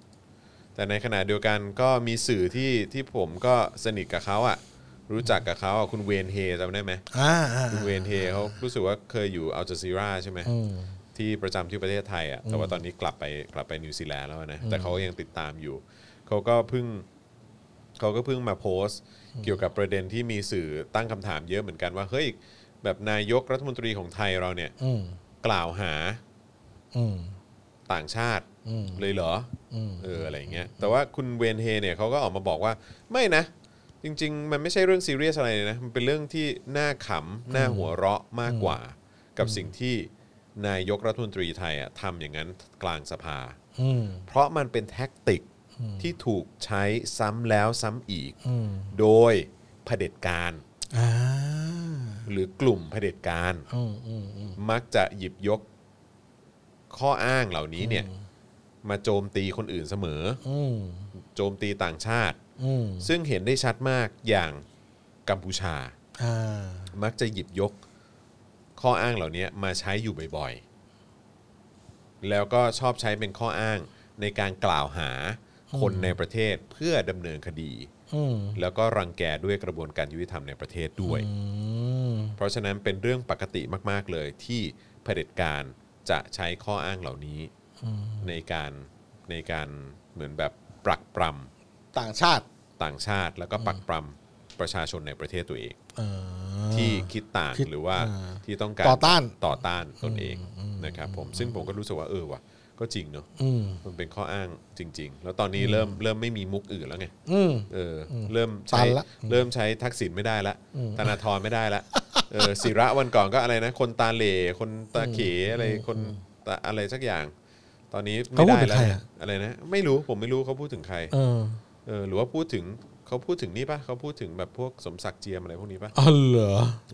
กันก็มีสื่อที่ผมก็สนิทกับเขาอ่ะรู้จักกับเขาคุณเวนเฮจำได้ไหมคุณเวนเฮเขารู้สึกว่าเคยอยู่อัลจาซีราใช่ไหมที่ประจำที่ประเทศไทยอ่ะแต่ว่าตอนนี้กลับไปนิวซีแลนด์แล้วนะแต่เขายังติดตามอยู่เขาก็เพิ่งมาโพสต์เกี่ยวกับประเด็นที่มีสื่อตั้งคำถามเยอะเหมือนกันว่าเฮ้ยแบบนายกรัฐมนตรีของไทยเราเนี่ยกล่าวหาต่างชาติเลยเหรออะไรเงี้ยแต่ว่าคุณเวนเฮเนี่ยเขาก็ออกมาบอกว่าไม่นะจริงๆมันไม่ใช่เรื่องซีเรียสอะไรเลยนะมันเป็นเรื่องที่น่าขำน่าหัวเราะมากกว่ากับสิ่งที่นายกรัฐมนตรีไทยทำอย่างนั้นกลางสภาเพราะมันเป็นแท็กติกที่ถูกใช้ซ้ำแล้วซ้ำอีกโดยเผด็จการหรือกลุ่มเผด็จการมักจะหยิบยกข้ออ้างเหล่านี้เนี่ยมาโจมตีคนอื่นเสมอโจมตีต่างชาติซึ่งเห็นได้ชัดมากอย่างกัมพูชามักจะหยิบยกข้ออ้างเหล่านี้มาใช้อยู่บ่อยๆแล้วก็ชอบใช้เป็นข้ออ้างในการกล่าวหาคนในประเทศเพื่อดำเนินคดีแล้วก็รังแกด้วยกระบวนการยุติธรรมในประเทศด้วยเพราะฉะนั้นเป็นเรื่องปกติมากๆเลยที่เผด็จการจะใช้ข้ออ้างเหล่านี้ในการเหมือนแบบปรักปรำต่างชาติแล้วก็ปรักปรำประชาชนในประเทศตัวเองที่คิดต่างหรือว่าที่ต้องการต่อต้านตนเองนะครับผมซึ่งผมก็รู้สึกว่าว่ะก็จริงเนอะมันเป็นข้ออ้างจริงๆแล้วตอนนี้เริ่มไม่มีมุกอื่นแล้วไงเริ่มใช้ทักษิณไม่ได้ละธนาธรไม่ได้ละศิระวันก่อนก็อะไรนะคนตาเหล่คนตาเขอะไรคนอะไรสักอย่างตอนนี้ไม่ได้แล้วอะไรนะไม่รู้ผมไม่รู้เขาพูดถึงใครหรือว่าเขาพูดถึงนี่ป่ะเขาพูดถึงแบบพวกสมศักดิ์เจียมอะไรพวกนี้ป่ะอ๋อเหรอ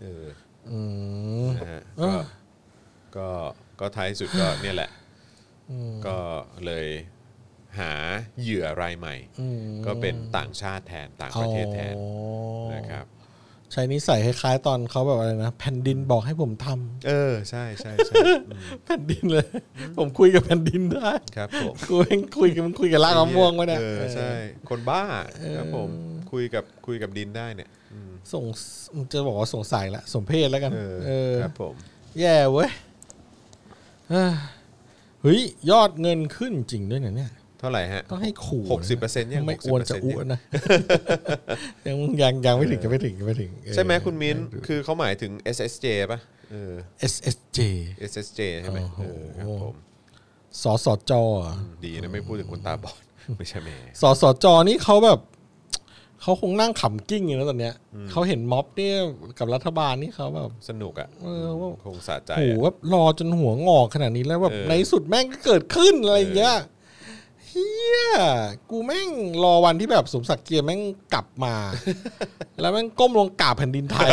นะฮะก็ท้ายสุดก็เนี่ยแหละก็เลยหาเหยื่อรายใหม่ก็เป็นต่างชาติแทนต่างประเทศแทนนะครับใช้นิสัยคล้ายๆตอนเขาแบบอะไรนะแผ่นดินบอกให้ผมทำใช่ใช่แผ่นดินเลยผมคุยกับแผ่นดินได้ครับผมคุยกับรากมะม่วงไว้เนี่ยใช่คนบ้าครับผมคุยกับดินได้เนี่ยจะบอกว่าสงสัยละสมเพศแล้วกันครับผมแย่เว้ยเฮ้ยยอดเงินขึ้นจริงด้วยเนี่ยเท่าไหร่ฮะต้องให้ขู่ 60% ยังไม่ควรจะอ้วนนะยังไม่ถึงใช่ไหมคุณมิ้นคือเขาหมายถึง SSJ ป่ะ SSJ ใช่ไหมครับผมสสจดีนะไม่พูดถึงคนตาบอดไม่ใช่แม่สสจนี่เขาแบบเขาคงนั่งขำกิ้งอยู่นะตอนเนี้ยเขาเห็นม็อบเนี่ยกับรัฐบาลนี่เขาแบบสนุกอ่ะคงสะใจโหว่ารอจนหัวงอกขนาดนี้แล้วแบบในสุดแม่งก็เกิดขึ้นอะไรอย่างเงี้ยเฮียกูแม่งรอวันที่แบบสมศักดิ์เกียร์แม่งกลับมาแล้วแม่งก้มลงกราบแผ่นดินไทย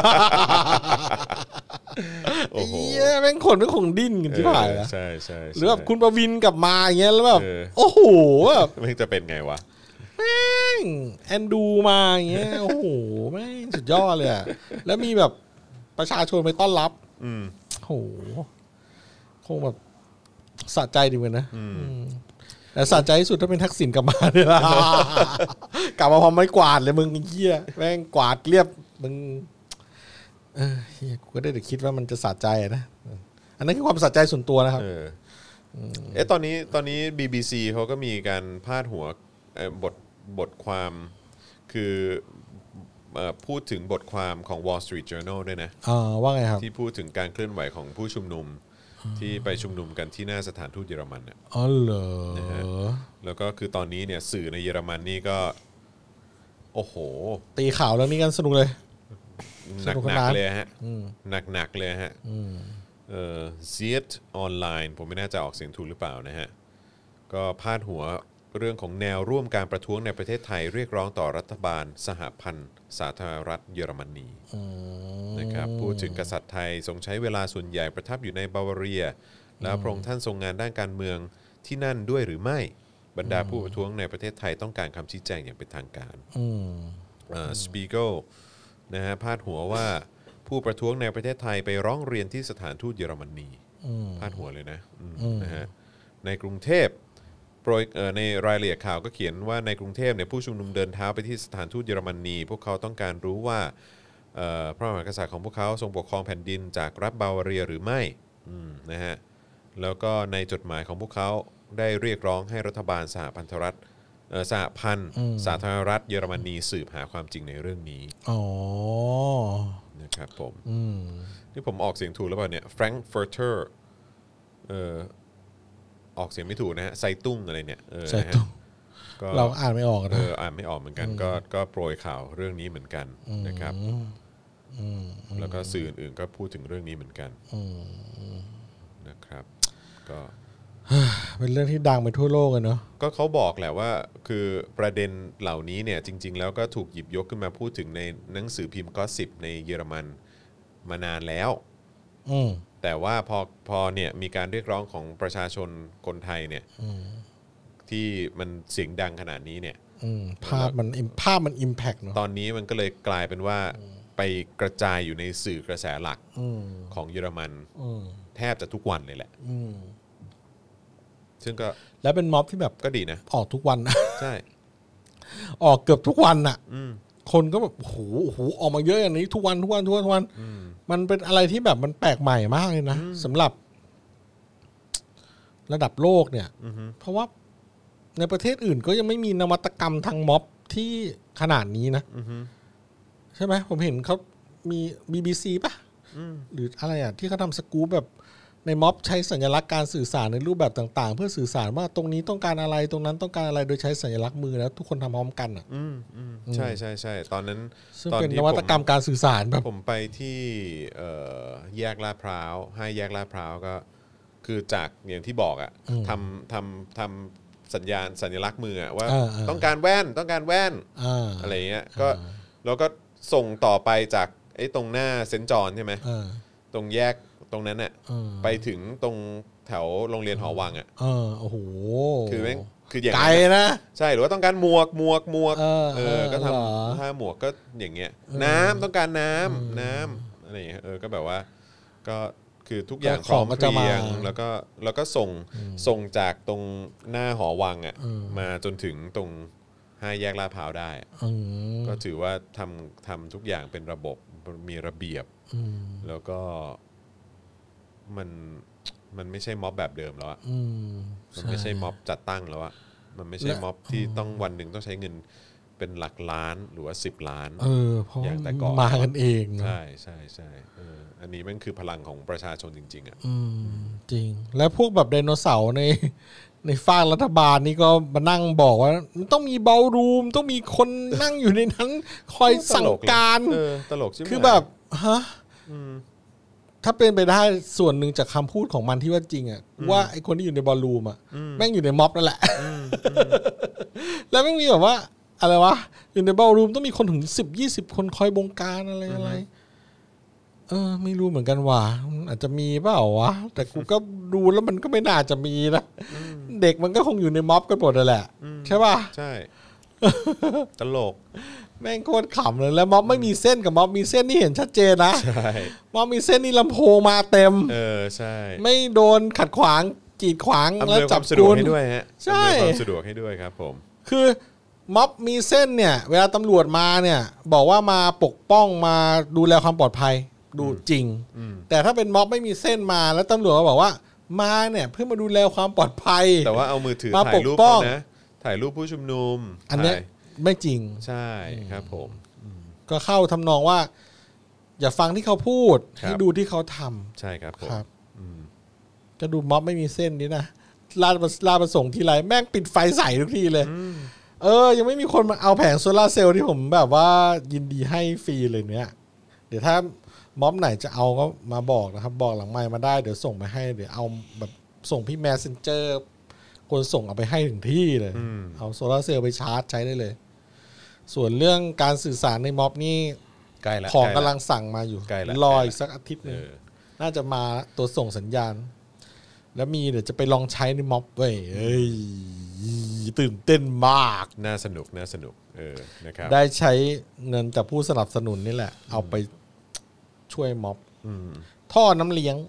เฮียแม่งคนก็คงดิ้นกันที่ผ่านนะใช่ใช่หรือแบบคุณประวินกลับมาอย่างเงี้ยแล้วแบบโอ้โหแบบแม่งจะเป็นไงวะแม่งแอนดูมาอย่างเงี้ยโอ้โหแม่งสุดยอดเลยอะแล้วมีแบบประชาชนไปต้อนรับโอ้โหคงแบบสะใจดีเหมือนนะแต่สะใจที่สุดถ้าเป็นทักษิณกลับมาเนี่ยกลับมาพร้อมไม้กวาดเลยมึงเหี้ยแม่งกวาดเรียบมึงเหี้ยกูก็ได้แต่คิดว่ามันจะสะใจนะอันนั้นคือความสะใจส่วนตัวนะครับตอนนี้ BBC เขาก็มีการพาดหัวบทความคือพูดถึงบทความของ Wall Street Journal ด้วยนะว่าไงครับที่พูดถึงการเคลื่อนไหวของผู้ชุมนุมที่ไปชุมนุมกันที่หน้าสถานทูตเยอรมันเนี่ยเหรอนะฮะแล้วก็คือตอนนี้เนี่ยสื่อในเยอรมันนี่ก็โอ้โหตีข่าวเรื่องนี้กันสนุกเลยหนักเลยฮะหนักเลยฮะZiet Online ผมไม่แน่ใจออกเสียงถูกหรือเปล่านะฮะก็พาดหัวเรื่องของแนวร่วมการประท้วงในประเทศไทยเรียกร้องต่อรัฐบาลสหพันธ์สาธารณรัฐเยอรมนีนะครับพูดถึงกษัตริย์ไทยทรงใช้เวลาส่วนใหญ่ประทับอยู่ในบาวาเรียแล้วพระองค์ท่านทรงงานด้านการเมืองที่นั่นด้วยหรือไม่บรรดาผู้ประท้วงในประเทศไทยต้องการคำชี้แจงอย่างเป็นทางการSpiegel นะฮะพาดหัวว่าผู้ประท้วงในประเทศไทยไปร้องเรียนที่สถานทูตเยอรมนีพาดหัวเลยนะฮะในกรุงเทพในรายละเอียดข่าวก็เขียนว่าในกรุงเทพเนี่ยผู้ชุมนุมเดินเท้าไปที่สถานทูตเยอรมนีพวกเขาต้องการรู้ว่าพระมหากษัตริย์ของพวกเขาทรงปกครองแผ่นดินจากรัฐบาวาเรียหรือไม่นะฮะแล้วก็ในจดหมายของพวกเขาได้เรียกร้องให้รัฐบาลสหพันธรัฐสหพันธ์สาธารณรัฐเยอรมนีสืบหาความจริงในเรื่องนี้นะครับผมนี่ผมออกเสียงถูกหรือเปล่าเนี่ย Frankfurter ออกเสียงไม่ถูกนะฮะไซตุ้งอะไรเนี่ยไซตุ้งเราอ่านไม่ออกนะอ่านไม่ออกเหมือนกันก็โปรยข่าวเรื่องนี้เหมือนกันนะครับแล้วก็สื่ออื่นๆก็พูดถึงเรื่องนี้เหมือนกันนะครับก็เป็นเรื่องที่ดังไปทั่วโลกเลยเนาะก็เขาบอกแหละว่าคือประเด็นเหล่านี้เนี่ยจริงๆแล้วก็ถูกหยิบยกขึ้นมาพูดถึงในหนังสือพิมพ์ก็สิบในเยอรมันมานานแล้วแต่ว่าพอเนี่ยมีการเรียกร้องของประชาชนคนไทยเนี่ยที่มันเสียงดังขนาดนี้เนี่ยภาพมันอิมแพคเนาะตอนนี้มันก็เลยกลายเป็นว่าไปกระจายอยู่ในสื่อกระแสหลักของเยอรมันแทบจะทุกวันเลยแหละซึ่งก็แล้วเป็นม็อบที่แบบก็ดีนะออกทุกวันนะใช่ออกเกือบทุกวันอ่ะคนก็แบบโอ้โหออกมาเยอะอย่างนี้ทุกวันมันเป็นอะไรที่แบบมันแปลกใหม่มากเลยนะสำหรับระดับโลกเนี่ยเพราะว่าในประเทศอื่นก็ยังไม่มีนวัตกรรมทางม็อบที่ขนาดนี้นะใช่ไหมผมเห็นเขามี BBC ป่ะหรืออะไรอ่ะที่เขาทำสกู๊ปแบบในม็อบใช้สัญลักษณ์การสื่อสารในรูปแบบต่างๆเพื่อสื่อสารว่าตรงนี้ต้องการอะไรตรงนั้นต้องการอะไรโดยใช้สัญลักษณ์มือแล้วทุกคนทำพร้อมกันอ่ะใช่ตอนนั้นตอนเป็นนวัตกรรมการสื่อสารแบบผมไปที่แยกลาดพร้าวให้แยกลาดพร้าวก็คือจากอย่างที่บอกอ่ะทำสัญลักษณ์มือว่าต้องการแว่นอะไรเงี้ยก็แล้วก็ส่งต่อไปจากไอ้ตรงหน้าเซนต์จอห์นใช่ไหมตรงแยกตรงนั้นน่ะไปถึงตรงแถวโรงเรียนหอวังอ่ะโอ้โหคืออย่างไกลนะใช่หรือว่าต้องการหมวกก็ทำถ้าหมวกก็อย่างเงี้ยน้ำต้องการน้ำอะไรอย่างเงี้ยก็แบบว่าก็คือทุกอย่างพร้อมเพรียงแล้วก็ส่งจากตรงหน้าหอวังอ่ะมาจนถึงตรง5แยกลาดพร้าวได้ก็ถือว่าทำทุกอย่างเป็นระบบมีระเบียบแล้วก็มันไม่ใช่ม็อบแบบเดิมแล้วอ่ะมันไม่ใช่ม็อบจัดตั้งแล้วอ่ะมันไม่ใช่ม็อบที่ต้องวันหนึ่งต้องใช้เงินเป็นหลักล้านหรือว่า10 ล้านอย่างแต่ก่อนมากันเองใช่อันนี้มันคือพลังของประชาชนจริงๆอ่ะจริงแล้วพวกแบบไดโนเสาร์ในฝ่ายรัฐบาลนี่ก็มานั่งบอกว่ามันต้องมีเบลรูมต้องมีคนนั่งอยู่ในนั้นคอยสั่งการตลกใช่ไหมคือแบบฮะถ้าเป็นไปได้ส่วนหนึ่งจากคำพูดของมันที่ว่าจริงอ่ะว่าไอคนที่อยู่ในบอลรูมอ่ะแม่งอยู่ในม็อบนั่นแหละแล้วแม่งมีแบบว่าอะไรวะอยู่ในบอลรูมต้องมีคนถึง10-20 คนคอยบงการอะไรไม่รู้เหมือนกันว่าอาจจะมีเปล่าวะแต่กูก็ดูแล้วมันก็ไม่น่าจะมีนะเด็กมันก็คงอยู่ในม็อบกันหมดนั่นแหละใช่ป่ะใช่ตลกแม่งโคตรขำเลยแล้วม็อบไม่มีเส้นกับม็อบมีเส้นนี่เห็นชัดเจนนะใช่ม็อบมีเส้นนี่ลำโพงมาเต็มใช่ไม่โดนขัดขวางกีดขวางแล้วจับสะดวกให้ด้วยฮะใช่ความสะดวกให้ด้วยครับผมคือม็อบมีเส้นเนี่ยเวลาตำรวจมาเนี่ยบอกว่ามาปกป้องมาดูแลความปลอดภัยดูจริงแต่ถ้าเป็นม็อบไม่มีเส้นมาแล้วตำรวจก็บอกว่ามาเนี่ยเพื่อมาดูแลความปลอดภัยแต่ว่าเอามือถือมาถ่ายรูปปกป้องเขานะถ่ายรูปผู้ชุมนุมอันเนี้ยไม่จริงใช่ครับผมก็เข้าทำนองว่าอย่าฟังที่เขาพูดให้ดูที่เขาทำใช่ครับผมจะดูม็อบไม่มีเส้นนี้นะลาดประสงค์ทีไรแม่งปิดไฟใส่ทุกทีเลยยังไม่มีคนมาเอาแผงโซล่าเซลล์ที่ผมแบบว่ายินดีให้ฟรีเลยเนี่ยเดี๋ยวถ้าม็อบไหนจะเอาก็มาบอกนะครับบอกหลังไมค์มาได้เดี๋ยวส่งไปให้เดี๋ยวเอาแบบส่งพี่แมสเซนเจอร์คนส่งเอาไปให้ถึงที่เลยเอาโซล่าเซลล์ไปชาร์จใช้ได้เลยส่วนเรื่องการสื่อสารในม็อบนี่ใกล้แล้วของกำลังสั่งมาอยู่รออีกสักอาทิตย์นึงน่าจะมาตัวส่งสัญญาณแล้วมีเดี๋ยวจะไปลองใช้ในม็อบเว้ยตื่นเต้นมากน่าสนุกนะครับได้ใช้เงินจากผู้สนับสนุนนี่แหละเอาไปช่วยม็อบท่อน้ำเลี้ยง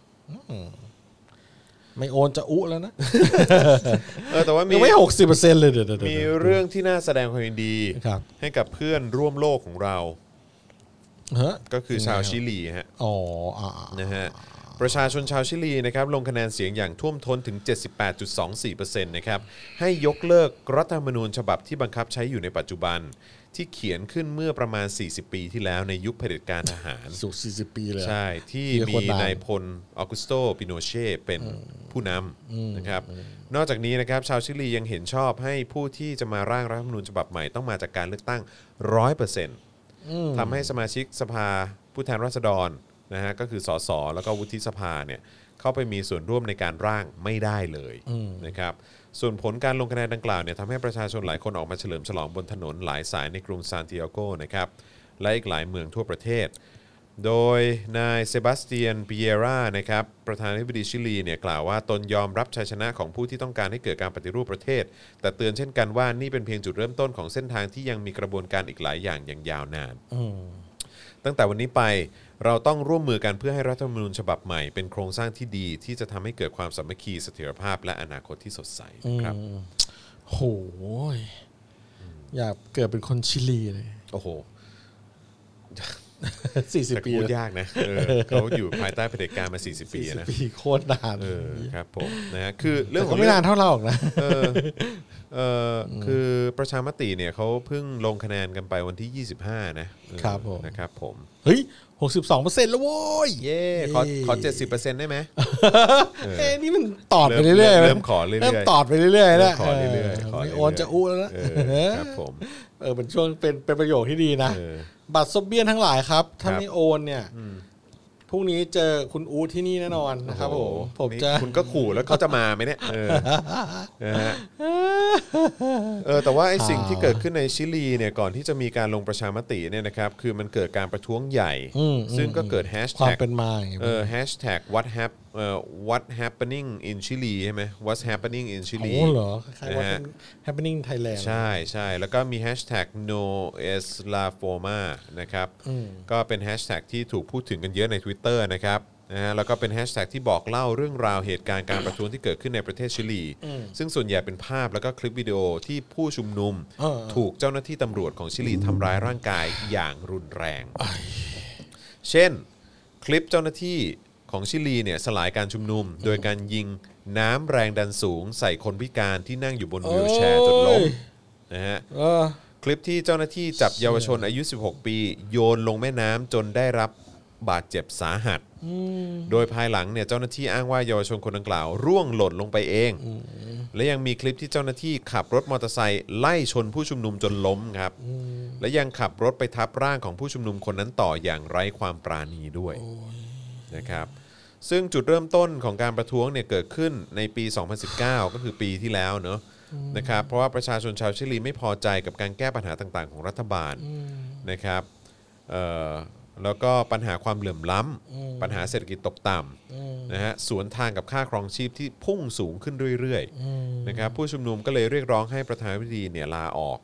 ไม่โอนจะอุแล้วนะแต่ว่ามีไม่ 60% เลยเดี๋ยวมีเรื่องที่น่าแสดงความยินดีให้กับเพื่อนร่วมโลกของเราก็คือชาวชิลีฮะนะฮะประชาชนชาวชิลีนะครับลงคะแนนเสียงอย่างท่วมท้นถึง 78.24% นะครับให้ยกเลิกรัฐธรรมนูญฉบับที่บังคับใช้อยู่ในปัจจุบันที่เขียนขึ้นเมื่อประมาณ40ปีที่แล้วในยุคเผด็จการทหารสุด40ปีเลยใช่ที่มีนายพลออกุสโตปิโนเช่เป็นผู้นำนะครับนอกจากนี้นะครับชาวชิลียังเห็นชอบให้ผู้ที่จะมาร่างรัฐธรรมนูญฉบับใหม่ต้องมาจากการเลือกตั้ง 100% ทำให้สมาชิกสภาผู้แทนราษฎรนะฮะก็คือสสแล้วก็วุฒิสภาเนี่ยเข้าไปมีส่วนร่วมในการร่างไม่ได้เลยนะครับส่วนผลการลงคะแนนดังกล่าวเนี่ยทำให้ประชาชนหลายคนออกมาเฉลิมฉลองบนถนนหลายสายในกรุงซานติอาโกนะครับและอีกหลายเมืองทั่วประเทศโดยนายเซบาสเตียนปิเอรานะครับประธานาธิบดีชิลีเนี่ยกล่าวว่าตนยอมรับชัยชนะของผู้ที่ต้องการให้เกิดการปฏิรูปประเทศแต่เตือนเช่นกันว่านี่เป็นเพียงจุดเริ่มต้นของเส้นทางที่ยังมีกระบวนการอีกหลายอย่างอย่างยาวนานตั้งแต่วันนี้ไปเราต้องร่วมมือกันเพื่อให้รัฐธรรมนูญฉบับใหม่เป็นโครงสร้างที่ดีที่จะทำให้เกิดความสามัคคีเสถียรภาพและอนาคตที่สดใสครับโหอยากเกิดเป็นคนชิลีเลยโอ้โห 40 ปีพูดยากนะเขาอยู่ภายใต้เผด็จการมา40 ปีนะ 40 ปีโคตรนานครับผมนะคือเรื่องของไม่นานเท่าเราหรอกนะคือประชามติเนี่ยเขาเพิ่งลงคะแนนกันไปวันที่25นะครับผมนะครับผมเฮ้ย62%แล้วโว้ยเย้ขอ 70% ได้ไหมนี่มันตอดไปเรื่อยๆเริ่มขอเรื่อยๆเริ่มตอดไปเรื่อยๆแล้วขอเรื่อยๆไม่โอนจะอู้แล้วนะครับผมเป็นช่วงเป็นประโยคที่ดีนะบัตรซบเบี้ยนทั้งหลายครับถ้าไม่โอนเนี่ยพรุ่งนี้เจอคุณอู๊ดที่นี่แน่นอนนะครับผมจะคุณก็ขู่แล้วเขาจะมาไหมเนี่ยแต่ว่าไอ้สิ่งที่เกิดขึ้นในชิลีเนี่ยก่อนที่จะมีการลงประชามติเนี่ยนะครับคือมันเกิดการประท้วงใหญ่ซึ่งก็เกิดแฮชแท็กความเป็นมาแฮชแท็ก what happening in Chile ใช่ไหม what's happening in Chile โอ้เหรอคล้ายๆ what happening in Thailand ใช่แล้วก็มีแฮชแท็ก no es la forma นะครับก็เป็นแฮชแท็กที่ถูกพูดถึงกันเยอะใน Twitter นะครับแล้วก็เป็นแฮชแท็กที่บอกเล่าเรื่องราวเหตุการณ์การประท้วงที่เกิดขึ้นในประเทศชิลีซึ่งส่วนใหญ่เป็นภาพแล้วก็คลิปวิดีโอที่ผู้ชุมนุมถูกเจ้าหน้าที่ตำรวจของชิลีทำร้ายร่างกายอย่างรุนแรงเช่นคลิปเจ้าหน้าที่ของชิลีเนี่ยสลายการชุมนุมโดยการยิงน้ำแรงดันสูงใส่คนพิการที่นั่งอยู่บนวีลแชร์จนล้มนะฮะคลิปที่เจ้าหน้าที่จับเยาวชนอายุ16ปีโยนลงแม่น้ำจนได้รับบาดเจ็บสาหัสโดยภายหลังเนี่ยเจ้าหน้าที่อ้างว่าเยาวชนคนดังกล่าวร่วงหล่นลงไปเองและยังมีคลิปที่เจ้าหน้าที่ขับรถมอเตอร์ไซค์ไล่ชนผู้ชุมนุมจนล้มครับและยังขับรถไปทับร่างของผู้ชุมนุมคนนั้นต่ออย่างไร้ความปราณีด้วยนะครับซึ่งจุดเริ่มต้นของการประท้วงเนี่ยเกิดขึ้นในปี 2019 ก็คือปีที่แล้วเนอะนะครับเพราะว่าประชาชนชาวชิลีไม่พอใจกับการแก้ปัญหาต่างๆของรัฐบาลนะครับแล้วก็ปัญหาความเหลื่อมล้ำปัญหาเศรษฐกิจตกต่ำนะฮะสวนทางกับค่าครองชีพที่พุ่งสูงขึ้นเรื่อยๆนะครับผู้ชุมนุมก็เลยเรียกร้องให้ประธานาธิบดีเนี่ยลาออก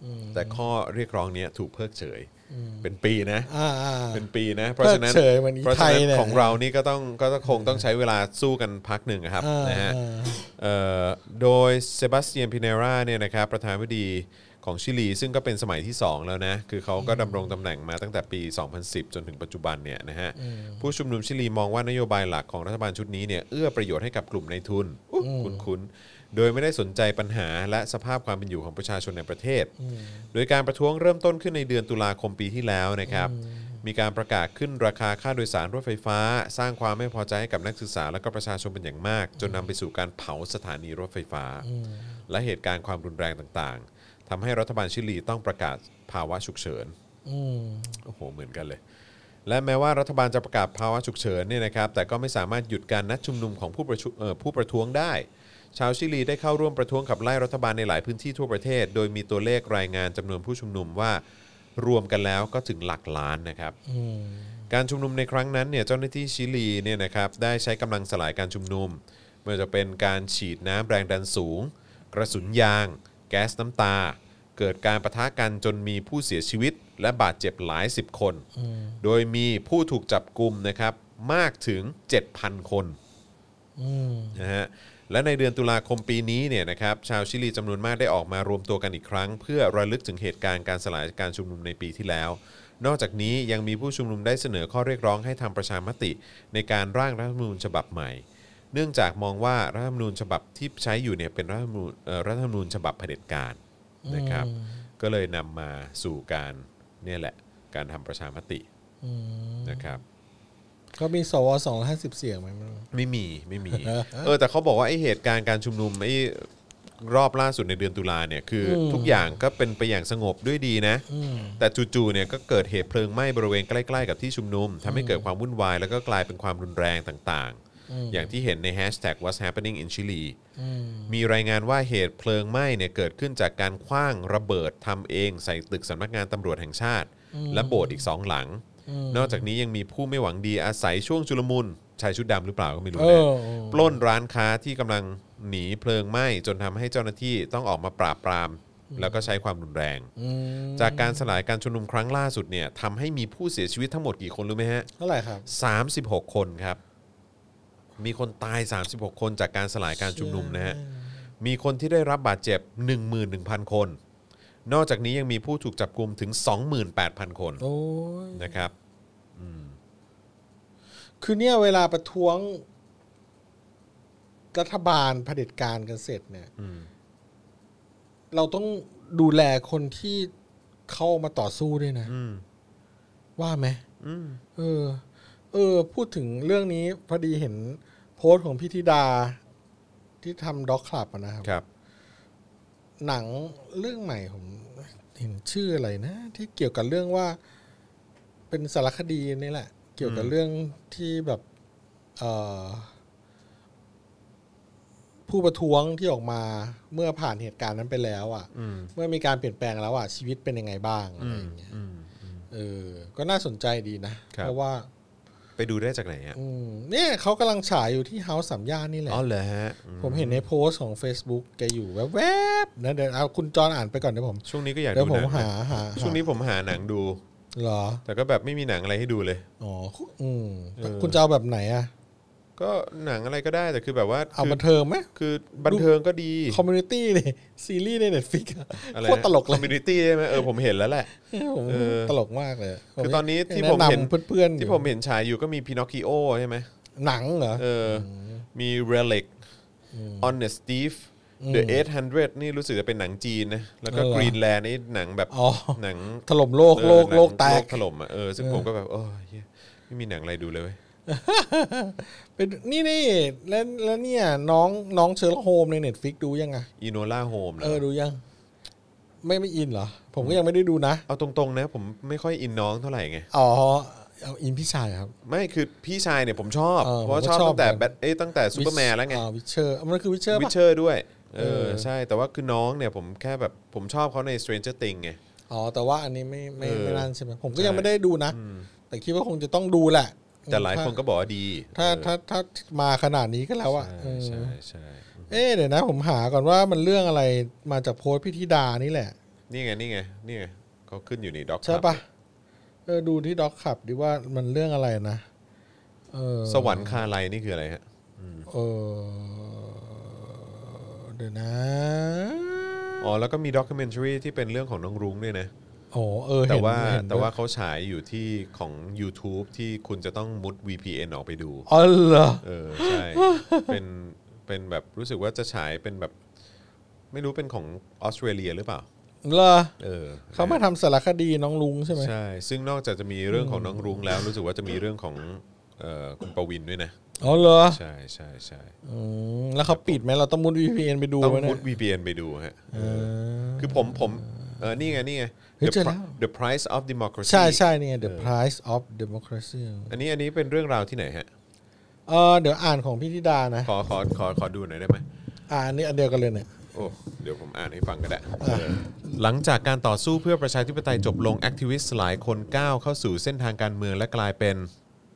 แต่ข้อเรียกร้องนี้ถูกเพิกเฉยเป็นปีนะ เป็นปีนะเพเพิราะกฉะนั้นเฉยเหมือนอีไทยเนี่ยของเรานี่ก็คงต้องใช้เวลาสู้กันพักหนึ่งครับนะฮะโดยเซบาสเตียนพิเนราเนี่ยนะครับประธานาธิบดีของชิลีซึ่งก็เป็นสมัยที่2แล้วนะคือเขาก็ดำรงตำแหน่งมาตั้งแต่ปี 2010 จนถึงปัจจุบันเนี่ยนะฮะผู้ชุมนุมชิลีมองว่านโยบายหลักของรัฐบาลชุดนี้เนี่ยเอื้อประโยชน์ให้กับกลุ่มนายทุนคุ้นโดยไม่ได้สนใจปัญหาและสภาพความเป็นอยู่ของประชาชนในประเทศโดยการประท้วงเริ่มต้นขึ้นในเดือนตุลาคมปีที่แล้วนะครับมีการประกาศขึ้นราคาค่าโดยสารรถไฟฟ้าสร้างความไม่พอใจให้กับนักศึกษาและก็ประชาชนเป็นอย่างมากจนนำไปสู่การเผาสถานีรถไฟฟ้าและเหตุการณ์ความรุนแรงต่างๆทำให้รัฐบาลชิลีต้องประกาศภาวะฉุกเฉินโอ้โหเหมือนกันเลยและแม้ว่ารัฐบาลจะประกาศภาวะฉุกเฉินเนี่ยนะครับแต่ก็ไม่สามารถหยุดการนัดชุมนุมของผู้ประท้วงได้ชาวชิลีได้เข้าร่วมประท้วงขับไล่รัฐบาลในหลายพื้นที่ทั่วประเทศโดยมีตัวเลขรายงานจำนวนผู้ชุมนุมว่ารวมกันแล้วก็ถึงหลักล้านนะครับการชุมนุมในครั้งนั้นเนี่ยเจ้าหน้าที่ชิลีเนี่ยนะครับได้ใช้กำลังสลายการชุมนุมไม่ว่าจะเป็นการฉีดน้ำแรงดันสูงกระสุนยางแก๊สน้ำตาเกิดการปะทะกันจนมีผู้เสียชีวิตและบาดเจ็บหลายสิบคนโดยมีผู้ถูกจับกุมนะครับมากถึง 7,000 คนนะฮะและในเดือนตุลาคมปีนี้เนี่ยนะครับชาวชิลีจำนวนมากได้ออกมารวมตัวกันอีกครั้งเพื่อระลึกถึงเหตุการณ์การสลายการชุมนุมในปีที่แล้วนอกจากนี้ยังมีผู้ชุมนุมได้เสนอข้อเรียกร้องให้ทำประชามติในการร่างรัฐธรรมนูญฉบับใหม่เนื่องจากมองว่ารัฐธรรมนูญฉบับที่ใช้อยู่เนี่ยเป็นรัฐธรรมนูญฉบับเผด็จการนะครับก็เลยนำมาสู่การเนี่ยแหละการทำประชามตินะครับก็มีสว250 เสียงไหมไม่มีแต่เขาบอกว่าไอ้เหตุการณ์การชุมนุมไอ้รอบล่าสุดในเดือนตุลาเนี่ยคือทุกอย่างก็เป็นไปอย่างสงบด้วยดีนะแต่จู่ๆเนี่ยก็เกิดเหตุเพลิงไหม้บริเวณใกล้ๆกับที่ชุมนุมทำให้เกิดความวุ่นวายแล้วก็กลายเป็นความรุนแรงต่างๆอย่างที่เห็นใน hashtag what's happening in Chile มีรายงานว่าเหตุเพลิงไหม้เนี่ยเกิดขึ้นจากการขว้างระเบิดทำเองใส่ตึกสำนักงานตำรวจแห่งชาติและโบสถ์อีก2 หลังนอกจากนี้ยังมีผู้ไม่หวังดีอาศัยช่วงชุลมุนชายชุดดำหรือเปล่าก็ไม่รู้นะปล้นร้านค้าที่กำลังหนีเพลิงไหม้จนทำให้เจ้าหน้าที่ต้องออกมาปราบปรามแล้วก็ใช้ความรุนแรงจากการสลายการชุมนุมครั้งล่าสุดเนี่ยทำให้มีผู้เสียชีวิตทั้งหมดกี่คนรู้ไหมฮะเท่าไหร่ครับ 36 คนครับมีคนตาย36 คนจากการสลายการชุมนุมนะฮะมีคนที่ได้รับบาดเจ็บ 11,000 คนนอกจากนี้ยังมีผู้ถูกจับกุมถึง 28,000 คนนะครับคือเนี่ยเวลาประท้วงรัฐบาลเผด็จการกันเสร็จเนี่ยเราต้องดูแลคนที่เข้ามาต่อสู้ด้วยนะว่าไหมพูดถึงเรื่องนี้พอดีเห็นโพสต์ของพี่ธิดาที่ทำด็อกคลับนะครับหนังเรื่องใหม่ผมเห็นชื่ออะไรนะที่เกี่ยวกับเรื่องว่าเป็นสารคดีนี่แหละเกี่ยวกับเรื่องที่แบบผู้ประท้วงที่ออกมาเมื่อผ่านเหตุการณ์นั้นไปแล้วอ่ะเมื่อมีการเปลี่ยนแปลงแล้วอ่ะชีวิตเป็นยังไงบ้างอะไรอย่างเงี้ยก็น่าสนใจดีนะเพราะว่าไปดูได้จากไหนอ่ะเนี่ยเขากำลังฉายอยู่ที่เฮาส์สามย่านนี่แหละอ๋อเหรอฮะผมเห็นในโพสต์ของ Facebook แกอยู่แวบๆนะเดี๋ยวเอาคุณจอนอ่านไปก่อนเดี๋ยวผมช่วงนี้ก็อยากดูหนังเดี๋ยวผมหาช่วงนี้ผมหาหนังดูเหรอแต่ก็แบบไม่มีหนังอะไรให้ดูเลยอ๋อคุณจะเอาแบบไหนอ่ะก็หนังอะไรก็ได้แต่คือแบบว่าเอาบันเทิงไหมคือบันเทิงก็ดีคอมมูนิตี้เนี่ยซีรีส์ใน Netflix โคตรตลกเลยคอมมูนิตี้ใช่ไหมผมเห็นแล้วแหละตลกมากเลยคือตอนนี้ที่ผมเห็นเพื่อนๆที่ผมเห็นฉายอยู่ก็มีพินอคคิโอใช่ไหมหนังเหรอมี Relic Honest Thief The 800นี่รู้สึกจะเป็นหนังจีนนะแล้วก็ Greenland นี่หนังแบบหนังถล่มโลกแตกถล่มอ่ะซึ่งผมก็แบบไม่มีหนังอะไรดูเลยเป็นนี่แล้วเนี่ยน้องเชอร์ล็อกโฮมใน Netflix ดูยังไงอีโนล่าโฮมดูยังไม่อินเหรอผมก็ยังไม่ได้ดูนะเอาตรงๆนะผมไม่ค่อยอินน้องเท่าไหร่ไงเอาอินพี่ชายครับไม่คือพี่ชายเนี่ยผมชอบเพราะชอบตั้งแต่ซูเปอร์แมนแล้วไงวิเชอร์มันคือวิเชอร์ด้วยใช่แต่ว่าคือน้องเนี่ยผมแค่แบบผมชอบเขาใน Stranger Things ไงแต่ว่าอันนี้ไม่นั่นใช่ไหมผมก็ยังไม่ได้ดูนะแต่คิดว่าคงจะต้องดูแหละแต่หลายคนก็บอกว่าดีถ้ามาขนาดนี้ก็แล้วอ่ะใช่เดี๋ยวนะผมหาก่อนว่ามันเรื่องอะไรมาจากโพสต์พี่ธิดานี่แหละนี่ไงเขาขึ้นอยู่ในด็อกใช่ปะดูที่ด็อกขับดิว่ามันเรื่องอะไรนะสวรรค์คาไลนี่คืออะไรฮะเดี๋ยวนะแล้วก็มีด็อกิเมนทารีที่เป็นเรื่องของน้องรุ้งด้วยนะแต่ว่าเขาฉายอยู่ที่ของ YouTube ที่คุณจะต้องมุด VPN ออกไปดูเหรอใช่เป็นแบบรู้สึกว่าจะฉายเป็นแบบไม่รู้เป็นของออสเตรเลียหรือเปล่าเหรอเขามาทำสารคดีน้องรุ้งใช่ไหมใช่ซึ่งนอกจากจะมีเรื่องของน้องรุ้งแล้วรู้สึกว่าจะมีเรื่องของคุณปวินด้วยนะเหรอใช่แล้วเขาปิดไหมเราต้องมุด VPN ไปดูต้องมุด VPN ไปดูฮะคือผมนี่ไงThe Price of Democracy ใช่นี่ไง The Price of Democracy อันนี้เป็นเรื่องราวที่ไหนฮะเดี๋ยวอ่านของพี่ธิดานะขอดูหน่อยได้ไหมอันนี้อันเดียวกันเลยเนี่ยเดี๋ยวผมอ่านให้ฟังก็ได้หลังจากการต่อสู้เพื่อประชาธิปไตยจบลงแอคทิวิสต์หลายคนก้าวเข้าสู่เส้นทางการเมืองและกลายเป็น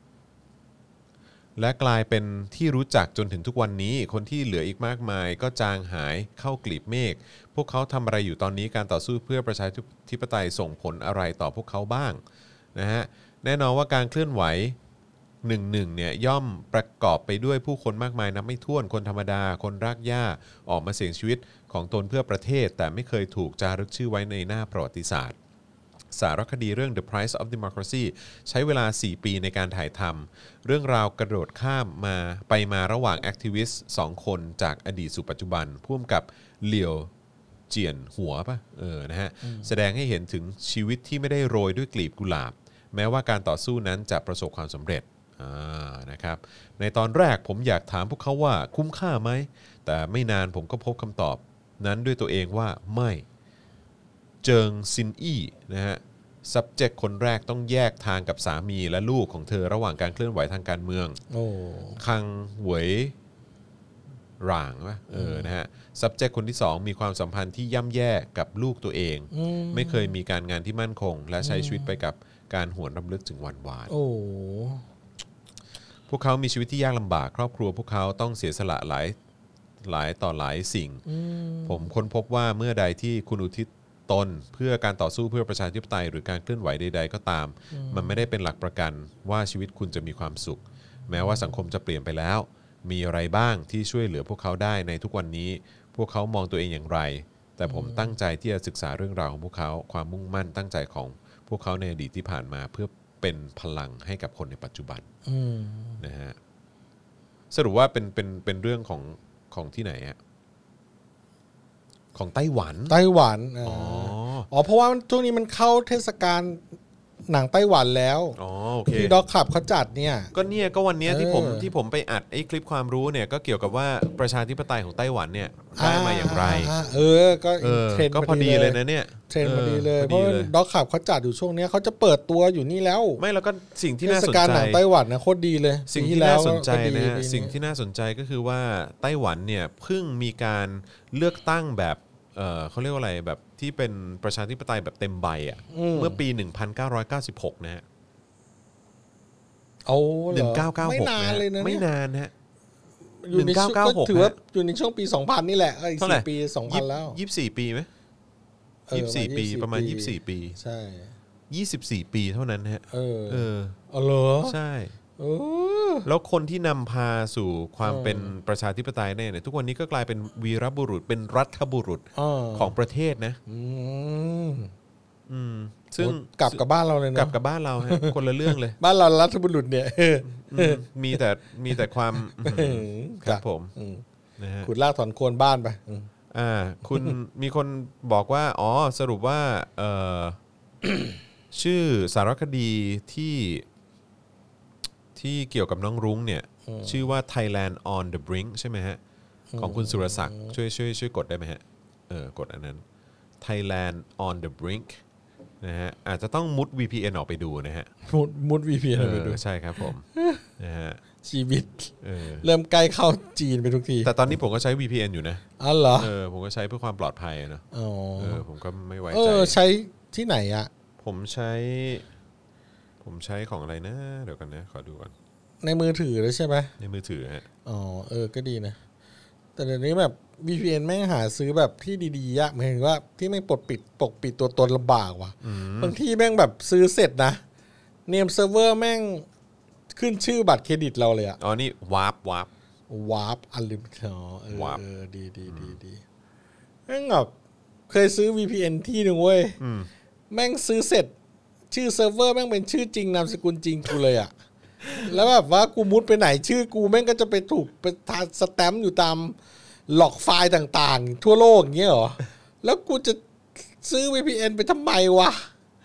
ที่รู้จักจนถึงทุกวันนี้คนที่เหลืออีกมากมายก็จางหายเข้ากลีบเมฆพวกเขาทำอะไรอยู่ตอนนี้การต่อสู้เพื่อประชาธิปไตยส่งผลอะไรต่อพวกเขาบ้างนะฮะแน่นอนว่าการเคลื่อนไหว11เนี่ยย่อมประกอบไปด้วยผู้คนมากมายนับไม่ถ้วนคนธรรมดาคนรากหญ้าออกมาเสี่ยงชีวิตของตนเพื่อประเทศแต่ไม่เคยถูกจารึกชื่อไว้ในหน้าประวัติศาสตร์สารคดีเรื่อง The Price of Democracy ใช้เวลา4ปีในการถ่ายทำเรื่องราวกระโดดข้ามไปมาระหว่างแอคทิวิสต์2คนจากอดีตสู่ปัจจุบันพ่วงกับเหลียวเจียนหัวป่ะนะฮะแสดงให้เห็นถึงชีวิตที่ไม่ได้โรยด้วยกลีบกุหลาบแม้ว่าการต่อสู้นั้นจะประสบความสำเร็จนะครับในตอนแรกผมอยากถามพวกเขาว่าคุ้มค่าไหมแต่ไม่นานผมก็พบคำตอบนั้นด้วยตัวเองว่าไม่เจิงซินอี้นะฮะ subject คนแรกต้องแยกทางกับสามีและลูกของเธอระหว่างการเคลื่อนไหวทางการเมืองคังเหวยหร่างป่ะนะฮะ subject คนที่2มีความสัมพันธ์ที่ย่ำแย่กับลูกตัวเองไม่เคยมีการงานที่มั่นคงและใช้ชีวิตไปกับการหวนรำลึกถึงวันวานพวกเขามีชีวิตที่ยากลำบากครอบครัวพวกเขาต้องเสียสละหลายต่อหลายสิ่งผมค้นพบว่าเมื่อใดที่คุณอุทิศตนเพื่อการต่อสู้เพื่อประชาธิปไตยหรือการเคลื่อนไหวใดๆก็ตามมันไม่ได้เป็นหลักประกันว่าชีวิตคุณจะมีความสุขแม้ว่าสังคมจะเปลี่ยนไปแล้วมีอะไรบ้างที่ช่วยเหลือพวกเขาได้ในทุกวันนี้พวกเขามองตัวเองอย่างไรแต่ผมตั้งใจที่จะศึกษาเรื่องราวของพวกเขาความมุ่งมั่นตั้งใจของพวกเขาในอดีตที่ผ่านมาเพื่อเป็นพลังให้กับคนในปัจจุบันนะฮะสรุปว่าเป็นเรื่องของที่ไหนอะของไต้หวันเพราะว่าช่วงนี้มันเข้าเทศกาลหนังไต้หวันแล้วที่ด็อกขับเขาจัดเนี่ยก็วันนี้ที่ผมไปอัดไอ้คลิปความรู้เนี่ยก็เกี่ยวกับว่าประชาธิปไตยของไต้หวันเนี่ยได้มาอย่างไรก็เทรนด์ก็พอดีเลยนะเนี่ยเทรนด์พอดีเลยเพราะด็อกขับเขาจัดอยู่ช่วงนี้เขาจะเปิดตัวอยู่นี่แล้วไม่แล้วก็สิ่งที่น่าสนใจเทศกาลหนังไต้หวันนะโคตรดีเลยสิ่งที่น่าสนใจนะฮะสิ่งที่น่าสนใจก็คือว่าไต้หวันเนี่ยเพิ่งมีการเลือกตั้งแบบเขาเรียกว่าอะไรแบบที่เป็นประชาธิปไตยแบบเต็มใบอ่ะเมื่อปี 1996 นะฮะ1996 ไม่นานเลยนะไม่นานฮะ 1996ถือว่าอยู่ในช่วงปี 2000 นี่แหละอีก4 ปี 2000 แล้ว 24 ปีไหม24 ปีประมาณ24 ปีใช่ 24 ปีเท่านั้นฮะเหรอใช่แล้วคนที่นำพาสู่ความเป็นประชาธิปไตยเนี่ยทุกวันนี้ก็กลายเป็นวีรบุรุษเป็นรัฐบุรุษของประเทศนะซึ่งกลับกับบ้านเราเลยนะกลับกับบ้านเราฮะคนละเรื่องเลยบ้านเรารัฐบุรุษเนี่ยมีแต่ความครับผมนะฮะขุดรากถอนโคนบ้านไปคุณมีคนบอกว่าสรุปว่าชื่อสารคดีที่เกี่ยวกับน้องรุ้งเนี่ยชื่อว่า Thailand on the Brink ใช่ไหมฮะของคุณสุรศักดิ์ช่วยกดได้ไหมฮะกดอันนั้น Thailand on the Brink นะฮะอาจจะต้องมุด VPN ออกไปดูนะฮะมุด VPN ออกไปดูใช่ครับผมนะฮะชีวิตเริ่มใกล้เข้าจีนไปทุกทีแต่ตอนนี้ผมก็ใช้ VPN อยู่นะเหรอผมก็ใช้เพื่อความปลอดภัยนะผมก็ไม่ไว้ใจใช้ที่ไหนอ่ะผมใช้ของอะไรนะเดี๋ยวกันนะขอดูก่อนในมือถือเลยใช่ไหมในมือถือฮะก็ดีนะแต่เดี๋ยวนี้แบบ VPN แม่งหาซื้อแบบที่ดีๆยากหมายถึงว่าที่ไม่ปกปิดตัวตนลำบากว่ะบางที่แม่งแบบซื้อเสร็จนะเนมเซิร์ฟเวอร์แม่งขึ้นชื่อบัตรเครดิตเราเลยอะอ๋อนี่วาร์ปอันลิมิเต็ด Warp ดีแม่งแบบเคยซื้อ VPN ที่หนึ่งเว้ยแม่งซื้อเสร็จชื่อเซิร์ฟเวอร์แม่งเป็นชื่อจริงนามสกุลจริงกูเลยอะแล้วแบบว่ากูมุดไปไหนชื่อกูแม่งก็จะไปถูกไปทาสแตมป์อยู่ตามหลอกไฟล์ต่างๆทั่วโลกอย่างเงี้ยเหรอแล้วกูจะซื้อ VPN ไปทำไมวะ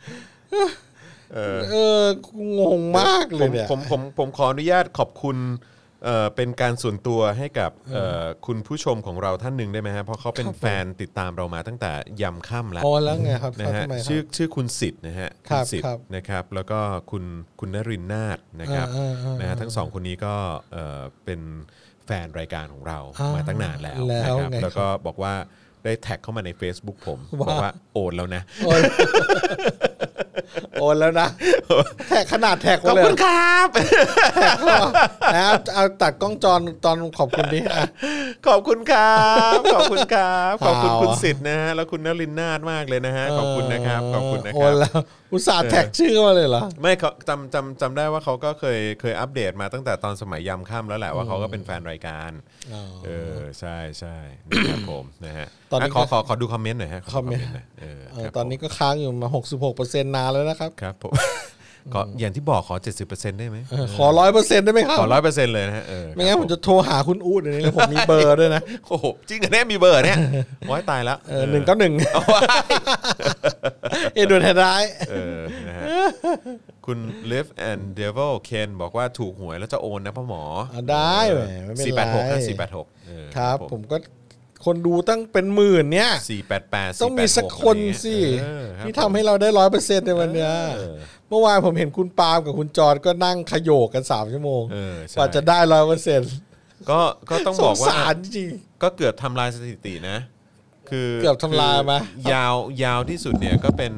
กูงงมากเลยเนี่ยผมขออนุญาตขอบคุณเป็นการส่วนตัวให้กับคุณผู้ชมของเราท่านหนึ่งได้ไหมฮะเพราะเขาเป็นแฟนติดตามเรามาตั้งแต่ยำค่ำแล้วแล้วไงครับนะฮะชื่อคุณสิทธิ์นะฮะคุณสิทธิ์นะครับแล้วก็คุณนรินทร์นาถนะครับนะฮะทั้งสองคนนี้ก็เป็นแฟนรายการของเรามาตั้งนานแล้วนะครับแล้วก็บอกว่าได้แท็กเข้ามาใน Facebook ผมบอกว่าโอนแล้วนะโอนแล้วนะแท็กขนาดแท็กขอบคุณครับแท็กแล้วเอาตัดกล้องจอตอนขอบคุณดิขอบคุณครับขอบคุณครับขอบคุณคุณสิทธิ์นะฮะแล้วคุณนรินทร์นาถมากเลยนะฮะขอบคุณนะครับขอบคุณนะครับโอนแล้วอุตส่าห์แท็กชื่อมาเลยเหรอไม่เขาจำได้ว่าเขาก็เคยอัปเดตมาตั้งแต่ตอนสมัยยามค่ำแล้วแหละว่าเขาก็เป็นแฟนรายการใช่นะครับผมนะฮะตอนนี้ขอดูคอมเมนต์หน่อยฮะคอมเมนต์ตอนนี้ก็ค้างอยู่มา 66% นานแล้วนะครับครับผมก็อย่างที่บอกขอ 70% ได้ไหมขอ 100% ได้ไหมครับขอ 100% เลยนะฮะไม่งั้นผมจะโทรหาคุณอู๊ดเดี๋ยวนี้ผมมีเบอร์ด้วยนะโอ้โหจริงเหรอเนี่ยมีเบอร์เนี่ยโอ้ยตายแล้ว 191โดนแทนร้ายนะฮะคุณ Live and Devil Ken บอกว่าถูกหวยแล้วจะโอนนะพ่อหมอได้แหมไม่เป็นไร 486 ครับผมก็คนดูตั้งเป็นหมื่นเนี่ย 488 ต้องมีสักคนสิที่ทำให้เราได้ 100% ในวันเนี้ยเมื่อวานผมเห็นคุณปาล์มกับคุณจอร์จก็นั่งขยโยกกัน3ชั่วโมงกว่าจะได้ 100% ก็ต้องบอกว่าสารจริงก็เกือบทำลายสถิตินะคือเกือบทำลายมายาวที่สุดเนี่ยก็เป็น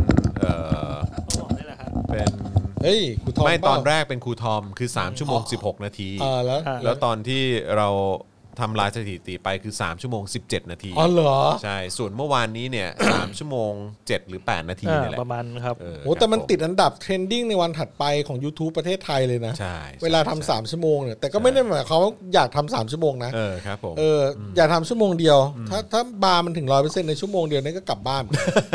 เป็นครูทอมไม่ตอนแรกเป็นครูทอมคือ3ชั่วโมง16นาทีแล้วตอนที่เราทำลายสถิติไปคือ3ชั่วโมง17นาทีอ๋อเหรอใช่ส่วนเมื่อวานนี้เนี่ย3ชั่วโมง7หรือ8นาทีนี่แหละประมาณครับโอ้แต่มันติดอันดับเทรนดิ้งในวันถัดไปของ YouTube ประเทศไทยเลยนะใช่เวลาทำ3ชั่วโมงเนี่ยแต่ก็ไม่ได้หมายความว่าอยากทำ3ชั่วโมงนะครับผมอยากทำชั่วโมงเดียวถ้าบาร์มันถึง 100% ในชั่วโมงเดียวนี่ก็กลับบ้าน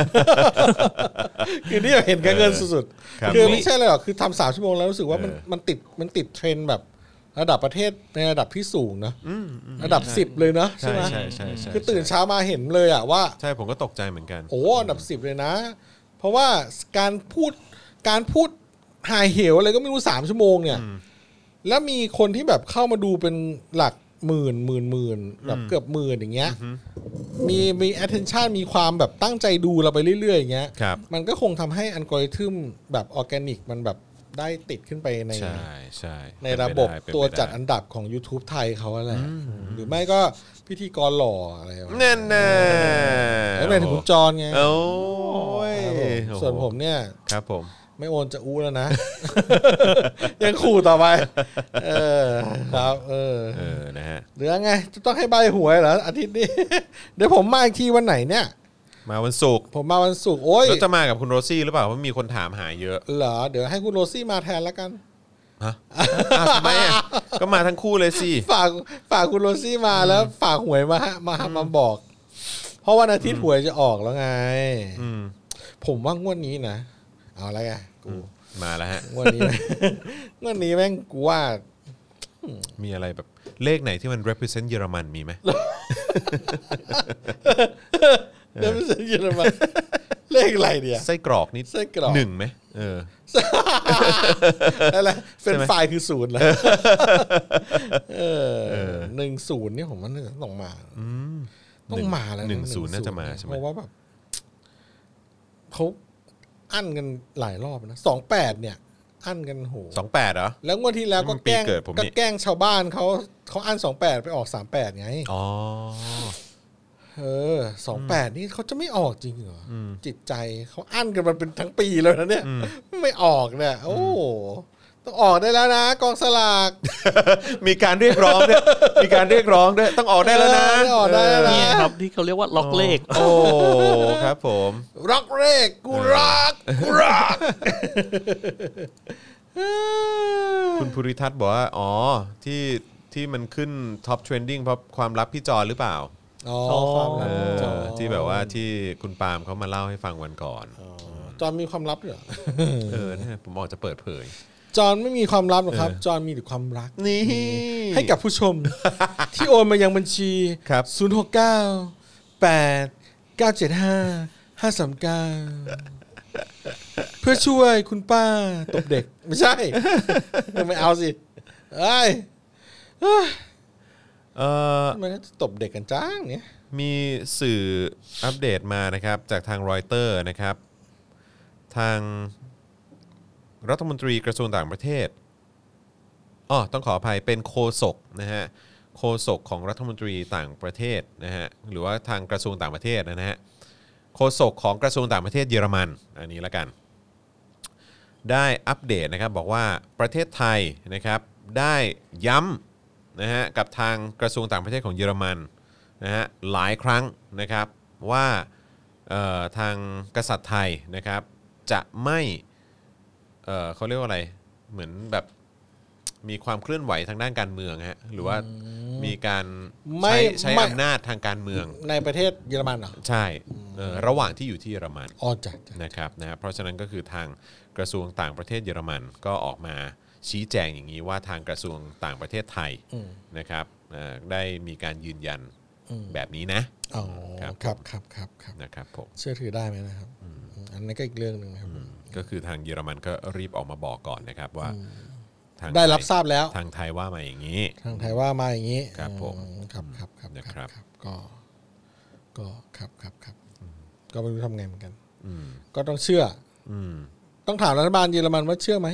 คือนี่เห็นกันเงินสุดๆคือไม่ใช่เลยหรอกคือทำ3ชั่วโมงแล้วรู้สึกว่ามันติดเทรนแบบระดับประเทศในระดับที่สูงนะระดับ10เลยนะใช่ไหมคือตื่นเช้ามาเห็นเลยอ่ะว่าใช่ผมก็ตกใจเหมือนกันโอ้อันดับ10เลยนะเพราะว่าการพูดหายเหวอะไรก็ไม่รู้3ชั่วโมงเนี่ยแล้วมีคนที่แบบเข้ามาดูเป็นหลักหมื่นแบบเกือบหมื่นอย่างเงี้ยมี attention มีความแบบตั้งใจดูเราไปเรื่อยๆอย่างเงี้ยมันก็คงทำให้อัลกอริทึมแบบออร์แกนิกมันแบบได้ติดขึ้นไปในระบบตัวจัดอันดับของ YouTube ไทยเขาอะไรหรือไม่ก็พิธีกรหล่ออะไรแน่แล้วไปถึงคุณจรไงโอ้ยส่วนผมเนี่ยครับผมไม่โอนจะอู้แล้วนะยังขู่ต่อไปครับนะฮะหรือไงจะต้องให้ใบหวยเหรออาทิตย์นี้เดี๋ยวผมมาอีกทีวันไหนเนี่ยมาวันศุกร์ผมมาวันศุกร์โอ้ยแล้วจะมากับคุณโรซี่หรือเปล่าเพราะมีคนถามหาเยอะเหรอเดี๋ยวให้คุณโรซี่มาแทนแล้วกันฮะทำไมก็มาทั้งคู่เลยสิฝากคุณโรซี่มาแล้วฝากหวยมาบอกเพราะวันอาทิตย์หวยจะออกแล้วไงผมว่างวดนี้นะเอาอะไรไงกูมาแล้วฮะงวดนี้แม่งกูว่ามีอะไรแบบเลขไหนที่มัน represent เยอรมันมีไหมเดี๋ยวไม่ใช่เยอรมันเลขอะไรเดียวไส้กรอกนี่1ไหมอะไรเป็นไฟล์คือ0แล้ว10นี่ผมว่าต้องมาแล้ว 10น่าจะมาใช่ไหมเพราะว่าแบบเขาอั้นกันหลายรอบนะ28เนี่ยอั้นกันโห 28เหรอแล้วงวดที่แล้วก็แกล้งชาวบ้านเขาอั้น28ไปออก38ไงอ๋อ 28นี่เขาจะไม่ออกจริงเหรอจิตใจเขาอั้นกันมันเป็นทั้งปีแล้วนะเนี่ยไม่ออกเนี่ยโอ้ต้องออกได้แล้วนะกองสลากมีการเรียกร้องด้วยต้องออกได้แล้วนะออกได้แล้วนะนี่ครับที่เขาเรียกว่าล็อกเลขโอ้ครับผมร็อกเลขกูรักคุณภูริทัศน์บอกว่าอ๋อที่มันขึ้นท็อปเทรนดิ้งเพราะความลับพี่จอหรือเปล่าอ๋อความลับจอที่แบบว่าที่คุณปาล์มเขามาเล่าให้ฟังวันก่อนจอนมีความลับเหรอเนี่ยผมบอกจะเปิดเผยจอนไม่มีความลับหรอกครับจอนมีแต่ความรักนี่ให้กับผู้ชม ที่โอนมายังบัญชีครับ 069 8 975 539 เพื่อช่วยคุณป้าตบเด็กไม่ใช่ ไม่เอาสิเอ้ยมันจะตบเด็กกันจ้างเนี่ยมีสื่ออัปเดตมานะครับจากทางรอยเตอร์นะครับทางรัฐมนตรีกระทรวงต่างประเทศต้องขออภัยเป็นโฆษกนะฮะโฆษกของรัฐมนตรีต่างประเทศนะฮะหรือว่าทางกระทรวงต่างประเทศนะฮะโฆษกของกระทรวงต่างประเทศเยอรมันอันนี้ละกันได้อัปเดตนะครับบอกว่าประเทศไทยนะครับได้ย้ำนะฮะกับทางกระทรวงต่างประเทศของเยอรมันนะฮะหลายครั้งนะครับว่าทางกษัตริย์ไทยนะครับจะไม่เขาเรียกว่าอะไรเหมือนแบบมีความเคลื่อนไหวทางด้านการเมืองฮะหรือว่ามีการใช้อำนาจทางการเมืองในประเทศเยอรมันเหรอใช่ระหว่างที่อยู่ที่เยอรมันจ้ะนะครับนะเพราะฉะนั้นก็คือทางกระทรวงต่างประเทศเยอรมันก็ออกมาชี้แจงอย่างนี้ว่าทางกระทรวงต่างประเทศไทยนะครับได้มีการยืนยันแบบนี้นะครับนะครับผมเชื่อถือได้ไหมนะครับอันนั้นก็อีกเรื่องนึงครับก็คือทางเยอรมันก็รีบออกมาบอกก่อนนะครับว่าได้รับทราบแล้วทางไทยว่ามาอย่างนี้ทางไทยว่ามาอย่างนี้ครับผมครับก็ครับก็ไม่รู้ทำไงเหมือนกันก็ต้องเชื่อต้องถามรัฐบาลเยอรมันว่าเชื่อไหม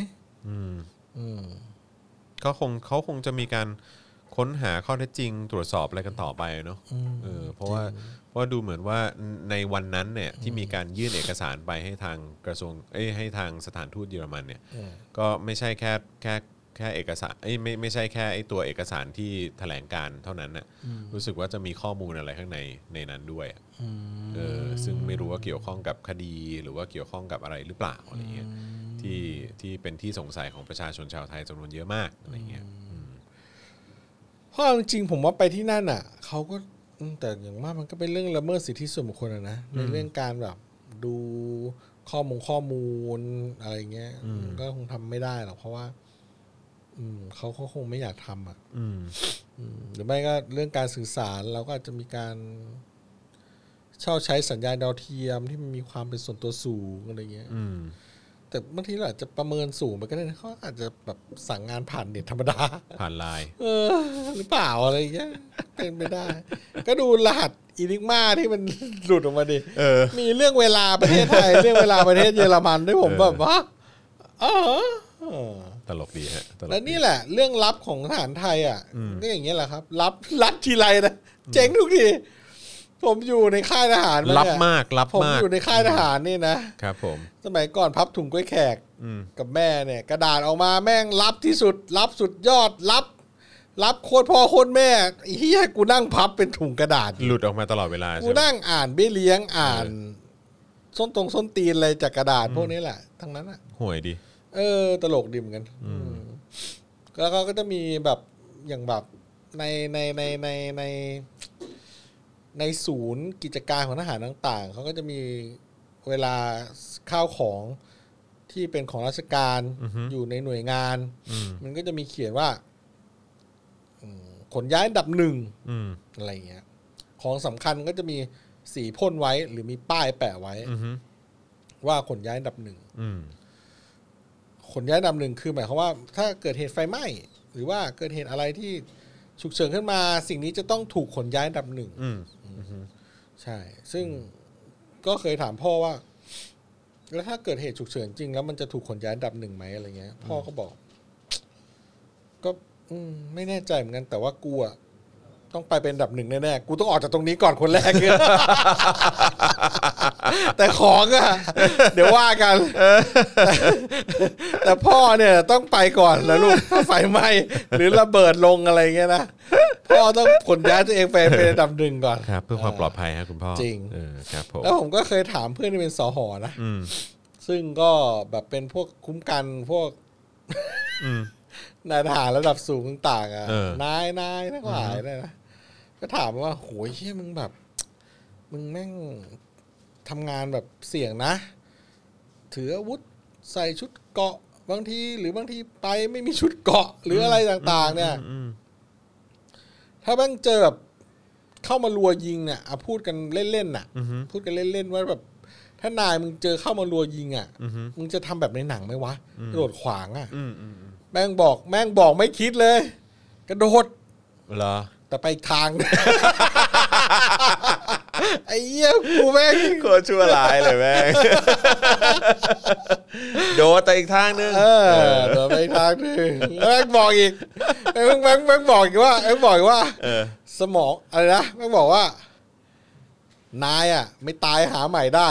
ก็เขาคงจะมีการค้นหาข้อเท็จจริงตรวจสอบอะไรกันต่อไปเนาะเพราะว่าดูเหมือนว่าในวันนั้นเนี่ยที่มีการยื่นเอกสารไปให้ทางกระทรวงให้ทางสถานทูตเยอรมันเนี่ยก็ไม่ใช่แค่เอกสารไม่ใช่แค่ไอ้ตัวเอกสารที่แถลงการเท่านั้นน่ะรู้สึกว่าจะมีข้อมูลอะไรข้างในนั้นด้วยซึ่งไม่รู้ว่าเกี่ยวข้องกับคดีหรือว่าเกี่ยวข้องกับอะไรหรือเปล่าอะไรเงี้ยที่เป็นที่สงสัยของประชาชนชาวไทยจำนวนเยอะมากอะไรเงี้ยเพราะจริงๆผมว่าไปที่นั่นอ่ะเขาก็แต่อย่างมากมันก็เป็นเรื่องละเมิดสิทธิส่วนบุคคลนะในเรื่องการแบบดูข้อมูลอะไรเงี้ยก็คงทำไม่ได้หรอกเพราะว่าเขาคงไม่อยากทำอ่ะหรือไม่ก็เรื่องการสื่อสารเราก็อาจจะมีการเช่าใช้สัญญาณดาวเทียมที่มันมีความเป็นส่วนตัวสูงอะไรเงี้ยแต่บางทีเราอาจจะประเมินสูงไปก็ได้นะเขาอาจจะแบบสั่งงานผ่านเน็ตธรรมดาผ่านไลน์หรือเปล่าอะไรเงี้ยเป็นไปได้ก็ดูรหัสอีนิกมาที่มันหลุดออกมาดิมีเรื่องเวลาประเทศไทยเรื่องเวลาประเทศเยอรมันด้วยผมแบบว่าตลกดีฮะแล้วนี่แหละเรื่องลับของทหารไทยอ่ะก็อย่างเงี้ยแหละครับลับทีไรนะเจ๊งทุกทีผมอยู่ในค่ายทหารลับมากผมอยู่ในค่ายทหารนี่นะครับผมสมัยก่อนพับถุงกล้วยแขกกับแม่เนี่ยกระดาษออกมาแม่งลับที่สุดลับสุดยอดลับโคตรพ่อโคตรแม่เฮียกูนั่งพับเป็นถุงกระดาษหลุดออกมาตลอดเวลากูนั่งอ่านเบี้ยเลี้ยงอ่านส้นตีนอะไรจากกระดาษพวกนี้แหละทั้งนั้นอ่ะห่วยดีตลกดีเหมือนกันแล้วก็จะมีแบบอย่างแบบในศูนย์กิจการของทหารต่างๆเขาก็จะมีเวลาข้าวของที่เป็นของราชการอยู่ในหน่วยงานมันก็จะมีเขียนว่าขนย้ายอันดับ1อะไรเงี้ยของสำคัญก็จะมีสีพ่นไว้หรือมีป้ายแปะไว้ว่าขนย้ายอันดับ1ขนย้ายอันดับ1คือหมายความว่าถ้าเกิดเหตุไฟไหม้หรือว่าเกิดเหตุอะไรที่ฉุกเฉินขึ้นมาสิ่งนี้จะต้องถูกขนย้ายอันดับ1ใช่ซึ่งก็เคยถามพ่อว่าแล้วถ้าเกิดเหตุฉุกเฉินจริงแล้วมันจะถูกขนย้ายอันดับ1ไหมอะไรเงี้ยพ่อก็บอกก็ไม่แน่ใจเหมือนกันแต่ว่ากูอ่ะต้องไปเป็นอันดับ1แน่ๆกูต้องออกจากตรงนี้ก่อนคนแรกแต่ของอะเดี๋ยวว่ากันแต่พ่อเนี่ยต้องไปก่อนนะลูกถ้าไฟไหม้หรือระเบิดลงอะไรเงี้ยนะพ่อต้องขนย้ายตัวเองไปเป็นอันดับหนึ่งก่อนครับเพื่อความปลอดภัยครับคุณพ่อจริงครับผมแล้วผมก็เคยถามเพื่อนที่เป็นสหนะซึ่งก็แบบเป็นพวกคุ้มกันพวกนายทหารระดับสูงต่างๆอ่ะนายทั้งหลายนะก็ถามว่าโหยเฮียมึงแบบมึงแม่งทำงานแบบเสี่ยงนะถืออาวุธใส่ชุดเกราะบางทีหรือบางทีไปไม่มีชุดเกราะหรืออะไรต่างๆเนี่ยถ้าแม่งเจอแบบเข้ามารัวยิงเนี่ยพูดกันเล่นๆน่ะพูดกันเล่นๆว่าแบบถ้านายมึงเจอเข้ามารัวยิงอ่ะมึงจะทำแบบในหนังไหมวะกระโดดขวางอ่ะแม่งบอกไม่คิดเลยกระโดดเหรอแต่ไปอีกทางไอ้เหี้ยกูแม่งโคตรชั่วร้ายเลยแม่งโดดแต่อีกทางนึงโดดไปอีกทางนึงแม่งบอกอีกแม่งบอกอีกว่าสมองอะไรนะแม่งบอกว่านายอ่ะไม่ตายหาใหม่ได้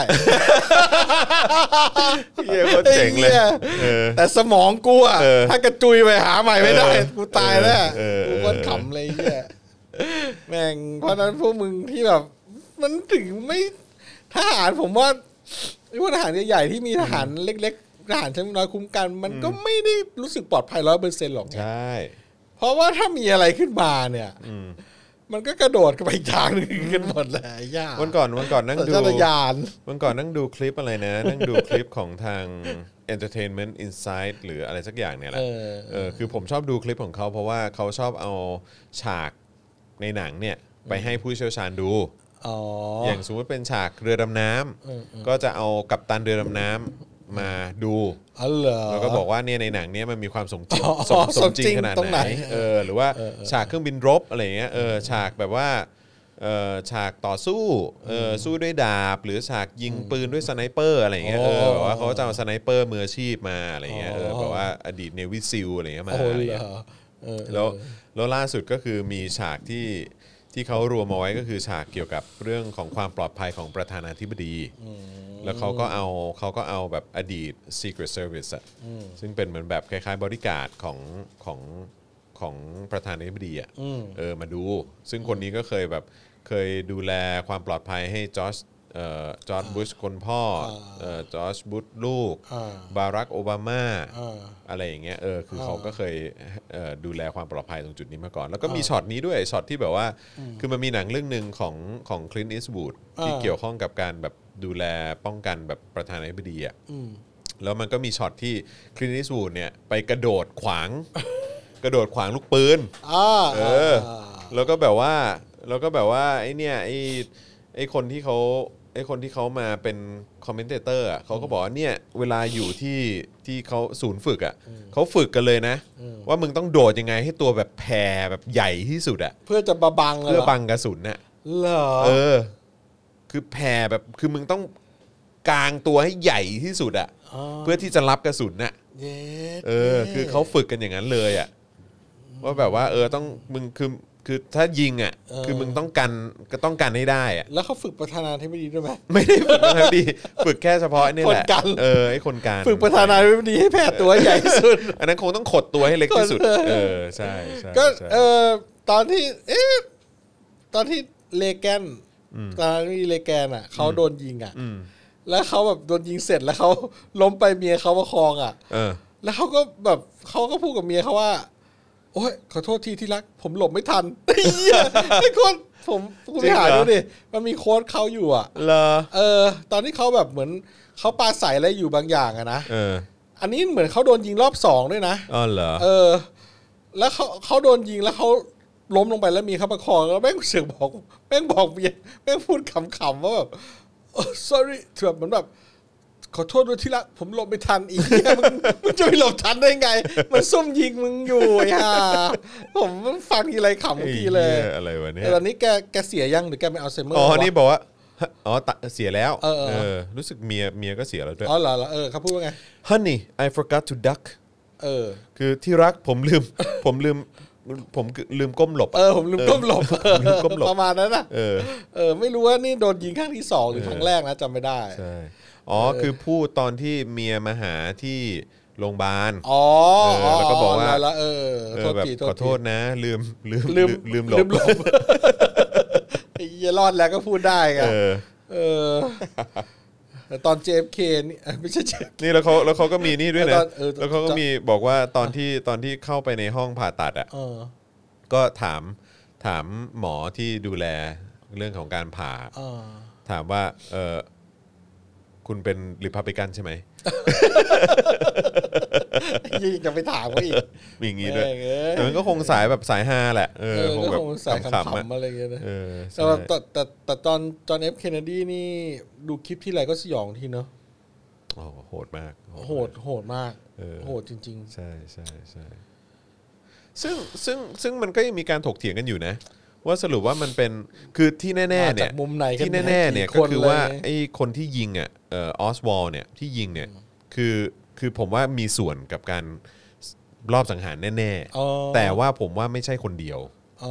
เหี้ยโคตรเจ๋งเลยแต่สมองกูอ่ะถ้ากระจุยไปหาใหม่ไม่ได้กูตายแน่กูก็ขำเลยเหี้ยแม่งเพราะนั้นพวกมึงที่แบบมันถึงไม่ทหารผมว่าพวกทหารใหญ่ๆที่มีทหารเล็กๆทหารชั้นน้อยคุ้มกันมันก็ไม่ได้รู้สึกปลอดภัย 100% หรอกใช่เพราะว่าถ้ามีอะไรขึ้นมาเนี่ยมันก็กระโดดไปทางนึงกันหมดเลยยากวันก่อนนั่งดูวันก่อนนั่งดูคลิปอะไรนะนั่งดูคลิปของทาง Entertainment Insight หรืออะไรสักอย่างเนี่ยแหละคือผมชอบดูคลิปของเขาเพราะว่าเขาชอบเอาฉากในหนังเนี่ยไปให้ผู้เชี่ยวชาญดูอย่างสมมติเป็นฉากเรือดำน้ำก็จะเอากัปตันเรือดำน้ำมาดูแล้วก็บอกว่าเนี่ยในหนังเนี้ยมันมีความสมจริงขนาดไหนหรือว่าฉากเครื่องบินรบอะไรเงี้ยฉากแบบว่าฉากต่อสู้สู้ด้วยดาบหรือฉากยิงปืนด้วยสไนเปอร์อะไรเงี้ยแบบว่าเขาจะเอาสไนเปอร์มืออาชีพมาอะไรเงี้ยแบบว่าอดีตเนวิซิลอะไรเงี้ยมาแล้วล่าสุดก็คือมีฉากที่เขารวมเอาไว้ก็คือฉากเกี่ยวกับเรื่องของความปลอดภัยของประธานาธิบดีแล้วเขาก็เอาแบบอดีต Secret Service อ่ะซึ่งเป็นเหมือนแบบคล้ายๆบริการ์ดของประธานาธิบดีอ่ะมาดูซึ่งคนนี้ก็เคยดูแลความปลอดภัยให้จอร์จบุชคนพ่อจอร์จบุชลูกบารักโอบามาอะไรอย่างเงี้ยคือเขาก็เคยดูแลความปลอดภัยตรงจุดนี้มาก่อนแล้วก็มีช็อตนี้ด้วยช็อตที่แบบว่าคือมันมีหนังเรื่องนึงของคลินต์ อีสต์วูดที่เกี่ยวข้องกับการแบบดูแลป้องกันแบบประธานาธิบดีอ่ะแล้วมันก็มีช็อตที่คลินต์ อีสต์วูดเนี่ยไปกระโดดขวางลูกปืนแล้วก็แบบว่าไอ้เนี่ยไอ้คนที่เขามาเป็นคอมเมนเตเตอร์อ่ะเขาก็บอกว่าเนี่ยเวลาอยู่ที่เขาศูนย์ฝึกอ่ะเขาฝึกกันเลยนะว่ามึงต้องโดดยังไงให้ตัวแบบแผ่แบบใหญ่ที่สุดอ่ะเพื่อจะบังเพื่อบังกระสุนน่ะเหรอคือแผ่แบบคือมึงต้องกางตัวให้ใหญ่ที่สุดอ่ะเพื่อที่จะรับกระสุนน่ะคือเขาฝึกกันอย่างนั้นเลยอ่ะว่าแบบว่าต้องมึงคือถ้ายิงอ่ะคือมึงต้องกันให้ได้อ่ะแล้วเขาฝึกประธานาธิบดีด้วยไหมไม่ได้ฝึกประธานาธิบดีฝึกแค่เฉพาะนี่แหละไอ้คนกันฝึกประธานาธิบดีให้แผ่ตัวใหญ่ที่สุดอันนั้นคงต้องขดตัวให้เล็กที่สุดใช่ก็ตอนที่เลแกนตอนที่เลแกนอ่ะเขาโดนยิงอ่ะแล้วเขาแบบโดนยิงเสร็จแล้วเขาล้มไปเมียเขาประคองอ่ะแล้วเขาก็พูดกับเมียเขาว่าโอ้ยขอโทษทีที่รักผมหลบไม่ทันไอ้คนคุณไปหาดูดิมันมีโค้ดเขาอยู่อ่ะเหรอตอนที่เขาแบบเหมือนเขาปาใส่อะไรอยู่บางอย่างอะนะอันนี้เหมือนเขาโดนยิงรอบ2ด้วยนะเหรอแล้วเขาโดนยิงแล้วเขาล้มลงไปแล้วมีเขาประคองแล้วแม่งเสือกบอกแม่งบอกเมียแม่งพูดขำๆว่าแบบ sorry แบบเหมือนแบบขอโทษด้วยที่ละผมหลบไม่ทันอีกมึงจะไปหลบทันได้ไงมันซุ่มยิงมึงอยู่ฮ่าผมฟังทีไรขำทีเลยอะไรวะเนี่ยแต่ตอนนี้แกเสียยังหรือแกเป็นอัลไซเมอร์นี่บอกว่าเสียแล้วรู้สึกเมียก็เสียแล้วด้วยเหรอเขาพูดว่าไง Honey I forgot to duck คือที่รักผมลืมผมลืมก้มหลบผมลืมก้มหลบลืมก้มหลบประมาณนั้นนะ ไม่รู้ว่านี่โดนยิงครั้งที่2หรือครั้งแรกนะจำไม่ได้ใช่อ๋อคือพูดตอนที่เมียมาหาที่โรงพยาบาลแล้วก็บอกว่าแบบขอโทษนะลืมหลบไอ้รอดแล้วก็พูดได้ไงแต่ตอน JFK นี่ไม่ใช่นี่แล้วเขาก็มีนี่ด้วยนะแล้วเขาก็มีบอกว่าตอนที่เข้าไปในห้องผ่าตัดอ่ะก็ถามหมอที่ดูแลเรื่องของการผ่าถามว่าคุณเป็นริพับลิกันใช่ไหมยังไปถามเขาอีกมีอย่างงี้ด้วยแต่มันก็คงสายแบบสายฮาแหละคงแบบขำๆอะไรเงี้ยนะแต่ตอนจอห์น F. Kennedy นี่ดูคลิปที่ไรก็สยองทีเนาะโอ้โหดมากโหดมากโหดจริงๆใช่ซึ่งมันก็ยังมีการถกเถียงกันอยู่นะว่าสรุปว่ามันเป็นคือที่แน่ๆเนี่ยที่แน่ๆเนี่ยก็คือว่าไอ้คนที่ยิงอ่ะออสวอลเนี่ยที่ยิงเนี่ยคือผมว่ามีส่วนกับการรอบสังหารแน่ๆแต่ว่าผมว่าไม่ใช่คนเดียว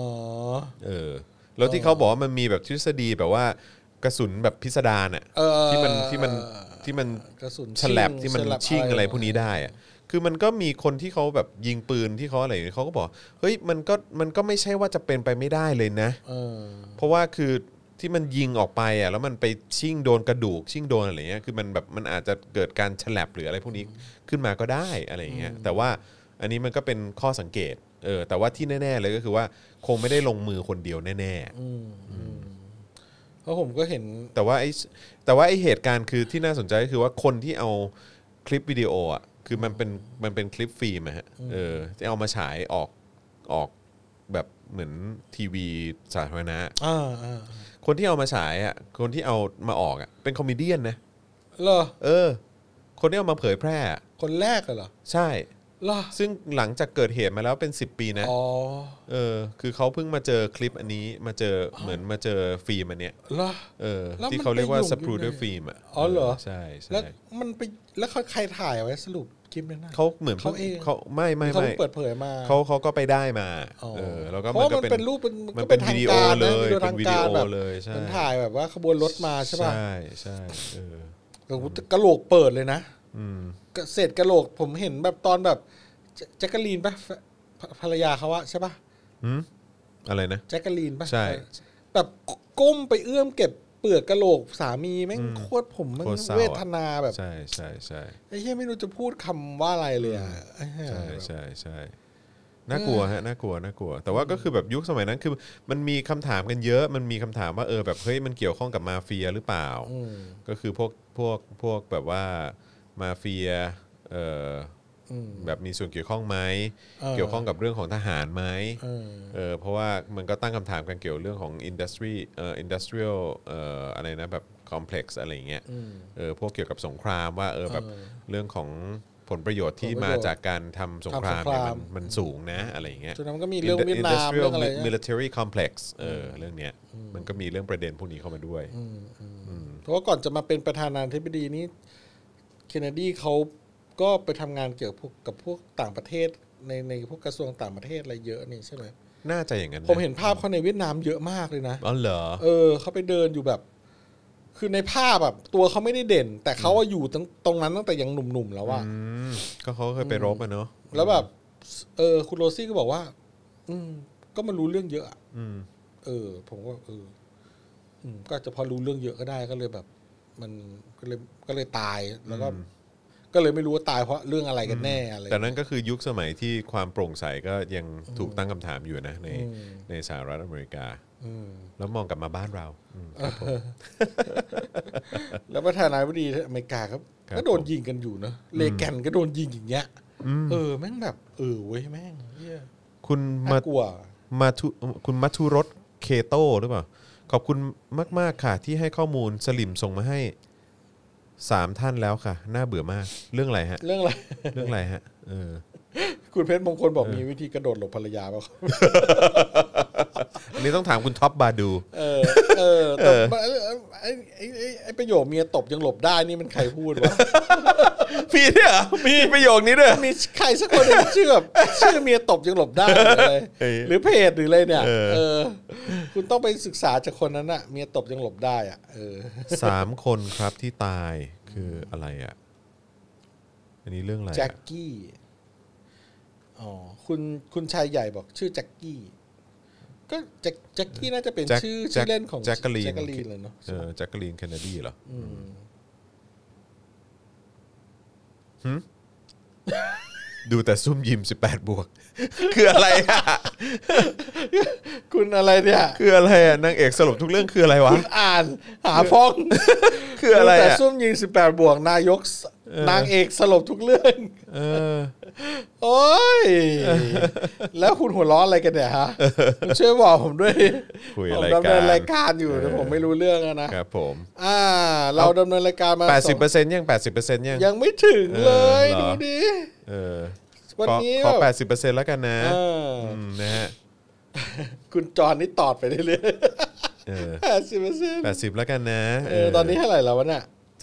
แล้วที่เขาบอกว่ามันมีแบบทฤษฎีแบบว่ากระสุนแบบพิสดารอ่ะที่มันกระสุนฉลับที่มันชิ่งอะไรพวกนี้ได้อ่ะคือมันก็มีคนที่เขาแบบยิงปืนที่เขาอะไรเขาก็บอกเฮ้ยมันก็ไม่ใช่ว่าจะเป็นไปไม่ได้เลยนะเพราะว่าคือที่มันยิงออกไปอ่ะแล้วมันไปชิ่งโดนกระดูกชิ่งโดนอะไรเงี้ยคือมันแบบมันอาจจะเกิดการฉลับหรืออะไรพวกนี้ขึ้นมาก็ได้อะไรเงี้ยแต่ว่าอันนี้มันก็เป็นข้อสังเกตแต่ว่าที่แน่ๆเลยก็คือว่าคงไม่ได้ลงมือคนเดียวแน่ๆเพราะผมก็เห็นแต่ว่าไอ้เหตุการณ์คือที่น่าสนใจก็คือว่าคนที่เอาคลิปวิดีโออ่ะคือมันเป็นคลิปฟิล์มฮะที่เอามาฉายออกแบบเหมือนทีวีสาธารณะคนที่เอามาฉายอ่ะคนที่เอามาออกอ่ะเป็นคอมเมเดี้นะเหรอคนที่เอามาเผยแพร่คนแรกเหรอใช่ซึ่งหลังจากเกิดเหตุมาแล้วเป็น10 ปีนะคือเขาเพิ่งมาเจอคลิปอันนี้มาเจอเหมือนมาเจอฟิล์มอันเนี้ยที่เขาเรียกว่าสปรูเดอร์ฟิล์มอ่ะเหรอใช่แล้วมันไปแล้วใครถ่ายไว้สรุปคลิปนั้นเขาเหมือนเขาเองเขาไม่เขาเปิดเผยมาเขาก็ไปได้มาแล้วก็มันก็เป็นรูปมันเป็นวิดีโอเลยเป็นวิดีโอเลยใช่มันถ่ายแบบว่าขบวนรถมาใช่ป่ะใช่กระโหลกเปิดเลยนะเศษกระโหลกผมเห็นแบบตอนแบบแจ็คกะลีนป่ะภรรยาเขาอะใช่ป่ะอะไรนะแจ็คกะลีนป่ะใช่แบบก้มไปเอื้อมเก็บเปลือกกระโหลกสามีแม่งโคตรผมมันเวทนาแบบใช่ไอ้เหี้ยไม่รู้จะพูดคำว่าอะไรเลยอะใช่น่ากลัวฮะน่ากลัวแต่ว่าก็คือแบบยุคสมัยนั้นคือมันมีคำถามกันเยอะมันมีคำถามว่าแบบเฮ้ยมันเกี่ยวข้องกับมาเฟียหรือเปล่าก็คือพวกแบบว่ามาเฟียแบบมีส่วนเกี่ยวข้องไหมเกี่ยวข้องกับเรื่องของทหารไหมเพราะว่ามันก็ตั้งคำถามกันเกี่ยวเรื่องของindustrial อะไรนะแบบ complex อะไรอย่างเงี้ยพวกเกี่ยวกับสงครามว่าแบบเรื่องของผลประโยชน์ที่มาจากการทำสงครามเนี่ยมันสูงนะอะไรอย่างเงี้ยจนมันก็มีเรื่องเวียดนามเรื่องอะไร military complex เรื่องเนี้ยมันก็มีเรื่องประเด็นพวกนี้เข้ามาด้วยเพราะว่าก่อนจะมาเป็นประธานาธิบดีนี้เคนเนดีเขาก็ไปทำงานเกี่ยวกับพวกต่างประเทศในพวกกระทรวงต่างประเทศอะไรเยอะนี่ใช่ไหมน่าจะอย่างนั้นผมเห็นภาพเขาในเวียดนามเยอะมากเลยนะอ๋อเหรอเขาไปเดินอยู่แบบคือในภาพแบบตัวเขาไม่ได้เด่นแต่เขาอยู่ตรงนั้นตั้งแต่ยังหนุ่มๆแล้วอะก็เขาเคยไปรบอ่ะเนอะแล้วแบบคุณโรซี่ก็บอกว่าก็มันรู้เรื่องเยอะผมก็ก็จะพอรู้เรื่องเยอะก็ได้ก็เลยแบบมันก็เลยตายแล้วก็เลยไม่รู้ว่าตายเพราะเรื่องอะไรกันแน่อะไรแต่นั้นก็คือยุคสมัยที่ความโปร่งใสก็ยังถูกตั้งคำถามอยู่นะในสหรัฐอเมริกาแล้วมองกลับมาบ้านเราแล้วประธานาธิบดีอเมริกาครับก็โดนยิงกันอยู่เนอะเลแกนก็โดนยิงอย่างเงี้ยแม่งแบบเว้ยแม่งคุณกลัวคุณมัทุรสเคโต้หรือเปล่าขอบคุณมากๆค่ะที่ให้ข้อมูลสลิมส่งมาให้3 ท่านแล้วค่ะน่าเบื่อมากเรื่องอะไรฮะเรื่องอะไรฮะคุณเพชรมงคลบอกมีวิธีกระโดดหลบภรรยาป่ะอันนี้ต้องถามคุณท็อปบาดูแต่ไอ้ประโยคเมียตบยังหลบได้นี่มันใครพูดวะมีด้วยเหรอมีประโยคนี้ด้วยมีใครสักคนหนึ่งชื่อแบบชื่อเมียตบยังหลบได้หรืออะไรหรือเพจหรืออะไรเนี่ยคุณต้องไปศึกษาจากคนนั้นอะเมียตบยังหลบได้อะ 3 คนครับที่ตายคืออะไรอ่ะอันนี้เรื่องอะไรแจ็คกี้อ๋อคุณชายใหญ่บอกชื่อแจ็คกี้ก็แจ็คกี้น่าจะเป็นชื่อเล่นของแจ็คกะลีนเลยเนาะแจ็คกะลีนเคนเนดีเหรอดูแต่ซุ่มยิม18 บวกคืออะไรอ่ะคุณอะไรเนี่ยคืออะไรอ่ะนางเอกสรุปทุกเรื่องคืออะไรวะคุณอ่านหาพ้องคืออะไรแต่ซุ่มยิง18 บวกนายกนางเอกสลบทุกเรื่องโอ้ยแล้วคุณหัวล้ออะไรกันเนี่ยฮะช่วยบอกผมด้วยผมดำเนินรายการอยู่แต่ผมไม่รู้เรื่องนะครับผมเราดำเนินรายการมา 80% ยัง 80% ยังไม่ถึงเลยดูดิวันนี้ขอ 80% แล้วกันนะนะฮะคุณจอนนี่ตอดไปเรื่อยๆ80% แล้วกันนะตอนนี้เท่าไหร่แล้ววะเนี่ย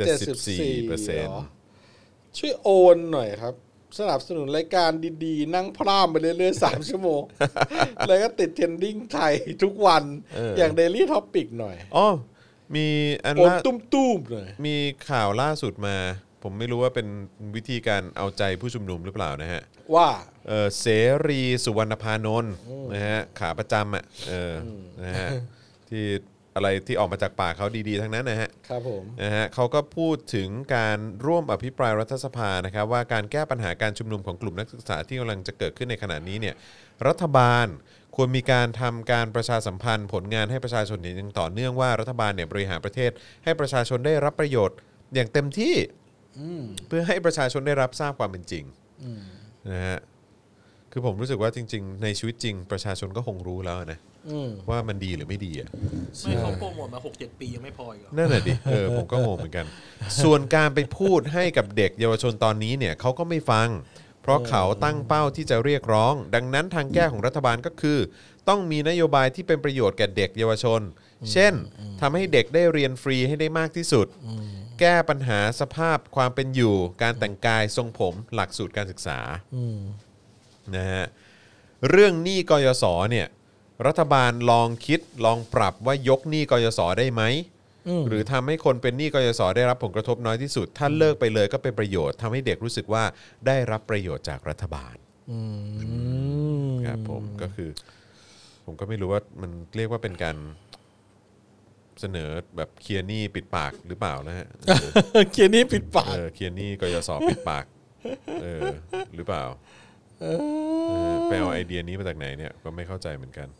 74%ช่วยโอนหน่อยครับสนับสนุนรายการดีๆนั่งพร่ำไปเรื่อยๆ3 ชั่วโมงแล้วก็ติดเทรนดิ้งไทยทุกวันอย่าง Daily Topic หน่อยมีอันล่าตุ้มๆหน่อยมีข่าวล่าสุดมาผมไม่รู้ว่าเป็นวิธีการเอาใจผู้ชุมนุมหรือเปล่านะฮะว่าเสรีสุวรรณพานนท์นะฮะขาประจำนะฮะที่อะไรที่ออกมาจากปากเขาดีๆทั้งนั้นนะฮะครับผมนะฮะเขาก็พูดถึงการร่วมอภิปรายรัฐสภานะครับว่าการแก้ปัญหาการชุมนุมของกลุ่มนักศึกษาที่กำลังจะเกิดขึ้นในขณะนี้เนี่ยรัฐบาลควรมีการทำการประชาสัมพันธ์ผลงานให้ประชาชนอย่างต่อเนื่องว่ารัฐบาลเนี่ยบริหารประเทศให้ประชาชนได้รับประโยชน์อย่างเต็มที่เพื่อให้ประชาชนได้รับทราบความเป็นจริงนะฮะคือผมรู้สึกว่าจริงๆในชีวิตจริงประชาชนก็คงรู้แล้วนะว่ามันดีหรือไม่ดีอ่ะไม่เขาโปรโมทมา 6-7 ปียังไม่พออีกนั่นแหละดิผมก็งงเหมือนกันส่วนการไปพูดให้กับเด็กเยาวชนตอนนี้เนี่ยเขาก็ไม่ฟังเพราะเขาตั้งเป้าที่จะเรียกร้องดังนั้นทางแก้ของรัฐบาลก็คือต้องมีนโยบายที่เป็นประโยชน์แก่เด็กเยาวชนเช่นทำให้เด็กได้เรียนฟรีให้ได้มากที่สุดแก้ปัญหาสภาพความเป็นอยู่การแต่งกายทรงผมหลักสูตรการศึกษานะฮะเรื่องหนี้กยศเนี่ยรัฐบาลลองคิดลองปรับว่ายกหนี้กยศได้ไหมหรือทำให้คนเป็นหนี้กยศได้รับผลกระทบน้อยที่สุดถ้าเลิกไปเลยก็เป็นประโยชน์ทำให้เด็กรู้สึกว่าได้รับประโยชน์จากรัฐบาลครับผมก็คือผมก็ไม่รู้ว่ามันเรียกว่าเป็นการเสนอแบบเคลียร์หนี้ปิดปากหรือเปล่านะฮะเคลียร์หนี้ปิดปากเคลียร์หนี้กยศปิดปากหรือเปล่าไปเอาไอเดียนี้มาจากไหนเนี่ยก็ไม่เข้าใจเหมือนกัน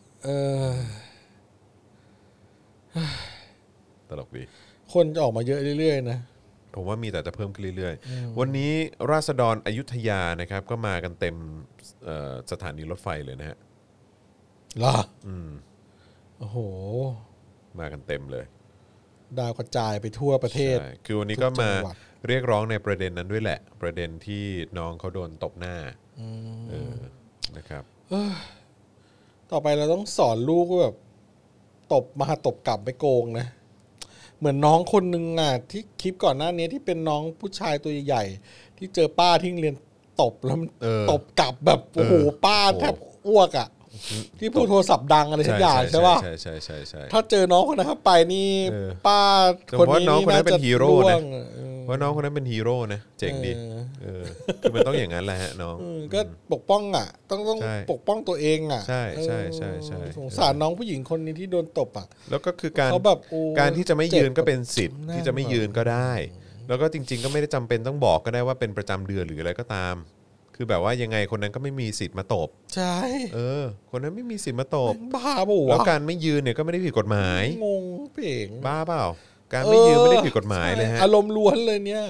ตลกดีคนจะออกมาเยอะเรื่อยๆนะผมว่ามีแต่จะเพิ่มขึ้นเรื่อยๆวันนี้ราษฎรอยุธยานะครับก็มากันเต็มสถานีรถไฟเลยนะฮะเหรอโอ้โหมากันเต็มเลยดาวกระจายไปทั่วประเทศคือวันนี้ก็มาเรียกร้องในประเด็นนั้นด้วยแหละประเด็นที่น้องเขาโดนตบหน้านะครับต่อไปเราต้องสอนลูกว่าแบบตบมาตบกลับไม่โกงนะเหมือนน้องคนนึงอ่ะที่คลิปก่อนหน้านี้ที่เป็นน้องผู้ชายตัวใหญ่ๆที่เจอป้าที่เรียนตบแล้วตบกลับแบบโอ้โหป้าแทบอ้วกอ่ะที่พูดโทรศัพท์ดังอะไรทุกอย่างใช่ป่ะใช่ถ้าเจอน้องคนนั้นเข้าไปนี่ป้าคนนี้น้องคนนั้นเป็นฮีโร่นะว่าน้องคนนั้นเป็นฮีโร่นะเจ๋งดีคือมันต้องอย่างนั้นแหละฮะน้องก็ปกป้องอ่ะต้องปกป้องตัวเองอ่ะใช่สงสารน้องผู้หญิงคนนี้ที่โดนตบอ่ะแล้วก็คือการที่จะไม่ยืนก็เป็นสิทธิ์ที่จะไม่ยืนก็ได้แล้วก็จริงๆก็ไม่ได้จำเป็นต้องบอกก็ได้ว่าเป็นประจำเดือนหรืออะไรก็ตามคือแบบว่ายังไงคนนั้นก็ไม่มีสิทธิ์มาตบใช่คนนั้นไม่มีสิทธิ์มาตบบ้าเปล่าแล้วการไม่ยืนเนี่ยก็ไม่ได้ผิดกฎหมายงงเป่งบ้าเปล่าการไม่ยืนไม่ได้ผิดกฎหมายเลยฮะอารมณ์ล้วนเลยเนี่ย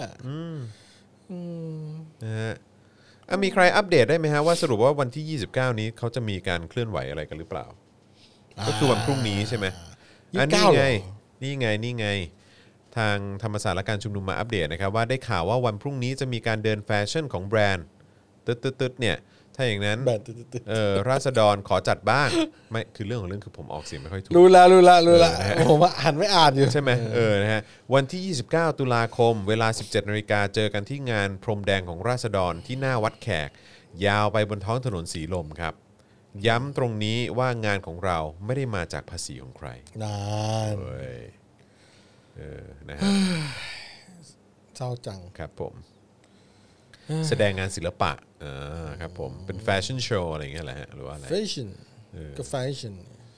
นะฮะมีใครอัปเดตได้ไหมฮะว่าสรุปว่าวันที่29นี้เขาจะมีการเคลื่อนไหวอะไรกันหรือเปล่าก็คือวันพรุ่งนี้ใช่ไหมนี่ไงทางธรรมศาสตร์และการชุมนุมมาอัปเดตนะครับว่าได้ข่าวว่าวันพรุ่งนี้จะมีการเดินแฟชั่นของแบรนด์ตึ๊ดเนี่ยถ้าอย่างนั้นแบบราษฎรขอจัดบ้างไม่คือเรื่องของเรื่องคือผมออกเสียงไม่ค่อยถูกรู้ละผมอ่านไม่อ่านอยู่ใช่ไหมนะฮะวันที่ 29 ตุลาคมเวลา 17 นาฬิกาเจอกันที่งานพรมแดงของราษฎรที่หน้าวัดแขกยาวไปบนท้องถนนสีลมครับย้ำตรงนี้ว่างานของเราไม่ได้มาจากภาษีของใครนานเว้ยนะฮะเศร้าจังครับผมแสดงงานศิลปะครับผมเป็นแฟชั่นโชว์อะไรอย่างเงี้ยแหละฮะหรือว่าอะไรแฟชั่นก็แฟชั่น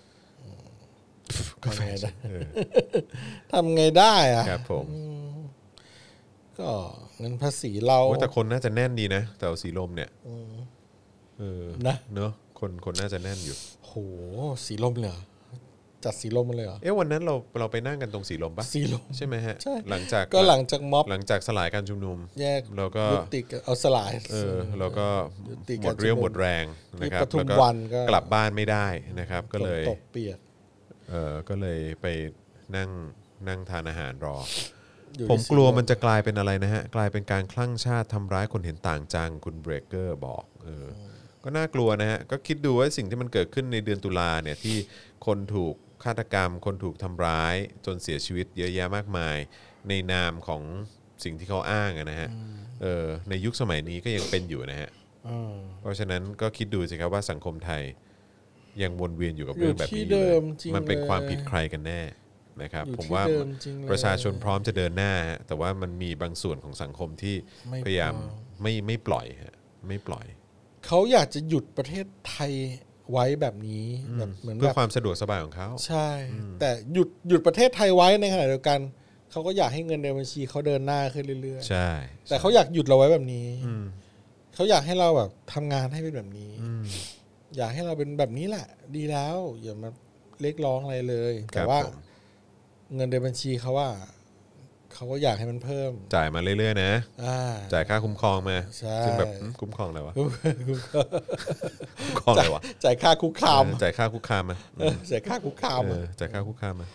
ทำไงได้ทำไงได้อะครับผมก็เงินภาษีเราโอ้แต่คนน่าจะแน่นดีนะแต่สีลมเนี่ยนะเนอะคนน่าจะแน่นอยู่โหสีลมเลยเหรอจัดสีลมมาเลยเหรอวันนั้นเราไปนั่งกันตรงสีลมปะสีลมใช่ไหมฮะใช่หลังจากก็หลังจากม็อบหลังจากสลายการชุมนุมแยกแล้วก็ยุติกันเอาสลายแล้วก็ยุติหมการดเรี่ยวชุมนุมหมดแรงนะครับที่ปทุมแล้วก็วันก็กลับบ้านไม่ได้นะครับ ก็เลยฝนตกเปียกก็เลยไปนั่งทานอาหารรออยู่ผมที่กลัวสีลมันจะกลายเป็นอะไรนะฮะกลายเป็นการคลั่งชาติทำร้ายคนเห็นต่างจังคุณเบรกเกอร์บอกก็น่ากลัวนะฮะก็คิดดูว่าสิ่งที่มันเกิดขึ้นในเดือนตุลาเนี่ยที่คนถูกฆาตกรรมคนถูกทำร้ายจนเสียชีวิตเยอะแยะมากมายในนามของสิ่งที่เขาอ้างนะฮะในยุคสมัยนี้ก็ยังเป็นอยู่นะฮะเพราะฉะนั้นก็คิดดูสิครับว่าสังคมไทยยังวนเวียนอยู่กับเรื่องแบบนี้อยู่เลยมันเป็นความผิดใครกันแน่นะครับผมว่าประชาชนพร้อมจะเดินหน้าฮะแต่ว่ามันมีบางส่วนของสังคมที่พยายามไม่ปล่อยฮะไม่ปล่อยเขาอยากจะหยุดประเทศไทยไว้แบบนี้แบบเหมือนเพื่อแบบความสะดวกสบายของเขาใช่ แต่หยุดประเทศไทยไว้ในขณะเดียวกันเขาก็อยากให้เงินในบัญชีเขาเดินหน้าขึ้นเรื่อยๆใช่แต่เขาอยากหยุดเราไว้แบบนี้เขาอยากให้เราแบบทำงานให้เป็นแบบนี้อยากให้เราเป็นแบบนี้แหละ ดีแล้วอย่ามาเรียกร้องอะไรเลยแต่ว่าเงินในบัญชีเขาว่าเขาก็อยากให้มันเพิ่มจ่ายมาเรื่อยๆนะจ่ายค่าคุ้มครองมาซึ่งแบบคุ้มครองอะไรวะคุ้มครองอะไรวะจ่ายค่าคุกคามจ่ายค่าคุกคามมาจ่ายค่าคุกคามจ่ายค่าคุกคามมา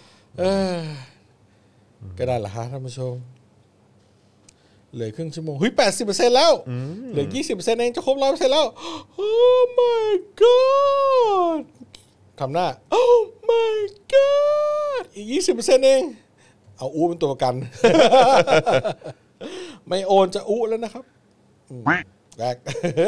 ก็ได้ละฮะท่านผู้ชมเหลือครึ่งชั่วโมง80%แล้วเหลือ20%เองจะครบ100%แล้ว Oh my god ทำหน้า Oh my god อีก20%เองเอาอู้เป็นตัวประกัน ไม่โอนจะอู้แล้วนะครับแรก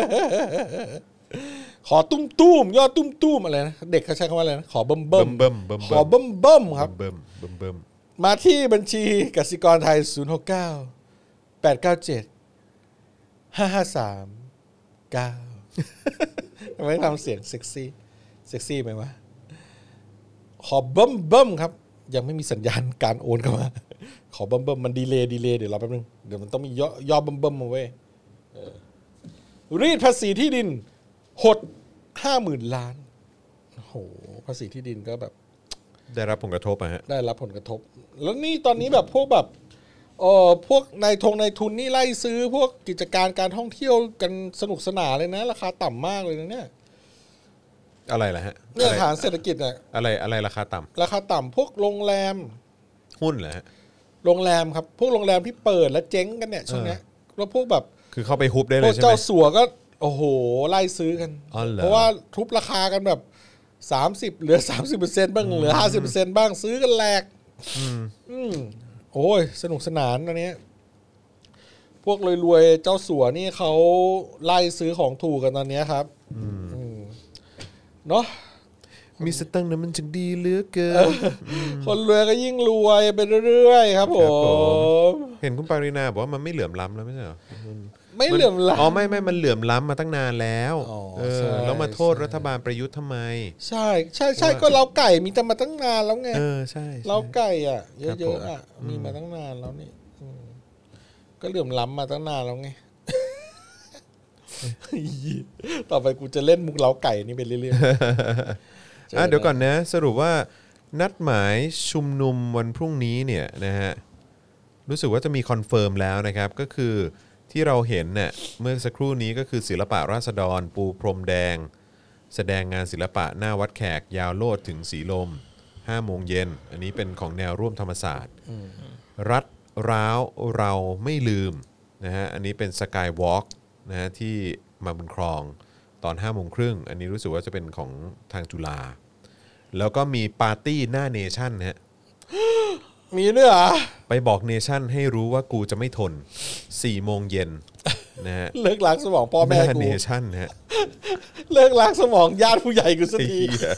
ขอตุ้มยอดตุ้มอะไรนะเด็กเขาใช้คำว่าอะไรนะขอเบิ่มขอเบิ่มครับเบิ่มมาที่บัญชีกสิกรไทย069 897 553 9ทำไมทำเสียงเซ็กซี่ไหมวะขอเบิ่มครับยังไม่มีสัญญาณการโอนเข้ามาขอเบิ่มมันดีเลย์เดี๋ยวรอแป๊บนึงเดี๋ยวมันต้องมีย่อเบิ่มมาเว้ยรีดภาษีที่ดินหด 50,000 ล้านโอ้โหภาษีที่ดินก็แบบได้รับผลกระทบฮะได้รับผลกระทบแล้วนี่ตอนนี้แบบพวกแบบพวกนายทุนนี่ไล่ซื้อพวกกิจการการท่องเที่ยวกันสนุกสนานเลยนะราคาต่ำมากเลยนะเนี่ยอะไรล่ะฮะเนี่ยฐานเศรษฐกิจเนี่ยอะไรราคาต่ำพวกโรงแรมหุ้นเหรอฮะโรงแรมครับพวกโรงแรมที่เปิดแล้วเจ๊งกันเนี่ยช่วงนี้แล้วพวกแบบคือเข้าไปฮุบได้เลยใช่ไหมเจ้าสัวก็โอ้โหไล่ซื้อกันเพราะว่าทุบราคากันแบบ30เหลือ 30% บ้างเหลือ 50% บ้างซื้อกันแหลกโอ้ยสนุกสนานอันนี้พวกรวยๆเจ้าสัวนี่เขาไล่ซื้อของถูกกันตอนนี้ครับเนาะมีสตังค์นะมันจึงดีเหลือเกินคนรวยก็ยิ่งรวยไปเรื่อยๆครับผมเห็นคุณปารินาบอกว่ามันไม่เหลื่อมล้ำแล้วไม่ใช่เหรอไม่เหลื่อมล้ำไม่มันเหลื่อมล้ำมาตั้งนานแล้วแล้วมาโทษรัฐบาลประยุทธ์ทำไมใช่ก็เล้าไก่มีแต่มาตั้งนานแล้วไงใช่เล้าไก่อ่ะเยอะๆอ่ะมีมาตั้งนานแล้วนี่ก็เหลื่อมล้ำมาตั้งนานแล้วไงต่อไปกูจะเล่นมุกเล้าไก่นี่ไปเรื่อยๆเดี๋ยวก่อนนะสรุปว่านัดหมายชุมนุมวันพรุ่งนี้เนี่ยนะฮะรู้สึกว่าจะมีคอนเฟิร์มแล้วนะครับก็คือที่เราเห็นเนี่ยเมื่อสักครู่นี้ก็คือศิลปะราษฎรปูพรมแดงแสดงงานศิลปะหน้าวัดแขกยาวโลดถึงสีลม 5 โมงเย็นอันนี้เป็นของแนวร่วมธรรมศาสตร์รัฐร้าวเราไม่ลืมนะฮะอันนี้เป็นสกายวอล์กนะฮะที่มาบุญครองตอน 5 โมงครึ่งอันนี้รู้สึกว่าจะเป็นของทางจุฬาแล้วก็มีปาร์ตี้หน้าเนชั่นฮะมีด้วยเหรอไปบอกเนชั่นให้รู้ว่ากูจะไม่ทน 4 โมงเย็นนะฮะเลิกล้างสมองพ่อหแม่น้ากูเนชั่นฮะเลิกล้างสมองญาติผู้ใหญ่กูสักไอ้ทีเหี้ย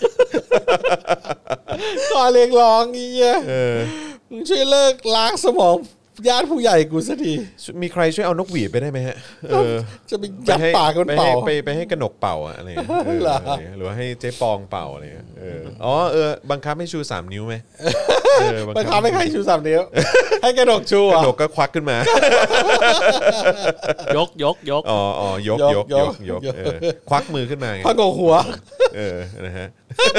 ก่อนเรียกร้องอีเหี้ยเออมึงช่วยเลิกล้างสมองญาติผู้ใหญ่กูสักทีมีใครช่วยเอานกหวีดไปได้ไหมฮะเออจะไปยัดปากกันเป่าไปให้กนกเป่าอะอะไรอย่างเงี้ยเออเหรออะไรอย่างเงี้ยหรือว่าให้เจ๊ปองเป่าอะไรอย่างเงี้ยบังคับให้ชู3 นิ้วไหมมันทำให้ใครชู3 นิ้วให้กระดกชูกอ่ะนกก็ควักขึ้นมายกยกควักมือขึ้นมาไงพักกหัวนะฮะ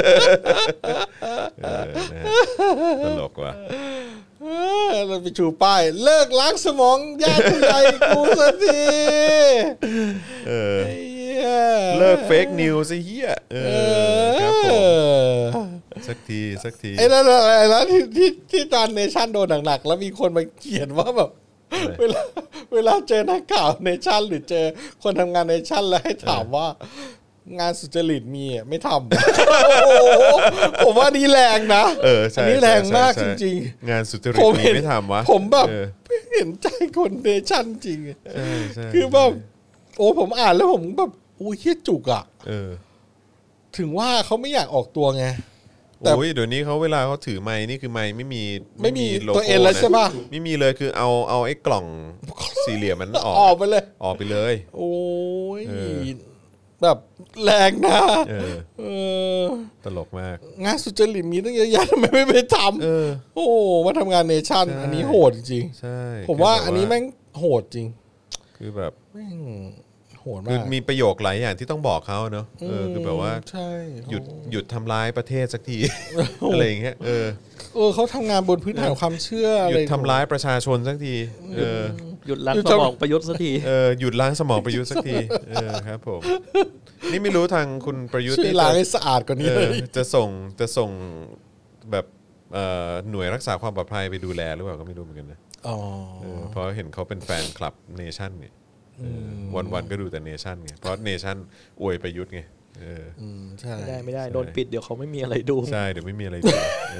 นะฮะตลกว่ะเราไปชูป้ายเลิกล้างสมองญาติผู้ใหญ่กูสักทีไอ้เหี้ยเลิกเฟกนิวส์ไอ้เหี้ยครับผมสักทีไอ้นั่นอะไรนะที่ตอนเนชั่นโดนหนักๆแล้วมีคนมาเขียนว่าแบบเวลาเจอนักข่าวเนชั่นหรือเจอคนทำงานเนชั่นแล้วให้ถามว่างานสุจริตมีไม่ทำโอ้โหผมว่านี่แรงนะใช่อันนี้แรงมากจริงๆงานสุจริตมีไม่ทำวะผมแบบเห็นใจคนเนชั่นจริงคือแบบโอ้ผมอ่านแล้วผมแบบโอ้ยเฮี้ยจุกอ่ะถึงว่าเขาไม่อยากออกตัวไงแต่เดี๋ยวนี้เขาเวลาเขาถือไมค์นี่คือไมค์ไม่มีโลโก้ตัวเอ็นแล้วใช่ป่ะไม่มีเลยคือเอาไอ้กล่องสี่เหลี่ยมมันออกไปเลยโอ้ยแบบแรงนะตลกมากงานสุจริตมีตั้งเยอะแยะทำไมไม่ไปทำโอ้มาทำงานเนชั่นอันนี้โหดจริงใช่ผมว่าอันนี้แม่งโหดจริงคือแบบแม่งโหดมากคือมีประโยคหลายอย่างที่ต้องบอกเขาเนอะคือแบบว่าหยุดทำร้ายประเทศสักทีอะไรอย่างเงี้ยเขาทำงานบนพื้นฐานความเชื่ออะไรหยุดทำร้ายประชาชนสักทีหยุดล้างสมองประยุทธ์สักทีหยุดล้างสมองประยุทธ์สักทีครับผมนี่ไม่รู้ทางคุณประยุทธ์ช่วยล้างให้สะอาดกว่านี้เลยจะส่งแบบหน่วยรักษาความปลอดภัยไปดูแลหรือเปล่าก็ไม่รู้เหมือนกันนะเพราะเห็นเขาเป็นแฟนคลับเนชั่นเนี่ยวันก็ดูแต่เนชั่นไงเพราะเนชั่นอวยประยุทธ์ไงใช่ไม่ได้โดนปิดเดี๋ยวเขาไม่มีอะไรดูใช่เดี๋ยวไม่มีอะไรดู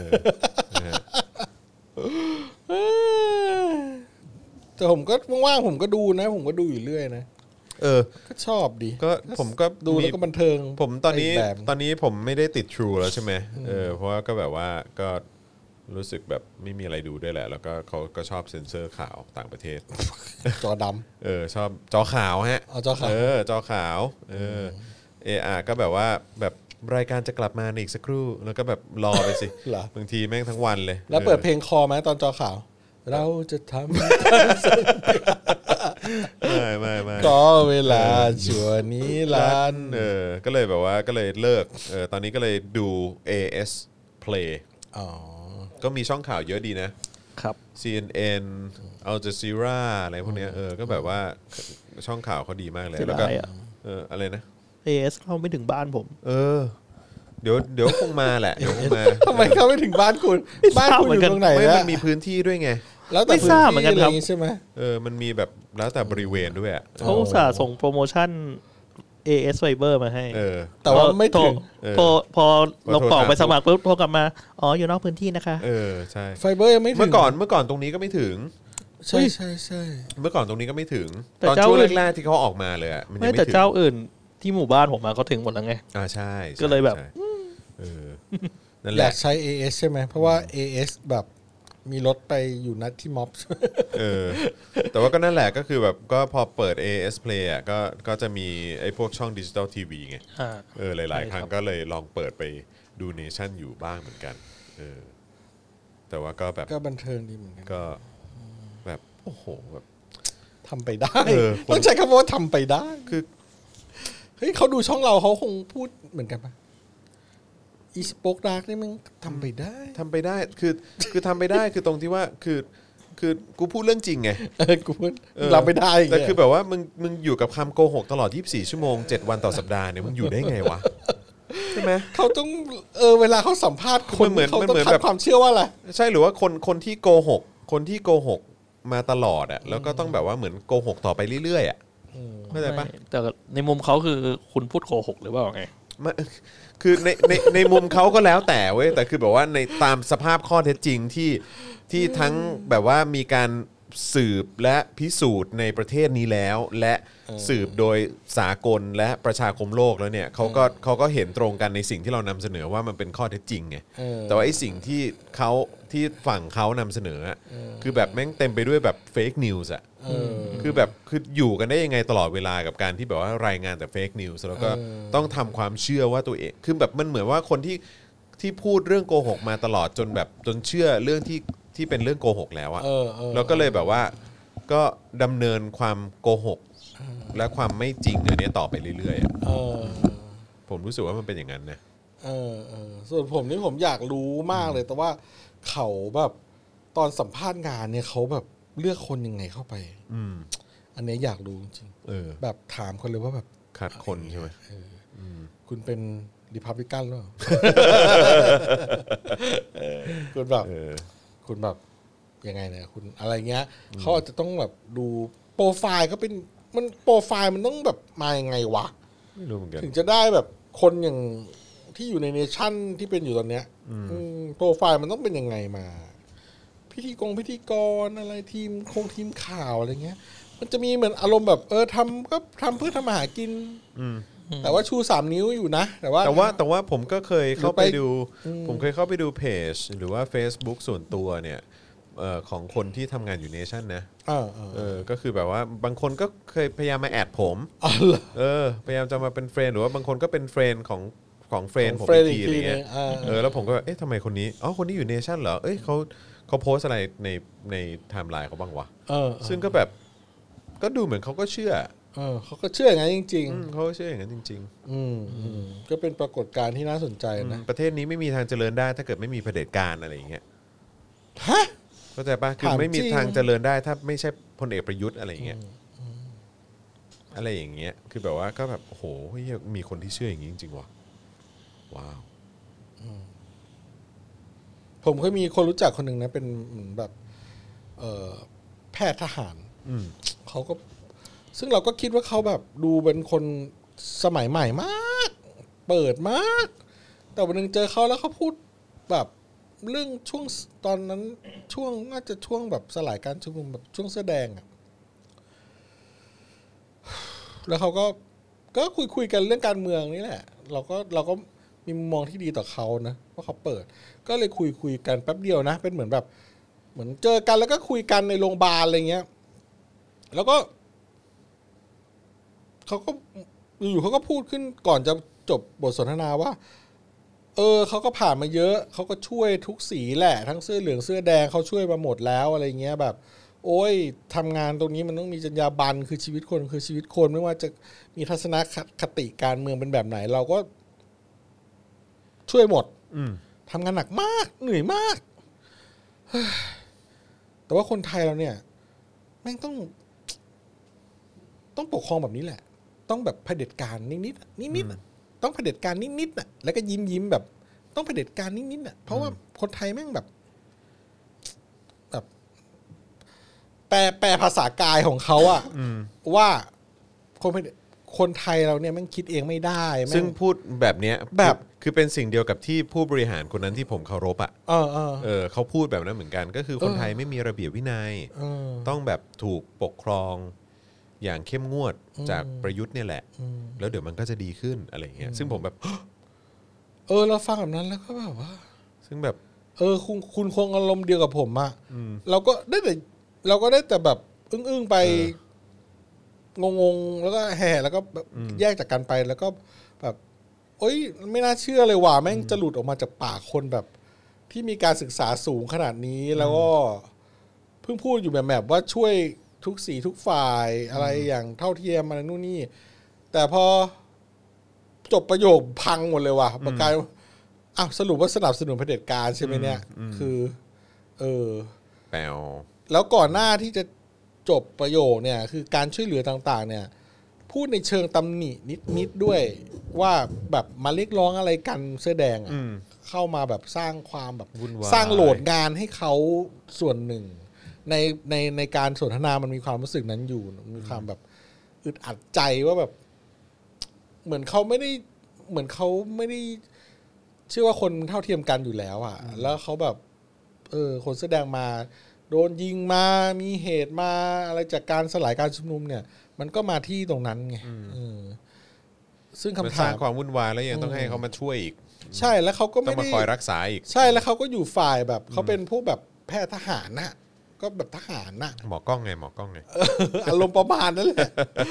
แต่ผมก็ว่างๆผมก็ดูนะผมก็ดูอยู่เรื่อยนะก็ชอบดีก็ผมก็ดูแล้วก็บันเทิงผมตอนนี้ผมไม่ได้ติด True แล้วใช่ไหมเพราะว่าก็แบบว่าก็รู้สึกแบบไม่มีอะไรดูด้วยแหละแล้วก็เขาก็ชอบเซ็นเซอร์ข่าวต่างประเทศจอดำชอบจอขาวฮะจอขาวจอขาวก็แบบว่าแบบรายการจะกลับมาในอีกสักครู่แล้วก็แบบรอไปสิบางทีแม่งทั้งวันเลยแล้วเปิดเพลงคอไหมตอนจอขาวเราจะทำไม่ก็เวลาชั่วนี้ลันก็เลยแบบว่าก็เลยเลิกตอนนี้ก็เลยดู AS Play ก็มีช่องข่าวเยอะดีนะครับ CNN Al Jazeera อะไรพวกเนี้ยก็แบบว่าช่องข่าวเขาดีมากเลยแล้วก็อะไรนะ AS เข้าไม่ถึงบ้านผมเดี๋ยวคงมาแหละเดี๋ยวคงมาทำไมเข้าไม่ถึงบ้านคุณบ้านคุณอยู่ตรงไหนมันมีพื้นที่ด้วยไงแล้วแต่พื้นที่อะไรใช่ไหมมันมีแบบแล้วแต่บริเวณด้วยเขาอุตส่าห์ส่งโปรโมชั่น AS Fiber มาให้แต่ว่าไม่ถึงพอเรากรอกไปสมัครปุ๊บโทรกลับมาอยู่นอกพื้นที่นะคะใช่ Fiber ยังไม่ถึงเมื่อก่อนตรงนี้ก็ไม่ถึงใช่เมื่อก่อนตรงนี้ก็ไม่ถึงตอนช่วงแรกๆที่เขาออกมาเลยมันยังไม่ถึงแต่เจ้าอื่นที่หมู่บ้านผมมาเขาถึงหมดแล้วไงใช่ก็เลยแบบอยากใช้ AS ใช่ไหมเพราะว่า AS แบบมีรถไปอยู่นัดที่ม็อบแต่ว่าก็นั่นแหละก็คือแบบก็พอเปิด AS Play ก็จะมีไอ้พวกช่องดิจิตอลทีวีไงหลายๆครั้งก็เลยลองเปิดไปดูเนชั่นอยู่บ้างเหมือนกันแต่ว่าก็แบบก็บันเทิงดีเหมือนกันก็แบบโอ้โหแบบทำไปได้ต้องใช้คำว่าทำไปได้คือเฮ้ยเขาดูช่องเราเขาคงพูดเหมือนกันปะอีสป็อกดาร์กนี่มึงทำไปได้คือทำไปได้คือตรงที่ว่าคือกูพูดเรื่องจริงไงกูพูดรับไม่ได้แต่คือแบบว่ามึงอยู่กับคำโกหกตลอด24ชั่วโมง7วันต่อสัปดาห์เนี่ยมึงอยู่ได้ไงวะใช่ไหมเขาต้องเวลาเขาสัมภาษณ์คนเขาต้องทำความเชื่อว่าอะไรใช่หรือว่าคนที่โกหกมาตลอดอ่ะแล้วก็ต้องแบบว่าเหมือนโกหกต่อไปเรื่อยๆอ่ะเข้าใจปะแต่ในมุมเขาคือคุณพูดโกหกหรือเปล่าไงคือในมุมเขาก็แล้วแต่เว้ยแต่คือแบบว่าในตามสภาพข้อเท็จจริงที่ทั้งแบบว่ามีการสืบและพิสูจน์ในประเทศนี้แล้วและสืบโดยสากลและประชาคมโลกแล้วเนี่ยเขาก็เห็นตรงกันในสิ่งที่เรานำเสนอว่ามันเป็นข้อเท็จจริงไงแต่ว่าไอ้สิ่งที่ฝั่งเขานำเสนอคือแบบแม่งเต็มไปด้วยแบบเฟกนิวส์อะคือแบบคืออยู่กันได้ยังไงตลอดเวลากับการที่แบบว่ารายงานแต่เฟกนิวส์แล้วก็ต้องทำความเชื่อว่าตัวเองคือแบบมันเหมือนว่าคนที่พูดเรื่องโกหกมาตลอดจนเชื่อเรื่องที่เป็นเรื่องโกหกแล้วอะแล้วก็เลยแบบว่าก็ดำเนินความโกหกและความไม่จริงอันนี้ต่อไปเรื่อยๆผมรู้สึกว่ามันเป็นอย่างนั้นนะส่วนผมนี่ผมอยากรู้มากเลยแต่ว่าเขาแบบตอนสัมภาษณ์งานเนี่ยเขาแบบเลือกคนยังไงเข้าไปอันนี้อยากรู้จริงแบบถามคนเลยว่าแบบคัดคนใช่ไหมคุณเป็นริพับลิกันหรือเปล่าคุณแบบยังไงเนี่ยคุณอะไรเงี้ยเขาอาจจะต้องแบบดูโปรไฟล์เขาเป็นมันโปรไฟล์มันต้องแบบมายังไงวะไม่รู้เหมือนกันถึงจะได้แบบคนอย่างที่อยู่ในเนชั่นที่เป็นอยู่ตอนเนี้ยโปรไฟล์มันต้องเป็นยังไงมาพิธีกรอะไรทีมข่าวอะไรเงี้ยมันจะมีเหมือนอารมณ์แบบทำก็ทำเพื่อทำมาหากินแต่ว่าชู3 นิ้วอยู่นะแต่ว่าผมก็เคยเข้าไปดูผมเคยเข้าไปดูเพจหรือว่า Facebook ส่วนตัวเนี่ยของคนที่ทำงานอยู่เนชั่นนะก็คือแบบว่าบางคนก็เคยพยายามมาแอดผมพยายามจะมาเป็นเฟรนด์หรือว่าบางคนก็เป็นเฟรนด์ของเฟรนด์ผมอีกทีอะไรเงี้ยแล้วผมก็เอ๊ะทำไมคนนี้คนนี้อยู่เนชั่นเหรอเอ้ยเขาโพสอะไรในไทม์ไลน์เขาบ้างวะซึ่งก็แบบก็ดูเหมือนเขาก็เชื่อเขาก็เชื่ออย่างนั้นจริงๆเขาเชื่ออย่างนั้นจริงๆก็เป็นปรากฏการณ์ที่น่าสนใจนะประเทศนี้ไม่มีทางเจริญได้ถ้าเกิดไม่มีเผด็จการอะไรอย่างเงี้ยเข้าใจปะคือไม่มีทางเจริญได้ถ้าไม่ใช่พลเอกประยุทธ์อะไรอย่างเงี้ยอะไรอย่างเงี้ยคือแบบว่าก็แบบโอ้โหมีคนที่เชื่ออย่างนี้จริงๆว่ะว้าวผมเคยมีคนรู้จักคนหนึ่งนะเป็นแบบแพทย์ทหารเขาก็ซึ่งเราก็คิดว่าเขาแบบดูเป็นคนสมัยใหม่มากเปิดมากแต่วันนึงเจอเขาแล้วเขาพูดแบบเรื่องช่วงตอนนั้นช่วงน่าจะช่วงแบบสลายการชุมนุมแบบช่วงเสื้อแดงอ่ะแล้วเขาก็คุยกันเรื่องการเมืองนี่แหละเราก็มีมุมมองที่ดีต่อเขานะว่าเขาเปิดก็เลยคุยกันแป๊บเดียวนะเป็นเหมือนแบบเหมือนเจอกันแล้วก็คุยกันในโรงพยาบาลอะไรเงี้ยแล้วก็เขาก็อยู่เขาก็พูดขึ้นก่อนจะจบบทสนทนาว่าเขาก็ผ่านมาเยอะเขาก็ช่วยทุกสีแหละทั้งเสื้อเหลืองเสื้อแดงเขาช่วยมาหมดแล้วอะไรเงี้ยแบบโอ้ยทำงานตรงนี้มันต้องมีจรรยาบรรณคือชีวิตคนคือชีวิตคนไม่ว่าจะมีทัศนคติการเมืองเป็นแบบไหนเราก็ช่วยหมดทำงานหนักมากเหนื่อยมากแต่ว่าคนไทยเราเนี่ยแม่งต้องปกครองแบบนี้แหละต้องแบบเผด็จการนิดต้องเผด็จการนิดน่ะแล้วก็ยิ้มแบบต้องเผด็จการนิดน่ะเพราะว่าคนไทยแม่งแบบแปลภาษากายของเขาอะว่าคนไทยเราเนี่ยแม่งคิดเองไม่ได้ซึ่งพูดแบบเนี้ยแบบคือเป็นสิ่งเดียวกับที่ผู้บริหารคนนั้นที่ผมเคารพอ่ะเขาพูดแบบนั้นเหมือนกันก็คือคนไทยไม่มีระเบียบวินัยต้องแบบถูกปกครองอย่างเข้มงวดจากประยุทธ์เนี่ยแหละแล้วเดี๋ยวมันก็จะดีขึ้นอะไรเงี้ยซึ่งผมแบบเราฟังแบบนั้นแล้วก็แบบว่าซึ่งแบบคุณคงอารมณ์เดียวกับผมอะเราก็ได้แต่แบบอึ้งๆไปงงๆแล้วก็แห่แล้วก็แยกจากกันไปแล้วก็แบบโอ๊ยไม่น่าเชื่อเลยว่าแม่งจะหลุดออกมาจากปากคนแบบที่มีการศึกษาสูงขนาดนี้แล้วก็เพิ่งพูดอยู่แบบว่าช่วยทุกสีทุกฝ่ายอะไรอย่างเท่าเทียมอะไรนู่นนี่แต่พอจบประโยคพังหมดเลยว่ะประกาศสรุปว่าสนับสนุนเผด็จการใช่ไหมเนี่ยคือแปลแล้วก่อนหน้าที่จะจบประโยคเนี่ยคือการช่วยเหลือต่างๆเนี่ยพูดในเชิงตำหนินิดด้วยว่าแบบมาเรียกร้องอะไรกันเสื้อแดงเข้ามาแบบสร้างความแบบสร้างโหลดงานให้เขาส่วนหนึ่งในการสนทนามันมีความรู้สึกนั้นอยู่มีความแบบอึดอัดใจว่าแบบเหมือนเขาไม่ได้เชื่อว่าคนเท่าเทียมกันอยู่แล้วอ่ะแล้วเขาแบบคนแสดงมาโดนยิงมามีเหตุมาอะไรจากการสลายการชุมนุมเนี่ยมันก็มาที่ตรงนั้นไงซึ่งคำถามสร้างความวุ่นวายแล้วยังต้องให้เขามาช่วยอีกใช่แล้วเขาก็ไม่ได้ต้องมาคอยรักษาอีกใช่แล้วเขาก็อยู่ฝ่ายแบบเขาเป็นพวกแบบแพทย์ทหารนะก็แบบทหารนะหมอกล้องไงอารมณ์ประมาณนั้นแหละ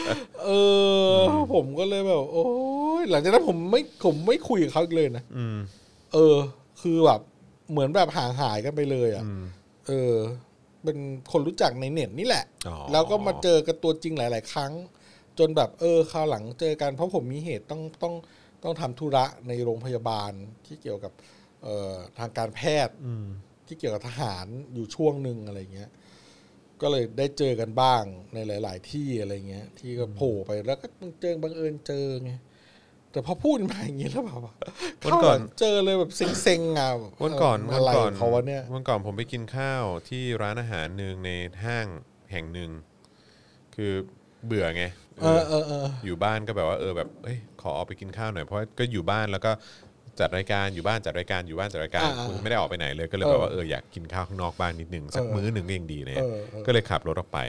ผมก็เลยแบบโอ้ยหลังจากนั้นผมไม่คุยกับเขาอีกเลยนะคือแบบเหมือนแบบห่างหายกันไปเลยอ่ะเป็นคนรู้จักในเน็ตนี่แหละแล้วก็มาเจอกันตัวจริงหลายๆครั้งจนแบบคราวหลังเจอกันเพราะผมมีเหตุต้องทำธุระในโรงพยาบาลที่เกี่ยวกับทางการแพทย์ที่เกี่ยวกับทหารอยู่ช่วงหนึ่งอะไรเงี้ยก็เลยได้เจอกันบ้างในหลายๆที่อะไรเงี้ยที่ก็โผล่ไปแล้วก็บังเอิญเจอไงแต่พอพูดมาอย่างงี้แล้วแบบวันก่อนเจอเลยแบบเซ็งๆอ่ะวันก่อนเขาว่าเนี่ยวันก่อนผมไปกินข้าวที่ร้านอาหารนึงในห้างแห่งหนึ่งคือเบื่อไงอยู่บ้านก็แบบว่าแบบขอออกไปกินข้าวหน่อยเพราะก็อยู่บ้านแล้วก็จัดรายการอยู่บ้านจัดรายการอยู่บ้านจัดรายการไม่ได้ออกไปไหนเลยก็เลยแบบว่าอยากกินข้าวข้างนอกบ้านนิดนึงสักมื้อหนึ่งก็ยังดีเลยก็เลยขับรถออกไป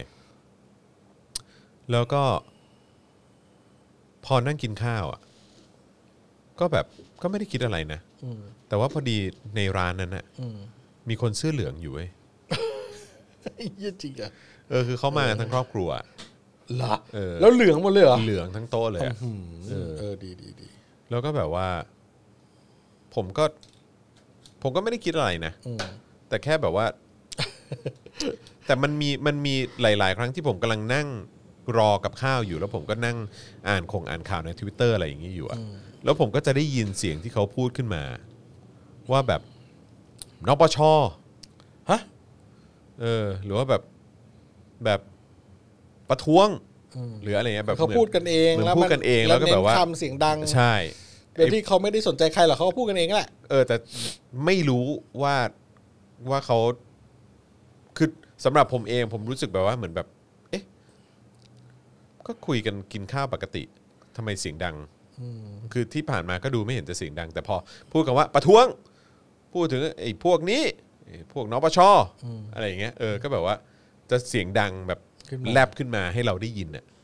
แล้วก็พอนั่งกินข้าวอ่ะก็แบบก็ไม่ได้คิดอะไรนะแต่ว่าพอดีในร้านนั้นน่ะมีคนเสื้อเหลืองอยู่เว้ยยี่จริงอ่ะคือเขามาทั้งครอบครัวละแล้วเหลืองหมดเลยเหรอเหลืองทั้งโต๊ะเลยดีแล้วก็แบบว่าผมก็ไม่ได้คิดอะไรนะแต่แค่แบบว่าแต่มันมีหลายๆครั้งที่ผมกำลังนั่งรอกับข้าวอยู่แล้วผมก็นั่งอ่านข่าวใน Twitter อะไรอย่างนี้อยู่อะแล้วผมก็จะได้ยินเสียงที่เขาพูดขึ้นมาว่าแบบนปช. ฮะหรือว่าแบบประท้วงหรืออะไรเงี้ยแบบเขาพูดกันเองแล้วพูดกันเองแล้วก็แบบว่าคำเสียงดังใช่โดยที่เขาไม่ได้สนใจใครหรอกเขาก็พูดกันเองแหละแต่ไม่รู้ว่าเขาคือสำหรับผมเองผมรู้สึกแบบว่าเหมือนแบบก็คุยกันกินข้าวปกติทำไมเสียงดังคือที่ผ่านมาก็ดูไม่เห็นจะเสียงดังแต่พอพูดกันว่าประท้วงพูดถึงไอ้พวกนี้พวกนปช.อะไรอย่างเงี้ยก็แบบว่าจะเสียงดังแบบแลบขึ้นมาให้เราได้ยินน่ะ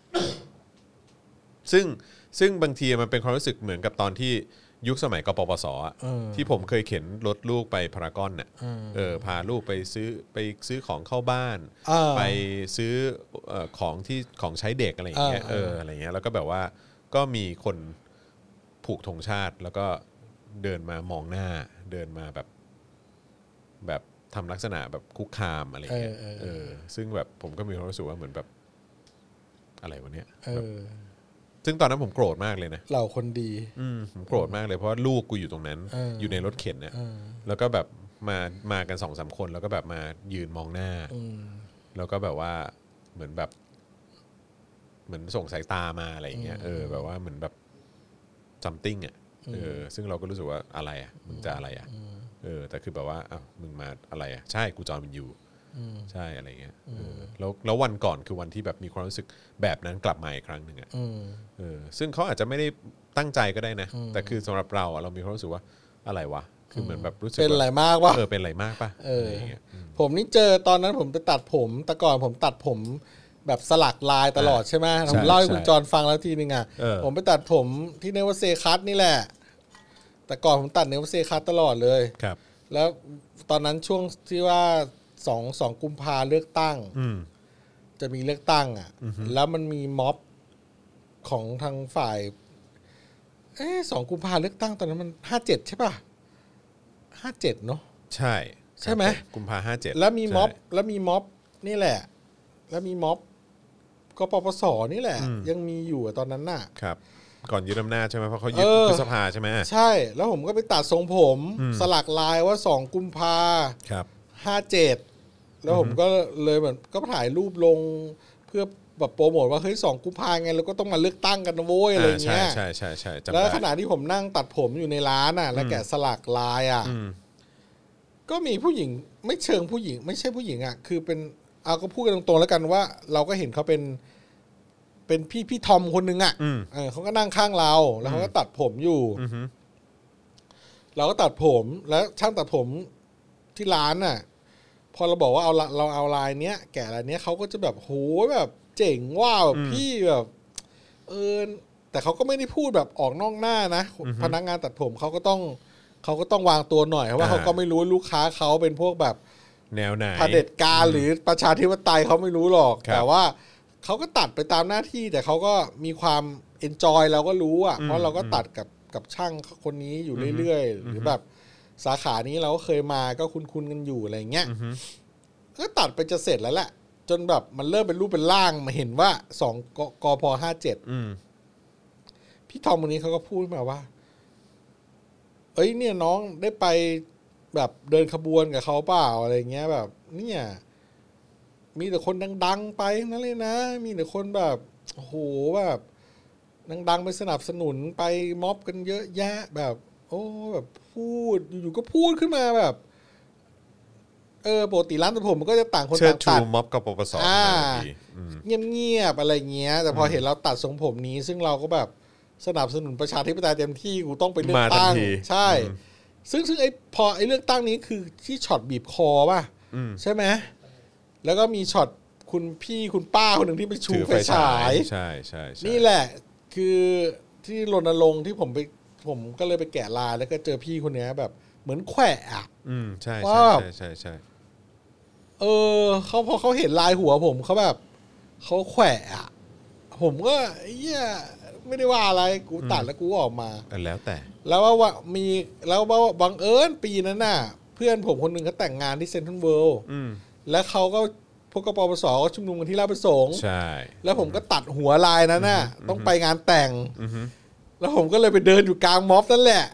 ซึ่งบางทีมันเป็นความรู้สึกเหมือนกับตอนที่ยุคสมัยกปปส.ที่ผมเคยเข็นรถลูกไปพารากอนน่ะพาลูกไปซื้อของเข้าบ้านไปซื้อของใช้เด็กอะไรอย่างเงี้ยอะไรเงี้ยแล้วก็แบบว่าก็มีคนผูกธงชาติแล้วก็เดินมามองหน้าเดินมาแบบทำลักษณะแบบคุกคามอะไรเงี้ยซึ่งแบบผมก็มีความรู้สึกว่าเหมือนแบบอะไรวะเนี่ยซึ่งตอนนั้นผมโกรธมากเลยนะเราคนดีผมโกรธมากเลยเพราะว่าลูกกูอยู่ตรงนั้นอยู่ในรถเข็นเนี่ยแล้วก็แบบมากัน 2-3 คนแล้วก็แบบมายืนมองหน้าแล้วก็แบบว่าเหมือนแบบเหมือนส่งสายตามาอะไรอย่างเงี้ยแบบว่าเหมือนแบบ something อ่ะซึ่งเราก็รู้สึกว่าอะไรอ่ะมึงจะอะไรอ่ะแต่คือแบบว่าอ้าวมึงมาอะไรอ่ะใช่กูจอมันอยู่ใช่อะไรเงี้ยแล้ววันก่อนคือวันที่แบบมีความรู้สึกแบบนั้นกลับมาอีกครั้งหนึ่งอ่ะซึ่งเขาอาจจะไม่ได้ตั้งใจก็ได้นะแต่คือสำหรับเราเรามีความรู้สึกว่าอะไรวะคือเหมือนแบบรู้สึกเป็นอะไรมากป่ะเป็นอะไรมากป่ะผมนี่เจอตอนนั้นผมไปตัดผมแต่ก่อนผมตัดผมแบบสลักลายตลอดใช่ไหมผมเล่าให้คุณจรฟังแล้วทีนึงอ่ะผมไปตัดผมที่เนวเซคัสนี่แหละแต่ก่อนผมตัดเนวเซคัสตลอดเลยครับแล้วตอนนั้นช่วงที่ว่า2กุมภาเลือกตั้งจะมีเลือกตั้งอ่ะแล้วมันมีม็อบของทางฝ่าย2กุมภาเลือกตั้งตอนนั้นมัน57ใช่ป่ะ57เนาะใช่ไหมกุมภา57 แล้วมีม็อบนี่แหละแล้วมีม็อบกปปส.นี่แหละยังมีอยู่ตอนนั้นน่ะครับก่อนยึดอำนาจใช่ไหมเพราะเขายึดพฤษภาใช่ไหมใช่แล้วผมก็ไปตัดทรงผมสลักลายว่า2กุมภาครับ 57แล้วผมก็เลยเหมือนก็ถ่ายรูปลงเพื่อแบบโปรโมทว่าเฮ้ย2กุมภาไงเราก็ต้องมาเลือกตั้งกันนะโว้ยอะไรเงี้ยใช่แล้วขณะที่ผมนั่งตัดผมอยู่ในร้านอ่ะแล้วแกะสลักลายอ่ะก็มีผู้หญิงไม่เชิงผู้หญิงไม่ใช่ผู้หญิงอ่ะคือเป็นเอาก็พูดกันตรงๆแล้วกันว่าเราก็เห็นเขาเป็นเป็นพี่ทอมคนนึงอ่ะเขาก็นั่งข้างเราแล้วเขาก็ตัดผมอยู่เราก็ตัดผมแล้วช่างตัดผมที่ร้านน่ะพอเราบอกว่าเราเอาลายเนี้ยแกะลายเนี้ยเขาก็จะแบบโหแบบเจ๋งว่าแบบพี่แบบแต่เขาก็ไม่ได้พูดแบบออกนอกหน้านะพนักงานตัดผมเขาก็ต้องวางตัวหน่อยเพราะว่าเขาก็ไม่รู้ลูกค้าเขาเป็นพวกแบบแนวไหนเผด็จการหรือประชาธิปไตยเขาไม่รู้หรอกแต่ว่าเขาก็ตัดไปตามหน้าที่แต่เขาก็มีความเอนจอยเราก็รู้อ่ะเพราะเราก็ตัดกับช่างคนนี้อยู่เรื่อยๆหรือแบบสาขานี้เราก็เคยมาก็คุ้นๆกันอยู่อะไรเงี้ยก็ตัดไปจะเสร็จแล้วแหละจนแบบมันเริ่มเป็นรูปเป็นร่างมาเห็นว่า2 กพ. 57พี่ทอมคนนี้เขาก็พูดมาว่าเอ้ยเนี่ยน้องได้ไปแบบเดินขบวนกับเขาเปล่าอะไรเงี้ยแบบเนี่ยมีแต่คนดังๆไปนั่นเลยนะมีแต่คนแบบโอ้โหแบบดังๆไปสนับสนุนไปม็อบกันเยอะแยะแบบโอ้แบบพูดอยู่ๆก็พูดขึ้นมาแบบปกติร้านตัดผมมันก็จะต่างคนต่างตัดม็อบกับปปสเงียบๆอะไรเงี้ยแต่พอเห็นเราตัดทรงผมนี้ซึ่งเราก็แบบสนับสนุนประชาธิปไตยเต็มที่กูต้องไปเลือกตั้งใช่ซึ่งพอเลือกตั้งนี้คือที่ช็อตบีบคอป่ะใช่ไหมแล้วก็มีช็อตคุณป้าคนหนึ่งที่ไปชูไฟฉายใช่นี่แหละคือที่รณรงค์ที่ผมก็เลยไปแกะลายแล้วก็เจอพี่คนนี้แบบเหมือนแขวะอ่ะใช่เขาพอเขาเห็นลายหัวผมเขาแบบเขาแขวะอ่ะผมก็เหี้ยไม่ได้ว่าอะไรกูตัดแล้วกูออกมาแล้วแต่แล้วว่ามีแล้วว่าบังเอิญปีนั้นน่ะเพื่อนผมคนหนึ่งเขาแต่งงานที่เซ็นทรัลเวิลด์แล้วเขาก็พวกกปปสก็ชุมนุมกันที่ราชประสงค์ใช่แล้วผมก็ตัดหัวลายนั้นน่ะต้องไปงานแต่งแล้วผมก็เลยไปเดินอยู่กลางม็อบนั่นแหละ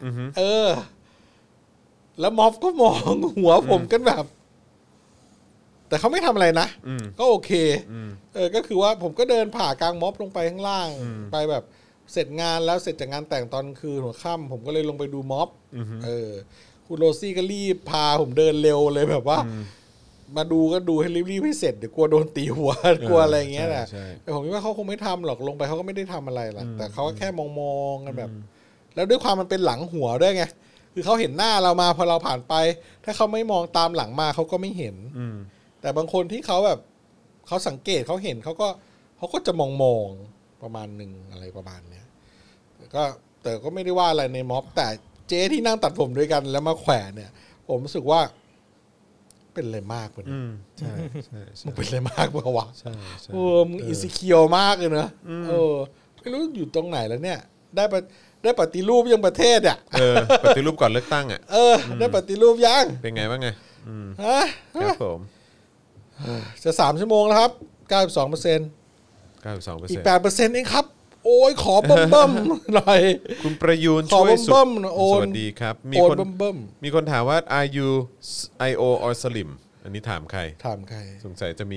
แล้วม็อบก็มองหัวผมกันแบบแต่เขาไม่ทำอะไรนะก็โอเคก็คือว่าผมก็เดินผ่ากลางม็อบลงไปข้างล่างไปแบบเสร็จงานแล้วเสร็จจากงานแต่งตอนคืนหัวค่ำผมก็เลยลงไปดูม็อบคุณโรซี่ก็รีบพาผมเดินเร็วเลยแบบว่ามาดูก็ดูให้รีบๆให้เสร็จเดี๋ยวกลัวโดนตีหัวกลัวอะไรอย่างเงี้ยนะแต่ผมคิดว่าเขาคงไม่ทำหรอกลงไปเขาก็ไม่ได้ทำอะไรหรอกแต่เขาแค่มองกันแบบแล้วด้วยความมันเป็นหลังหัวด้วยไงคือเขาเห็นหน้าเรามาพอเราผ่านไปถ้าเขาไม่มองตามหลังมาเขาก็ไม่เห็นแต่บางคนที่เขาแบบเขาสังเกตเขาเห็นเขาก็จะมองประมาณนึงอะไรประมาณเนี้ยแต่ก็ไม่ได้ว่าอะไรในม็อบแต่เจ๊ที่นั่งตัดผมด้วยกันแล้วมาแขวนเนี่ยผมรู้สึกว่าเป็นอะไรมากกว่านี้ใช่มึงเป็นอะไรมากกว่าวะใช่มึงอินซิเคียวมากเลยเนอะไม่รู้อยู่ตรงไหนแล้วเนี่ยได้ปฏิรูปยังประเทศอ่ะปฏิรูปก่อนเลือกตั้งอ่ะได้ปฏิรูปยังเป็นไงบ้างไงครับผมจะ3 ชั่วโมงแล้วครับ 92% อีก 8% เองครับโอ้ยขอเบิ่มหน่อยคุณประยูนช่วยสุดสวัสดีครับมีคนถามว่า are you IO or slim อันนี้ถามใครสงสัยจะ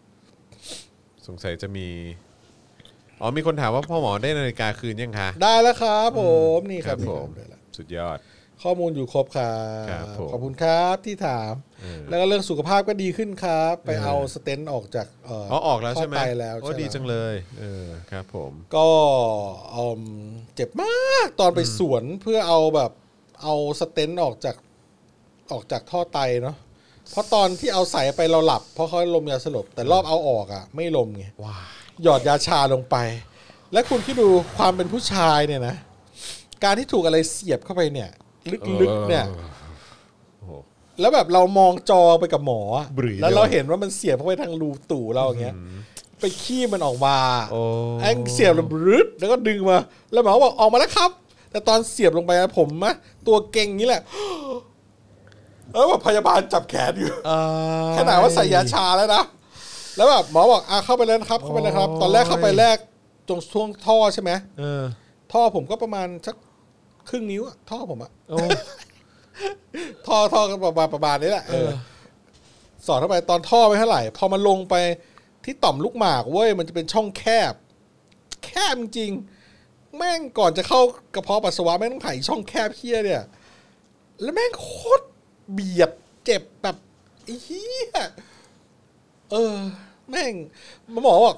มีมีคนถามว่าพ่อหมอได้นาฬิกาคืนยังคะได้แล้วครับผมนี่ครับผมสุดยอดข้อมูลอยู่ครบครับขอบคุณครับที่ถามแล้วก็เรื่องสุขภาพก็ดีขึ้นครับไปเอาสเตนต์ออกจากออกแล้วใช่ไหมแล้วดีจังเลยครับผมก็เจ็บมากตอนไปสวนเพื่อเอาสเตนต์ออกจากท่อไตเนาะเพราะตอนที่เอาใส่ไปเราหลับเพราะเขาลมยาสลบแต่รอบเอาออกอ่ะไม่ลมไงหยอดยาชาลงไปและคุณคิดดูความเป็นผู้ชายเนี่ยนะการที่ถูกอะไรเสียบเข้าไปเนี่ยลึกๆเนี่ยแล้วแบบเรามองจอไปกับหมอแล้วเราเห็นว่ามันเสียบเข้าไปทางรูตู่เราอย่างเงี้ยไปขี้มันออกมาแองเสียบแล้วก็ดึงมาแล้วหมอบอกออกมาแล้วครับแต่ตอนเสียบลงไปผมนะตัวเก่งนี้แหละแบบพยาบาลจับแขนอยู่ขนาดว่าใส่ยาชาแล้วนะแล้วแบบหมอบอกเข้าไปแล้วครับเข้าไปแล้วครับตอนแรกเข้าไปแรกตรงช่วงท่อใช่ไหมท่อผมก็ประมาณสักครึ่งนิ้วท่อผมท่อก็ประมาณนี้แหละสอดเข้าไปตอนท่อไม่เท่าไหร่พอมันลงไปที่ต่อมลูกหมากเว้ยมันจะเป็นช่องแคบจริงๆแม่งก่อนจะเข้ากระเพาะปัสสาวะแม่งต้องผ่านช่องแคบเหี้ยเนี่ยแล้วแม่งโคตรเบียดเจ็บแบบเหี้ยแม่งหมอบอก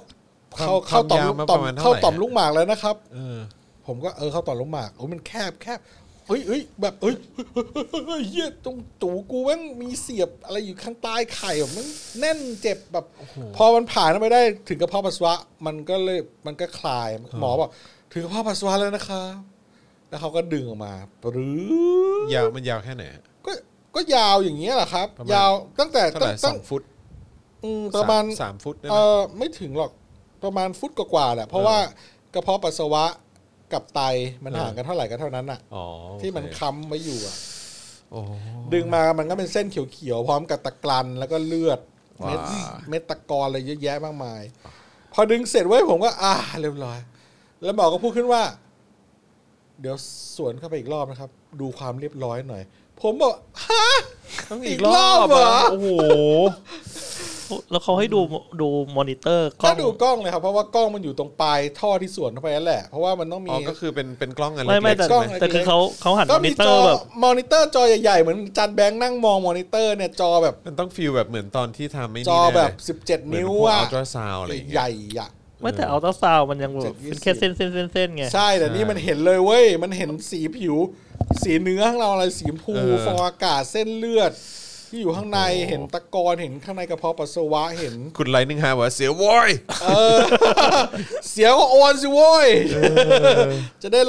เข้าต่อมความยาวมันประมาณเท่าไหร่เข้าต่อมลูกหมากแล้วนะครับเออผมก็เข้าต่อมลูกหมากโอ้มันแคบเฮ้ยแบบเฮ้ยเหี้ยตรงตูกูแม่งมีเสียบอะไรอยู่ข้างใต้ไข่แบบมันแน่นเจ็บแบบพอมันผ่านไปได้ถึงกระเพาะปัสสาวะมันก็คลายหมอบอกถึงกระเพาะปัสสาวะแล้วนะครับแล้วเขาก็ดึงออกมาปรื้มันยาวแค่ไหนก็ยาวอย่างเงี้ยแหละครับประมาณยาวตั้งแต่เท่าไหร่2 ฟุตประมาณ 3 ฟุตได้ไหมไม่ถึงหรอกประมาณฟุตกว่าๆแหละเพราะว่ากระเพาะปัสสาวะกับไตมันห่างกันเท่าไหร่ก็เท่านั้นน่ะที่มันค้ำไว้อยู่อ่ะดึงมามันก็เป็นเส้นเขียวๆพร้อมกับตะกรันแล้วก็เลือดเม็ดตะกอนอะไรเยอะแยะมากมายพอดึงเสร็จไว้ผมก็เรียบร้อยแล้วหมอก็พูดขึ้นว่าเดี๋ยวสวนเข้าไปอีกรอบนะครับดูความเรียบร้อยหน่อยผมบอกฮะอีกรอบเหรอโอ้โหแล้วเขาให้ดูมอนิเตอร์ก็ดูกล้องเลยครับเพราะว่ากล้องมันอยู่ตรงปลายท่อที่สวนเข้าไปนั่นแหละเพราะว่ามันต้องมีก็คือเป็นกล้องอะไรไม่แต่คือเขาหันมอนิเตอร์แบบมอนิเตอร์จอใหญ่ๆเหมือนจันแบงค์นั่งมองมอนิเตอร์เนี่ยจอแบบมันต้องฟีลแบบเหมือนตอนที่ทำไม่จอแบบ17นิ้วอ่ะอัลตราซาวด์อะไรใหญ่อ่ะไม่แต่อัลตราซาวด์มันยังแบบเป็นแค่เส้นไงใช่แต่นี่มันเห็นเลยเว้ยมันเห็นสีผิวสีเนื้อของเราอะไรสีชมพูฟองอากาศเส้นเลือดที่อยู่ข้างในเห็นตะกอนเห็นข้างในกระเพาะปัสสาวะเห็นคุณไลนึงฮะว่าเสียวโว้ยเสียวก็โอนสิโว้ยจะได้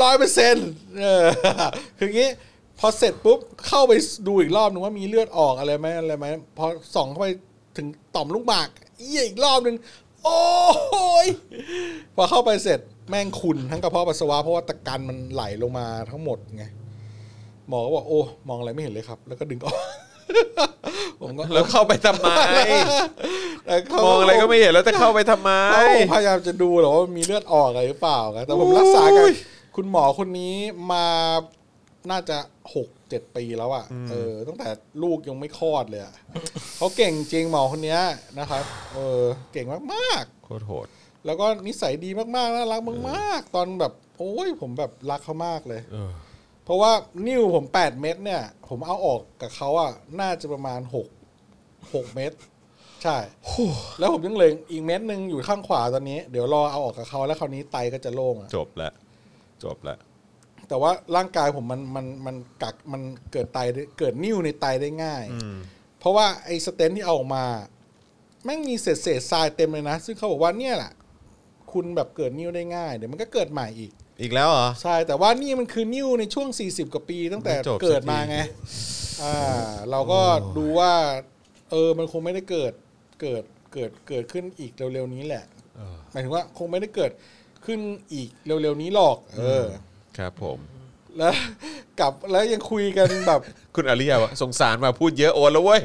100%คืองี้พอเสร็จปุ๊บเข้าไปดูอีกรอบนึงว่ามีเลือดออกอะไรไหมพอส่องเข้าไปถึงต่อมลูกหมากอีกรอบนึงโอ้ยพอเข้าไปเสร็จแม่งขุ่นทั้งกระเพาะปัสสาวะเพราะว่าตะกันมันไหลลงมาทั้งหมดไงหมอก็บอกโอ้มองอะไรไม่เห็นเลยครับแล้วก็ดึงออกผมก็แล้วเข้าไปทำไมมองอะไรก็ไม่เห็นแล้วจะเข้าไปทำไมผมพยายามจะดูหรอว่ามีเลือดออกอะไรหรือเปล่าแต่ผมรักษากับคุณหมอคนนี้มาน่าจะ 6-7 ปีแล้วอ่ะตั้งแต่ลูกยังไม่คลอดเลยเขาเก่งจริงหมอคนนี้นะครับเก่งมากๆโคตรโหดแล้วก็นิสัยดีมากๆน่ารักมากๆตอนแบบโอ้ยผมแบบรักเขามากเลยเพราะว่านิ้วผม8 เม็ดเนี่ยผมเอาออกกับเขาอ่ะน่าจะประมาณ6 เม็ดใช่แล้วผมยังเหลืออีกเม็ดนึงอยู่ข้างขวาตอนนี้เดี๋ยวรอเอาออกกับเขาแล้วคราวนี้ไตก็จะโล่งจบแล้วแต่ว่าร่างกายผมมันเกิดเกิดนิ่วในไตได้ง่ายเพราะว่าไอ้สเตนที่เอาออกมาแม่งมีเศษทรายเต็มเลยนะซึ่งเขาบอกว่าเนี่ยแหละคุณแบบเกิดนิ่วได้ง่ายเดี๋ยวมันก็เกิดใหม่อีกแล้วเหรอใช่แต่ว่านี่มันคือนิ่วในช่วง40 กว่าปีตั้งแต่เกิดมาไงเราก็ดูว่ามันคงไม่ได้เกิดขึ้นอีกเร็วๆนี้แหละหมายถึงว่าคงไม่ได้เกิดขึ้นอีกเร็วๆนี้หรอกครับผมแล้วยังคุยกันแบบคุณอริยะสงสารมาพูดเยอะโอนแล้วเว้ย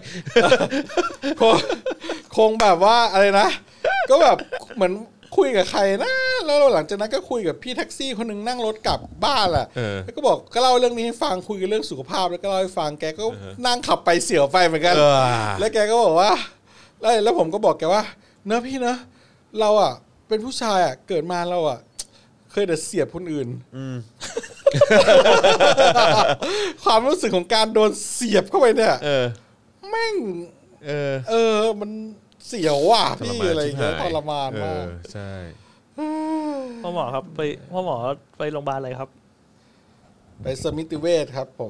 คงแบบว่าอะไรนะก็แบบเหมือนคุยกับใครนะแล้วหลังจากนั้นก็คุยกับพี่แท็กซี่คนนึงนั่งรถกลับบ้านแหละแล้วก็บอกก็เล่าเรื่องนี้ให้ฟังคุยกันเรื่องสุขภาพแล้วก็เล่าให้ฟังแกก็นั่งขับไปเสียวไปเหมือนกันแล้วแกก็บอกว่าแล้วผมก็บอกแกว่าเนอะพี่เนอะเราอ่ะเป็นผู้ชายอ่ะเกิดมาเราอ่ะเคยแต่เสียบคนอื่นความรู้สึกของการโดนเสียบเข้าไปเนี่ยแม่งมันเสียวว่ะพี่อะไรอย่างเงี้ยทรมานมากใช่พ่อหมอครับพ่อหมอไปโรงพยาบาลอะไรครับไปสมิติเวชครับผม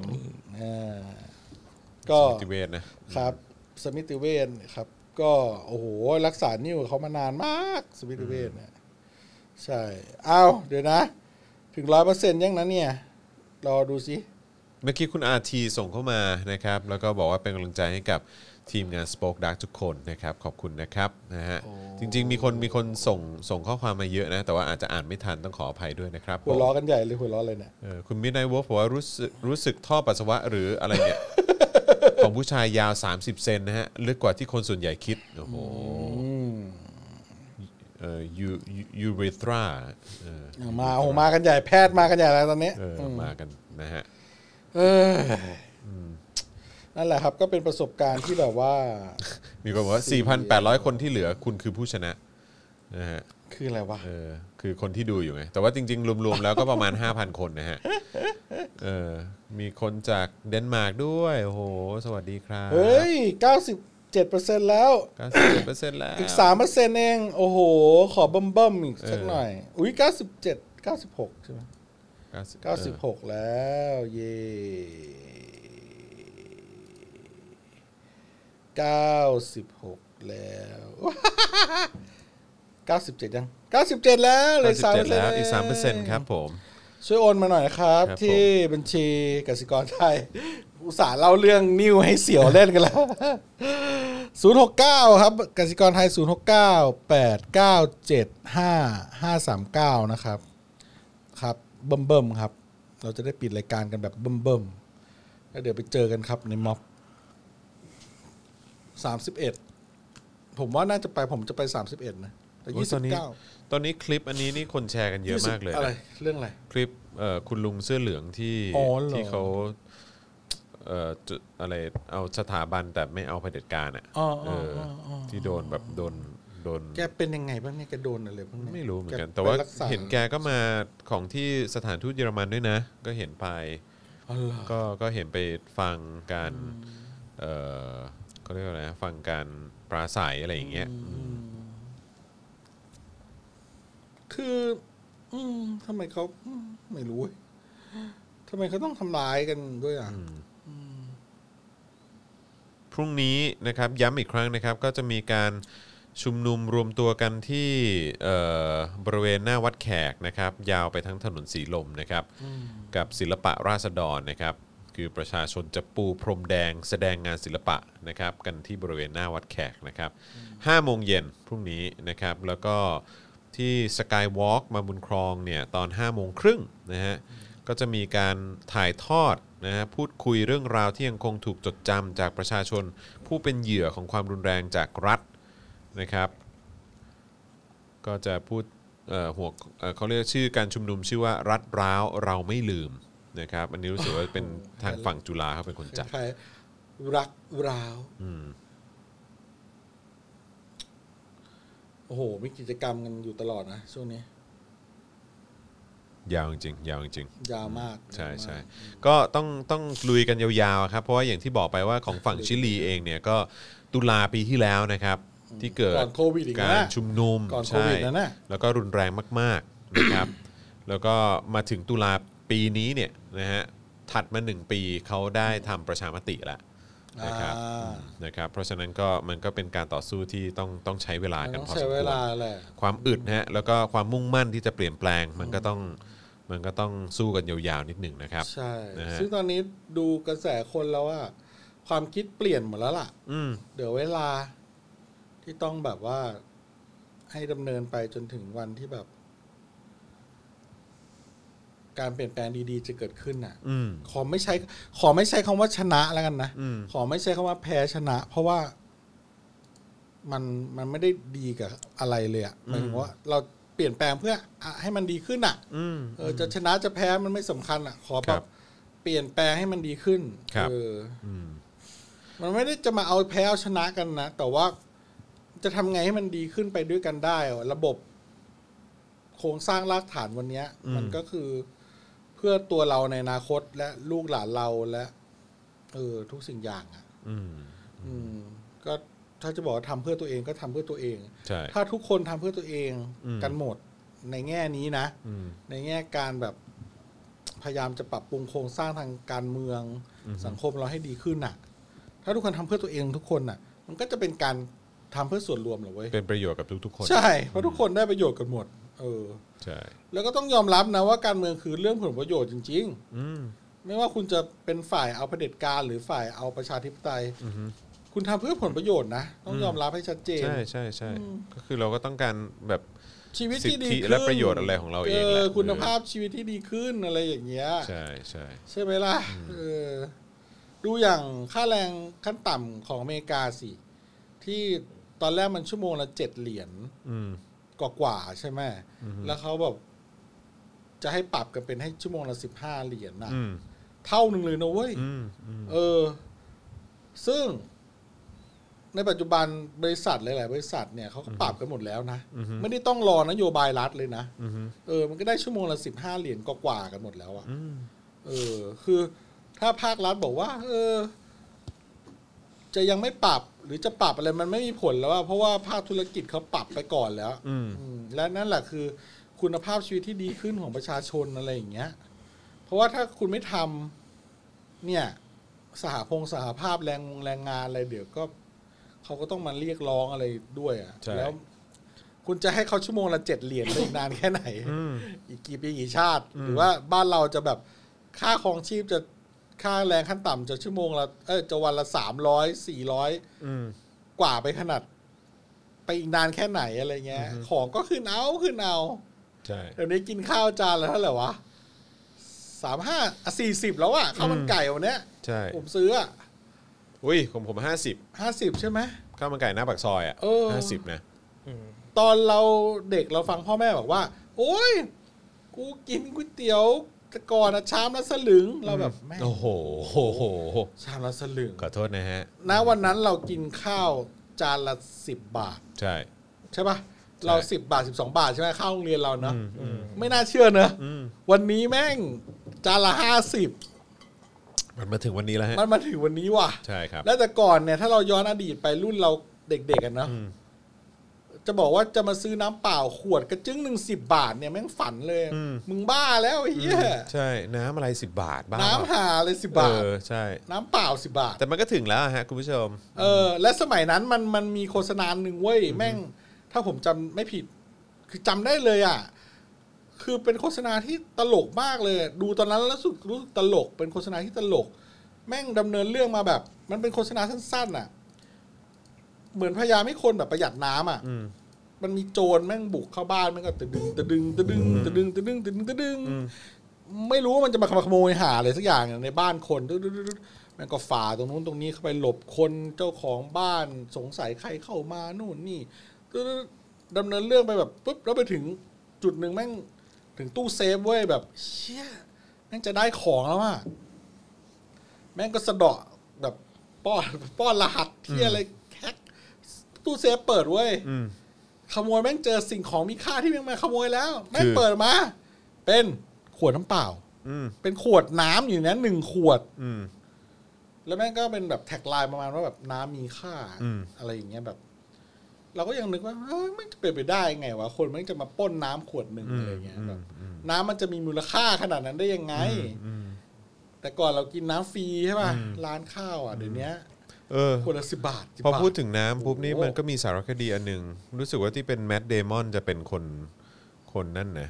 ก็สมิติเวชนะครับสมิติเวชครับก็โอ้โหรักษานิ้วเขามานานมากสมิติเวชเนี่ยใช่เดี๋ยวนะถึง 100% ยังนั้นเนี่ยรอดูสิเมื่อกี้คุณอาทีส่งเข้ามานะครับแล้วก็บอกว่าเป็นกำลังใจให้กับทีมงาน Spoke Dark ทุกคนนะครับขอบคุณนะครับนะฮะจริงๆมีคนส่งข้อความมาเยอะนะแต่ว่าอาจจะอ่านไม่ทันต้องขออภัยด้วยนะครับหัวล้อกันใหญ่เลยหัวล้อเลยเนี่ยคุณมิดไนท์วอล์ฟบอกว่ารู้สึกท่อปัสสาวะหรืออะไรเนี่ย ของผู้ชายยาว30 เซนนะฮะลึกกว่าที่คนส่วนใหญ่คิดโอ้โหยูเรทรามากันใหญ่แพทย์มากันใหญ่แล้วตอนนี้มากันนะฮะนั่นแหละครับก็เป็นประสบการณ์ที่แบบว่ามีคนบอกว่า 4,800 คนที่เหลือคุณคือผู้ชนะนะฮะคืออะไรวะคือคนที่ดูอยู่ไงแต่ว่าจริงๆรวมๆแล้วก็ประมาณ 5,000 คนนะฮะมีคนจากเดนมาร์กด้วยโอ้โหสวัสดีครับเฮ้ย97 97%แล้ว 97%แล้วอีก 3% เองโอ้โหขอเบิ่มๆอีกสักหน่อยอุ๊ย97 96ใช่มั้ย96แล้วเย่96แล้ว97ยัง97แล้วเลย3% แล้วอีก 3% ครับผมช่วยโอนมาหน่อยนะครับที่บัญชีกสิกรไทยอุตส่าห์เล่าเรื่องนิ้วให้เสี่ยวเล่นกันแล้ว069ครับกสิกรไทย06989753539นะครับครับเบิ่มๆครับเราจะได้ปิดรายการกันแบบเบิ่มๆแล้วเดี๋ยวไปเจอกันครับในม็อบ31ผมว่าน่าจะไปผมจะไป31นะแต่29 ตอนนี้คลิปอันนี้นี่คนแชร์กันเยอะมากเลยอะไรเรื่องอะไรคลิปคุณลุงเสื้อเหลืองที่เขาอะไรเอาสถาบันแต่ไม่เอาเผด็จการอ่ะที่โดนแบบโดนแกเป็นยังไงบ้างเนี่ยแกโดนอะไรบ้างไม่รู้เหมือนกันแต่ว่าเห็นแกก็มาของที่สถานทูตเยอรมันด้วยนะก็เห็นไปก็เห็นไปฟังการเขาเรียกว่าอะไรฟังการปราศัยอะไรอย่างเงี้ยคือทำไมเขาไม่รู้ทำไมเขาต้องทำร้ายกันด้วยอ่ะพรุ่งนี้นะครับย้ำอีกครั้งนะครับก็จะมีการชุมนุมรวมตัวกันที่บริเวณหน้าวัดแขกนะครับยาวไปทั้งถนนสีลมนะครับกับศิลปะราษฎรนะครับคือประชาชนจะปูพรมแดงแสดงงานศิลปะนะครับกันที่บริเวณหน้าวัดแขกนะครับ5 โมงเย็นพรุ่งนี้นะครับแล้วก็ที่สกายวอล์กมาบุญครองเนี่ยตอน5 โมงครึ่งนะฮะก็จะมีการถ่ายทอดนะฮะพูดคุยเรื่องราวที่ยังคงถูกจดจำจากประชาชนผู้เป็นเหยื่อของความรุนแรงจากรัฐนะครับก็จะพูดหัวเขาเรียกชื่อการชุมนุมชื่อว่ารัฐร้าวเราไม่ลืมนะครับอันนี้รู้สึกว่าเป็นทางฝั่งจุฬาเขาเป็นคนจัดรักร้าวโอ้โหมีกิจกรรมกันอยู่ตลอดนะช่วงนี้ยาวจริงยาวจริงยาวมากใช่ใช่ก็ต้องลุยกันยาวๆครับเพราะว่าอย่างที่บอกไปว่าของฝั่งชิลีเองเนี่ยก็ตุลาปีที่แล้วนะครับที่เกิดการชุมนุมใช่แล้วก็รุนแรงมากๆนะครับแล้วก็มาถึงตุลาปีนี้เนี่ยนะฮะถัดมา1 ปีเขาได้ทำประชามติแล้วนะครับเพราะฉะนั้นก็มันก็เป็นการต่อสู้ที่ต้องใช้เวลากันพอสมควรความอึดนะฮะแล้วก็ความมุ่งมั่นที่จะเปลี่ยนแปลงมันก็ต้องสู้กันยาวๆนิดหนึ่งนะครับใช่ซึ่งตอนนี้ดูกระแสคนแล้วว่าความคิดเปลี่ยนหมดแล้วล่ะเดี๋ยวเวลาที่ต้องแบบว่าให้ดำเนินไปจนถึงวันที่แบบการเปลี่ยนแปลงดีๆจะเกิดขึ้นน่ะขอไม่ใช้คำว่าชนะแล้วกันนะขอไม่ใช้คำว่าแพ้ชนะเพราะว่ามันไม่ได้ดีกับอะไรเลยอ่ะหมายถึงว่าเราเปลี่ยนแปลงเพื่อให้มันดีขึ้นอ่ะจะชนะจะแพ้มันไม่สำคัญอ่ะขอแบบเปลี่ยนแปลงให้มันดีขึ้นมันไม่ได้จะมาเอาแพ้เอาชนะกันนะแต่ว่าจะทำไงให้มันดีขึ้นไปด้วยกันได้ระบบโครงสร้างรากฐานวันนี้มันก็คือเพื่อตัวเราในอนาคตและลูกหลานเราและทุกสิ่งอย่างอ่ะก็ถ้าจะบอกว่าทำเพื่อตัวเองก็ทำเพื่อตัวเองถ้าทุกคนทำเพื่อตัวเองกันหมดในแง่นี้นะในแง่การแบบพยายามจะปรับปรุงโครงสร้างทางการเมืองสังคมเราให้ดีขึ้นน่ะถ้าทุกคนทำเพื่อตัวเองทุกคนน่ะมันก็จะเป็นการทำเพื่อส่วนรวมเหรอเว้ยเป็นประโยชน์กับทุกๆคนใช่เพราะทุกคนได้ประโยชน์กันหมดใช่แล้วก็ต้องยอมรับนะว่าการเมืองคือเรื่องผลประโยชน์จริงๆไม่ว่าคุณจะเป็นฝ่ายเอาเผด็จการหรือฝ่ายเอาประชาธิปไตยคุณทำเพื่อผลประโยชน์นะต้องยอมรับให้ชัดเจนใช่ใช่ใช่ก็คือเราก็ต้องการแบบชีวิตที่ดีขึ้นและประโยชน์อะไรของเราเองคุณภาพชีวิตที่ดีขึ้นอะไรอย่างเงี้ยใช่ใช่ใช่ไหมล่ะดูอย่างค่าแรงขั้นต่ำของอเมริกาสิที่ตอนแรกมันชั่วโมงละ$7กว่าใช่ไหมแล้วเขาแบบจะให้ปรับกันเป็นให้ชั่วโมงละ$15นะเท่านึงเลยนะเว้ยซึ่งในปัจจุบันบริษัทหลายๆบริษัทเนี่ยเขาก็ปรับกันหมดแล้วนะไม่ได้ต้องรอนโยบายรัฐเลยนะมันก็ได้ชั่วโมงละ$15กว่ากันหมดแล้วอ่ะคือถ้าภาครัฐบอกว่าจะยังไม่ปรับหรือจะปรับอะไรมันไม่มีผลแล้วว่าเพราะว่าภาคธุรกิจเขาปรับไปก่อนแล้วและนั่นแหละคือคุณภาพชีวิตที่ดีขึ้นของประชาชนอะไรอย่างเงี้ยเพราะว่าถ้าคุณไม่ทำเนี่ยสหภาพแรงงานอะไรเดี๋ยวก็เขาก็ต้องมาเรียกร้องอะไรด้วยอ่ะแล้วคุณจะให้เขาชั่วโมงละ7 เหรียญไปอีกนานแค่ไหนอีกกี่ปีกี่ชาติหรือว่าบ้านเราจะแบบค่าครองชีพจะค่าแรงขั้นต่ำจะชั่วโมงละจะวันละ300-400กว่าไปขนาดไปอีกนานแค่ไหนอะไรเงี้ยของก็ขึ้นเอาใช่เดี๋ยวนี้กินข้าวจานละเท่าไหร่วะ35-40แล้วอะข้าวมันไก่วันเนี้ยใช่ผมซื้ออะอุ้ยผม50 ใช่ไหมข้าวมันไก่หน้าปากซอยอ่ะ50นะตอนเราเด็กเราฟังพ่อแม่บอกว่าโอ๊ยกูกินก๋วยเตี๋ยวแต่ก่อนนะชามละสลึงเราแบบแม่โอ้โหชามละสลึงขอโทษนะฮะวันนั้นเรากินข้าวจานละ10 บาทใช่ป่ะเรา10 บาท12 บาทใช่ไหมข้าวโรงเรียนเราเนาะไม่น่าเชื่อเนอะวันนี้แม่งจานละ50 มันมาถึงวันนี้แล้วฮะมันมาถึงวันนี้ว่ะใช่ครับแล้วแต่ก่อนเนี่ยถ้าเราย้อนอดีตไปรุ่นเราเด็กๆกันเนาะจะบอกว่าจะมาซื้อน้ำเปล่าขวดกระจึ้ง10 บาทเนี่ยแม่งฝันเลยมึงบ้าแล้วไอ้เหี้ยใช่น้ำอะไร10 บาทบ้าน้ำหาเลย10 บาทใช่น้ำเปล่า10 บาทแต่มันก็ถึงแล้วฮะคุณผู้ชมและสมัยนั้นมันมีโฆษณาหนึ่งเว้ยแม่งถ้าผมจำไม่ผิดคือจำได้เลยอ่ะคือเป็นโฆษณาที่ตลกมากเลยดูตอนนั้นแล้วรู้สึกตลกเป็นโฆษณาที่ตลกแม่งดำเนินเรื่องมาแบบมันเป็นโฆษณาสั้นๆอ่ะเหมือนพยายามให้คนแบบประหยัดน้ำอ่ะมันมีโจรแม่งบุกเข้าบ้านแม่งก็ตะดึงไม่รู้ว่ามันจะมาขโมยหาอะไรสักอย่างในบ้านคนแม่งก็ฝ่าตรงนู้นตรงนี้เข้าไปหลบคนเจ้าของบ้านสงสัยใครเข้ามานู่นนี่ดำเนินเรื่องไปแบบปุ๊บแล้วไปถึงจุดหนึ่งแม่งถึงตู้เซฟเว้ยแบบเชี่ยแม่งจะได้ของแล้วอ่ะแม่งก็สะเดาะแบบป้อนรหัสที่อะไรแฮกตู้เซฟเปิดเว้ยขโมยแม่งเจอสิ่งของมีค่าที่แม่งมาขโมยแล้วแม่งเปิดมาเป็นขวดน้ำเปล่าเป็นขวดน้ำอยู่นั้น1 ขวดแล้วแม่งก็เป็นแบบแท็กไลน์ประมาณว่าแบบน้ำมีค่าอะไรอย่างเงี้ยแบบเราก็ยังนึกว่ามันจะเป็นไปได้ไงวะคนมันจะมาปล้นน้ำขวดหนึ่งอะไรเงี้ยแบบน้ำมันจะมีมูลค่าขนาดนั้นได้ยังไงแต่ก่อนเรากินน้ำฟรีใช่ป่ะร้านข้าวอ่ะเดี๋ยวนี้ขวดละ10 บาทพอพูดถึงน้ำปุ๊บนี่มันก็มีสารคดีอันหนึ่งรู้สึกว่าที่เป็นแมทเดมอนจะเป็นคนนั่นนะ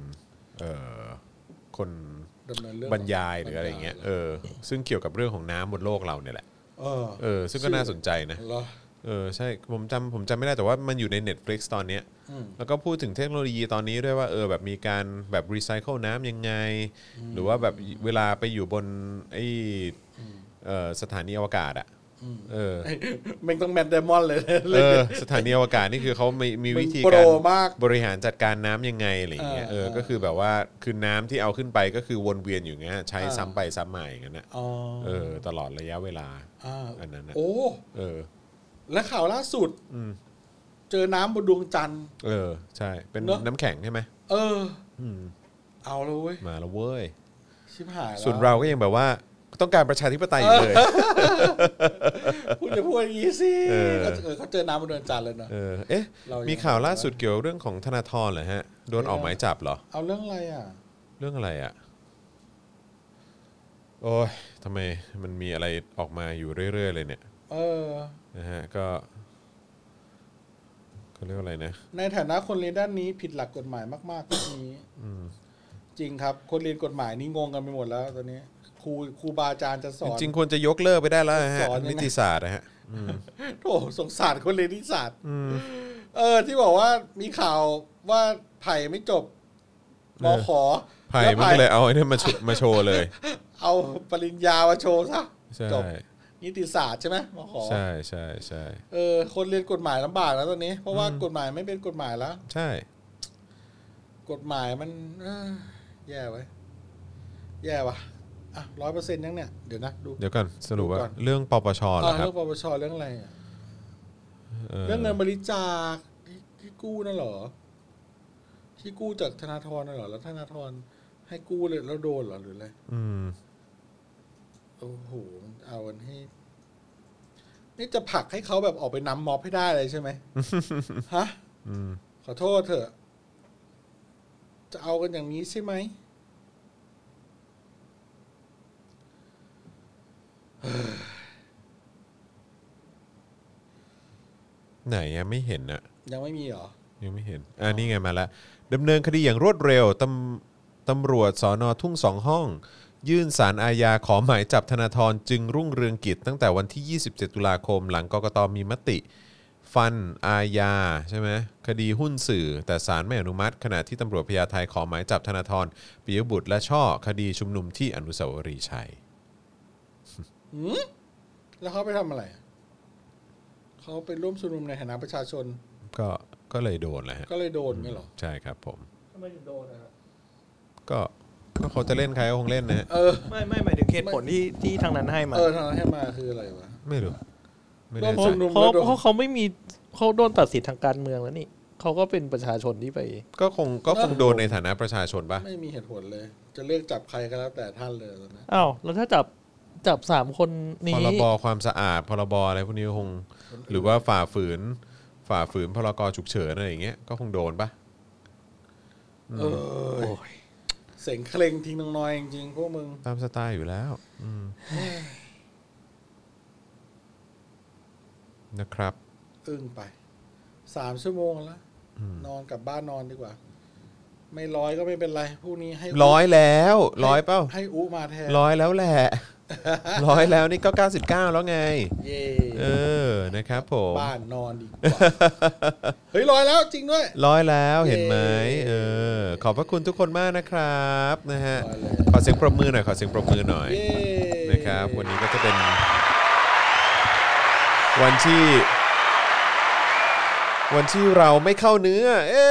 คนบรรยายหรืออะไรเงี้ยซึ่งเกี่ยวกับเรื่องของน้ำบนโลกเราเนี่ยแหละซึ่งก็น่าสนใจนะใช่ผมจำไม่ได้แต่ว่ามันอยู่ใน Netflix ตอนนี้แล้วก็พูดถึงเทคโนโลยีตอนนี้ด้วยว่าแบบมีการแบบรีไซเคิลน้ำยังไงหรือว่าแบบเวลาไปอยู่บนไอ้สถานีอวกาศอ่ะมันต้องแมนเดมอนเลยสถานีอวกาศนี่คือเขามีวิธีการบริหารจัดการน้ำยังไงอะไรเงี้ยก็คือแบบว่าคือน้ำที่เอาขึ้นไปก็คือวนเวียนอยู่เงี้ยใช้ซ้ำไปซ้ำมาอย่างนั้นนะตลอดระยะเวลาอันนั้นนะและข่าวล่าสุดเจอน้ำบนดวงจันทร์ใช่เป็นน้ำแข็งใช่ไหมเอาแล้วเว้ยมาแล้วเว้ยชิบหายแล้วส่วนเราก็ยังแบบว่าต้องการประชาธิปไตยอยู่เลยพูดอย่างนี้สิเขาเจอน้ำบนดวงจันทร์เลยเนอะมีข่าวล่าสุดเกี่ยวเรื่องของธนาธรเหรอฮะโดนออกหมายจับเหรอเอาเรื่องอะไรอ่ะเรื่องอะไรอ่ะโอ้ยทำไมมันมีอะไรออกมาอยู่เรื่อยๆเลยเนี่ยนะฮะก็เขาเรียกอะไรนะในฐานะคนเรียนด้านนี้ผิดหลักกฎหมายมากๆทีนี้จริงครับคนเรียนกฎหมายนี่งงกันไปหมดแล้วตอนนี้ครูบาอาจารย์จะสอนจริงควรจะยกเลิกไปได้แล้วฮะนิติศาสตร์นะฮะโธ่สงสารคนเรียนนิติศาสตร์ที่บอกว่ามีข่าวว่าไผ่ไม่จบมขอไผ่มันก็เลยเอาไอ้นี่มาโชว์เลยเอาปริญญามาโชว์ซะจบนิติศาสตร์ใช่ไหมมขอใช่ใช่ใช่คนเรียนกฎหมายลำบากแล้วตอนนี้เพราะว่ากฎหมายไม่เป็นกฎหมายแล้วใช่กฎหมายมันแย่ไว้แย่ว่ะ100%ยังเนี่ยเดี๋ยวนะเดี๋ยวก่อนสรุปว่าเรื่องปปชเหรอครับเรื่องปปชเรื่องอะไรเรื่องเงินบริจาคที่กู้นั่นเหรอที่กู้จากธนาธรนั่นเหรอแล้วธนาธรให้กู้เลยแล้วโดนเหรอหรืออะไรโอ้โหเอาวันให้นี่จะผลักให้เขาแบบออกไปนำม็อบให้ได้เลยใช่ไหม ฮะขอโทษเถอะ จะเอากันอย่างนี้ใช่ไหมไหนยังไม่เห็นอะยังไม่มีเหรอยังไม่เห็นนี่ไงมาแล้วดำเนินคดีอย่างรวดเร็วตำรวจสน.ทุ่ง2ห้องยื่นศาลอาญาขอหมายจับธนาธรจึงรุ่งเรืองกิจตั้งแต่วันที่27ตุลาคมหลังกกต.มีมติฟันอาญาใช่ไหมคดีหุ้นสื่อแต่ศาลไม่อนุมัติขณะที่ตำรวจพญาไทขอหมายจับธนาธรปิยบุตรและช่อคดีชุมนุมที่อนุสาวรีย์ชัยแล้วเขาไปทำอะไรเขาไปร่วมชุมนุมในฐานะประชาชนก็เลยโดนแหละฮะก็เลยโดนงี้หรอใช่ครับผมทำไมถึงโดนนะก็เขาจะเล่นใครก็คงเล่นนะไม่หมายถึงเหตุผลที่ทางนั้นให้มาทางนั้นให้มาคืออะไรวะไม่รู้ร่วมชุมนุมเพราะเขาไม่มีเขาโดนตัดสิทธิ์ทางการเมืองแล้วนี่เขาก็เป็นประชาชนที่ไปก็คงโดนในฐานะประชาชนปะไม่มีเหตุผลเลยจะเลือกจับใครก็แล้วแต่ท่านเลยนะอ้าวแล้วถ้าจับ3คนนี้พรบความสะอาดพรบอะไรพวกนี้คงหรือว่าฝ่าฝืนพรกฉุกเฉินอะไรอย่างเงี้ยก็คงโดนปะเสียงเคร่งทิ้งน้อยจริงๆพวกมึงตามสไตล์อยู่แล้วนะครับอึ้งไป3 ชั่วโมงแล้วนอนกลับบ้านนอนดีกว่าไม่100ก็ไม่เป็นไรพรุ่งนี้ให้ 100แล้ว100เปล่าให้อุมาแทน 100แล้วแหละ100แล้วนี่ก็99แล้วไงเย่นะครับผมบ้านนอนดีกว่าเฮ้ย100แล้วจริงด้วย 100แล้วเห็นไหมขอบพระคุณทุกคนมากนะครับนะฮะขอเสียงปรบมือหน่อยนะครับวันนี้ก็จะเป็นวันที่เราไม่เข้าเนื้อ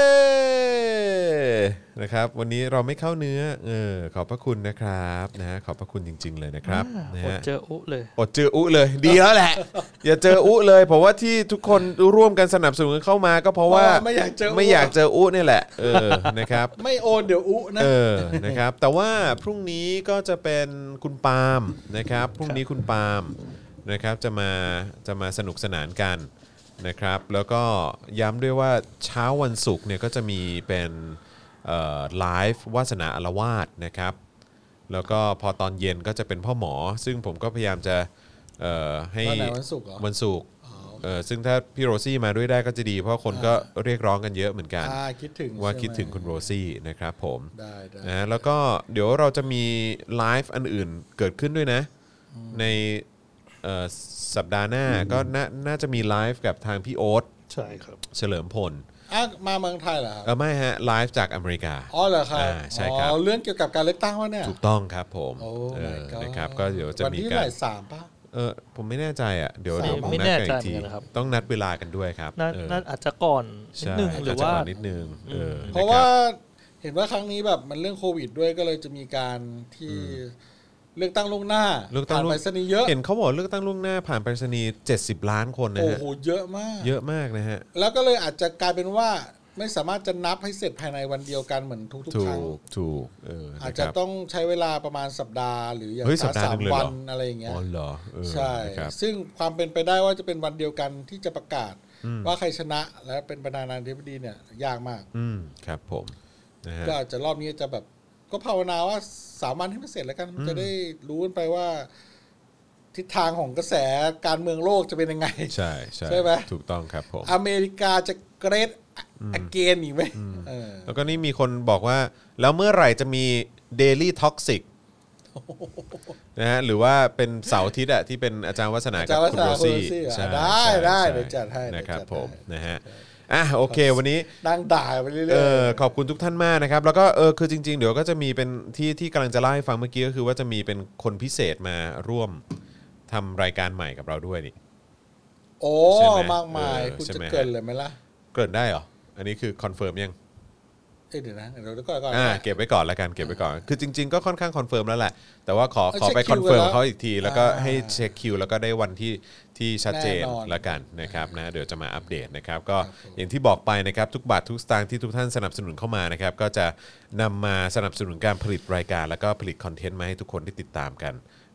นะครับวันนี้เราไม่เข้าเนื้อขอบพระคุณนะครับนะฮะขอบพระคุณจริงๆเลยนะครับนะฮะอดเจออุเลยดีแล้วแหละอย่าเจออุเลยเพราะว่าที่ทุกคนร่วมกันสนับสนุนเข้ามาก็เพราะว่าไม่อยากเจออุนี่แหละนะครับไม่โอนเดี๋ยวอุนะนะครับแต่ว่าพรุ่งนี้ก็จะเป็นคุณปาล์มนะครับพรุ่งนี้คุณปาล์มนะครับจะมาสนุกสนานกันนะครับแล้วก็ย้ำด้วยว่าเช้าวันศุกร์เนี่ยก็จะมีเป็นไลฟ์วาสนาอารวาสนะครับแล้วก็พอตอนเย็นก็จะเป็นพ่อหมอซึ่งผมก็พยายามจะให้วันศุกร์ซึ่งถ้าพี่โรซี่มาด้วยได้ก็จะดีเพราะคนก็เรียกร้องกันเยอะเหมือนกันคิดถึงคุณโรซี่นะครับผมได้นะแล้วก็เดี๋ยวเราจะมีไลฟ์อันอื่นเกิดขึ้นด้วยนะในสัปดาห์หน้าก็น่าจะมีไลฟ์กับทางพี่โอ๊ตใช่ครับเฉลิมพลมาเมืองไทยเหรอครับไม่ฮะไลฟ์จากอเมริกาเหรอครับใช่ครับเรื่องเกี่ยวกับการเลือกตั้งวะเนี่ยถูกต้องครับผมนะครับก็เดี๋ยวจะมีการวันที่3ป่ะผมไม่แน่ใจเดี๋ยวนัดกันอีกทีต้องนัดเวลากันด้วยครับนั่นอาจจะก่อนนิดนึงหรือว่านิดนึงเพราะว่าเห็นว่าครั้งนี้แบบมันเรื่องโควิดด้วยก็เลยจะมีการที่เลือกตั้งล่วงหน้าผ่านไปรษณีย์เยอะเห็นเขาบอกเลือกตั้งล่วงหน้าผ่านไปรษณีย์70 ล้านคนนะฮะโอ้โหเยอะมากนะฮะแล้วก็เลยอาจจะกลายเป็นว่าไม่สามารถจะนับให้เสร็จภายในวันเดียวกันเหมือนทุกครั้งถูกอาจจะต้องใช้เวลาประมาณสัปดาห์หรืออย่างน้อย3 วันอะไรอย่างเงี้ยเหรอใช่ซึ่งความเป็นไปได้ว่าจะเป็นวันเดียวกันที่จะประกาศว่าใครชนะและเป็นประธานาธิบดีเนี่ยยากมากครับผมก็อาจจะรอบนี้จะแบบก็ภาวนาว่า3 วันให้มันเสร็จแล้วกันจะได้รู้กันไปว่าทิศทางของกระแสการเมืองโลกจะเป็นยังไงใช่ไหมถูกต้องครับผมอเมริกาจะเกรดagain อีกไหมแล้วก็นี่มีคนบอกว่าแล้วเมื่อไหร่จะมี Daily Toxic นะฮะหรือว่าเป็นเสาร์อาทิตย์ที่เป็นอาจารย์วัฒนากับคุณโรซี่ได้เดี๋ยวจัดให้นะครับผมนะฮะโอเควันนี้นั่งด่าไปเรื่อยๆขอบคุณทุกท่านมากนะครับแล้วก็คือจริงๆเดี๋ยวก็จะมีเป็นที่กำลังจะเล่าให้ฟังเมื่อกี้ก็คือว่าจะมีเป็นคนพิเศษมาร่วมทำรายการใหม่กับเราด้วยนี่โอ้มากมายคุณจะเกินเลยไหมล่ะเกินได้เหรออันนี้คือคอนเฟิร์มยังเดี๋ยวนะเดี๋ยวก่อนเก็บไว้ก่อนแล้วกันเก็บไว้ก่อนคือจริงๆก็ค่อนข้างคอนเฟิร์มแล้วแหละแต่ว่าขอไปคอนเฟิร์มเขาอีกทีแล้วก็ให้เช็คคิวแล้วก็ได้วันที่ชัดเจนแล้วกันนะครับนะเดี๋ยวจะมาอัปเดตนะครับก็อย่างที่บอกไปนะครับทุกบาททุกสตางค์ที่ทุกท่านสนับสนุนเข้ามานะครับก็จะนำมาสนับสนุนการผลิตรายการแล้วก็ผลิตคอนเทนต์มาให้ทุกคนได้ติดตามกัน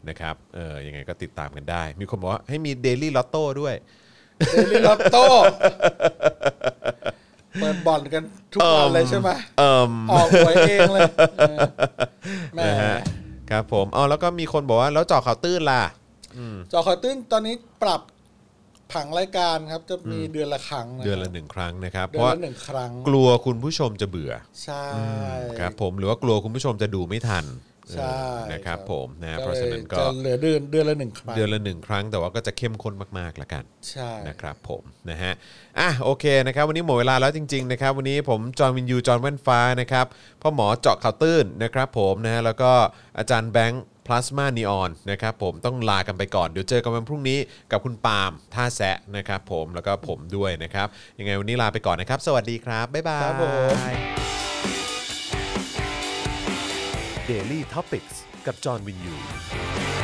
นะครับยังไงก็ติดตามกันได้ มีคนบอกว่าให้มี Daily Lotto ด้วยเดลิลอตโต้เปิดบ่อนกันทุกวันเลยใช่ไหมออกหวยเองเลยแหม่นะฮะครับผมแล้วก็มีคนบอกว่าแล้วเจาะข่าวตื้นล่ะจอข่าวตื้นตอนนี้ปรับผังรายการครับจะมีเดือนละครั้งนะเดือนละ1ครั้งนะครับเดืเพอนราะละ1ครั้งกลัวคุณผู้ชมจะเบื่อใช่ครับผมหรือว่ากลัวคุณผู้ชมจะดูไม่ทันใช่นะครับผมนะก็เพราะฉะนั้นก็จะเหลือเดือนละ1ครั้งเดือนละ1ครั้งแต่ว่าก็จะเข้มข้นมากๆละกันใช่นะครับผมนะฮะโอเคนะครับวันนี้หมดเวลาแล้วจริงๆนะครับวันนี้ผมจอห์นวินยูจอห์นแว่นฟ้านะครับพ่อหมอเจาะข่าวตื้นนะครับผมนะฮะแล้วก็อาจารย์แบงค์พลาสมานีออนนะครับผมต้องลากันไปก่อนเดี๋ยวเจอกันวันพรุ่งนี้กับคุณปาล์มท่าแซะนะครับผมแล้วก็ผมด้วยนะครับยังไงวันนี้ลาไปก่อนนะครับสวัสดีครับบ๊ายบายครับผม Daily Topics กับจอห์นวินยู